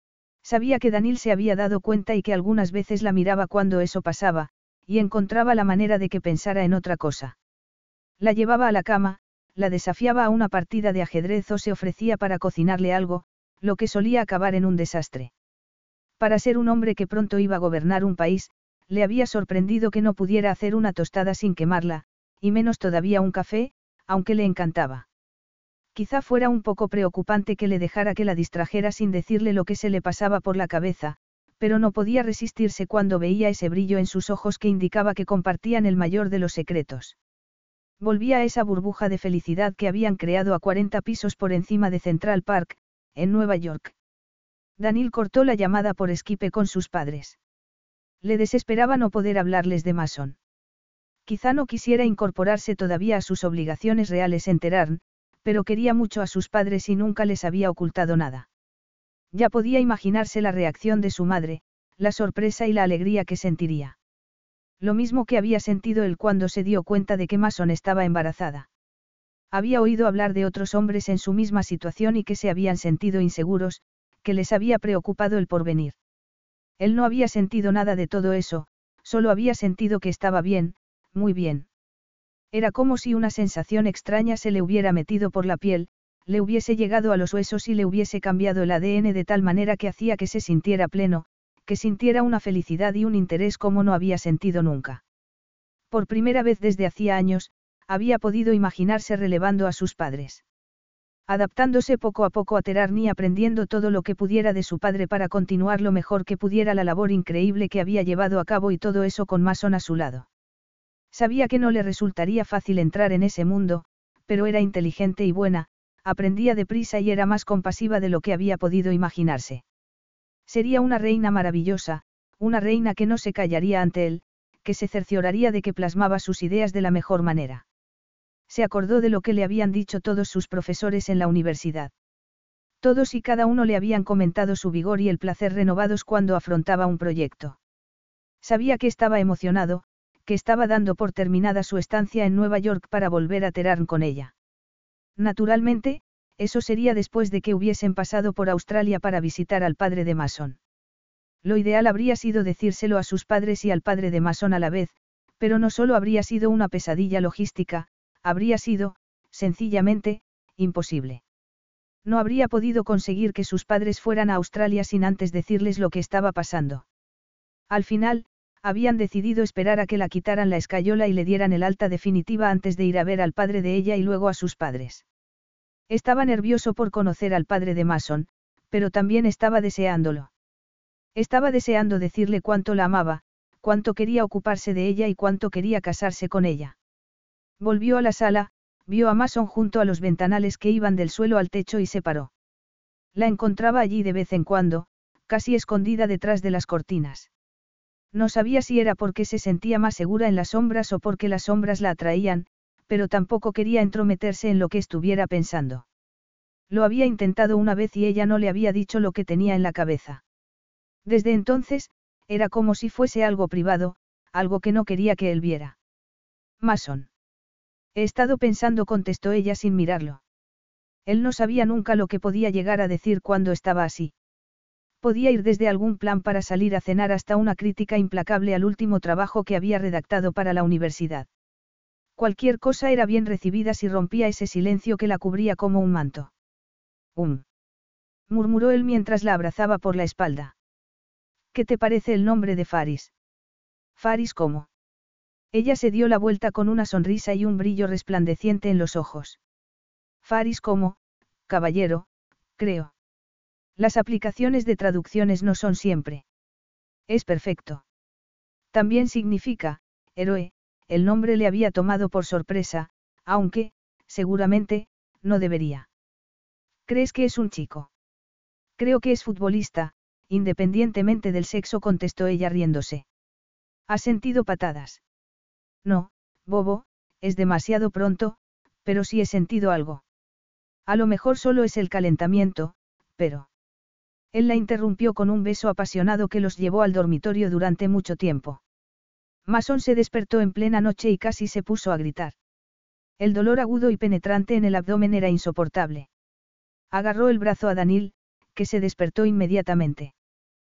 Sabía que Daniel se había dado cuenta y que algunas veces la miraba cuando eso pasaba, y encontraba la manera de que pensara en otra cosa. La llevaba a la cama, la desafiaba a una partida de ajedrez o se ofrecía para cocinarle algo, lo que solía acabar en un desastre. Para ser un hombre que pronto iba a gobernar un país, le había sorprendido que no pudiera hacer una tostada sin quemarla, y menos todavía un café, aunque le encantaba. Quizá fuera un poco preocupante que le dejara que la distrajera sin decirle lo que se le pasaba por la cabeza, pero no podía resistirse cuando veía ese brillo en sus ojos que indicaba que compartían el mayor de los secretos. Volvía a esa burbuja de felicidad que habían creado a cuarenta pisos por encima de Central Park, en Nueva York. Daniel cortó la llamada por Skype con sus padres. Le desesperaba no poder hablarles de Mason. Quizá no quisiera incorporarse todavía a sus obligaciones reales en Teherán, pero quería mucho a sus padres y nunca les había ocultado nada. Ya podía imaginarse la reacción de su madre, la sorpresa y la alegría que sentiría. Lo mismo que había sentido él cuando se dio cuenta de que Mason estaba embarazada. Había oído hablar de otros hombres en su misma situación y que se habían sentido inseguros, que les había preocupado el porvenir. Él no había sentido nada de todo eso, solo había sentido que estaba bien, muy bien. Era como si una sensación extraña se le hubiera metido por la piel, le hubiese llegado a los huesos y le hubiese cambiado el A D N de tal manera que hacía que se sintiera pleno, que sintiera una felicidad y un interés como no había sentido nunca. Por primera vez desde hacía años, había podido imaginarse relevando a sus padres. Adaptándose poco a poco a Teherán y aprendiendo todo lo que pudiera de su padre para continuar lo mejor que pudiera la labor increíble que había llevado a cabo y todo eso con Mason a su lado. Sabía que no le resultaría fácil entrar en ese mundo, pero era inteligente y buena, aprendía deprisa y era más compasiva de lo que había podido imaginarse. Sería una reina maravillosa, una reina que no se callaría ante él, que se cercioraría de que plasmaba sus ideas de la mejor manera. Se acordó de lo que le habían dicho todos sus profesores en la universidad. Todos y cada uno le habían comentado su vigor y el placer renovados cuando afrontaba un proyecto. Sabía que estaba emocionado, que estaba dando por terminada su estancia en Nueva York para volver a Teherán con ella. Naturalmente, eso sería después de que hubiesen pasado por Australia para visitar al padre de Mason. Lo ideal habría sido decírselo a sus padres y al padre de Mason a la vez, pero no solo habría sido una pesadilla logística, habría sido, sencillamente, imposible. No habría podido conseguir que sus padres fueran a Australia sin antes decirles lo que estaba pasando. Al final, habían decidido esperar a que la quitaran la escayola y le dieran el alta definitiva antes de ir a ver al padre de ella y luego a sus padres. Estaba nervioso por conocer al padre de Mason, pero también estaba deseándolo. Estaba deseando decirle cuánto la amaba, cuánto quería ocuparse de ella y cuánto quería casarse con ella. Volvió a la sala, vio a Mason junto a los ventanales que iban del suelo al techo y se paró. La encontraba allí de vez en cuando, casi escondida detrás de las cortinas. No sabía si era porque se sentía más segura en las sombras o porque las sombras la atraían, pero tampoco quería entrometerse en lo que estuviera pensando. Lo había intentado una vez y ella no le había dicho lo que tenía en la cabeza. Desde entonces, era como si fuese algo privado, algo que no quería que él viera. Mason. He estado pensando, contestó ella sin mirarlo. Él no sabía nunca lo que podía llegar a decir cuando estaba así. Podía ir desde algún plan para salir a cenar hasta una crítica implacable al último trabajo que había redactado para la universidad. Cualquier cosa era bien recibida si rompía ese silencio que la cubría como un manto. Um. Murmuró él mientras la abrazaba por la espalda. ¿Qué te parece el nombre de Faris? Faris, ¿cómo? Ella se dio la vuelta con una sonrisa y un brillo resplandeciente en los ojos. Faris como, caballero, creo. Las aplicaciones de traducciones no son siempre. Es perfecto. También significa, héroe, el nombre le había tomado por sorpresa, aunque, seguramente, no debería. ¿Crees que es un chico? Creo que es futbolista, independientemente del sexo, contestó ella riéndose. ¿Has sentido patadas? No, bobo, es demasiado pronto, pero sí he sentido algo. A lo mejor solo es el calentamiento, pero... Él la interrumpió con un beso apasionado que los llevó al dormitorio durante mucho tiempo. Mason se despertó en plena noche y casi se puso a gritar. El dolor agudo y penetrante en el abdomen era insoportable. Agarró el brazo a Daniel, que se despertó inmediatamente.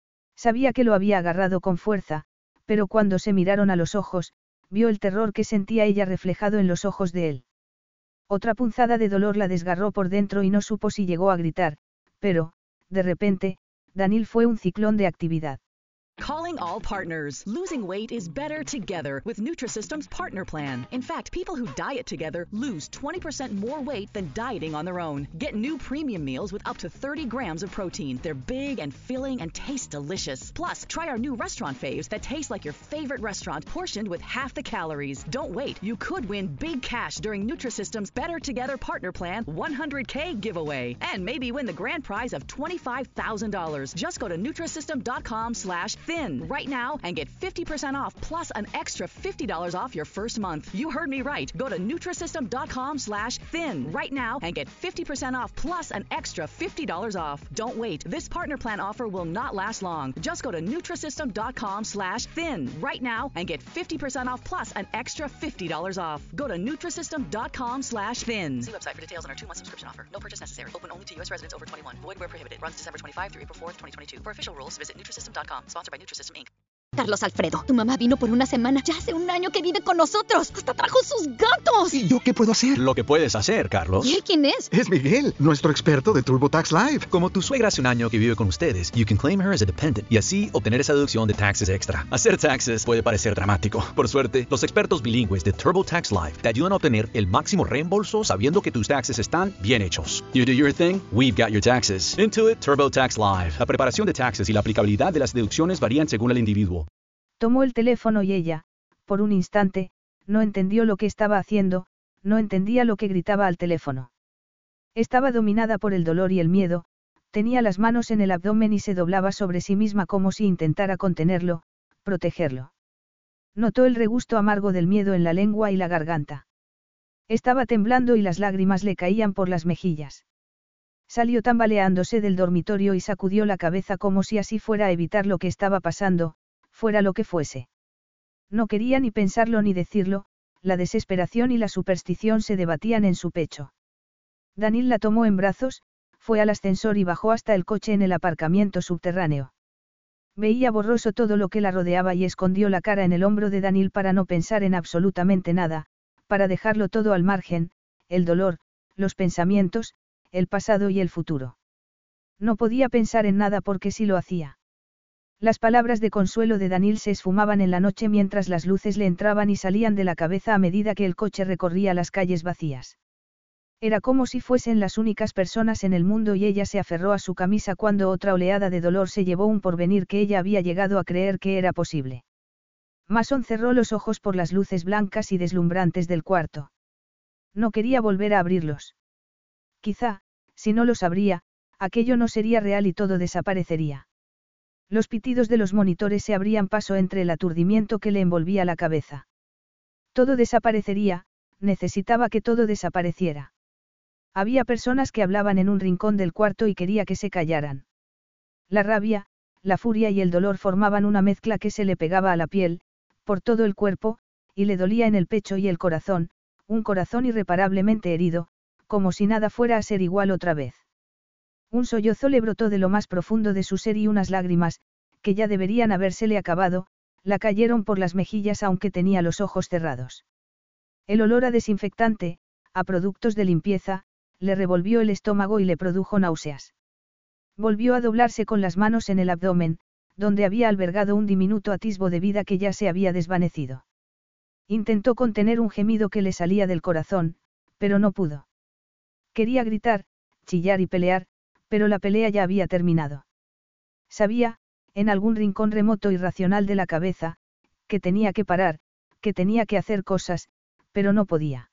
Sabía que lo había agarrado con fuerza, pero cuando se miraron a los ojos, vio el terror que sentía ella reflejado en los ojos de él. Otra punzada de dolor la desgarró por dentro y no supo si llegó a gritar, pero, de repente, Daniel fue un ciclón de actividad. Calling all partners. Losing weight is better together with Nutrisystem's Partner Plan. In fact, people who diet together lose twenty percent more weight than dieting on their own. Get new premium meals with up to thirty grams of protein. They're big and filling and taste delicious. Plus, try our new restaurant faves that taste like your favorite restaurant, portioned with half the calories. Don't wait. You could win big cash during Nutrisystem's Better Together Partner Plan one hundred K giveaway. And maybe win the grand prize of twenty-five thousand dollars. Just go to Nutrisystem.com slash thin right now and get fifty percent off plus an extra fifty dollars off your first month. You heard me right. Go to Nutrisystem.com slash thin right now and get fifty percent off plus an extra fifty dollars off. Don't wait. This partner plan offer will not last long. Just go to Nutrisystem.com slash thin right now and get fifty percent off plus an extra fifty dollars off. Go to Nutrisystem.com slash thin. See website for details on our two-month subscription offer. No purchase necessary. Open only to U S residents over twenty-one. Void where prohibited. Runs December twenty-fifth through April fourth, twenty twenty-two. For official rules, visit Nutrisystem dot com. Sponsored by Nutrisystem Incorporated. Carlos Alfredo, tu mamá vino por una semana. Ya hace un año que vive con nosotros. Hasta trajo sus gatos. ¿Y yo qué puedo hacer? Lo que puedes hacer, Carlos. ¿Y quién es? Es Miguel, nuestro experto de TurboTax Live. Como tu suegra hace un año que vive con ustedes, you can claim her as a dependent y así obtener esa deducción de taxes extra. Hacer taxes puede parecer dramático. Por suerte, los expertos bilingües de TurboTax Live te ayudan a obtener el máximo reembolso sabiendo que tus taxes están bien hechos. You do your thing, we've got your taxes. Intuit TurboTax Live. La preparación de taxes y la aplicabilidad de las deducciones varían según el individuo. Tomó el teléfono y ella, por un instante, no entendió lo que estaba haciendo, no entendía lo que gritaba al teléfono. Estaba dominada por el dolor y el miedo, Tenía las manos en el abdomen y se doblaba sobre sí misma como si intentara contenerlo, protegerlo. Notó el regusto amargo del miedo en la lengua y la garganta. Estaba temblando y las lágrimas le caían por las mejillas. Salió tambaleándose del dormitorio y sacudió la cabeza como si así fuera a evitar lo que estaba pasando, fuera lo que fuese. No quería ni pensarlo ni decirlo, la desesperación y la superstición se debatían en su pecho. Daniel la tomó en brazos, fue al ascensor y bajó hasta el coche en el aparcamiento subterráneo. Veía borroso todo lo que la rodeaba y escondió la cara en el hombro de Daniel para no pensar en absolutamente nada, para dejarlo todo al margen, el dolor, los pensamientos, el pasado y el futuro. No podía pensar en nada porque sí lo hacía. Las palabras de consuelo de Daniel se esfumaban en la noche mientras las luces le entraban y salían de la cabeza a medida que el coche recorría las calles vacías. Era como si fuesen las únicas personas en el mundo y ella se aferró a su camisa cuando otra oleada de dolor se llevó un porvenir que ella había llegado a creer que era posible. Mason cerró los ojos por las luces blancas y deslumbrantes del cuarto. No quería volver a abrirlos. Quizá, si no los abría, aquello no sería real y todo desaparecería. Los pitidos de los monitores se abrían paso entre el aturdimiento que le envolvía la cabeza. Todo desaparecería, necesitaba que todo desapareciera. Había personas que hablaban en un rincón del cuarto y quería que se callaran. La rabia, la furia y el dolor formaban una mezcla que se le pegaba a la piel, por todo el cuerpo, y le dolía en el pecho y el corazón, un corazón irreparablemente herido, como si nada fuera a ser igual otra vez. Un sollozo le brotó de lo más profundo de su ser y unas lágrimas, que ya deberían habérsele acabado, la cayeron por las mejillas aunque tenía los ojos cerrados. El olor a desinfectante, a productos de limpieza, le revolvió el estómago y le produjo náuseas. Volvió a doblarse con las manos en el abdomen, donde había albergado un diminuto atisbo de vida que ya se había desvanecido. Intentó contener un gemido que le salía del corazón, pero no pudo. Quería gritar, chillar y pelear, pero la pelea ya había terminado. Sabía, en algún rincón remoto y racional de la cabeza, que tenía que parar, que tenía que hacer cosas, pero no podía.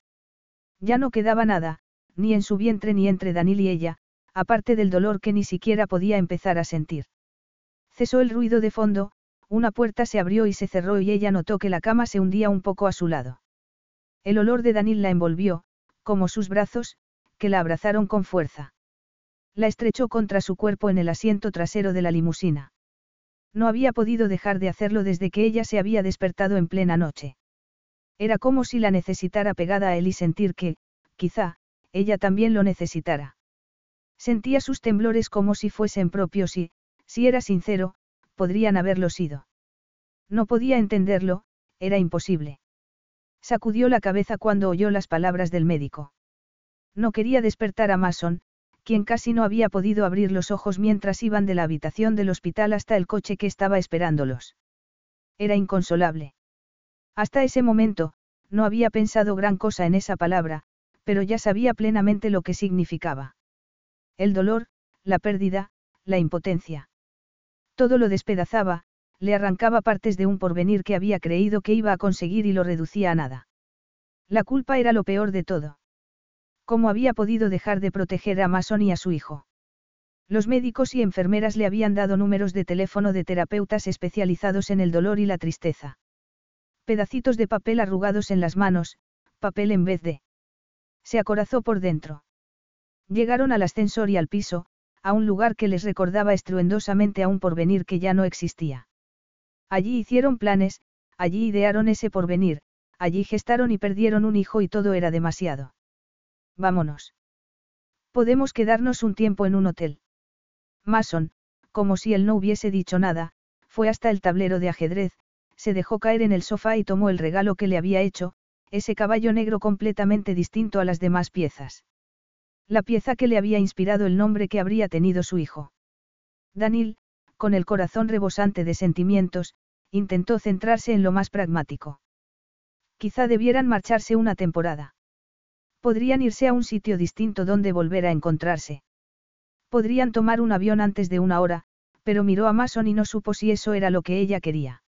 Ya no quedaba nada, ni en su vientre ni entre Daniel y ella, aparte del dolor que ni siquiera podía empezar a sentir. Cesó el ruido de fondo, una puerta se abrió y se cerró y ella notó que la cama se hundía un poco a su lado. El olor de Daniel la envolvió, como sus brazos, que la abrazaron con fuerza. La estrechó contra su cuerpo en el asiento trasero de la limusina. No había podido dejar de hacerlo desde que ella se había despertado en plena noche. Era como si la necesitara pegada a él y sentir que, quizá, ella también lo necesitara. Sentía sus temblores como si fuesen propios y, si era sincero, podrían haberlo sido. No podía entenderlo, era imposible. Sacudió la cabeza cuando oyó las palabras del médico. No quería despertar a Mason, quien casi no había podido abrir los ojos mientras iban de la habitación del hospital hasta el coche que estaba esperándolos. Era inconsolable. Hasta ese momento, no había pensado gran cosa en esa palabra, pero ya sabía plenamente lo que significaba. El dolor, la pérdida, la impotencia. Todo lo despedazaba, le arrancaba partes de un porvenir que había creído que iba a conseguir y lo reducía a nada. La culpa era lo peor de todo. ¿Cómo había podido dejar de proteger a Mason y a su hijo? Los médicos y enfermeras le habían dado números de teléfono de terapeutas especializados en el dolor y la tristeza. Pedacitos de papel arrugados en las manos, papel en vez de... Se acorazó por dentro. Llegaron al ascensor y al piso, a un lugar que les recordaba estruendosamente a un porvenir que ya no existía. Allí hicieron planes, allí idearon ese porvenir, allí gestaron y perdieron un hijo y todo era demasiado. Vámonos. Podemos quedarnos un tiempo en un hotel. Mason, como si él no hubiese dicho nada, fue hasta el tablero de ajedrez, se dejó caer en el sofá y tomó el regalo que le había hecho, ese caballo negro completamente distinto a las demás piezas. La pieza que le había inspirado el nombre que habría tenido su hijo. Daniel, con el corazón rebosante de sentimientos, intentó centrarse en lo más pragmático. Quizá debieran marcharse una temporada. Podrían irse a un sitio distinto donde volver a encontrarse. Podrían tomar un avión antes de una hora, pero miró a Mason y no supo si eso era lo que ella quería.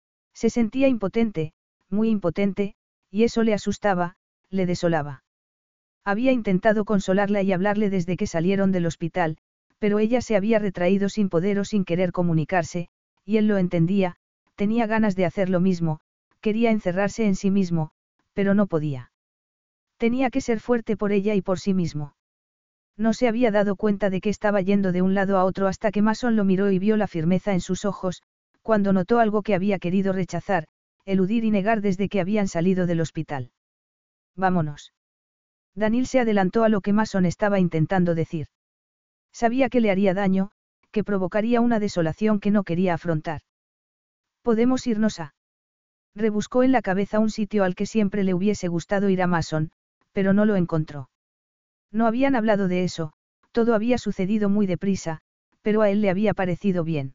Se sentía impotente, muy impotente, y eso le asustaba, le desolaba. Había intentado consolarla y hablarle desde que salieron del hospital, Pero ella se había retraído sin poder o sin querer comunicarse, y él lo entendía, tenía ganas de hacer lo mismo, quería encerrarse en sí mismo, pero no podía. Tenía que ser fuerte por ella y por sí mismo. No se había dado cuenta de que estaba yendo de un lado a otro hasta que Mason lo miró y vio la firmeza en sus ojos, cuando notó algo que había querido rechazar, eludir y negar desde que habían salido del hospital. Vámonos. Daniel se adelantó a lo que Mason estaba intentando decir. Sabía que le haría daño, que provocaría una desolación que no quería afrontar. Podemos irnos a... Rebuscó en la cabeza un sitio al que siempre le hubiese gustado ir a Mason, pero no lo encontró. No habían hablado de eso, todo había sucedido muy deprisa, pero a él le había parecido bien.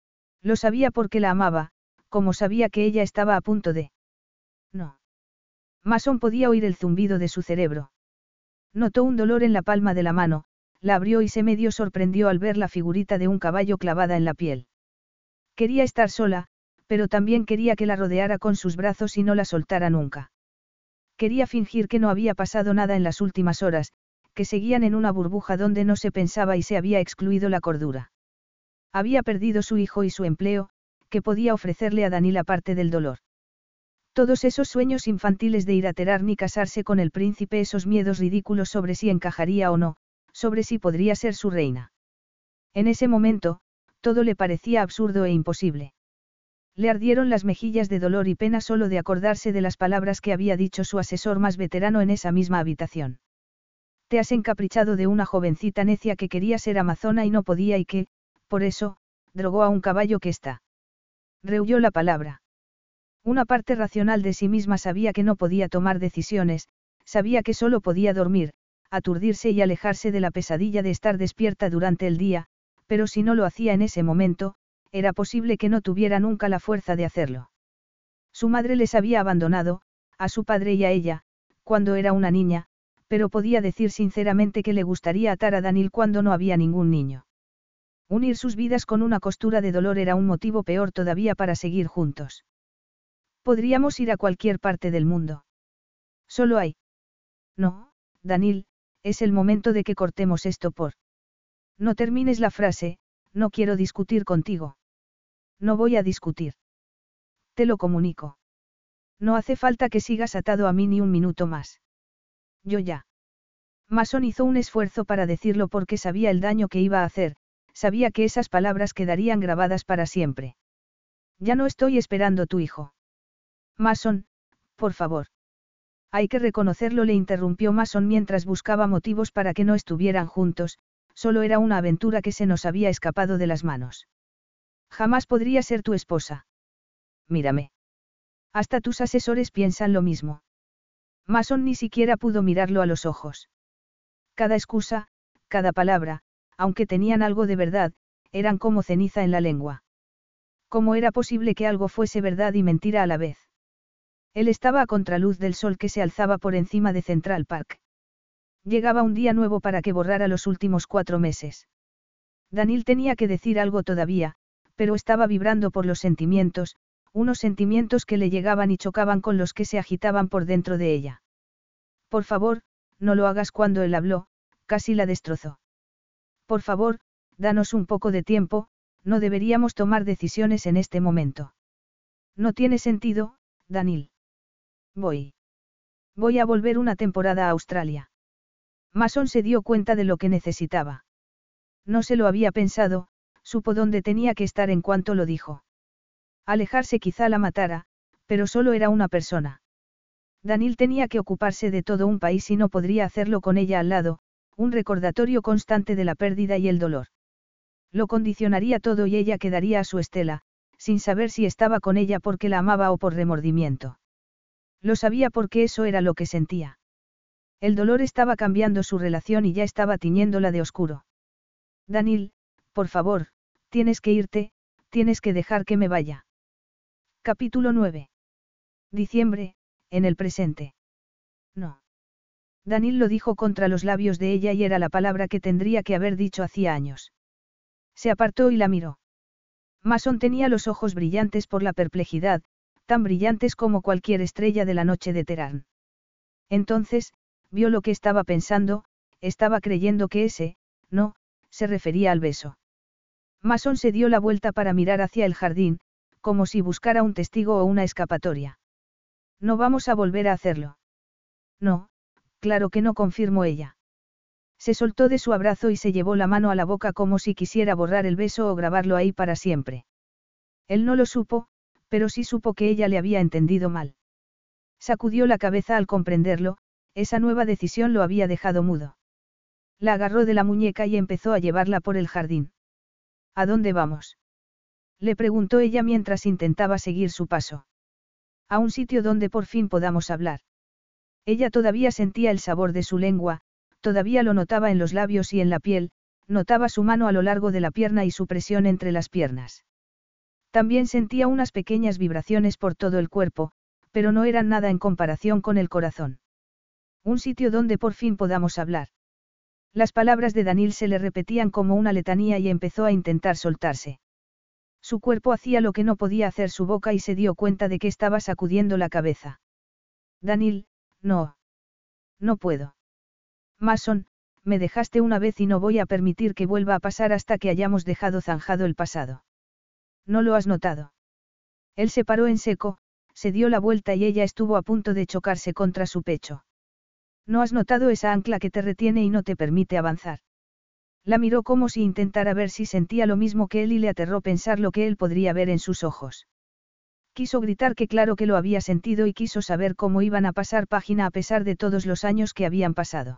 Lo sabía porque la amaba, como sabía que ella estaba a punto de... No. Mason podía oír el zumbido de su cerebro. Notó un dolor en la palma de la mano, la abrió y se medio sorprendió al ver la figurita de un caballo clavada en la piel. Quería estar sola, pero también quería que la rodeara con sus brazos y no la soltara nunca. Quería fingir que no había pasado nada en las últimas horas, que seguían en una burbuja donde no se pensaba y se había excluido la cordura. Había perdido su hijo y su empleo, que podía ofrecerle a Daniel aparte del dolor. Todos esos sueños infantiles de ir a Terar ni casarse con el príncipe, esos miedos ridículos sobre si encajaría o no, sobre si podría ser su reina. En ese momento, todo le parecía absurdo e imposible. Le ardieron las mejillas de dolor y pena solo de acordarse de las palabras que había dicho su asesor más veterano en esa misma habitación. Te has encaprichado de una jovencita necia que quería ser amazona y no podía y que, por eso, drogó a un caballo que está. Rehuyó la palabra. Una parte racional de sí misma sabía que no podía tomar decisiones, sabía que solo podía dormir, aturdirse y alejarse de la pesadilla de estar despierta durante el día, pero si no lo hacía en ese momento, era posible que no tuviera nunca la fuerza de hacerlo. Su madre les había abandonado, a su padre y a ella, cuando era una niña, pero podía decir sinceramente que le gustaría atar a Daniel cuando no había ningún niño. Unir sus vidas con una costura de dolor era un motivo peor todavía para seguir juntos. Podríamos ir a cualquier parte del mundo. Solo hay. No, Daniel, es el momento de que cortemos esto por. No termines la frase, no quiero discutir contigo. No voy a discutir. Te lo comunico. No hace falta que sigas atado a mí ni un minuto más. Yo ya. Mason hizo un esfuerzo para decirlo porque sabía el daño que iba a hacer, sabía que esas palabras quedarían grabadas para siempre. Ya no estoy esperando tu hijo. Mason, por favor. Hay que reconocerlo, le interrumpió Mason mientras buscaba motivos para que no estuvieran juntos, solo era una aventura que se nos había escapado de las manos. Jamás podría ser tu esposa. Mírame. Hasta tus asesores piensan lo mismo. Mason ni siquiera pudo mirarlo a los ojos. Cada excusa, cada palabra, aunque tenían algo de verdad, eran como ceniza en la lengua. ¿Cómo era posible que algo fuese verdad y mentira a la vez? Él estaba a contraluz del sol que se alzaba por encima de Central Park. Llegaba un día nuevo para que borrara los últimos cuatro meses. Daniel tenía que decir algo todavía, pero estaba vibrando por los sentimientos, unos sentimientos que le llegaban y chocaban con los que se agitaban por dentro de ella. Por favor, no lo hagas. Cuando él habló, casi la destrozó. Por favor, danos un poco de tiempo, no deberíamos tomar decisiones en este momento. No tiene sentido, Daniel. Voy. Voy a volver una temporada a Australia. Mason se dio cuenta de lo que necesitaba. No se lo había pensado, supo dónde tenía que estar en cuanto lo dijo. Alejarse quizá la matara, pero solo era una persona. Daniel tenía que ocuparse de todo un país y no podría hacerlo con ella al lado, un recordatorio constante de la pérdida y el dolor. Lo condicionaría todo y ella quedaría a su estela, sin saber si estaba con ella porque la amaba o por remordimiento. Lo sabía porque eso era lo que sentía. El dolor estaba cambiando su relación y ya estaba tiñéndola de oscuro. Daniel, por favor, tienes que irte, tienes que dejar que me vaya. Capítulo nueve. Diciembre, en el presente. No. Daniel lo dijo contra los labios de ella y era la palabra que tendría que haber dicho hacía años. Se apartó y la miró. Mason tenía los ojos brillantes por la perplejidad, tan brillantes como cualquier estrella de la noche de Teherán. Entonces, vio lo que estaba pensando, estaba creyendo que ese, no, se refería al beso. Mason se dio la vuelta para mirar hacia el jardín, como si buscara un testigo o una escapatoria. No vamos a volver a hacerlo. No, claro que no, confirmó ella. Se soltó de su abrazo y se llevó la mano a la boca como si quisiera borrar el beso o grabarlo ahí para siempre. Él no lo supo, pero sí supo que ella le había entendido mal. Sacudió la cabeza al comprenderlo, esa nueva decisión lo había dejado mudo. La agarró de la muñeca y empezó a llevarla por el jardín. ¿A dónde vamos?, le preguntó ella mientras intentaba seguir su paso. A un sitio donde por fin podamos hablar. Ella todavía sentía el sabor de su lengua, todavía lo notaba en los labios y en la piel, notaba su mano a lo largo de la pierna y su presión entre las piernas. También sentía unas pequeñas vibraciones por todo el cuerpo, pero no eran nada en comparación con el corazón. Un sitio donde por fin podamos hablar. Las palabras de Daniel se le repetían como una letanía y empezó a intentar soltarse. Su cuerpo hacía lo que no podía hacer su boca y se dio cuenta de que estaba sacudiendo la cabeza. Daniel, no. No puedo. Mason, me dejaste una vez y no voy a permitir que vuelva a pasar hasta que hayamos dejado zanjado el pasado. ¿No lo has notado? Él se paró en seco, se dio la vuelta y ella estuvo a punto de chocarse contra su pecho. ¿No has notado esa ancla que te retiene y no te permite avanzar? La miró como si intentara ver si sentía lo mismo que él y le aterró pensar lo que él podría ver en sus ojos. Quiso gritar que claro que lo había sentido y quiso saber cómo iban a pasar página a pesar de todos los años que habían pasado.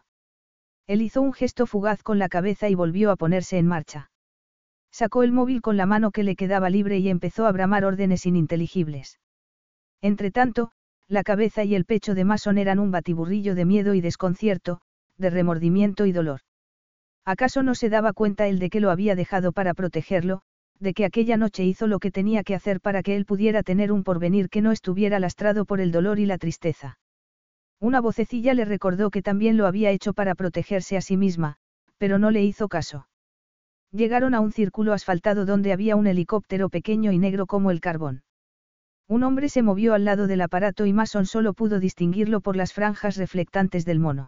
Él hizo un gesto fugaz con la cabeza y volvió a ponerse en marcha. Sacó el móvil con la mano que le quedaba libre y empezó a bramar órdenes ininteligibles. Entretanto, la cabeza y el pecho de Mason eran un batiburrillo de miedo y desconcierto, de remordimiento y dolor. ¿Acaso no se daba cuenta él de que lo había dejado para protegerlo, de que aquella noche hizo lo que tenía que hacer para que él pudiera tener un porvenir que no estuviera lastrado por el dolor y la tristeza? Una vocecilla le recordó que también lo había hecho para protegerse a sí misma, pero no le hizo caso. Llegaron a un círculo asfaltado donde había un helicóptero pequeño y negro como el carbón. Un hombre se movió al lado del aparato y Mason solo pudo distinguirlo por las franjas reflectantes del mono.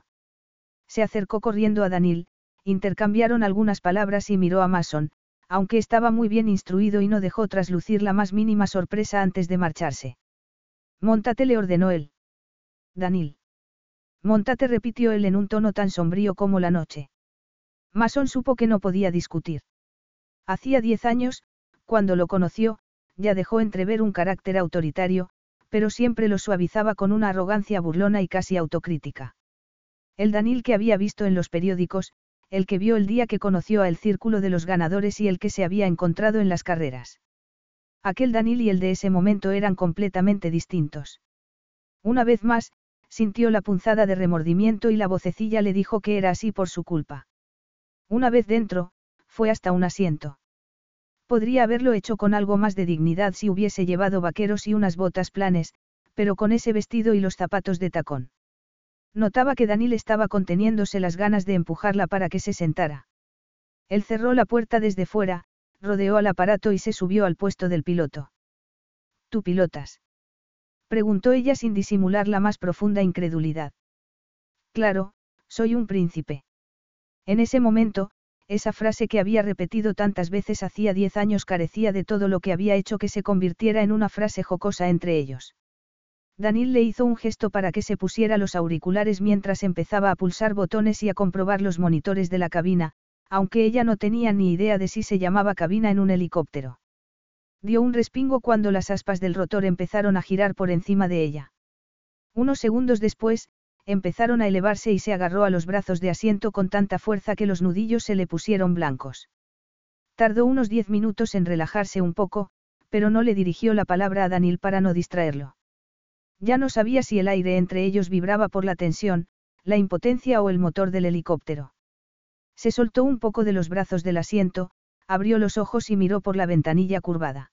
Se acercó corriendo a Daniel, intercambiaron algunas palabras y miró a Mason, aunque estaba muy bien instruido y no dejó traslucir la más mínima sorpresa antes de marcharse. «Móntate», le ordenó él. «Daniel». «Móntate», repitió él en un tono tan sombrío como la noche. Mason supo que no podía discutir. Hacía diez años, cuando lo conoció, ya dejó entrever un carácter autoritario, pero siempre lo suavizaba con una arrogancia burlona y casi autocrítica. El Daniel que había visto en los periódicos, el que vio el día que conoció a el círculo de los ganadores y el que se había encontrado en las carreras. Aquel Daniel y el de ese momento eran completamente distintos. Una vez más, sintió la punzada de remordimiento y la vocecilla le dijo que era así por su culpa. Una vez dentro, fue hasta un asiento. Podría haberlo hecho con algo más de dignidad si hubiese llevado vaqueros y unas botas planes, pero con ese vestido y los zapatos de tacón. Notaba que Daniel estaba conteniéndose las ganas de empujarla para que se sentara. Él cerró la puerta desde fuera, rodeó al aparato y se subió al puesto del piloto. ¿Tú pilotas?, preguntó ella sin disimular la más profunda incredulidad. Claro, soy un príncipe. En ese momento, esa frase que había repetido tantas veces hacía diez años carecía de todo lo que había hecho que se convirtiera en una frase jocosa entre ellos. Daniel le hizo un gesto para que se pusiera los auriculares mientras empezaba a pulsar botones y a comprobar los monitores de la cabina, aunque ella no tenía ni idea de si se llamaba cabina en un helicóptero. Dio un respingo cuando las aspas del rotor empezaron a girar por encima de ella. Unos segundos después, empezaron a elevarse y se agarró a los brazos de asiento con tanta fuerza que los nudillos se le pusieron blancos. Tardó unos diez minutos en relajarse un poco, pero no le dirigió la palabra a Daniel para no distraerlo. Ya no sabía si el aire entre ellos vibraba por la tensión, la impotencia o el motor del helicóptero. Se soltó un poco de los brazos del asiento, abrió los ojos y miró por la ventanilla curvada.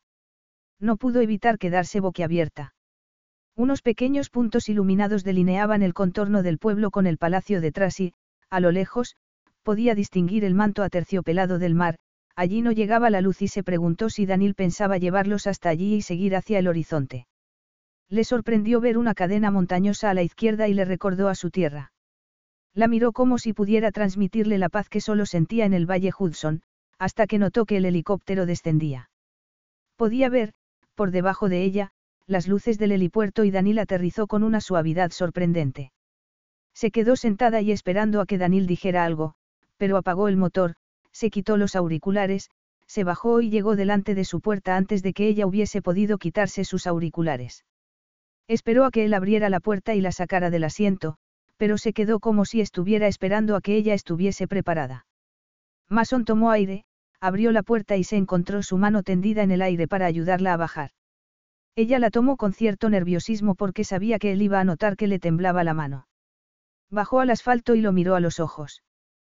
No pudo evitar quedarse boquiabierta. Unos pequeños puntos iluminados delineaban el contorno del pueblo con el palacio detrás y, a lo lejos, podía distinguir el manto aterciopelado del mar. Allí no llegaba la luz y se preguntó si Daniel pensaba llevarlos hasta allí y seguir hacia el horizonte. Le sorprendió ver una cadena montañosa a la izquierda y le recordó a su tierra. La miró como si pudiera transmitirle la paz que solo sentía en el Valle Hudson, hasta que notó que el helicóptero descendía. Podía ver, por debajo de ella, las luces del helipuerto y Daniel aterrizó con una suavidad sorprendente. Se quedó sentada y esperando a que Daniel dijera algo, pero apagó el motor, se quitó los auriculares, se bajó y llegó delante de su puerta antes de que ella hubiese podido quitarse sus auriculares. Esperó a que él abriera la puerta y la sacara del asiento, pero se quedó como si estuviera esperando a que ella estuviese preparada. Mason tomó aire, abrió la puerta y se encontró su mano tendida en el aire para ayudarla a bajar. Ella la tomó con cierto nerviosismo porque sabía que él iba a notar que le temblaba la mano. Bajó al asfalto y lo miró a los ojos.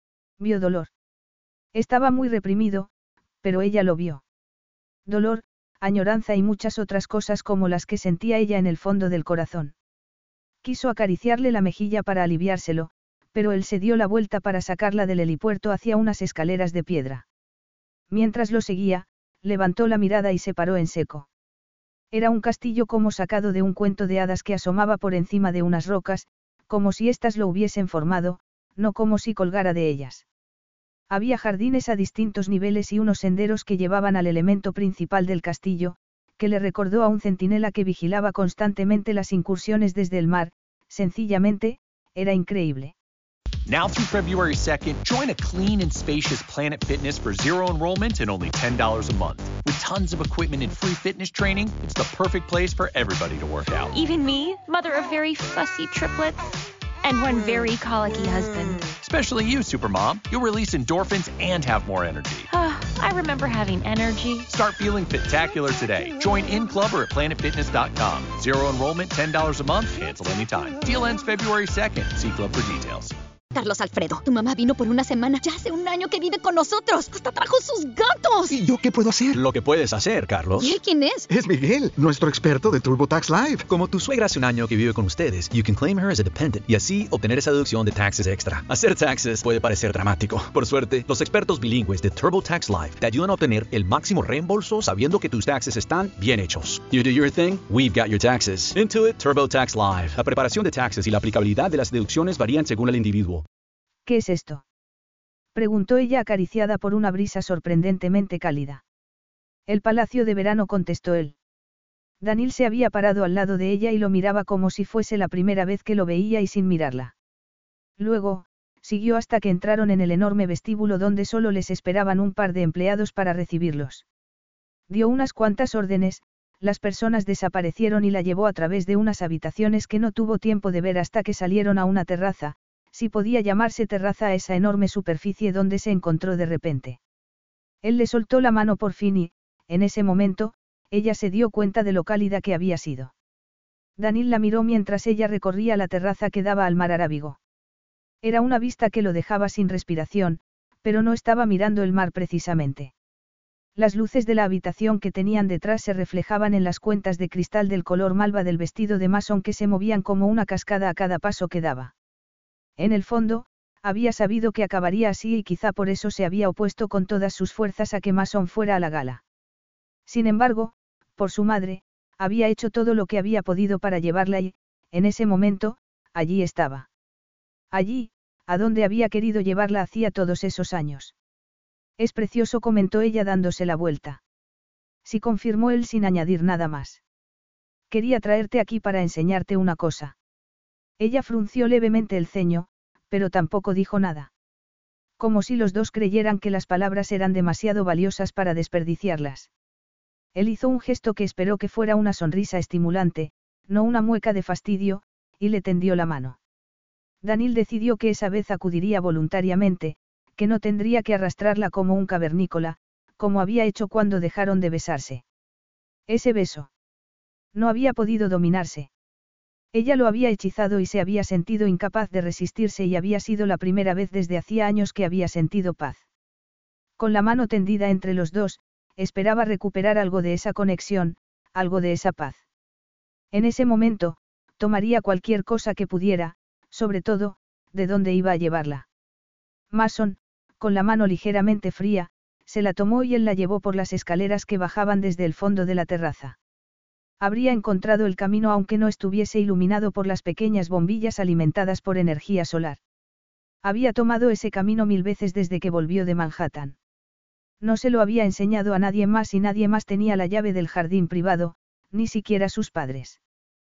Vio dolor. Estaba muy reprimido, pero ella lo vio. Dolor, añoranza y muchas otras cosas como las que sentía ella en el fondo del corazón. Quiso acariciarle la mejilla para aliviárselo, pero él se dio la vuelta para sacarla del helipuerto hacia unas escaleras de piedra. Mientras lo seguía, levantó la mirada y se paró en seco. Era un castillo como sacado de un cuento de hadas que asomaba por encima de unas rocas, como si éstas lo hubiesen formado, no como si colgara de ellas. Había jardines a distintos niveles y unos senderos que llevaban al elemento principal del castillo, que le recordó a un centinela que vigilaba constantemente las incursiones desde el mar. Sencillamente, era increíble. Now through February second, join a clean and spacious Planet Fitness for zero enrollment and only ten dollars a month. With tons of equipment and free fitness training, it's the perfect place for everybody to work out. Even me, mother of very fussy triplets and one very colicky husband. Especially you, Supermom. You'll release endorphins and have more energy. I remember having energy. Start feeling fit-tacular today. Join in club or at planet fitness dot com. Zero enrollment, ten dollars a month, cancel anytime. Deal ends February second. See club for details. Carlos Alfredo, tu mamá vino por una semana. Ya hace un año que vive con nosotros. Hasta trajo sus gatos. ¿Y yo qué puedo hacer? Lo que puedes hacer, Carlos. ¿Y él quién es? Es Miguel, nuestro experto de TurboTax Live. Como tu suegra hace un año que vive con ustedes, you can claim her as a dependent y así obtener esa deducción de taxes extra. Hacer taxes puede parecer dramático. Por suerte, los expertos bilingües de TurboTax Live te ayudan a obtener el máximo reembolso sabiendo que tus taxes están bien hechos. You do your thing, we've got your taxes. Intuit TurboTax Live. La preparación de taxes y la aplicabilidad de las deducciones varían según el individuo. ¿Qué es esto?, preguntó ella acariciada por una brisa sorprendentemente cálida. El palacio de verano, contestó él. Daniel se había parado al lado de ella y lo miraba como si fuese la primera vez que lo veía y sin mirarla. Luego, siguió hasta que entraron en el enorme vestíbulo donde solo les esperaban un par de empleados para recibirlos. Dio unas cuantas órdenes, las personas desaparecieron y la llevó a través de unas habitaciones que no tuvo tiempo de ver hasta que salieron a una terraza, si podía llamarse terraza a esa enorme superficie donde se encontró de repente. Él le soltó la mano por fin y, en ese momento, ella se dio cuenta de lo cálida que había sido. Daniel la miró mientras ella recorría la terraza que daba al mar Arábigo. Era una vista que lo dejaba sin respiración, pero no estaba mirando el mar precisamente. Las luces de la habitación que tenían detrás se reflejaban en las cuentas de cristal del color malva del vestido de Mason que se movían como una cascada a cada paso que daba. En el fondo, había sabido que acabaría así y quizá por eso se había opuesto con todas sus fuerzas a que Mason fuera a la gala. Sin embargo, por su madre, había hecho todo lo que había podido para llevarla y, en ese momento, allí estaba. Allí, a donde había querido llevarla hacía todos esos años. Es precioso, comentó ella dándose la vuelta. Sí, confirmó él sin añadir nada más. Quería traerte aquí para enseñarte una cosa. Ella frunció levemente el ceño, pero tampoco dijo nada. Como si los dos creyeran que las palabras eran demasiado valiosas para desperdiciarlas. Él hizo un gesto que esperó que fuera una sonrisa estimulante, no una mueca de fastidio, y le tendió la mano. Daniel decidió que esa vez acudiría voluntariamente, que no tendría que arrastrarla como un cavernícola, como había hecho cuando dejaron de besarse. Ese beso. No había podido dominarse. Ella lo había hechizado y se había sentido incapaz de resistirse y había sido la primera vez desde hacía años que había sentido paz. Con la mano tendida entre los dos, esperaba recuperar algo de esa conexión, algo de esa paz. En ese momento, tomaría cualquier cosa que pudiera, sobre todo, de dónde iba a llevarla. Mason, con la mano ligeramente fría, se la tomó y él la llevó por las escaleras que bajaban desde el fondo de la terraza. Habría encontrado el camino aunque no estuviese iluminado por las pequeñas bombillas alimentadas por energía solar. Había tomado ese camino mil veces desde que volvió de Manhattan. No se lo había enseñado a nadie más y nadie más tenía la llave del jardín privado, ni siquiera sus padres.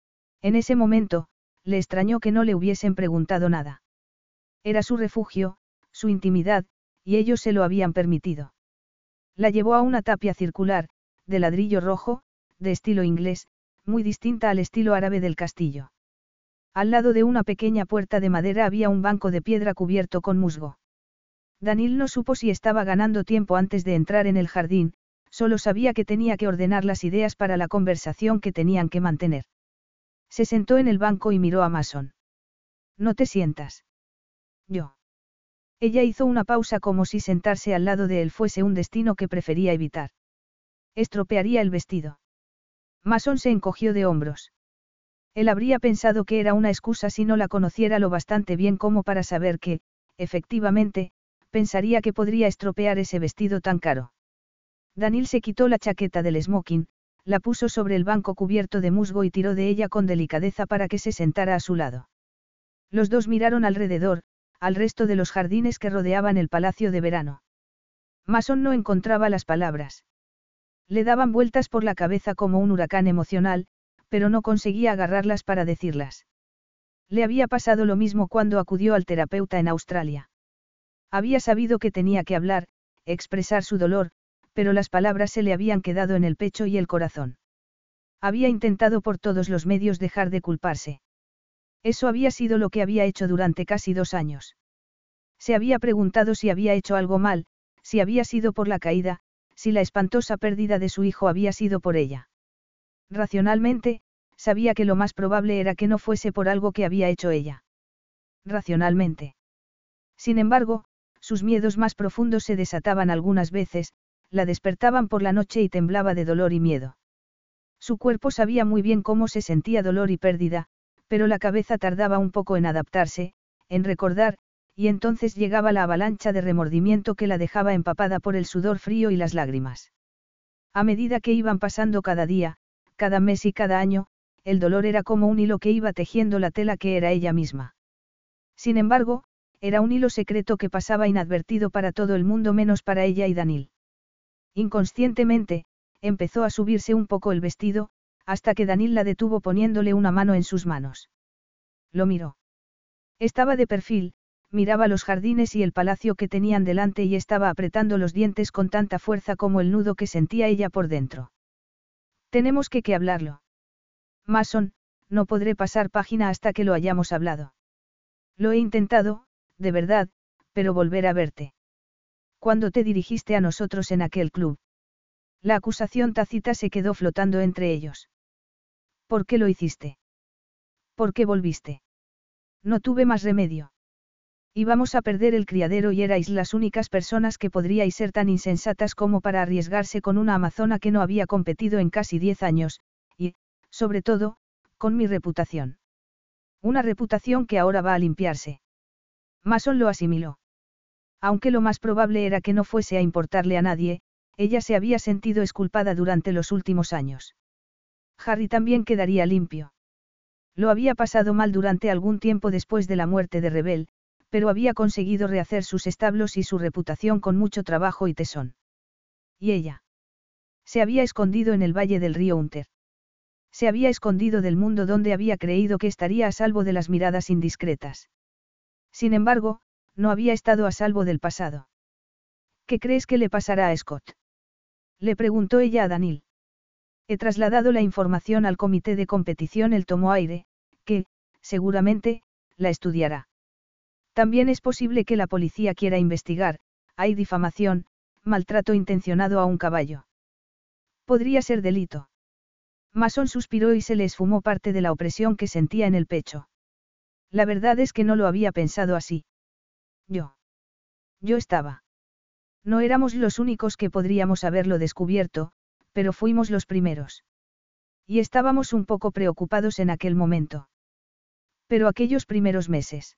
En ese momento, le extrañó que no le hubiesen preguntado nada. Era su refugio, su intimidad, y ellos se lo habían permitido. La llevó a una tapia circular, de ladrillo rojo, de estilo inglés, muy distinta al estilo árabe del castillo. Al lado de una pequeña puerta de madera había un banco de piedra cubierto con musgo. Daniel no supo si estaba ganando tiempo antes de entrar en el jardín, solo sabía que tenía que ordenar las ideas para la conversación que tenían que mantener. Se sentó en el banco y miró a Mason. «No te sientas». «Yo». Ella hizo una pausa como si sentarse al lado de él fuese un destino que prefería evitar. Estropearía el vestido. Mason se encogió de hombros. Él habría pensado que era una excusa si no la conociera lo bastante bien como para saber que, efectivamente, pensaría que podría estropear ese vestido tan caro. Daniel se quitó la chaqueta del smoking, la puso sobre el banco cubierto de musgo y tiró de ella con delicadeza para que se sentara a su lado. Los dos miraron alrededor, al resto de los jardines que rodeaban el palacio de verano. Mason no encontraba las palabras. Le daban vueltas por la cabeza como un huracán emocional, pero no conseguía agarrarlas para decirlas. Le había pasado lo mismo cuando acudió al terapeuta en Australia. Había sabido que tenía que hablar, expresar su dolor, pero las palabras se le habían quedado en el pecho y el corazón. Había intentado por todos los medios dejar de culparse. Eso había sido lo que había hecho durante casi dos años. Se había preguntado si había hecho algo mal, si había sido por la caída, si la espantosa pérdida de su hijo había sido por ella. Racionalmente, sabía que lo más probable era que no fuese por algo que había hecho ella. Racionalmente. Sin embargo, sus miedos más profundos se desataban algunas veces, la despertaban por la noche y temblaba de dolor y miedo. Su cuerpo sabía muy bien cómo se sentía dolor y pérdida, pero la cabeza tardaba un poco en adaptarse, en recordar, y entonces llegaba la avalancha de remordimiento que la dejaba empapada por el sudor frío y las lágrimas. A medida que iban pasando cada día, cada mes y cada año, el dolor era como un hilo que iba tejiendo la tela que era ella misma. Sin embargo, era un hilo secreto que pasaba inadvertido para todo el mundo menos para ella y Daniel. Inconscientemente, empezó a subirse un poco el vestido, hasta que Daniel la detuvo poniéndole una mano en sus manos. Lo miró. Estaba de perfil, miraba los jardines y el palacio que tenían delante y estaba apretando los dientes con tanta fuerza como el nudo que sentía ella por dentro. Tenemos que que hablarlo. Mason, no podré pasar página hasta que lo hayamos hablado. Lo he intentado, de verdad, pero volver a verte. Cuando te dirigiste a nosotros en aquel club. La acusación tácita se quedó flotando entre ellos. ¿Por qué lo hiciste? ¿Por qué volviste? No tuve más remedio. Íbamos a perder el criadero y erais las únicas personas que podríais ser tan insensatas como para arriesgarse con una amazona que no había competido en casi diez años, y, sobre todo, con mi reputación. Una reputación que ahora va a limpiarse. Mason lo asimiló. Aunque lo más probable era que no fuese a importarle a nadie, ella se había sentido exculpada durante los últimos años. Harry también quedaría limpio. Lo había pasado mal durante algún tiempo después de la muerte de Rebel, pero había conseguido rehacer sus establos y su reputación con mucho trabajo y tesón. ¿Y ella? Se había escondido en el valle del río Hunter. Se había escondido del mundo donde había creído que estaría a salvo de las miradas indiscretas. Sin embargo, no había estado a salvo del pasado. ¿Qué crees que le pasará a Scott? Le preguntó ella a Daniel. He trasladado la información al comité de competición. Él tomó aire, que, seguramente, la estudiará. También es posible que la policía quiera investigar, hay difamación, maltrato intencionado a un caballo. Podría ser delito. Mason suspiró y se le esfumó parte de la opresión que sentía en el pecho. La verdad es que no lo había pensado así. Yo. Yo estaba. No éramos los únicos que podríamos haberlo descubierto, pero fuimos los primeros. Y estábamos un poco preocupados en aquel momento. Pero aquellos primeros meses.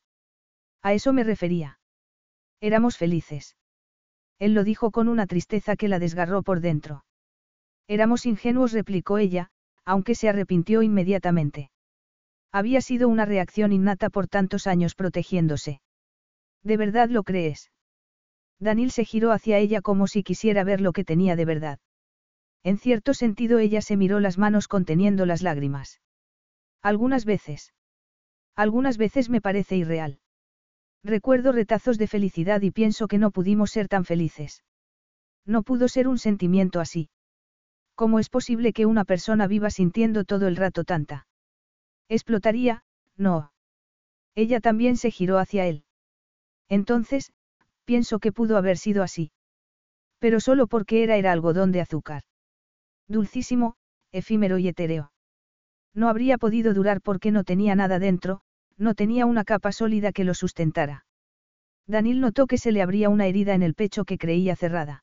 A eso me refería. Éramos felices. Él lo dijo con una tristeza que la desgarró por dentro. Éramos ingenuos, replicó ella, aunque se arrepintió inmediatamente. Había sido una reacción innata por tantos años protegiéndose. ¿De verdad lo crees? Daniel se giró hacia ella como si quisiera ver lo que tenía de verdad. En cierto sentido ella se miró las manos conteniendo las lágrimas. Algunas veces. Algunas veces me parece irreal. Recuerdo retazos de felicidad y pienso que no pudimos ser tan felices. No pudo ser un sentimiento así. ¿Cómo es posible que una persona viva sintiendo todo el rato tanta? Explotaría, no. Ella también se giró hacia él. Entonces, pienso que pudo haber sido así. Pero solo porque era era algodón de azúcar. Dulcísimo, efímero y etéreo. No habría podido durar porque no tenía nada dentro, no tenía una capa sólida que lo sustentara. Daniel notó que se le abría una herida en el pecho que creía cerrada.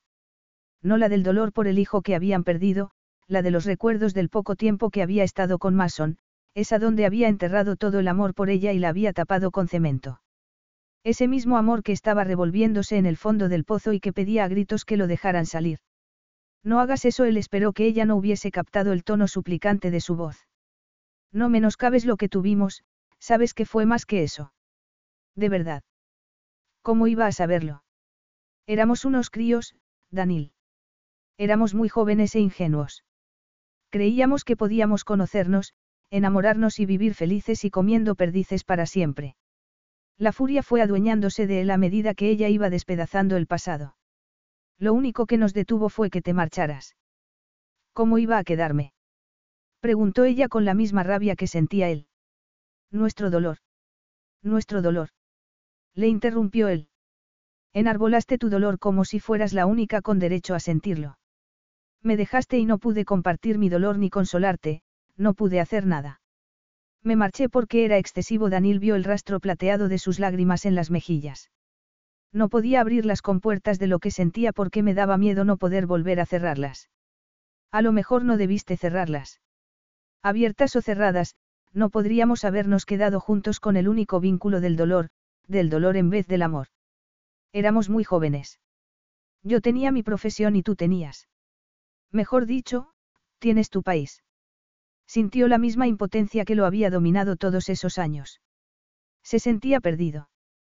No la del dolor por el hijo que habían perdido, la de los recuerdos del poco tiempo que había estado con Mason, esa donde había enterrado todo el amor por ella y la había tapado con cemento. Ese mismo amor que estaba revolviéndose en el fondo del pozo y que pedía a gritos que lo dejaran salir. No hagas eso, él esperó que ella no hubiese captado el tono suplicante de su voz. No menoscabes lo que tuvimos, sabes que fue más que eso. De verdad. ¿Cómo iba a saberlo? Éramos unos críos, Daniel. Éramos muy jóvenes e ingenuos. Creíamos que podíamos conocernos, enamorarnos y vivir felices y comiendo perdices para siempre. La furia fue adueñándose de él a medida que ella iba despedazando el pasado. Lo único que nos detuvo fue que te marcharas. ¿Cómo iba a quedarme? Preguntó ella con la misma rabia que sentía él. Nuestro dolor. Nuestro dolor. Le interrumpió él. Enarbolaste tu dolor como si fueras la única con derecho a sentirlo. Me dejaste y no pude compartir mi dolor ni consolarte, no pude hacer nada. Me marché porque era excesivo. Daniel vio el rastro plateado de sus lágrimas en las mejillas. No podía abrir las compuertas de lo que sentía porque me daba miedo no poder volver a cerrarlas. A lo mejor no debiste cerrarlas. Abiertas o cerradas, no podríamos habernos quedado juntos con el único vínculo del dolor, del dolor en vez del amor. Éramos muy jóvenes. Yo tenía mi profesión y tú tenías. Mejor dicho, tienes tu país. Sintió la misma impotencia que lo había dominado todos esos años. Se sentía perdido.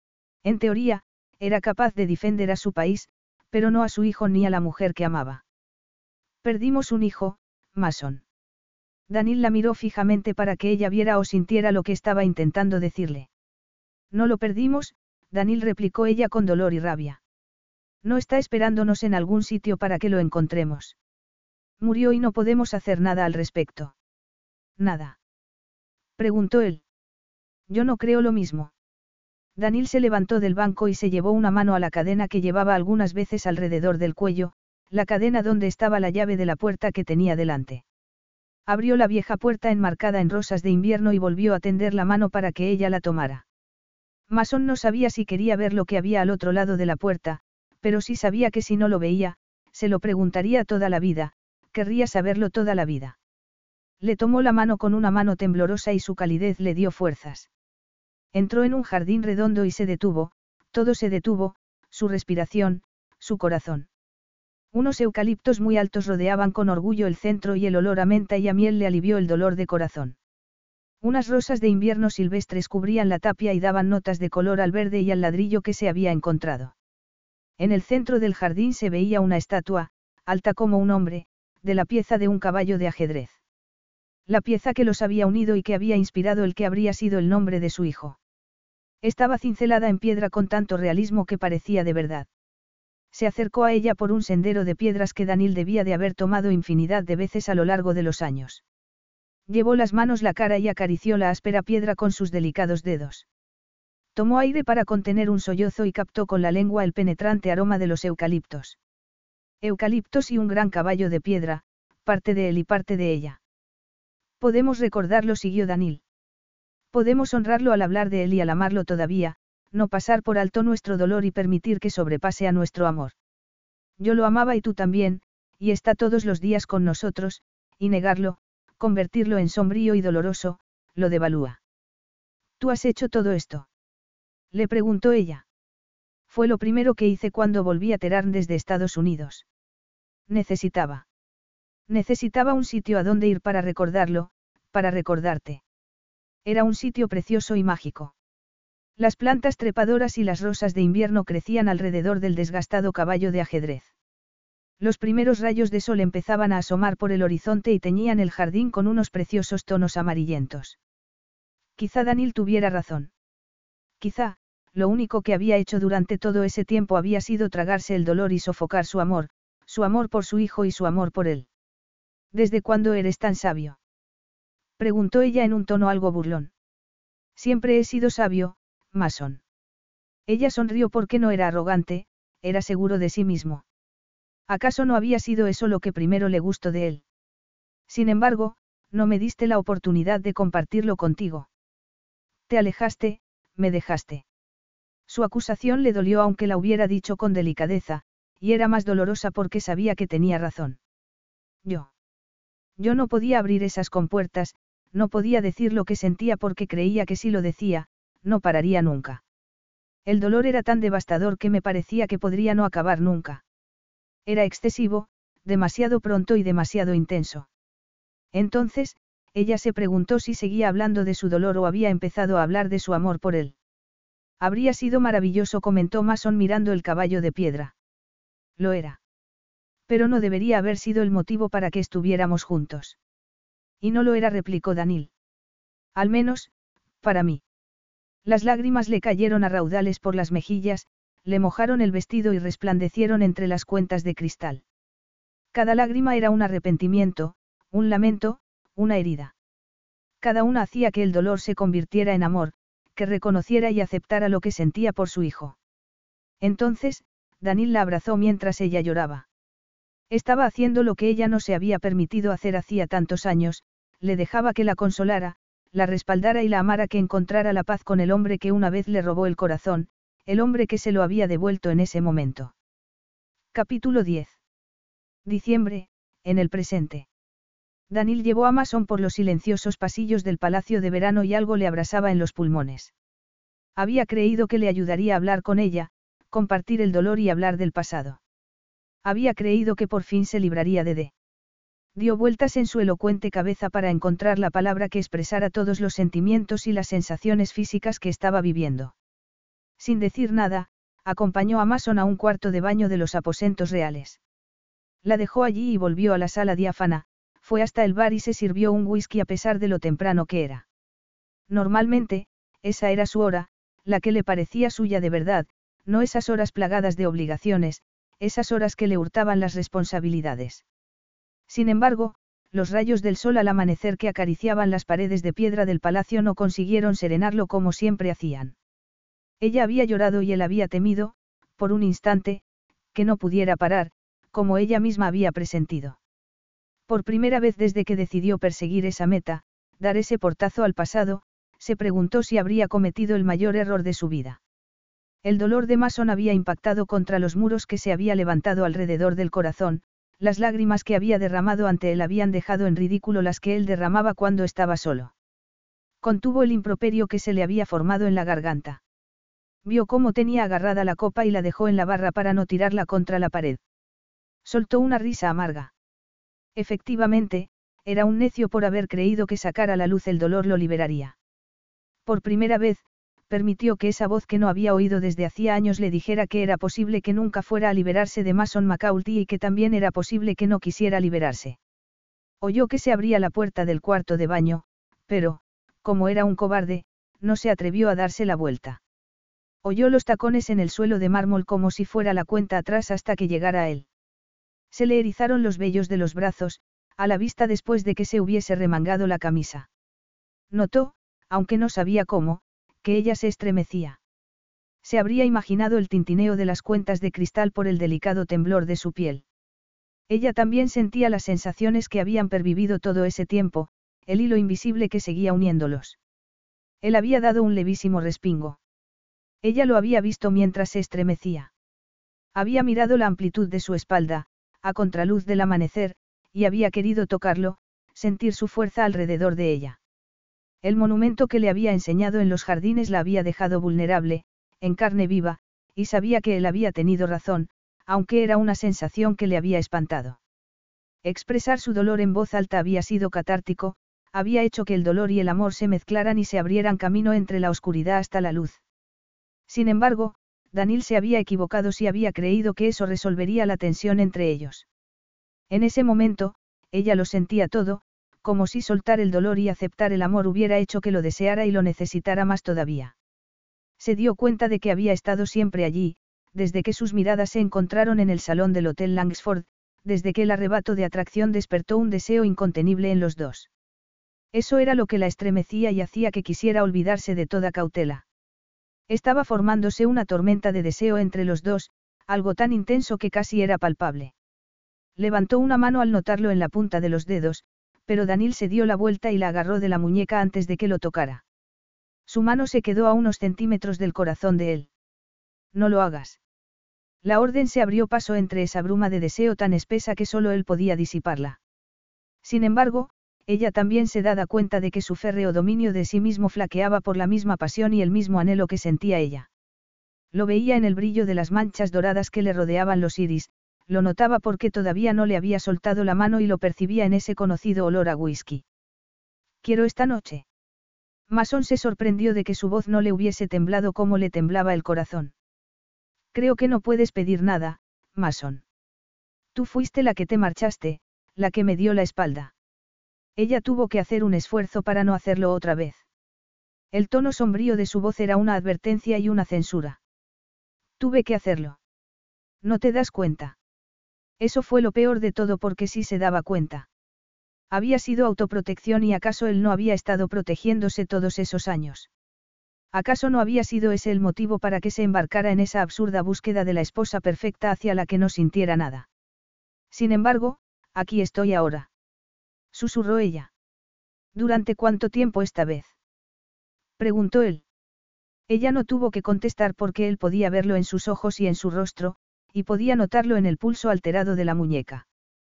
En teoría, era capaz de defender a su país, pero no a su hijo ni a la mujer que amaba. Perdimos un hijo, Mason. Daniel la miró fijamente para que ella viera o sintiera lo que estaba intentando decirle. No lo perdimos, Daniel replicó ella con dolor y rabia. No está esperándonos en algún sitio para que lo encontremos. Murió y no podemos hacer nada al respecto. ¿Nada? Preguntó él. Yo no creo lo mismo. Daniel se levantó del banco y se llevó una mano a la cadena que llevaba algunas veces alrededor del cuello, la cadena donde estaba la llave de la puerta que tenía delante. Abrió la vieja puerta enmarcada en rosas de invierno y volvió a tender la mano para que ella la tomara. Mason no sabía si quería ver lo que había al otro lado de la puerta, pero sí sabía que si no lo veía, se lo preguntaría toda la vida, querría saberlo toda la vida. Le tomó la mano con una mano temblorosa y su calidez le dio fuerzas. Entró en un jardín redondo y se detuvo, todo se detuvo, su respiración, su corazón. Unos eucaliptos muy altos rodeaban con orgullo el centro y el olor a menta y a miel le alivió el dolor de corazón. Unas rosas de invierno silvestres cubrían la tapia y daban notas de color al verde y al ladrillo que se había encontrado. En el centro del jardín se veía una estatua, alta como un hombre, de la pieza de un caballo de ajedrez. La pieza que los había unido y que había inspirado el que habría sido el nombre de su hijo. Estaba cincelada en piedra con tanto realismo que parecía de verdad. Se acercó a ella por un sendero de piedras que Daniel debía de haber tomado infinidad de veces a lo largo de los años. Llevó las manos la cara y acarició la áspera piedra con sus delicados dedos. Tomó aire para contener un sollozo y captó con la lengua el penetrante aroma de los eucaliptos. Eucaliptos y un gran caballo de piedra, parte de él y parte de ella. Podemos recordarlo, siguió Daniel. Podemos honrarlo al hablar de él y al amarlo todavía, no pasar por alto nuestro dolor y permitir que sobrepase a nuestro amor. Yo lo amaba y tú también, y está todos los días con nosotros, y negarlo, convertirlo en sombrío y doloroso, lo devalúa. ¿Tú has hecho todo esto? Le preguntó ella. Fue lo primero que hice cuando volví a Teherán desde Estados Unidos. Necesitaba. Necesitaba un sitio a donde ir para recordarlo, para recordarte. Era un sitio precioso y mágico. Las plantas trepadoras y las rosas de invierno crecían alrededor del desgastado caballo de ajedrez. Los primeros rayos de sol empezaban a asomar por el horizonte y teñían el jardín con unos preciosos tonos amarillentos. Quizá Daniel tuviera razón. Quizá, lo único que había hecho durante todo ese tiempo había sido tragarse el dolor y sofocar su amor, su amor por su hijo y su amor por él. ¿Desde cuándo eres tan sabio?, preguntó ella en un tono algo burlón. Siempre he sido sabio, Mason. Ella sonrió porque no era arrogante, era seguro de sí mismo. ¿Acaso no había sido eso lo que primero le gustó de él? Sin embargo, no me diste la oportunidad de compartirlo contigo. Te alejaste, me dejaste. Su acusación le dolió aunque la hubiera dicho con delicadeza, y era más dolorosa porque sabía que tenía razón. Yo. Yo no podía abrir esas compuertas, no podía decir lo que sentía porque creía que si lo decía, no pararía nunca. El dolor era tan devastador que me parecía que podría no acabar nunca. Era excesivo, demasiado pronto y demasiado intenso. Entonces, ella se preguntó si seguía hablando de su dolor o había empezado a hablar de su amor por él. Habría sido maravilloso, comentó Mason mirando el caballo de piedra. Lo era. Pero no debería haber sido el motivo para que estuviéramos juntos. Y no lo era, replicó Daniel. Al menos, para mí. Las lágrimas le cayeron a raudales por las mejillas, le mojaron el vestido y resplandecieron entre las cuentas de cristal. Cada lágrima era un arrepentimiento, un lamento, una herida. Cada una hacía que el dolor se convirtiera en amor, que reconociera y aceptara lo que sentía por su hijo. Entonces, Daniel la abrazó mientras ella lloraba. Estaba haciendo lo que ella no se había permitido hacer hacía tantos años, le dejaba que la consolara, la respaldara y la amara, que encontrara la paz con el hombre que una vez le robó el corazón, el hombre que se lo había devuelto en ese momento. Capítulo diez. Diciembre, en el presente. Daniel llevó a Mason por los silenciosos pasillos del palacio de verano y algo le abrasaba en los pulmones. Había creído que le ayudaría a hablar con ella, compartir el dolor y hablar del pasado. Había creído que por fin se libraría de D. Dio vueltas en su elocuente cabeza para encontrar la palabra que expresara todos los sentimientos y las sensaciones físicas que estaba viviendo. Sin decir nada, acompañó a Mason a un cuarto de baño de los aposentos reales. La dejó allí y volvió a la sala diáfana, fue hasta el bar y se sirvió un whisky a pesar de lo temprano que era. Normalmente, esa era su hora, la que le parecía suya de verdad, no esas horas plagadas de obligaciones, esas horas que le hurtaban las responsabilidades. Sin embargo, los rayos del sol al amanecer que acariciaban las paredes de piedra del palacio no consiguieron serenarlo como siempre hacían. Ella había llorado y él había temido, por un instante, que no pudiera parar, como ella misma había presentido. Por primera vez desde que decidió perseguir esa meta, dar ese portazo al pasado, se preguntó si habría cometido el mayor error de su vida. El dolor de Mason había impactado contra los muros que se había levantado alrededor del corazón, las lágrimas que había derramado ante él habían dejado en ridículo las que él derramaba cuando estaba solo. Contuvo el improperio que se le había formado en la garganta. Vio cómo tenía agarrada la copa y la dejó en la barra para no tirarla contra la pared. Soltó una risa amarga. Efectivamente, era un necio por haber creído que sacar a la luz el dolor lo liberaría. Por primera vez, permitió que esa voz que no había oído desde hacía años le dijera que era posible que nunca fuera a liberarse de Mason Macaulty y que también era posible que no quisiera liberarse. Oyó que se abría la puerta del cuarto de baño, pero, como era un cobarde, no se atrevió a darse la vuelta. Oyó los tacones en el suelo de mármol como si fuera la cuenta atrás hasta que llegara a él. Se le erizaron los vellos de los brazos, a la vista después de que se hubiese remangado la camisa. Notó, aunque no sabía cómo, que ella se estremecía. Se habría imaginado el tintineo de las cuentas de cristal por el delicado temblor de su piel. Ella también sentía las sensaciones que habían pervivido todo ese tiempo, el hilo invisible que seguía uniéndolos. Él había dado un levísimo respingo. Ella lo había visto mientras se estremecía. Había mirado la amplitud de su espalda, a contraluz del amanecer, y había querido tocarlo, sentir su fuerza alrededor de ella. El monumento que le había enseñado en los jardines la había dejado vulnerable, en carne viva, y sabía que él había tenido razón, aunque era una sensación que le había espantado. Expresar su dolor en voz alta había sido catártico, había hecho que el dolor y el amor se mezclaran y se abrieran camino entre la oscuridad hasta la luz. Sin embargo, Daniel se había equivocado si había creído que eso resolvería la tensión entre ellos. En ese momento, ella lo sentía todo, como si soltar el dolor y aceptar el amor hubiera hecho que lo deseara y lo necesitara más todavía. Se dio cuenta de que había estado siempre allí, desde que sus miradas se encontraron en el salón del Hotel Langsford, desde que el arrebato de atracción despertó un deseo incontenible en los dos. Eso era lo que la estremecía y hacía que quisiera olvidarse de toda cautela. Estaba formándose una tormenta de deseo entre los dos, algo tan intenso que casi era palpable. Levantó una mano al notarlo en la punta de los dedos, pero Daniel se dio la vuelta y la agarró de la muñeca antes de que lo tocara. Su mano se quedó a unos centímetros del corazón de él. No lo hagas. La orden se abrió paso entre esa bruma de deseo tan espesa que solo él podía disiparla. Sin embargo, ella también se daba cuenta de que su férreo dominio de sí mismo flaqueaba por la misma pasión y el mismo anhelo que sentía ella. Lo veía en el brillo de las manchas doradas que le rodeaban los iris, lo notaba porque todavía no le había soltado la mano y lo percibía en ese conocido olor a whisky. «Quiero esta noche». Mason se sorprendió de que su voz no le hubiese temblado como le temblaba el corazón. «Creo que no puedes pedir nada, Mason. Tú fuiste la que te marchaste, la que me dio la espalda». Ella tuvo que hacer un esfuerzo para no hacerlo otra vez. El tono sombrío de su voz era una advertencia y una censura. Tuve que hacerlo. ¿No te das cuenta? Eso fue lo peor de todo porque sí se daba cuenta. Había sido autoprotección y acaso él no había estado protegiéndose todos esos años. ¿Acaso no había sido ese el motivo para que se embarcara en esa absurda búsqueda de la esposa perfecta hacia la que no sintiera nada? Sin embargo, aquí estoy ahora. Susurró ella. ¿Durante cuánto tiempo esta vez?, preguntó él. Ella no tuvo que contestar porque él podía verlo en sus ojos y en su rostro, y podía notarlo en el pulso alterado de la muñeca.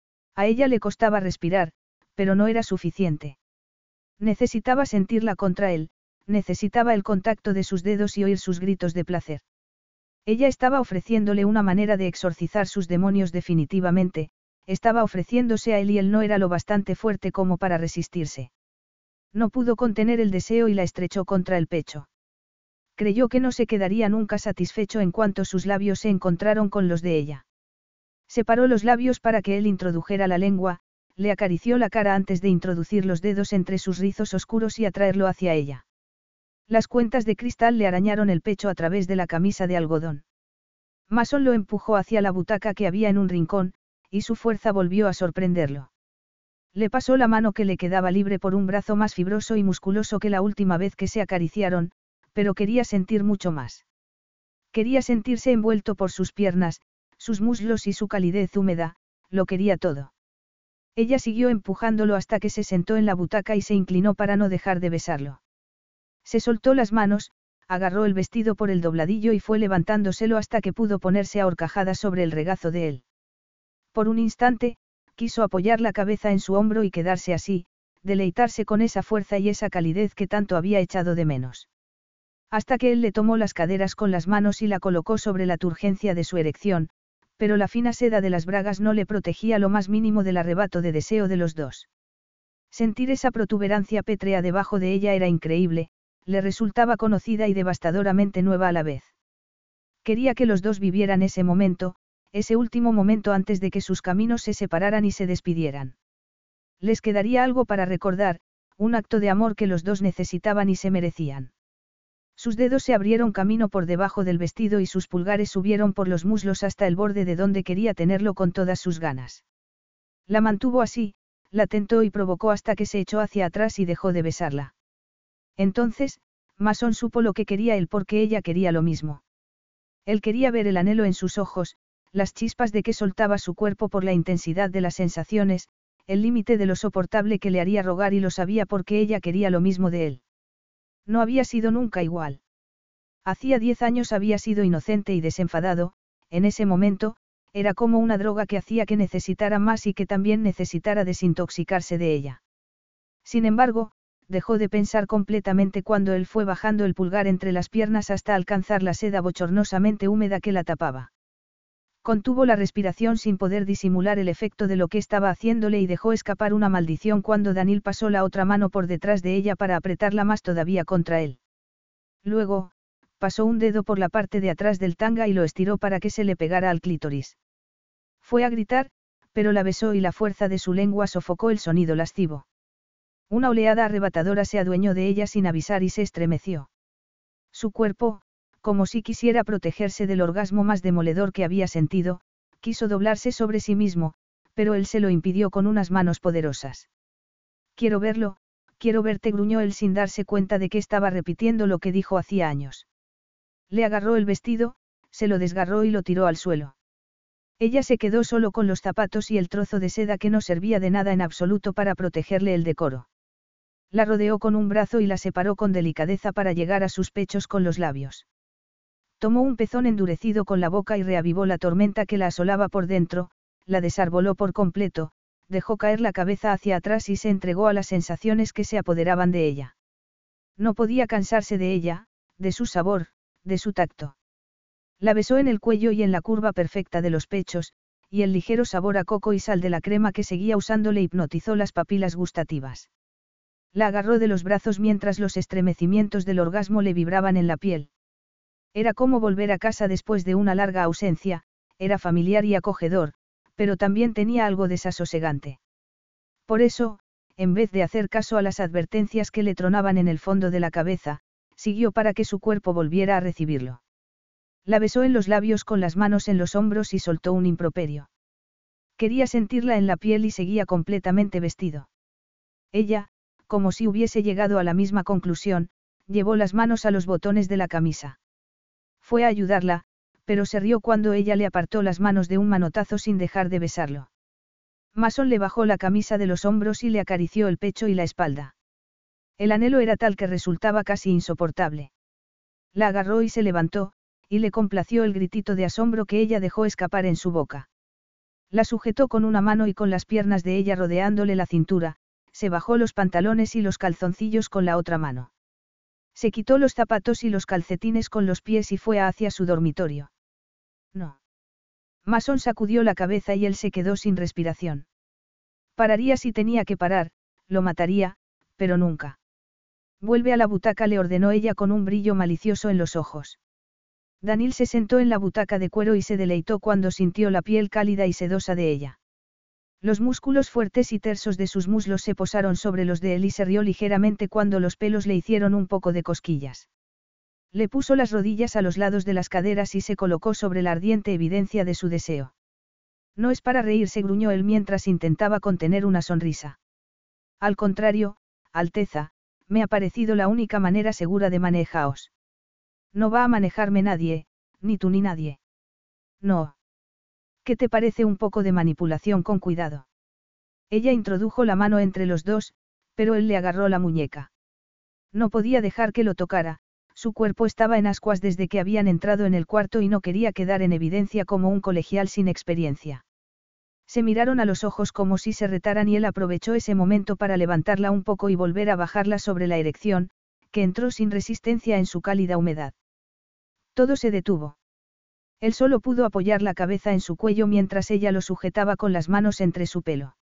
A ella le costaba respirar, pero no era suficiente. Necesitaba sentirla contra él, necesitaba el contacto de sus dedos y oír sus gritos de placer. Ella estaba ofreciéndole una manera de exorcizar sus demonios definitivamente, estaba ofreciéndose a él y él no era lo bastante fuerte como para resistirse. No pudo contener el deseo y la estrechó contra el pecho. Creyó que no se quedaría nunca satisfecho en cuanto sus labios se encontraron con los de ella. Separó los labios para que él introdujera la lengua, le acarició la cara antes de introducir los dedos entre sus rizos oscuros y atraerlo hacia ella. Las cuentas de cristal le arañaron el pecho a través de la camisa de algodón. Mason lo empujó hacia la butaca que había en un rincón, y su fuerza volvió a sorprenderlo. Le pasó la mano que le quedaba libre por un brazo más fibroso y musculoso que la última vez que se acariciaron, pero quería sentir mucho más. Quería sentirse envuelto por sus piernas, sus muslos y su calidez húmeda, lo quería todo. Ella siguió empujándolo hasta que se sentó en la butaca y se inclinó para no dejar de besarlo. Se soltó las manos, agarró el vestido por el dobladillo y fue levantándoselo hasta que pudo ponerse a horcajadas sobre el regazo de él. Por un instante, quiso apoyar la cabeza en su hombro y quedarse así, deleitarse con esa fuerza y esa calidez que tanto había echado de menos. Hasta que él le tomó las caderas con las manos y la colocó sobre la turgencia de su erección, pero la fina seda de las bragas no le protegía lo más mínimo del arrebato de deseo de los dos. Sentir esa protuberancia pétrea debajo de ella era increíble, le resultaba conocida y devastadoramente nueva a la vez. Quería que los dos vivieran ese momento, ese último momento antes de que sus caminos se separaran y se despidieran. Les quedaría algo para recordar, un acto de amor que los dos necesitaban y se merecían. Sus dedos se abrieron camino por debajo del vestido y sus pulgares subieron por los muslos hasta el borde de donde quería tenerlo con todas sus ganas. La mantuvo así, la tentó y provocó hasta que se echó hacia atrás y dejó de besarla. Entonces, Mason supo lo que quería él porque ella quería lo mismo. Él quería ver el anhelo en sus ojos, las chispas de que soltaba su cuerpo por la intensidad de las sensaciones, el límite de lo soportable que le haría rogar y lo sabía porque ella quería lo mismo de él. No había sido nunca igual. Hacía diez años había sido inocente y desenfadado, en ese momento, era como una droga que hacía que necesitara más y que también necesitara desintoxicarse de ella. Sin embargo, dejó de pensar completamente cuando él fue bajando el pulgar entre las piernas hasta alcanzar la seda bochornosamente húmeda que la tapaba. Contuvo la respiración sin poder disimular el efecto de lo que estaba haciéndole y dejó escapar una maldición cuando Daniel pasó la otra mano por detrás de ella para apretarla más todavía contra él. Luego, pasó un dedo por la parte de atrás del tanga y lo estiró para que se le pegara al clítoris. Fue a gritar, pero la besó y la fuerza de su lengua sofocó el sonido lascivo. Una oleada arrebatadora se adueñó de ella sin avisar y se estremeció. Su cuerpo, como si quisiera protegerse del orgasmo más demoledor que había sentido, quiso doblarse sobre sí mismo, pero él se lo impidió con unas manos poderosas. Quiero verlo, quiero verte, gruñó él sin darse cuenta de que estaba repitiendo lo que dijo hacía años. Le agarró el vestido, se lo desgarró y lo tiró al suelo. Ella se quedó solo con los zapatos y el trozo de seda que no servía de nada en absoluto para protegerle el decoro. La rodeó con un brazo y la separó con delicadeza para llegar a sus pechos con los labios. Tomó un pezón endurecido con la boca y reavivó la tormenta que la asolaba por dentro, la desarboló por completo, dejó caer la cabeza hacia atrás y se entregó a las sensaciones que se apoderaban de ella. No podía cansarse de ella, de su sabor, de su tacto. La besó en el cuello y en la curva perfecta de los pechos, y el ligero sabor a coco y sal de la crema que seguía usando le hipnotizó las papilas gustativas. La agarró de los brazos mientras los estremecimientos del orgasmo le vibraban en la piel. Era como volver a casa después de una larga ausencia, era familiar y acogedor, pero también tenía algo desasosegante. Por eso, en vez de hacer caso a las advertencias que le tronaban en el fondo de la cabeza, siguió para que su cuerpo volviera a recibirlo. La besó en los labios con las manos en los hombros y soltó un improperio. Quería sentirla en la piel y seguía completamente vestido. Ella, como si hubiese llegado a la misma conclusión, llevó las manos a los botones de la camisa. Fue a ayudarla, pero se rió cuando ella le apartó las manos de un manotazo sin dejar de besarlo. Mason le bajó la camisa de los hombros y le acarició el pecho y la espalda. El anhelo era tal que resultaba casi insoportable. La agarró y se levantó, y le complació el gritito de asombro que ella dejó escapar en su boca. La sujetó con una mano y con las piernas de ella rodeándole la cintura, se bajó los pantalones y los calzoncillos con la otra mano. Se quitó los zapatos y los calcetines con los pies y fue hacia su dormitorio. No. Mason sacudió la cabeza y él se quedó sin respiración. Pararía si tenía que parar, lo mataría, pero nunca. Vuelve a la butaca, le ordenó ella con un brillo malicioso en los ojos. Daniel se sentó en la butaca de cuero y se deleitó cuando sintió la piel cálida y sedosa de ella. Los músculos fuertes y tersos de sus muslos se posaron sobre los de él y se rió ligeramente cuando los pelos le hicieron un poco de cosquillas. Le puso las rodillas a los lados de las caderas y se colocó sobre la ardiente evidencia de su deseo. No es para reírse, gruñó él mientras intentaba contener una sonrisa. Al contrario, Alteza, me ha parecido la única manera segura de manejaos. No va a manejarme nadie, ni tú ni nadie. No. ¿Qué te parece un poco de manipulación con cuidado? Ella introdujo la mano entre los dos, pero él le agarró la muñeca. No podía dejar que lo tocara, su cuerpo estaba en ascuas desde que habían entrado en el cuarto y no quería quedar en evidencia como un colegial sin experiencia. Se miraron a los ojos como si se retaran y él aprovechó ese momento para levantarla un poco y volver a bajarla sobre la erección, que entró sin resistencia en su cálida humedad. Todo se detuvo. Él solo pudo apoyar la cabeza en su cuello mientras ella lo sujetaba con las manos entre su pelo.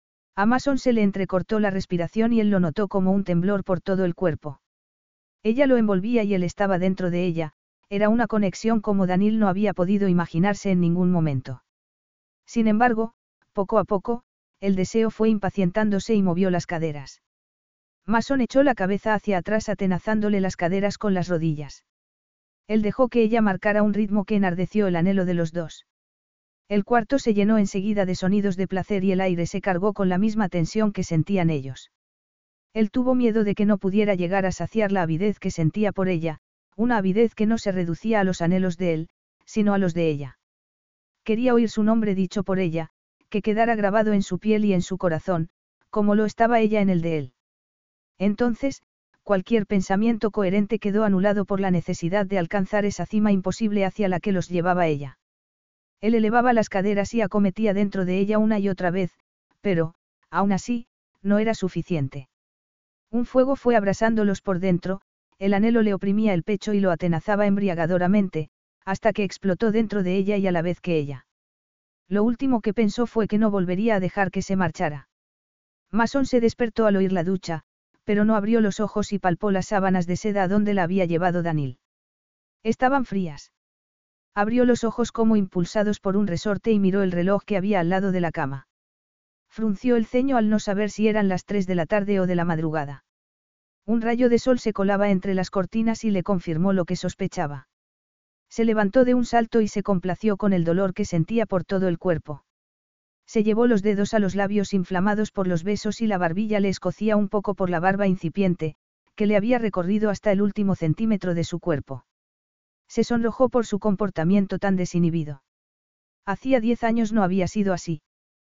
A Mason se le entrecortó la respiración y él lo notó como un temblor por todo el cuerpo. Ella lo envolvía y él estaba dentro de ella, era una conexión como Daniel no había podido imaginarse en ningún momento. Sin embargo, poco a poco, el deseo fue impacientándose y movió las caderas. Mason echó la cabeza hacia atrás atenazándole las caderas con las rodillas. Él dejó que ella marcara un ritmo que enardeció el anhelo de los dos. El cuarto se llenó enseguida de sonidos de placer y el aire se cargó con la misma tensión que sentían ellos. Él tuvo miedo de que no pudiera llegar a saciar la avidez que sentía por ella, una avidez que no se reducía a los anhelos de él, sino a los de ella. Quería oír su nombre dicho por ella, que quedara grabado en su piel y en su corazón, como lo estaba ella en el de él. Entonces, cualquier pensamiento coherente quedó anulado por la necesidad de alcanzar esa cima imposible hacia la que los llevaba ella. Él elevaba las caderas y acometía dentro de ella una y otra vez, pero, aún así, no era suficiente. Un fuego fue abrasándolos por dentro, el anhelo le oprimía el pecho y lo atenazaba embriagadoramente, hasta que explotó dentro de ella y a la vez que ella. Lo último que pensó fue que no volvería a dejar que se marchara. Mason se despertó al oír la ducha, pero no abrió los ojos y palpó las sábanas de seda a donde la había llevado Daniel. Estaban frías. Abrió los ojos como impulsados por un resorte y miró el reloj que había al lado de la cama. Frunció el ceño al no saber si eran las tres de la tarde o de la madrugada. Un rayo de sol se colaba entre las cortinas y le confirmó lo que sospechaba. Se levantó de un salto y se complació con el dolor que sentía por todo el cuerpo. Se llevó los dedos a los labios inflamados por los besos y la barbilla le escocía un poco por la barba incipiente, que le había recorrido hasta el último centímetro de su cuerpo. Se sonrojó por su comportamiento tan desinhibido. Hacía diez años no había sido así.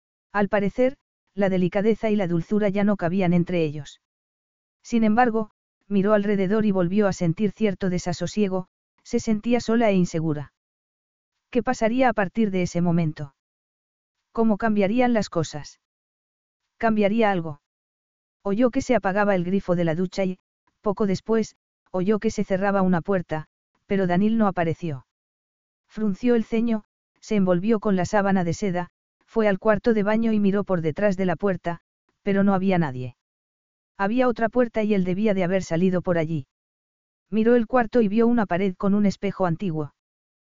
Al parecer, la delicadeza y la dulzura ya no cabían entre ellos. Sin embargo, miró alrededor y volvió a sentir cierto desasosiego, se sentía sola e insegura. ¿Qué pasaría a partir de ese momento? ¿Cómo cambiarían las cosas? ¿Cambiaría algo? Oyó que se apagaba el grifo de la ducha y, poco después, oyó que se cerraba una puerta, pero Danil no apareció. Frunció el ceño, se envolvió con la sábana de seda, fue al cuarto de baño y miró por detrás de la puerta, pero no había nadie. Había otra puerta y él debía de haber salido por allí. Miró el cuarto y vio una pared con un espejo antiguo.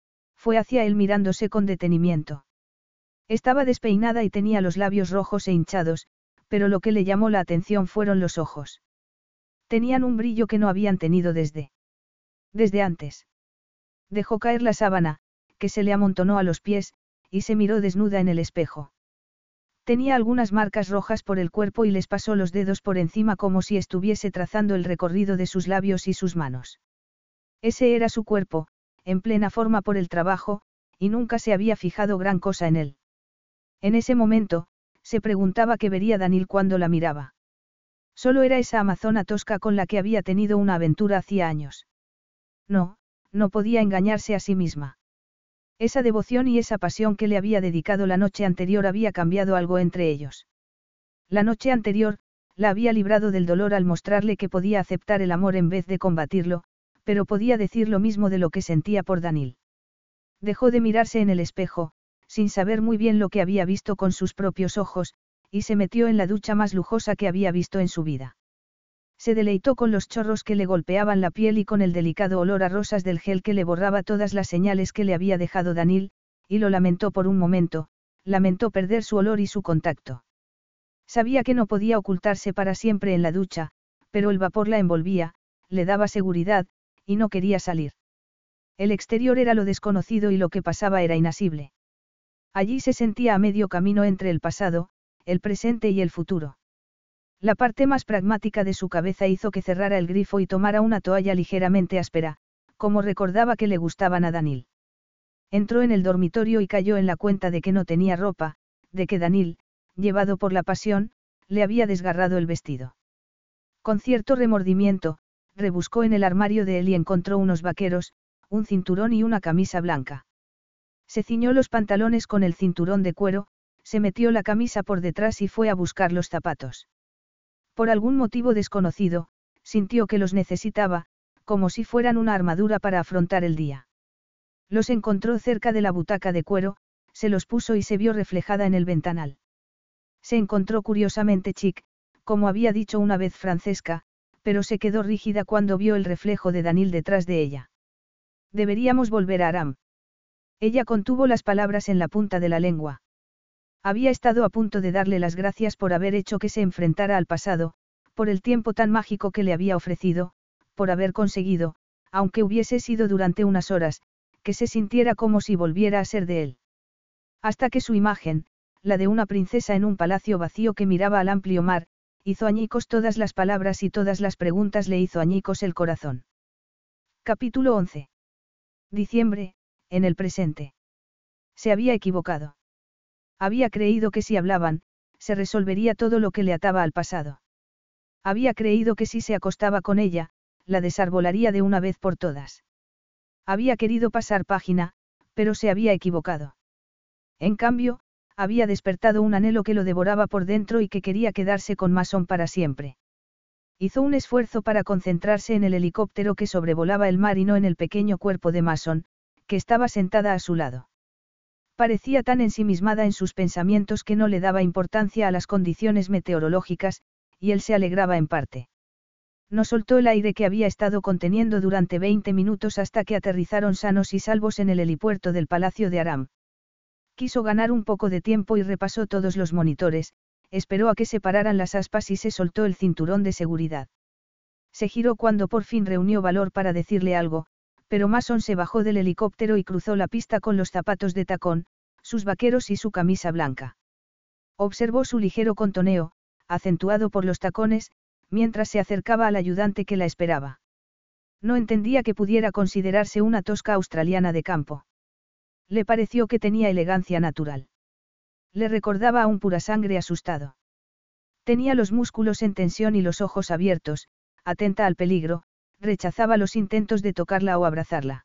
Fue hacia él mirándose con detenimiento. Estaba despeinada y tenía los labios rojos e hinchados, pero lo que le llamó la atención fueron los ojos. Tenían un brillo que no habían tenido desde... desde antes. Dejó caer la sábana, que se le amontonó a los pies, y se miró desnuda en el espejo. Tenía algunas marcas rojas por el cuerpo y les pasó los dedos por encima como si estuviese trazando el recorrido de sus labios y sus manos. Ese era su cuerpo, en plena forma por el trabajo, y nunca se había fijado gran cosa en él. En ese momento, se preguntaba qué vería Danil cuando la miraba. Solo era esa amazona tosca con la que había tenido una aventura hacía años. No, no podía engañarse a sí misma. Esa devoción y esa pasión que le había dedicado la noche anterior había cambiado algo entre ellos. La noche anterior, la había librado del dolor al mostrarle que podía aceptar el amor en vez de combatirlo, pero podía decir lo mismo de lo que sentía por Danil. Dejó de mirarse en el espejo, sin saber muy bien lo que había visto con sus propios ojos, y se metió en la ducha más lujosa que había visto en su vida. Se deleitó con los chorros que le golpeaban la piel y con el delicado olor a rosas del gel que le borraba todas las señales que le había dejado Danil, y lo lamentó por un momento, lamentó perder su olor y su contacto. Sabía que no podía ocultarse para siempre en la ducha, pero el vapor la envolvía, le daba seguridad, y no quería salir. El exterior era lo desconocido y lo que pasaba era inasible. Allí se sentía a medio camino entre el pasado, el presente y el futuro. La parte más pragmática de su cabeza hizo que cerrara el grifo y tomara una toalla ligeramente áspera, como recordaba que le gustaban a Danil. Entró en el dormitorio y cayó en la cuenta de que no tenía ropa, de que Danil, llevado por la pasión, le había desgarrado el vestido. Con cierto remordimiento, rebuscó en el armario de él y encontró unos vaqueros, un cinturón y una camisa blanca. Se ciñó los pantalones con el cinturón de cuero, se metió la camisa por detrás y fue a buscar los zapatos. Por algún motivo desconocido, sintió que los necesitaba, como si fueran una armadura para afrontar el día. Los encontró cerca de la butaca de cuero, se los puso y se vio reflejada en el ventanal. Se encontró curiosamente chic, como había dicho una vez Francesca, pero se quedó rígida cuando vio el reflejo de Danil detrás de ella. Deberíamos volver a Aram. Ella contuvo las palabras en la punta de la lengua. Había estado a punto de darle las gracias por haber hecho que se enfrentara al pasado, por el tiempo tan mágico que le había ofrecido, por haber conseguido, aunque hubiese sido durante unas horas, que se sintiera como si volviera a ser de él. Hasta que su imagen, la de una princesa en un palacio vacío que miraba al amplio mar, hizo añicos todas las palabras y todas las preguntas le hizo añicos el corazón. Capítulo once. Diciembre, en el presente. Se había equivocado. Había creído que si hablaban, se resolvería todo lo que le ataba al pasado. Había creído que si se acostaba con ella, la desarbolaría de una vez por todas. Había querido pasar página, pero se había equivocado. En cambio, había despertado un anhelo que lo devoraba por dentro y que quería quedarse con Mason para siempre. Hizo un esfuerzo para concentrarse en el helicóptero que sobrevolaba el mar y no en el pequeño cuerpo de Mason, que estaba sentada a su lado. Parecía tan ensimismada en sus pensamientos que no le daba importancia a las condiciones meteorológicas, y él se alegraba en parte. No soltó el aire que había estado conteniendo durante veinte minutos hasta que aterrizaron sanos y salvos en el helipuerto del Palacio de Aram. Quiso ganar un poco de tiempo y repasó todos los monitores, esperó a que se pararan las aspas y se soltó el cinturón de seguridad. Se giró cuando por fin reunió valor para decirle algo, pero Mason se bajó del helicóptero y cruzó la pista con los zapatos de tacón, sus vaqueros y su camisa blanca. Observó su ligero contoneo, acentuado por los tacones, mientras se acercaba al ayudante que la esperaba. No entendía que pudiera considerarse una tosca australiana de campo. Le pareció que tenía elegancia natural. Le recordaba a un purasangre asustado. Tenía los músculos en tensión y los ojos abiertos, atenta al peligro, rechazaba los intentos de tocarla o abrazarla.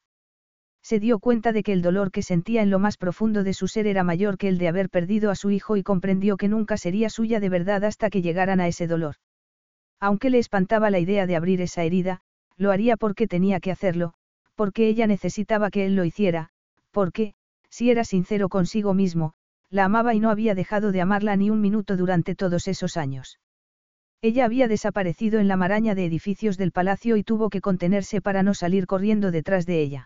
Se dio cuenta de que el dolor que sentía en lo más profundo de su ser era mayor que el de haber perdido a su hijo y comprendió que nunca sería suya de verdad hasta que llegaran a ese dolor. Aunque le espantaba la idea de abrir esa herida, lo haría porque tenía que hacerlo, porque ella necesitaba que él lo hiciera, porque, si era sincero consigo mismo, la amaba y no había dejado de amarla ni un minuto durante todos esos años. Ella había desaparecido en la maraña de edificios del palacio y tuvo que contenerse para no salir corriendo detrás de ella.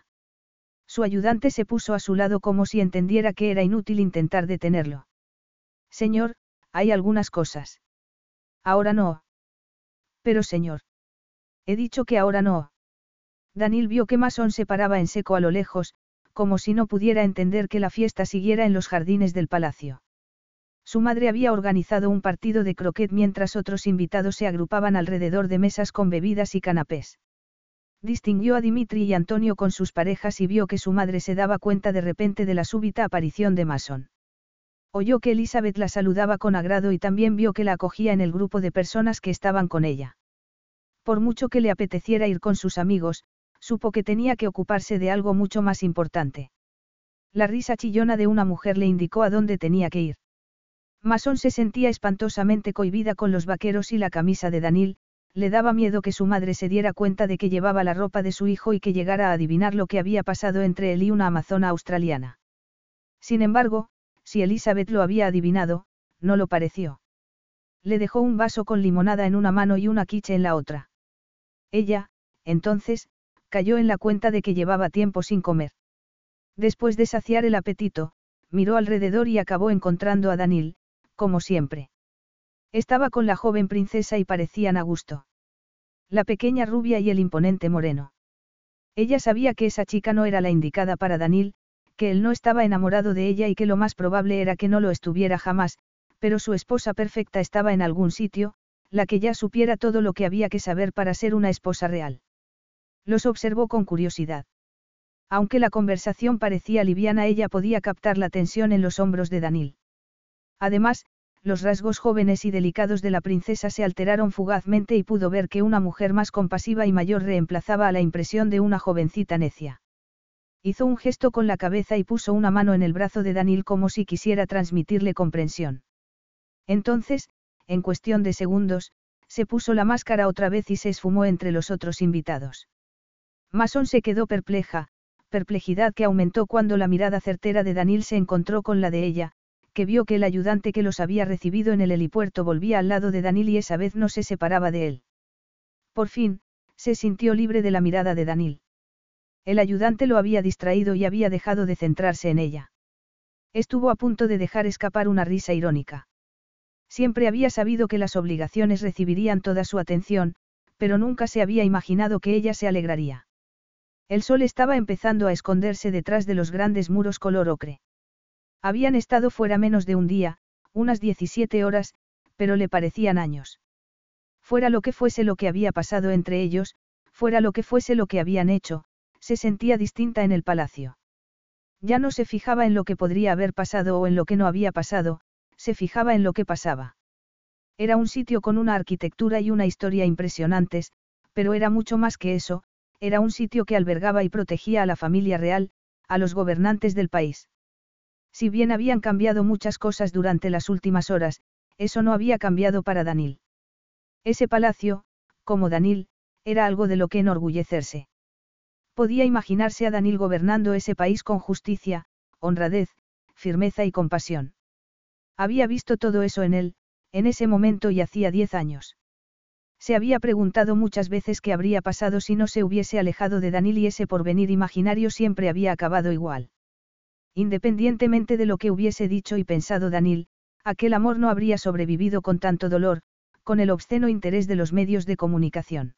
Su ayudante se puso a su lado como si entendiera que era inútil intentar detenerlo. Señor, hay algunas cosas. Ahora no. Pero señor. He dicho que ahora no. Daniel vio que Mason se paraba en seco a lo lejos, como si no pudiera entender que la fiesta siguiera en los jardines del palacio. Su madre había organizado un partido de croquet mientras otros invitados se agrupaban alrededor de mesas con bebidas y canapés. Distinguió a Dimitri y Antonio con sus parejas y vio que su madre se daba cuenta de repente de la súbita aparición de Mason. Oyó que Elizabeth la saludaba con agrado y también vio que la acogía en el grupo de personas que estaban con ella. Por mucho que le apeteciera ir con sus amigos, supo que tenía que ocuparse de algo mucho más importante. La risa chillona de una mujer le indicó a dónde tenía que ir. Mason se sentía espantosamente cohibida con los vaqueros y la camisa de Daniel, le daba miedo que su madre se diera cuenta de que llevaba la ropa de su hijo y que llegara a adivinar lo que había pasado entre él y una amazona australiana. Sin embargo, si Elizabeth lo había adivinado, no lo pareció. Le dejó un vaso con limonada en una mano y una quiche en la otra. Ella, entonces, cayó en la cuenta de que llevaba tiempo sin comer. Después de saciar el apetito, miró alrededor y acabó encontrando a Daniel, como siempre. Estaba con la joven princesa y parecían a gusto. La pequeña rubia y el imponente moreno. Ella sabía que esa chica no era la indicada para Daniel, que él no estaba enamorado de ella y que lo más probable era que no lo estuviera jamás, pero su esposa perfecta estaba en algún sitio, la que ya supiera todo lo que había que saber para ser una esposa real. Los observó con curiosidad. Aunque la conversación parecía liviana, ella podía captar la tensión en los hombros de Daniel. Además, los rasgos jóvenes y delicados de la princesa se alteraron fugazmente y pudo ver que una mujer más compasiva y mayor reemplazaba a la impresión de una jovencita necia. Hizo un gesto con la cabeza y puso una mano en el brazo de Daniel como si quisiera transmitirle comprensión. Entonces, en cuestión de segundos, se puso la máscara otra vez y se esfumó entre los otros invitados. Mason se quedó perpleja, perplejidad que aumentó cuando la mirada certera de Daniel se encontró con la de ella, que vio que el ayudante que los había recibido en el helipuerto volvía al lado de Daniel y esa vez no se separaba de él. Por fin, se sintió libre de la mirada de Daniel. El ayudante lo había distraído y había dejado de centrarse en ella. Estuvo a punto de dejar escapar una risa irónica. Siempre había sabido que las obligaciones recibirían toda su atención, pero nunca se había imaginado que ella se alegraría. El sol estaba empezando a esconderse detrás de los grandes muros color ocre. Habían estado fuera menos de un día, unas diecisiete horas, pero le parecían años. Fuera lo que fuese lo que había pasado entre ellos, fuera lo que fuese lo que habían hecho, se sentía distinta en el palacio. Ya no se fijaba en lo que podría haber pasado o en lo que no había pasado, se fijaba en lo que pasaba. Era un sitio con una arquitectura y una historia impresionantes, pero era mucho más que eso, era un sitio que albergaba y protegía a la familia real, a los gobernantes del país. Si bien habían cambiado muchas cosas durante las últimas horas, eso no había cambiado para Daniel. Ese palacio, como Daniel, era algo de lo que enorgullecerse. Podía imaginarse a Daniel gobernando ese país con justicia, honradez, firmeza y compasión. Había visto todo eso en él, en ese momento y hacía diez años. Se había preguntado muchas veces qué habría pasado si no se hubiese alejado de Danil y ese porvenir imaginario siempre había acabado igual. Independientemente de lo que hubiese dicho y pensado Danil, aquel amor no habría sobrevivido con tanto dolor, con el obsceno interés de los medios de comunicación.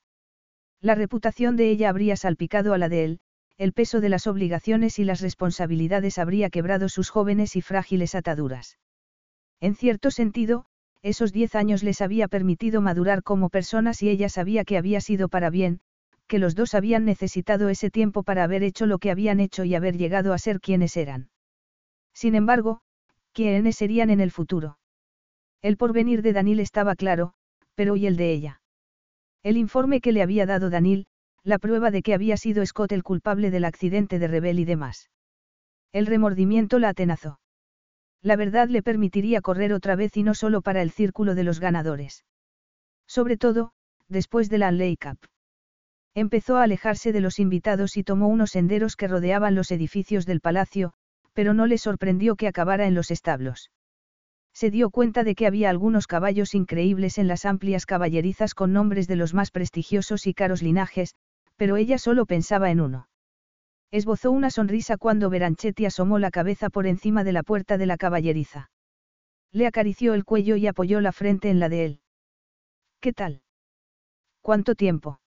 La reputación de ella habría salpicado a la de él, el peso de las obligaciones y las responsabilidades habría quebrado sus jóvenes y frágiles ataduras. En cierto sentido, esos diez años les había permitido madurar como personas y ella sabía que había sido para bien, que los dos habían necesitado ese tiempo para haber hecho lo que habían hecho y haber llegado a ser quienes eran. Sin embargo, ¿quiénes serían en el futuro? El porvenir de Danil estaba claro, pero ¿y el de ella? El informe que le había dado Danil, la prueba de que había sido Scott el culpable del accidente de Rebel y demás. El remordimiento la atenazó. La verdad le permitiría correr otra vez y no solo para el círculo de los ganadores. Sobre todo, después de la Anley Cup. Empezó a alejarse de los invitados y tomó unos senderos que rodeaban los edificios del palacio, pero no le sorprendió que acabara en los establos. Se dio cuenta de que había algunos caballos increíbles en las amplias caballerizas con nombres de los más prestigiosos y caros linajes, pero ella solo pensaba en uno. Esbozó una sonrisa cuando Beranchetti asomó la cabeza por encima de la puerta de la caballeriza. Le acarició el cuello y apoyó la frente en la de él. ¿Qué tal? ¿Cuánto tiempo?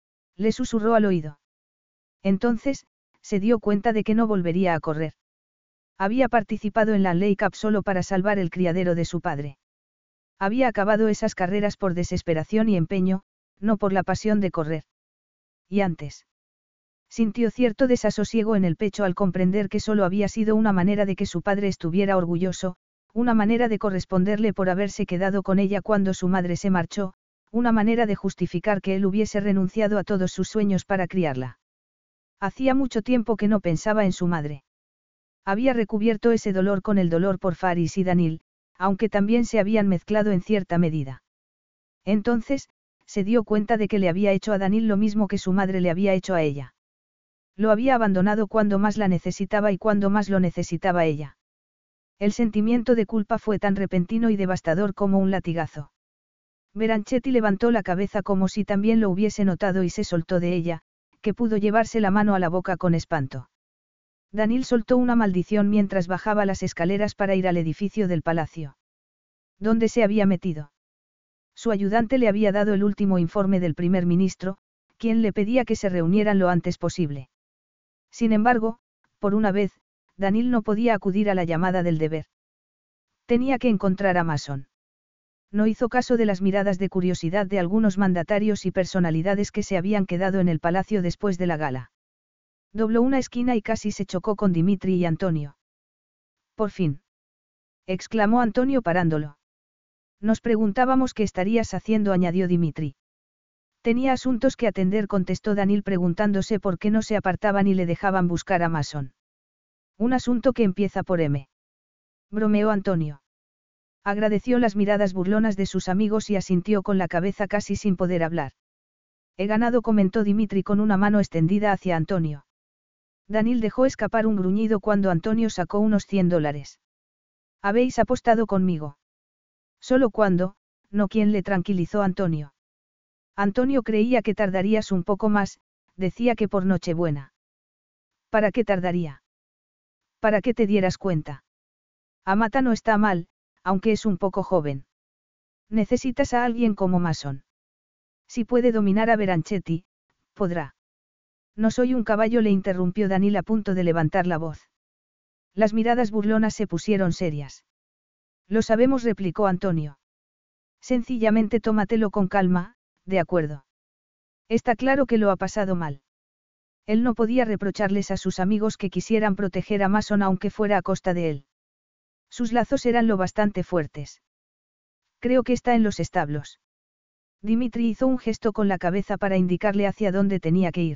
Le susurró al oído. Entonces, se dio cuenta de que no volvería a correr. Había participado en la Anley Cup solo para salvar el criadero de su padre. Había acabado esas carreras por desesperación y empeño, no por la pasión de correr. ¿Y antes? Sintió cierto desasosiego en el pecho al comprender que solo había sido una manera de que su padre estuviera orgulloso, una manera de corresponderle por haberse quedado con ella cuando su madre se marchó, una manera de justificar que él hubiese renunciado a todos sus sueños para criarla. Hacía mucho tiempo que no pensaba en su madre. Había recubierto ese dolor con el dolor por Faris y Danil, aunque también se habían mezclado en cierta medida. Entonces, se dio cuenta de que le había hecho a Danil lo mismo que su madre le había hecho a ella. Lo había abandonado cuando más la necesitaba y cuando más lo necesitaba ella. El sentimiento de culpa fue tan repentino y devastador como un latigazo. Beranchetti levantó la cabeza como si también lo hubiese notado y se soltó de ella, que pudo llevarse la mano a la boca con espanto. Danil soltó una maldición mientras bajaba las escaleras para ir al edificio del palacio. ¿Dónde se había metido? Su ayudante le había dado el último informe del primer ministro, quien le pedía que se reunieran lo antes posible. Sin embargo, por una vez, Danil no podía acudir a la llamada del deber. Tenía que encontrar a Mason. No hizo caso de las miradas de curiosidad de algunos mandatarios y personalidades que se habían quedado en el palacio después de la gala. Dobló una esquina y casi se chocó con Dimitri y Antonio. Por fin. Exclamó Antonio parándolo. Nos preguntábamos qué estarías haciendo, añadió Dimitri. Tenía asuntos que atender, contestó Danil preguntándose por qué no se apartaban y le dejaban buscar a Mason. Un asunto que empieza por M. Bromeó Antonio. Agradeció las miradas burlonas de sus amigos y asintió con la cabeza casi sin poder hablar. He ganado, comentó Dimitri con una mano extendida hacia Antonio. Danil dejó escapar un gruñido cuando Antonio sacó unos cien dólares. ¿Habéis apostado conmigo? Solo cuando, no, quien le tranquilizó Antonio. Antonio creía que tardarías un poco más, decía que por Nochebuena. ¿Para qué tardaría? Para que te dieras cuenta. Amata no está mal, aunque es un poco joven. Necesitas a alguien como Mason. Si puede dominar a Beranchetti, podrá. No soy un caballo, le interrumpió Danil a punto de levantar la voz. Las miradas burlonas se pusieron serias. Lo sabemos, replicó Antonio. Sencillamente tómatelo con calma, de acuerdo. Está claro que lo ha pasado mal. Él no podía reprocharles a sus amigos que quisieran proteger a Mason aunque fuera a costa de él. Sus lazos eran lo bastante fuertes. Creo que está en los establos. Dimitri hizo un gesto con la cabeza para indicarle hacia dónde tenía que ir.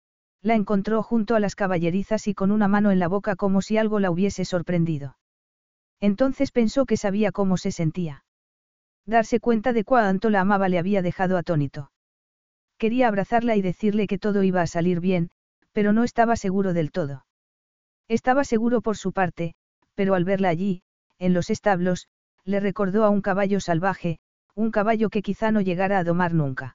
La encontró junto a las caballerizas y con una mano en la boca como si algo la hubiese sorprendido. Entonces pensó que sabía cómo se sentía. Darse cuenta de cuánto la amaba le había dejado atónito. Quería abrazarla y decirle que todo iba a salir bien, pero no estaba seguro del todo. Estaba seguro por su parte, pero al verla allí, en los establos, le recordó a un caballo salvaje, un caballo que quizá no llegara a domar nunca.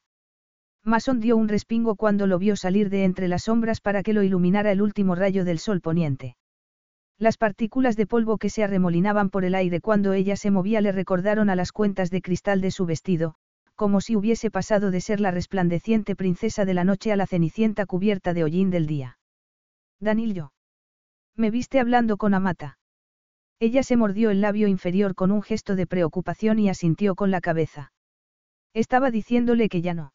Mason dio un respingo cuando lo vio salir de entre las sombras para que lo iluminara el último rayo del sol poniente. Las partículas de polvo que se arremolinaban por el aire cuando ella se movía le recordaron a las cuentas de cristal de su vestido, como si hubiese pasado de ser la resplandeciente princesa de la noche a la cenicienta cubierta de hollín del día. Daniel, yo. ¿Me viste hablando con Amata? Ella se mordió el labio inferior con un gesto de preocupación y asintió con la cabeza. Estaba diciéndole que ya no.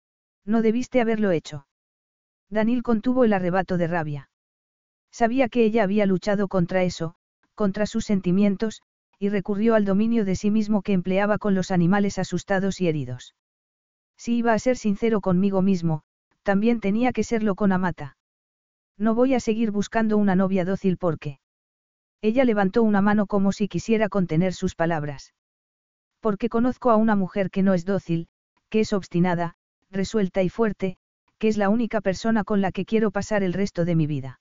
No debiste haberlo hecho. Daniel contuvo el arrebato de rabia. Sabía que ella había luchado contra eso, contra sus sentimientos, y recurrió al dominio de sí mismo que empleaba con los animales asustados y heridos. Si iba a ser sincero conmigo mismo, también tenía que serlo con Amata. No voy a seguir buscando una novia dócil porque... Ella levantó una mano como si quisiera contener sus palabras. Porque conozco a una mujer que no es dócil, que es obstinada, resuelta y fuerte, que es la única persona con la que quiero pasar el resto de mi vida.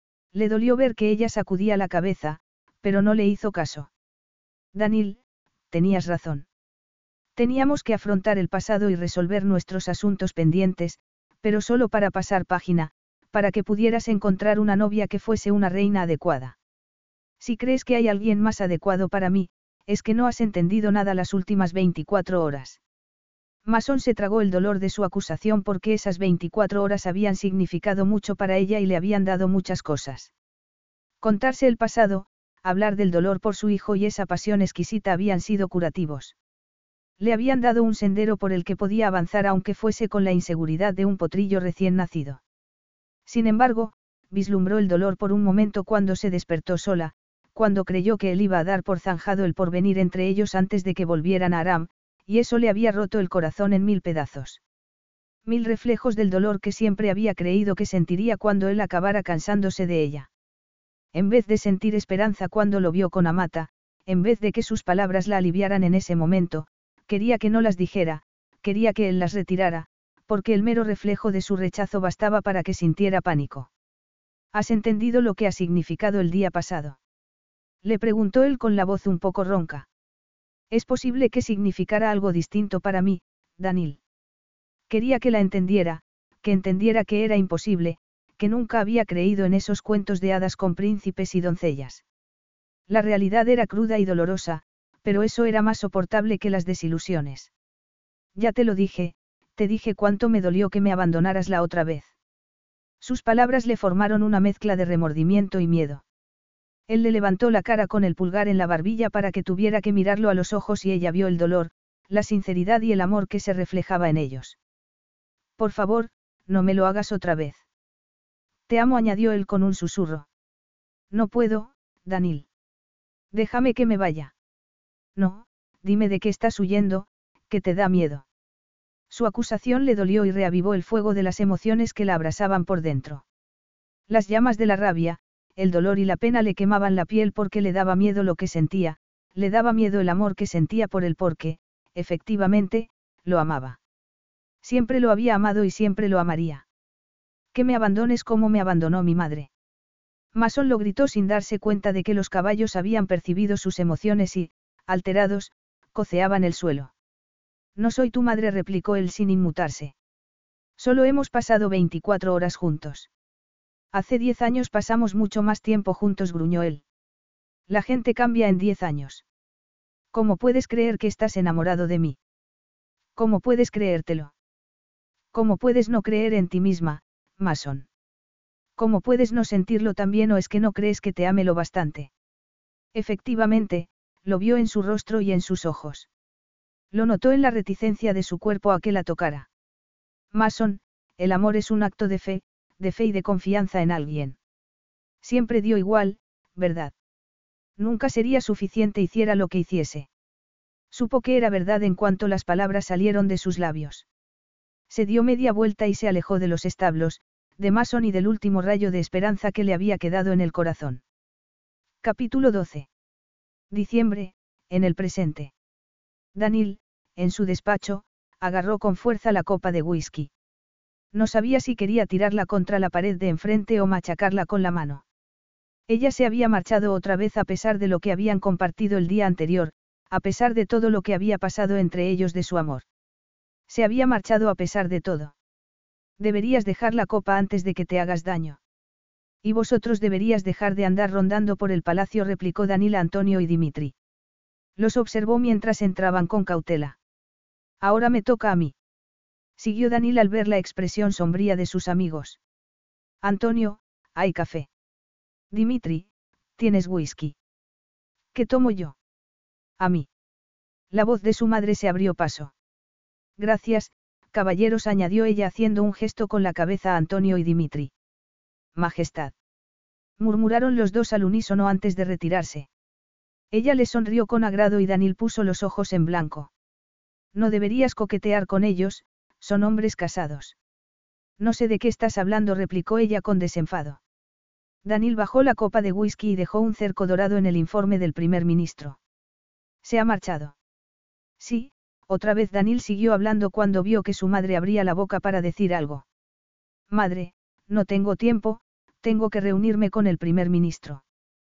Le dolió ver que ella sacudía la cabeza, pero no le hizo caso. Daniel, tenías razón. Teníamos que afrontar el pasado y resolver nuestros asuntos pendientes, pero solo para pasar página, para que pudieras encontrar una novia que fuese una reina adecuada. Si crees que hay alguien más adecuado para mí, es que no has entendido nada las últimas veinticuatro horas. Mason se tragó el dolor de su acusación porque esas veinticuatro horas habían significado mucho para ella y le habían dado muchas cosas. Contarse el pasado, hablar del dolor por su hijo y esa pasión exquisita habían sido curativos. Le habían dado un sendero por el que podía avanzar aunque fuese con la inseguridad de un potrillo recién nacido. Sin embargo, vislumbró el dolor por un momento cuando se despertó sola, cuando creyó que él iba a dar por zanjado el porvenir entre ellos antes de que volvieran a Aram, y eso le había roto el corazón en mil pedazos. Mil reflejos del dolor que siempre había creído que sentiría cuando él acabara cansándose de ella. En vez de sentir esperanza cuando lo vio con Amata, en vez de que sus palabras la aliviaran en ese momento, quería que no las dijera, quería que él las retirara, porque el mero reflejo de su rechazo bastaba para que sintiera pánico. ¿Has entendido lo que ha significado el día pasado? Le preguntó él con la voz un poco ronca. Es posible que significara algo distinto para mí, Daniel. Quería que la entendiera, que entendiera que era imposible, que nunca había creído en esos cuentos de hadas con príncipes y doncellas. La realidad era cruda y dolorosa, pero eso era más soportable que las desilusiones. Ya te lo dije, te dije cuánto me dolió que me abandonaras la otra vez. Sus palabras le formaron una mezcla de remordimiento y miedo. Él le levantó la cara con el pulgar en la barbilla para que tuviera que mirarlo a los ojos y ella vio el dolor, la sinceridad y el amor que se reflejaba en ellos. Por favor, no me lo hagas otra vez. Te amo, añadió él con un susurro. No puedo, Daniel. Déjame que me vaya. No, dime de qué estás huyendo, que te da miedo. Su acusación le dolió y reavivó el fuego de las emociones que la abrasaban por dentro. Las llamas de la rabia, el dolor y la pena le quemaban la piel porque le daba miedo lo que sentía, le daba miedo el amor que sentía por él porque, efectivamente, lo amaba. Siempre lo había amado y siempre lo amaría. Que me abandones como me abandonó mi madre. Mason lo gritó sin darse cuenta de que los caballos habían percibido sus emociones y, alterados, coceaban el suelo. No soy tu madre, replicó él sin inmutarse. Solo hemos pasado veinticuatro horas juntos. Hace diez años pasamos mucho más tiempo juntos, gruñó él. La gente cambia en diez años. ¿Cómo puedes creer que estás enamorado de mí? ¿Cómo puedes creértelo? ¿Cómo puedes no creer en ti misma, Mason? ¿Cómo puedes no sentirlo también o es que no crees que te ame lo bastante? Efectivamente, lo vio en su rostro y en sus ojos. Lo notó en la reticencia de su cuerpo a que la tocara. Mason, el amor es un acto de fe, de fe y de confianza en alguien. Siempre dio igual, ¿verdad? Nunca sería suficiente hiciera lo que hiciese. Supo que era verdad en cuanto las palabras salieron de sus labios. Se dio media vuelta y se alejó de los establos, de Mason y del último rayo de esperanza que le había quedado en el corazón. Capítulo doce. Diciembre, en el presente. Daniel, en su despacho, agarró con fuerza la copa de whisky. No sabía si quería tirarla contra la pared de enfrente o machacarla con la mano. Ella se había marchado otra vez a pesar de lo que habían compartido el día anterior, a pesar de todo lo que había pasado entre ellos de su amor. Se había marchado a pesar de todo. Deberías dejar la copa antes de que te hagas daño. Y vosotros deberías dejar de andar rondando por el palacio, replicó Danil a Antonio y Dimitri. Los observó mientras entraban con cautela. Ahora me toca a mí. Siguió Danil al ver la expresión sombría de sus amigos. Antonio, hay café. Dimitri, ¿tienes whisky? ¿Qué tomo yo? A mí. La voz de su madre se abrió paso. Gracias, caballeros, añadió ella haciendo un gesto con la cabeza a Antonio y Dimitri. Majestad. Murmuraron los dos al unísono antes de retirarse. Ella le sonrió con agrado y Danil puso los ojos en blanco. No deberías coquetear con ellos, son hombres casados. No sé de qué estás hablando, replicó ella con desenfado. Danil bajó la copa de whisky y dejó un cerco dorado en el informe del primer ministro. ¿Se ha marchado? Sí, otra vez Danil siguió hablando cuando vio que su madre abría la boca para decir algo. Madre, no tengo tiempo, tengo que reunirme con el primer ministro.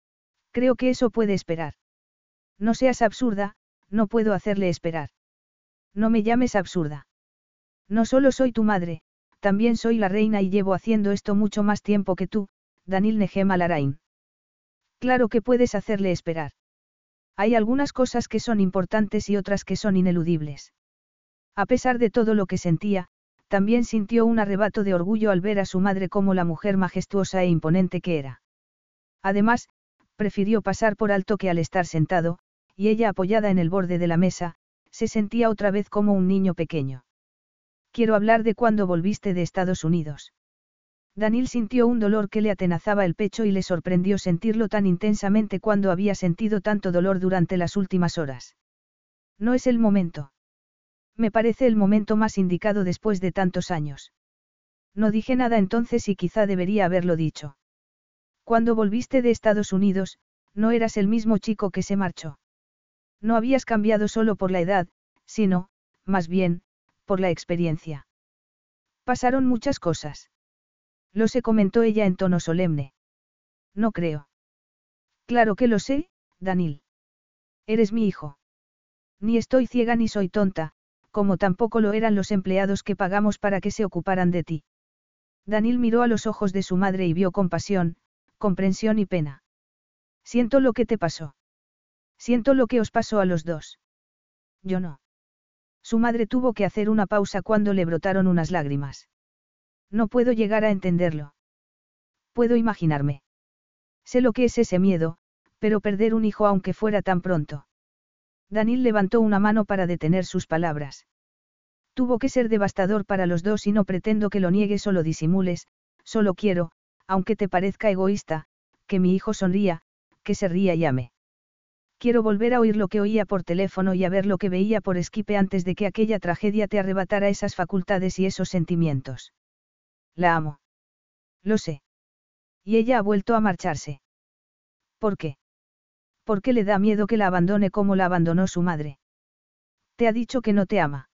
Creo que eso puede esperar. No seas absurda, no puedo hacerle esperar. No me llames absurda. No solo soy tu madre, también soy la reina y llevo haciendo esto mucho más tiempo que tú, Danil Nejem Al-Arain. Claro que puedes hacerle esperar. Hay algunas cosas que son importantes y otras que son ineludibles. A pesar de todo lo que sentía, también sintió un arrebato de orgullo al ver a su madre como la mujer majestuosa e imponente que era. Además, prefirió pasar por alto que al estar sentado, y ella apoyada en el borde de la mesa, se sentía otra vez como un niño pequeño. Quiero hablar de cuando volviste de Estados Unidos. Danil sintió un dolor que le atenazaba el pecho y le sorprendió sentirlo tan intensamente cuando había sentido tanto dolor durante las últimas horas. No es el momento. Me parece el momento más indicado después de tantos años. No dije nada entonces y quizá debería haberlo dicho. Cuando volviste de Estados Unidos, no eras el mismo chico que se marchó. No habías cambiado solo por la edad, sino, más bien, por la experiencia. Pasaron muchas cosas. Lo sé, comentó ella en tono solemne. No creo. Claro que lo sé, Danil. Eres mi hijo. Ni estoy ciega ni soy tonta, como tampoco lo eran los empleados que pagamos para que se ocuparan de ti. Danil miró a los ojos de su madre y vio compasión, comprensión y pena. Siento lo que te pasó. Siento lo que os pasó a los dos. Yo no. Su madre tuvo que hacer una pausa cuando le brotaron unas lágrimas. No puedo llegar a entenderlo. Puedo imaginarme. Sé lo que es ese miedo, pero perder un hijo aunque fuera tan pronto. Danil levantó una mano para detener sus palabras. Tuvo que ser devastador para los dos y no pretendo que lo niegues o lo disimules, solo quiero, aunque te parezca egoísta, que mi hijo sonría, que se ría y ame. Quiero volver a oír lo que oía por teléfono y a ver lo que veía por Skype antes de que aquella tragedia te arrebatara esas facultades y esos sentimientos. La amo. Lo sé. Y ella ha vuelto a marcharse. ¿Por qué? ¿Por qué le da miedo que la abandone como la abandonó su madre? ¿Te ha dicho que no te ama?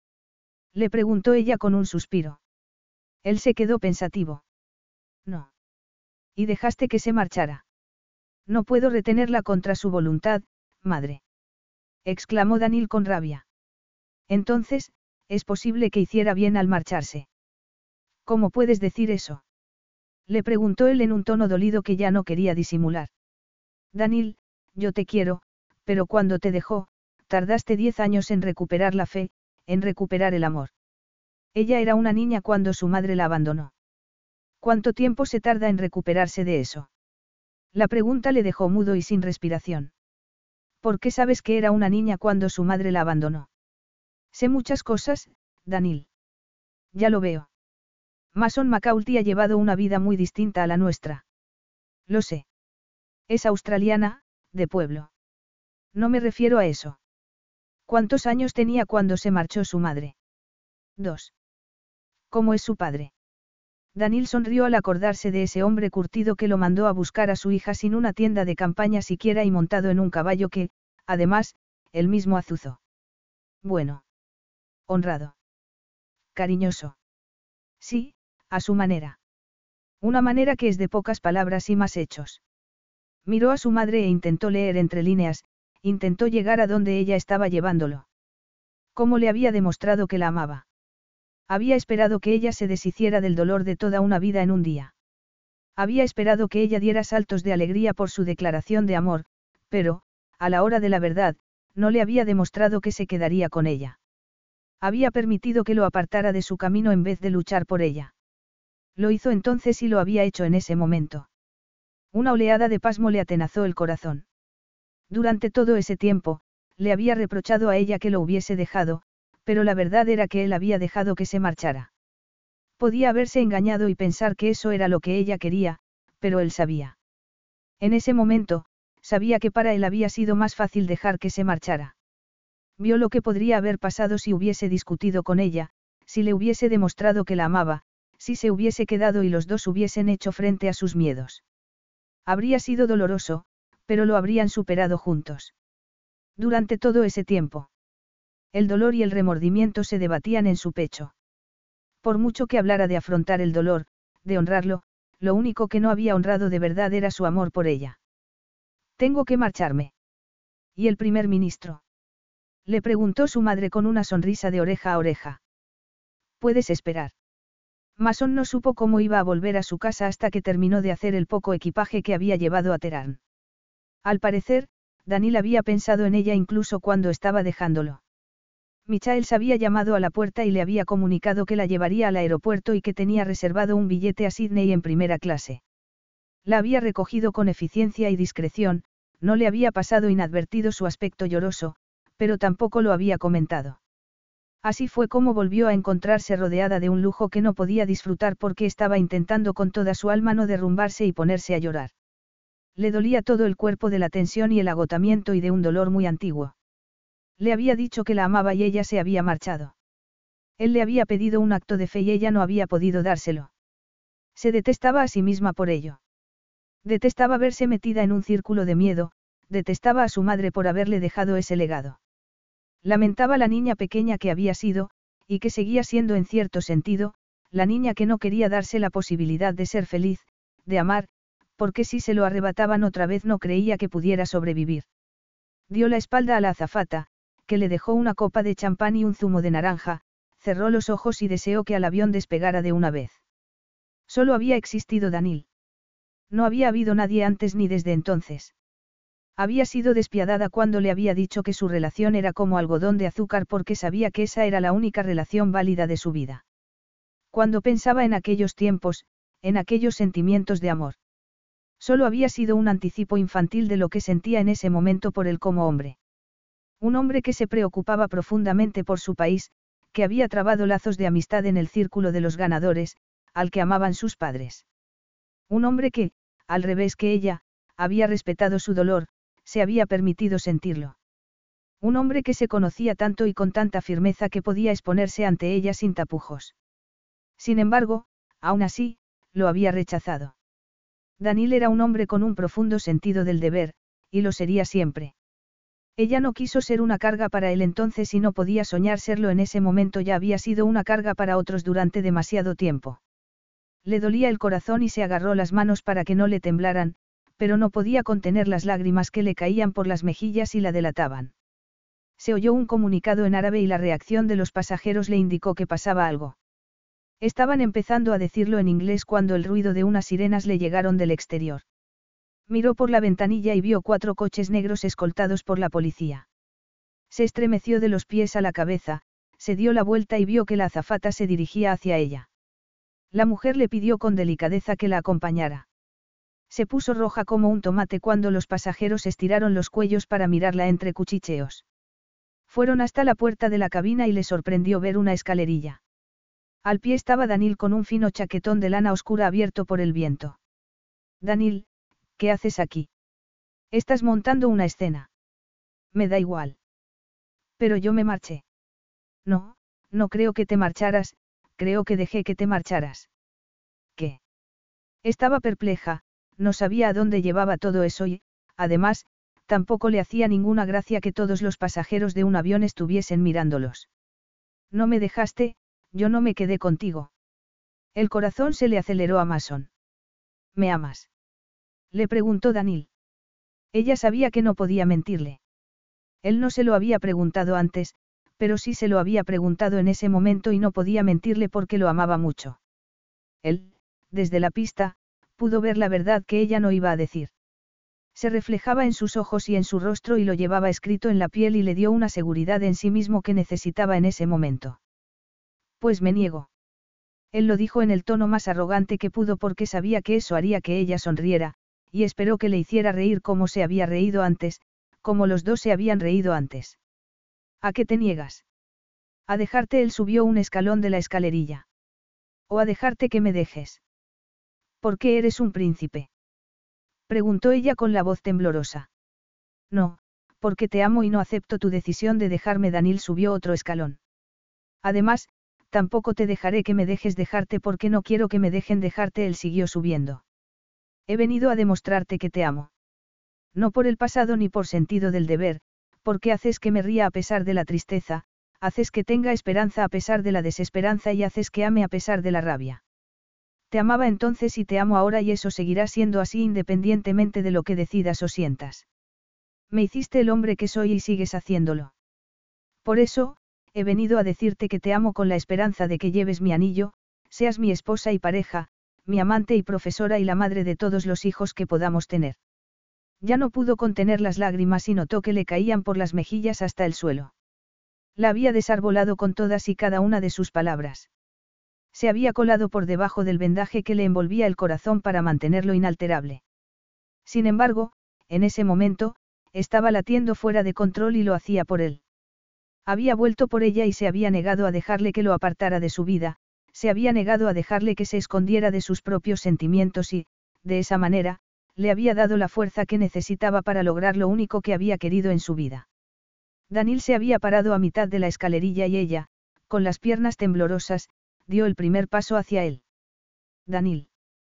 Le preguntó ella con un suspiro. Él se quedó pensativo. No. ¿Y dejaste que se marchara? No puedo retenerla contra su voluntad, madre. Exclamó Danil con rabia. Entonces, es posible que hiciera bien al marcharse. ¿Cómo puedes decir eso? Le preguntó él en un tono dolido que ya no quería disimular. Danil, yo te quiero, pero cuando te dejó, tardaste diez años en recuperar la fe, en recuperar el amor. Ella era una niña cuando su madre la abandonó. ¿Cuánto tiempo se tarda en recuperarse de eso? La pregunta le dejó mudo y sin respiración. ¿Por qué sabes que era una niña cuando su madre la abandonó? Sé muchas cosas, Danil. Ya lo veo. Mason Macaulty ha llevado una vida muy distinta a la nuestra. Lo sé. Es australiana, de pueblo. No me refiero a eso. ¿Cuántos años tenía cuando se marchó su madre? Dos. ¿Cómo es su padre? Danil sonrió al acordarse de ese hombre curtido que lo mandó a buscar a su hija sin una tienda de campaña siquiera y montado en un caballo que, además, él mismo azuzó. Bueno. Honrado. Cariñoso. Sí, a su manera. Una manera que es de pocas palabras y más hechos. Miró a su madre e intentó leer entre líneas, intentó llegar a donde ella estaba llevándolo. ¿Cómo le había demostrado que la amaba? Había esperado que ella se deshiciera del dolor de toda una vida en un día. Había esperado que ella diera saltos de alegría por su declaración de amor, pero, a la hora de la verdad, no le había demostrado que se quedaría con ella. Había permitido que lo apartara de su camino en vez de luchar por ella. Lo hizo entonces y lo había hecho en ese momento. Una oleada de pasmo le atenazó el corazón. Durante todo ese tiempo, le había reprochado a ella que lo hubiese dejado, pero la verdad era que él había dejado que se marchara. Podía haberse engañado y pensar que eso era lo que ella quería, pero él sabía. En ese momento, sabía que para él había sido más fácil dejar que se marchara. Vio lo que podría haber pasado si hubiese discutido con ella, si le hubiese demostrado que la amaba, si se hubiese quedado y los dos hubiesen hecho frente a sus miedos. Habría sido doloroso, pero lo habrían superado juntos. Durante todo ese tiempo, el dolor y el remordimiento se debatían en su pecho. Por mucho que hablara de afrontar el dolor, de honrarlo, lo único que no había honrado de verdad era su amor por ella. Tengo que marcharme. ¿Y el primer ministro? Le preguntó su madre con una sonrisa de oreja a oreja. Puedes esperar. Mason no supo cómo iba a volver a su casa hasta que terminó de hacer el poco equipaje que había llevado a Teherán. Al parecer, Daniel había pensado en ella incluso cuando estaba dejándolo. Michaels había llamado a la puerta y le había comunicado que la llevaría al aeropuerto y que tenía reservado un billete a Sydney en primera clase. La había recogido con eficiencia y discreción, no le había pasado inadvertido su aspecto lloroso, pero tampoco lo había comentado. Así fue como volvió a encontrarse rodeada de un lujo que no podía disfrutar porque estaba intentando con toda su alma no derrumbarse y ponerse a llorar. Le dolía todo el cuerpo de la tensión y el agotamiento y de un dolor muy antiguo. Le había dicho que la amaba y ella se había marchado. Él le había pedido un acto de fe y ella no había podido dárselo. Se detestaba a sí misma por ello. Detestaba verse metida en un círculo de miedo, detestaba a su madre por haberle dejado ese legado. Lamentaba la niña pequeña que había sido, y que seguía siendo en cierto sentido, la niña que no quería darse la posibilidad de ser feliz, de amar, porque si se lo arrebataban otra vez no creía que pudiera sobrevivir. Dio la espalda a la azafata, que le dejó una copa de champán y un zumo de naranja, cerró los ojos y deseó que el avión despegara de una vez. Solo había existido Daniel. No había habido nadie antes ni desde entonces. Había sido despiadada cuando le había dicho que su relación era como algodón de azúcar porque sabía que esa era la única relación válida de su vida. Cuando pensaba en aquellos tiempos, en aquellos sentimientos de amor. Solo había sido un anticipo infantil de lo que sentía en ese momento por él como hombre. Un hombre que se preocupaba profundamente por su país, que había trabado lazos de amistad en el círculo de los ganadores, al que amaban sus padres. Un hombre que, al revés que ella, había respetado su dolor, se había permitido sentirlo. Un hombre que se conocía tanto y con tanta firmeza que podía exponerse ante ella sin tapujos. Sin embargo, aún así, lo había rechazado. Daniel era un hombre con un profundo sentido del deber, y lo sería siempre. Ella no quiso ser una carga para él entonces y no podía soñar serlo en ese momento, ya había sido una carga para otros durante demasiado tiempo. Le dolía el corazón y se agarró las manos para que no le temblaran, pero no podía contener las lágrimas que le caían por las mejillas y la delataban. Se oyó un comunicado en árabe y la reacción de los pasajeros le indicó que pasaba algo. Estaban empezando a decirlo en inglés cuando el ruido de unas sirenas le llegaron del exterior. Miró por la ventanilla y vio cuatro coches negros escoltados por la policía. Se estremeció de los pies a la cabeza, se dio la vuelta y vio que la azafata se dirigía hacia ella. La mujer le pidió con delicadeza que la acompañara. Se puso roja como un tomate cuando los pasajeros estiraron los cuellos para mirarla entre cuchicheos. Fueron hasta la puerta de la cabina y le sorprendió ver una escalerilla. Al pie estaba Daniel con un fino chaquetón de lana oscura abierto por el viento. Daniel, ¿qué haces aquí? Estás montando una escena. Me da igual. Pero yo me marché. No, no creo que te marcharas, creo que dejé que te marcharas. ¿Qué? Estaba perpleja, no sabía a dónde llevaba todo eso y, además, tampoco le hacía ninguna gracia que todos los pasajeros de un avión estuviesen mirándolos. No me dejaste, yo no me quedé contigo. El corazón se le aceleró a Mason. ¿Me amas? Le preguntó Daniel. Ella sabía que no podía mentirle. Él no se lo había preguntado antes, pero sí se lo había preguntado en ese momento y no podía mentirle porque lo amaba mucho. Él, desde la pista, pudo ver la verdad que ella no iba a decir. Se reflejaba en sus ojos y en su rostro y lo llevaba escrito en la piel y le dio una seguridad en sí mismo que necesitaba en ese momento. Pues me niego. Él lo dijo en el tono más arrogante que pudo porque sabía que eso haría que ella sonriera, y esperó que le hiciera reír como se había reído antes, como los dos se habían reído antes. ¿A qué te niegas? A dejarte. Él subió un escalón de la escalerilla. ¿O a dejarte que me dejes? ¿Por qué eres un príncipe? Preguntó ella con la voz temblorosa. No, porque te amo y no acepto tu decisión de dejarme. Daniel subió otro escalón. Además, tampoco te dejaré que me dejes dejarte porque no quiero que me dejen dejarte. Él siguió subiendo. He venido a demostrarte que te amo. No por el pasado ni por sentido del deber, porque haces que me ría a pesar de la tristeza, haces que tenga esperanza a pesar de la desesperanza y haces que ame a pesar de la rabia. Te amaba entonces y te amo ahora y eso seguirá siendo así independientemente de lo que decidas o sientas. Me hiciste el hombre que soy y sigues haciéndolo. Por eso, he venido a decirte que te amo con la esperanza de que lleves mi anillo, seas mi esposa y pareja, mi amante y profesora y la madre de todos los hijos que podamos tener. Ya no pudo contener las lágrimas y notó que le caían por las mejillas hasta el suelo. La había desarbolado con todas y cada una de sus palabras. Se había colado por debajo del vendaje que le envolvía el corazón para mantenerlo inalterable. Sin embargo, en ese momento, estaba latiendo fuera de control y lo hacía por él. Había vuelto por ella y se había negado a dejarle que lo apartara de su vida, se había negado a dejarle que se escondiera de sus propios sentimientos y, de esa manera, le había dado la fuerza que necesitaba para lograr lo único que había querido en su vida. Daniel se había parado a mitad de la escalerilla y ella, con las piernas temblorosas, dio el primer paso hacia él. Daniel.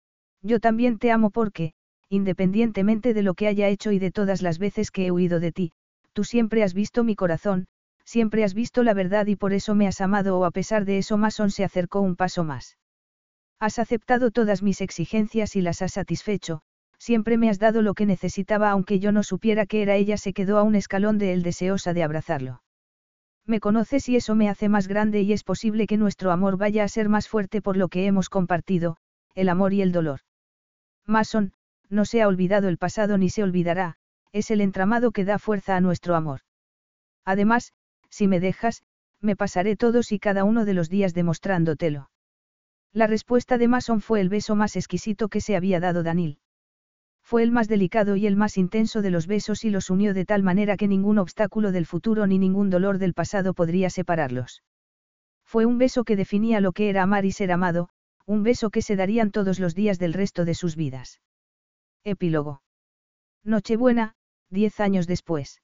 Yo también te amo porque, independientemente de lo que haya hecho y de todas las veces que he huido de ti, tú siempre has visto mi corazón, siempre has visto la verdad y por eso me has amado o a pesar de eso Mason se acercó un paso más. Has aceptado todas mis exigencias y las has satisfecho, siempre me has dado lo que necesitaba aunque yo no supiera que era ella. Se quedó a un escalón de él deseosa de abrazarlo. Me conoces y eso me hace más grande y es posible que nuestro amor vaya a ser más fuerte por lo que hemos compartido, el amor y el dolor. Mason, no se ha olvidado el pasado ni se olvidará, es el entramado que da fuerza a nuestro amor. Además, si me dejas, me pasaré todos y cada uno de los días demostrándotelo. La respuesta de Mason fue el beso más exquisito que se había dado Daniel. Fue el más delicado y el más intenso de los besos y los unió de tal manera que ningún obstáculo del futuro ni ningún dolor del pasado podría separarlos. Fue un beso que definía lo que era amar y ser amado, un beso que se darían todos los días del resto de sus vidas. Epílogo. Nochebuena, diez años después.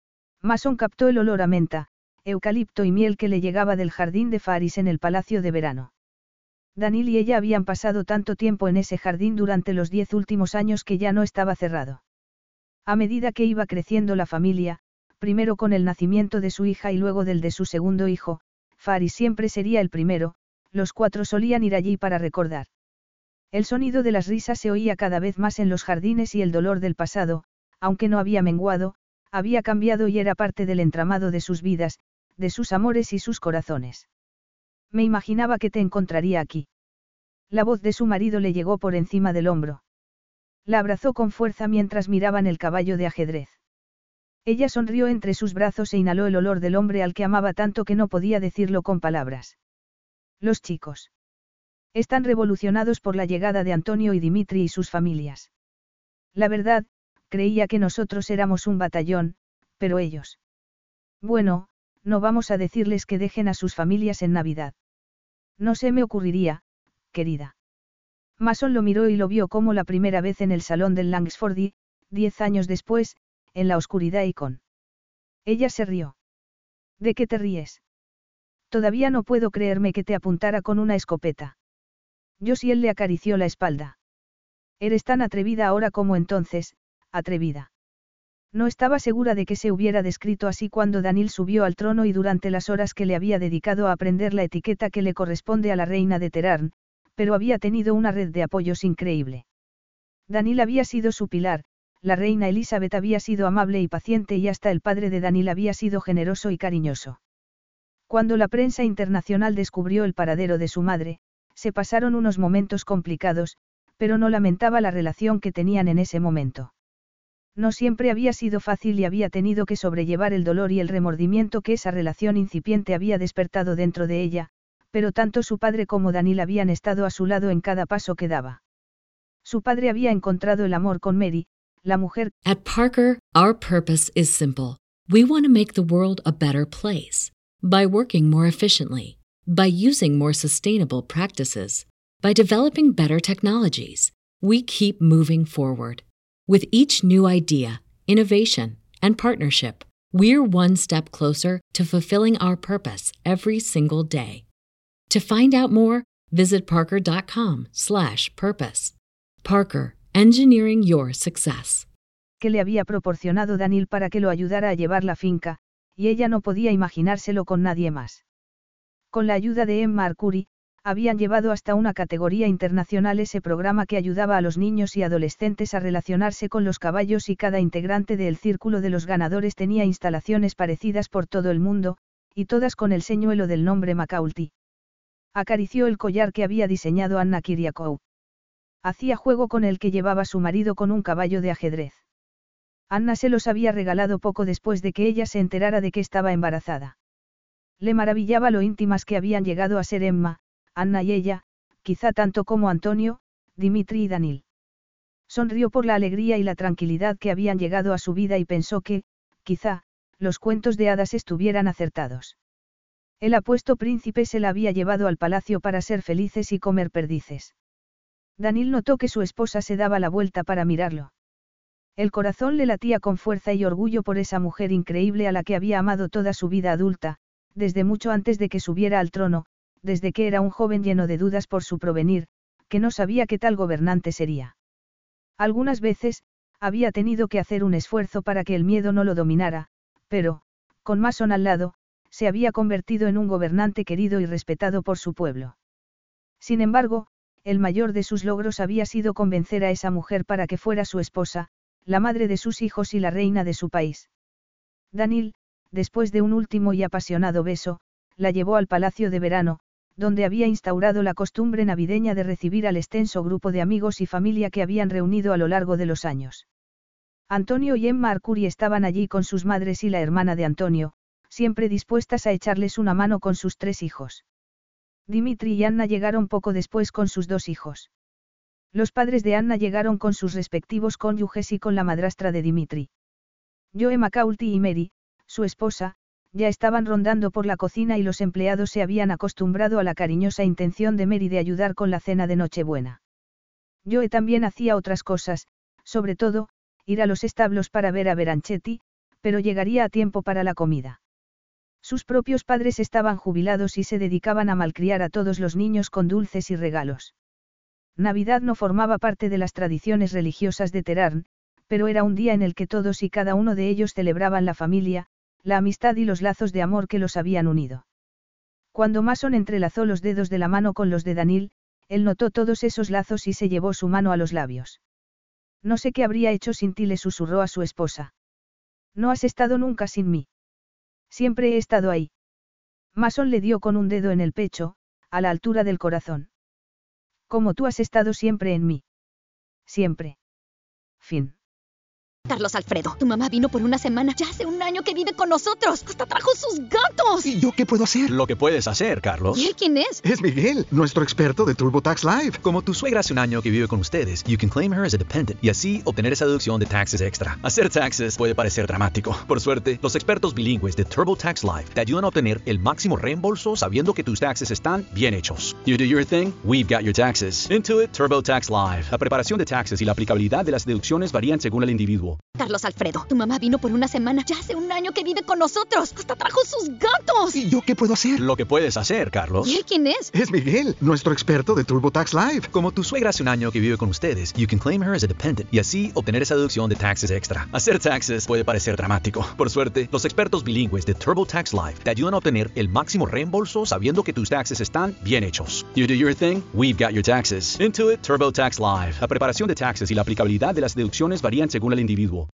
Mason captó el olor a menta, eucalipto y miel que le llegaba del jardín de Faris en el palacio de verano. Daniel y ella habían pasado tanto tiempo en ese jardín durante los diez últimos años que ya no estaba cerrado. A medida que iba creciendo la familia, primero con el nacimiento de su hija y luego del de su segundo hijo, Faris siempre sería el primero, los cuatro solían ir allí para recordar. El sonido de las risas se oía cada vez más en los jardines y el dolor del pasado, aunque no había menguado, había cambiado y era parte del entramado de sus vidas, de sus amores y sus corazones. Me imaginaba que te encontraría aquí. La voz de su marido le llegó por encima del hombro. La abrazó con fuerza mientras miraban el caballo de ajedrez. Ella sonrió entre sus brazos e inhaló el olor del hombre al que amaba tanto que no podía decirlo con palabras. Los chicos. Están revolucionados por la llegada de Antonio y Dimitri y sus familias. La verdad, creía que nosotros éramos un batallón, pero ellos. Bueno, no vamos a decirles que dejen a sus familias en Navidad. No se me ocurriría, querida. Mason lo miró y lo vio como la primera vez en el salón del Langsford y, diez años después, en la oscuridad y con. Ella se rió. ¿De qué te ríes? Todavía no puedo creerme que te apuntara con una escopeta. Yo sí. Él le acarició la espalda. Eres tan atrevida ahora como entonces, atrevida. No estaba segura de que se hubiera descrito así cuando Daniel subió al trono y durante las horas que le había dedicado a aprender la etiqueta que le corresponde a la reina de Terarn, pero había tenido una red de apoyos increíble. Daniel había sido su pilar, la reina Elizabeth había sido amable y paciente y hasta el padre de Daniel había sido generoso y cariñoso. Cuando la prensa internacional descubrió el paradero de su madre, se pasaron unos momentos complicados, pero no lamentaba la relación que tenían en ese momento. No siempre había sido fácil y había tenido que sobrellevar el dolor y el remordimiento que esa relación incipiente había despertado dentro de ella, pero tanto su padre como Daniel habían estado a su lado en cada paso que daba. Su padre había encontrado el amor con Mary, la mujer. At Parker, our purpose is simple. We want to make the world a better place by working more efficiently, by using more sustainable practices, by developing better technologies. We keep moving forward. With each new idea, innovation, and partnership, we're one step closer to fulfilling our purpose every single day. To find out more, visit parker.com slash purpose. Parker, engineering your success. Que le había proporcionado Daniel para que lo ayudara a llevar la finca, y ella no podía imaginárselo con nadie más. Con la ayuda de Emma Arcuri, habían llevado hasta una categoría internacional ese programa que ayudaba a los niños y adolescentes a relacionarse con los caballos y cada integrante del círculo de los ganadores tenía instalaciones parecidas por todo el mundo, y todas con el señuelo del nombre Macaulty. Acarició el collar que había diseñado Anna Kiriakou. Hacía juego con el que llevaba su marido con un caballo de ajedrez. Anna se los había regalado poco después de que ella se enterara de que estaba embarazada. Le maravillaba lo íntimas que habían llegado a ser Emma, Anna y ella, quizá tanto como Antonio, Dimitri y Daniel. Sonrió por la alegría y la tranquilidad que habían llegado a su vida y pensó que, quizá, los cuentos de hadas estuvieran acertados. El apuesto príncipe se la había llevado al palacio para ser felices y comer perdices. Daniel notó que su esposa se daba la vuelta para mirarlo. El corazón le latía con fuerza y orgullo por esa mujer increíble a la que había amado toda su vida adulta, desde mucho antes de que subiera al trono, desde que era un joven lleno de dudas por su provenir, que no sabía qué tal gobernante sería. Algunas veces, había tenido que hacer un esfuerzo para que el miedo no lo dominara, pero, con Mason al lado, se había convertido en un gobernante querido y respetado por su pueblo. Sin embargo, el mayor de sus logros había sido convencer a esa mujer para que fuera su esposa, la madre de sus hijos y la reina de su país. Daniel, después de un último y apasionado beso, la llevó al palacio de verano, donde había instaurado la costumbre navideña de recibir al extenso grupo de amigos y familia que habían reunido a lo largo de los años. Antonio y Emma Arcuri estaban allí con sus madres y la hermana de Antonio, siempre dispuestas a echarles una mano con sus tres hijos. Dimitri y Anna llegaron poco después con sus dos hijos. Los padres de Anna llegaron con sus respectivos cónyuges y con la madrastra de Dimitri. Joe Macaulty y Mary, su esposa, ya estaban rondando por la cocina y los empleados se habían acostumbrado a la cariñosa intención de Mary de ayudar con la cena de Nochebuena. Joe también hacía otras cosas, sobre todo, ir a los establos para ver a Beranchetti, pero llegaría a tiempo para la comida. Sus propios padres estaban jubilados y se dedicaban a malcriar a todos los niños con dulces y regalos. Navidad no formaba parte de las tradiciones religiosas de Terán, pero era un día en el que todos y cada uno de ellos celebraban la familia, la amistad y los lazos de amor que los habían unido. Cuando Mason entrelazó los dedos de la mano con los de Daniel, él notó todos esos lazos y se llevó su mano a los labios. No sé qué habría hecho sin ti, le susurró a su esposa. No has estado nunca sin mí. Siempre he estado ahí. Mason le dio con un dedo en el pecho, a la altura del corazón. Como tú has estado siempre en mí. Siempre. Fin. Carlos Alfredo, tu mamá vino por una semana. Ya hace un año que vive con nosotros. Hasta trajo sus gatos. ¿Y yo qué puedo hacer? Lo que puedes hacer, Carlos. ¿Y él quién es? Es Miguel, nuestro experto de TurboTax Live. Como tu suegra hace un año que vive con ustedes, you can claim her as a dependent y así obtener esa deducción de taxes extra. Hacer taxes puede parecer dramático. Por suerte, los expertos bilingües de TurboTax Live te ayudan a obtener el máximo reembolso sabiendo que tus taxes están bien hechos. You do your thing, we've got your taxes. Intuit TurboTax Live. La preparación de taxes y la aplicabilidad de las deducciones varían según el individuo. Carlos Alfredo, tu mamá vino por una semana. Ya hace un año que vive con nosotros. Hasta trajo sus gatos. ¿Y yo qué puedo hacer? Lo que puedes hacer, Carlos. ¿Y él quién es? Es Miguel, nuestro experto de TurboTax Live. Como tu suegra hace un año que vive con ustedes, you can claim her as a dependent y así obtener esa deducción de taxes extra. Hacer taxes puede parecer dramático. Por suerte, los expertos bilingües de TurboTax Live te ayudan a obtener el máximo reembolso sabiendo que tus taxes están bien hechos. You do your thing, we've got your taxes. Intuit TurboTax Live. La preparación de taxes y la aplicabilidad de las deducciones varían según el individuo.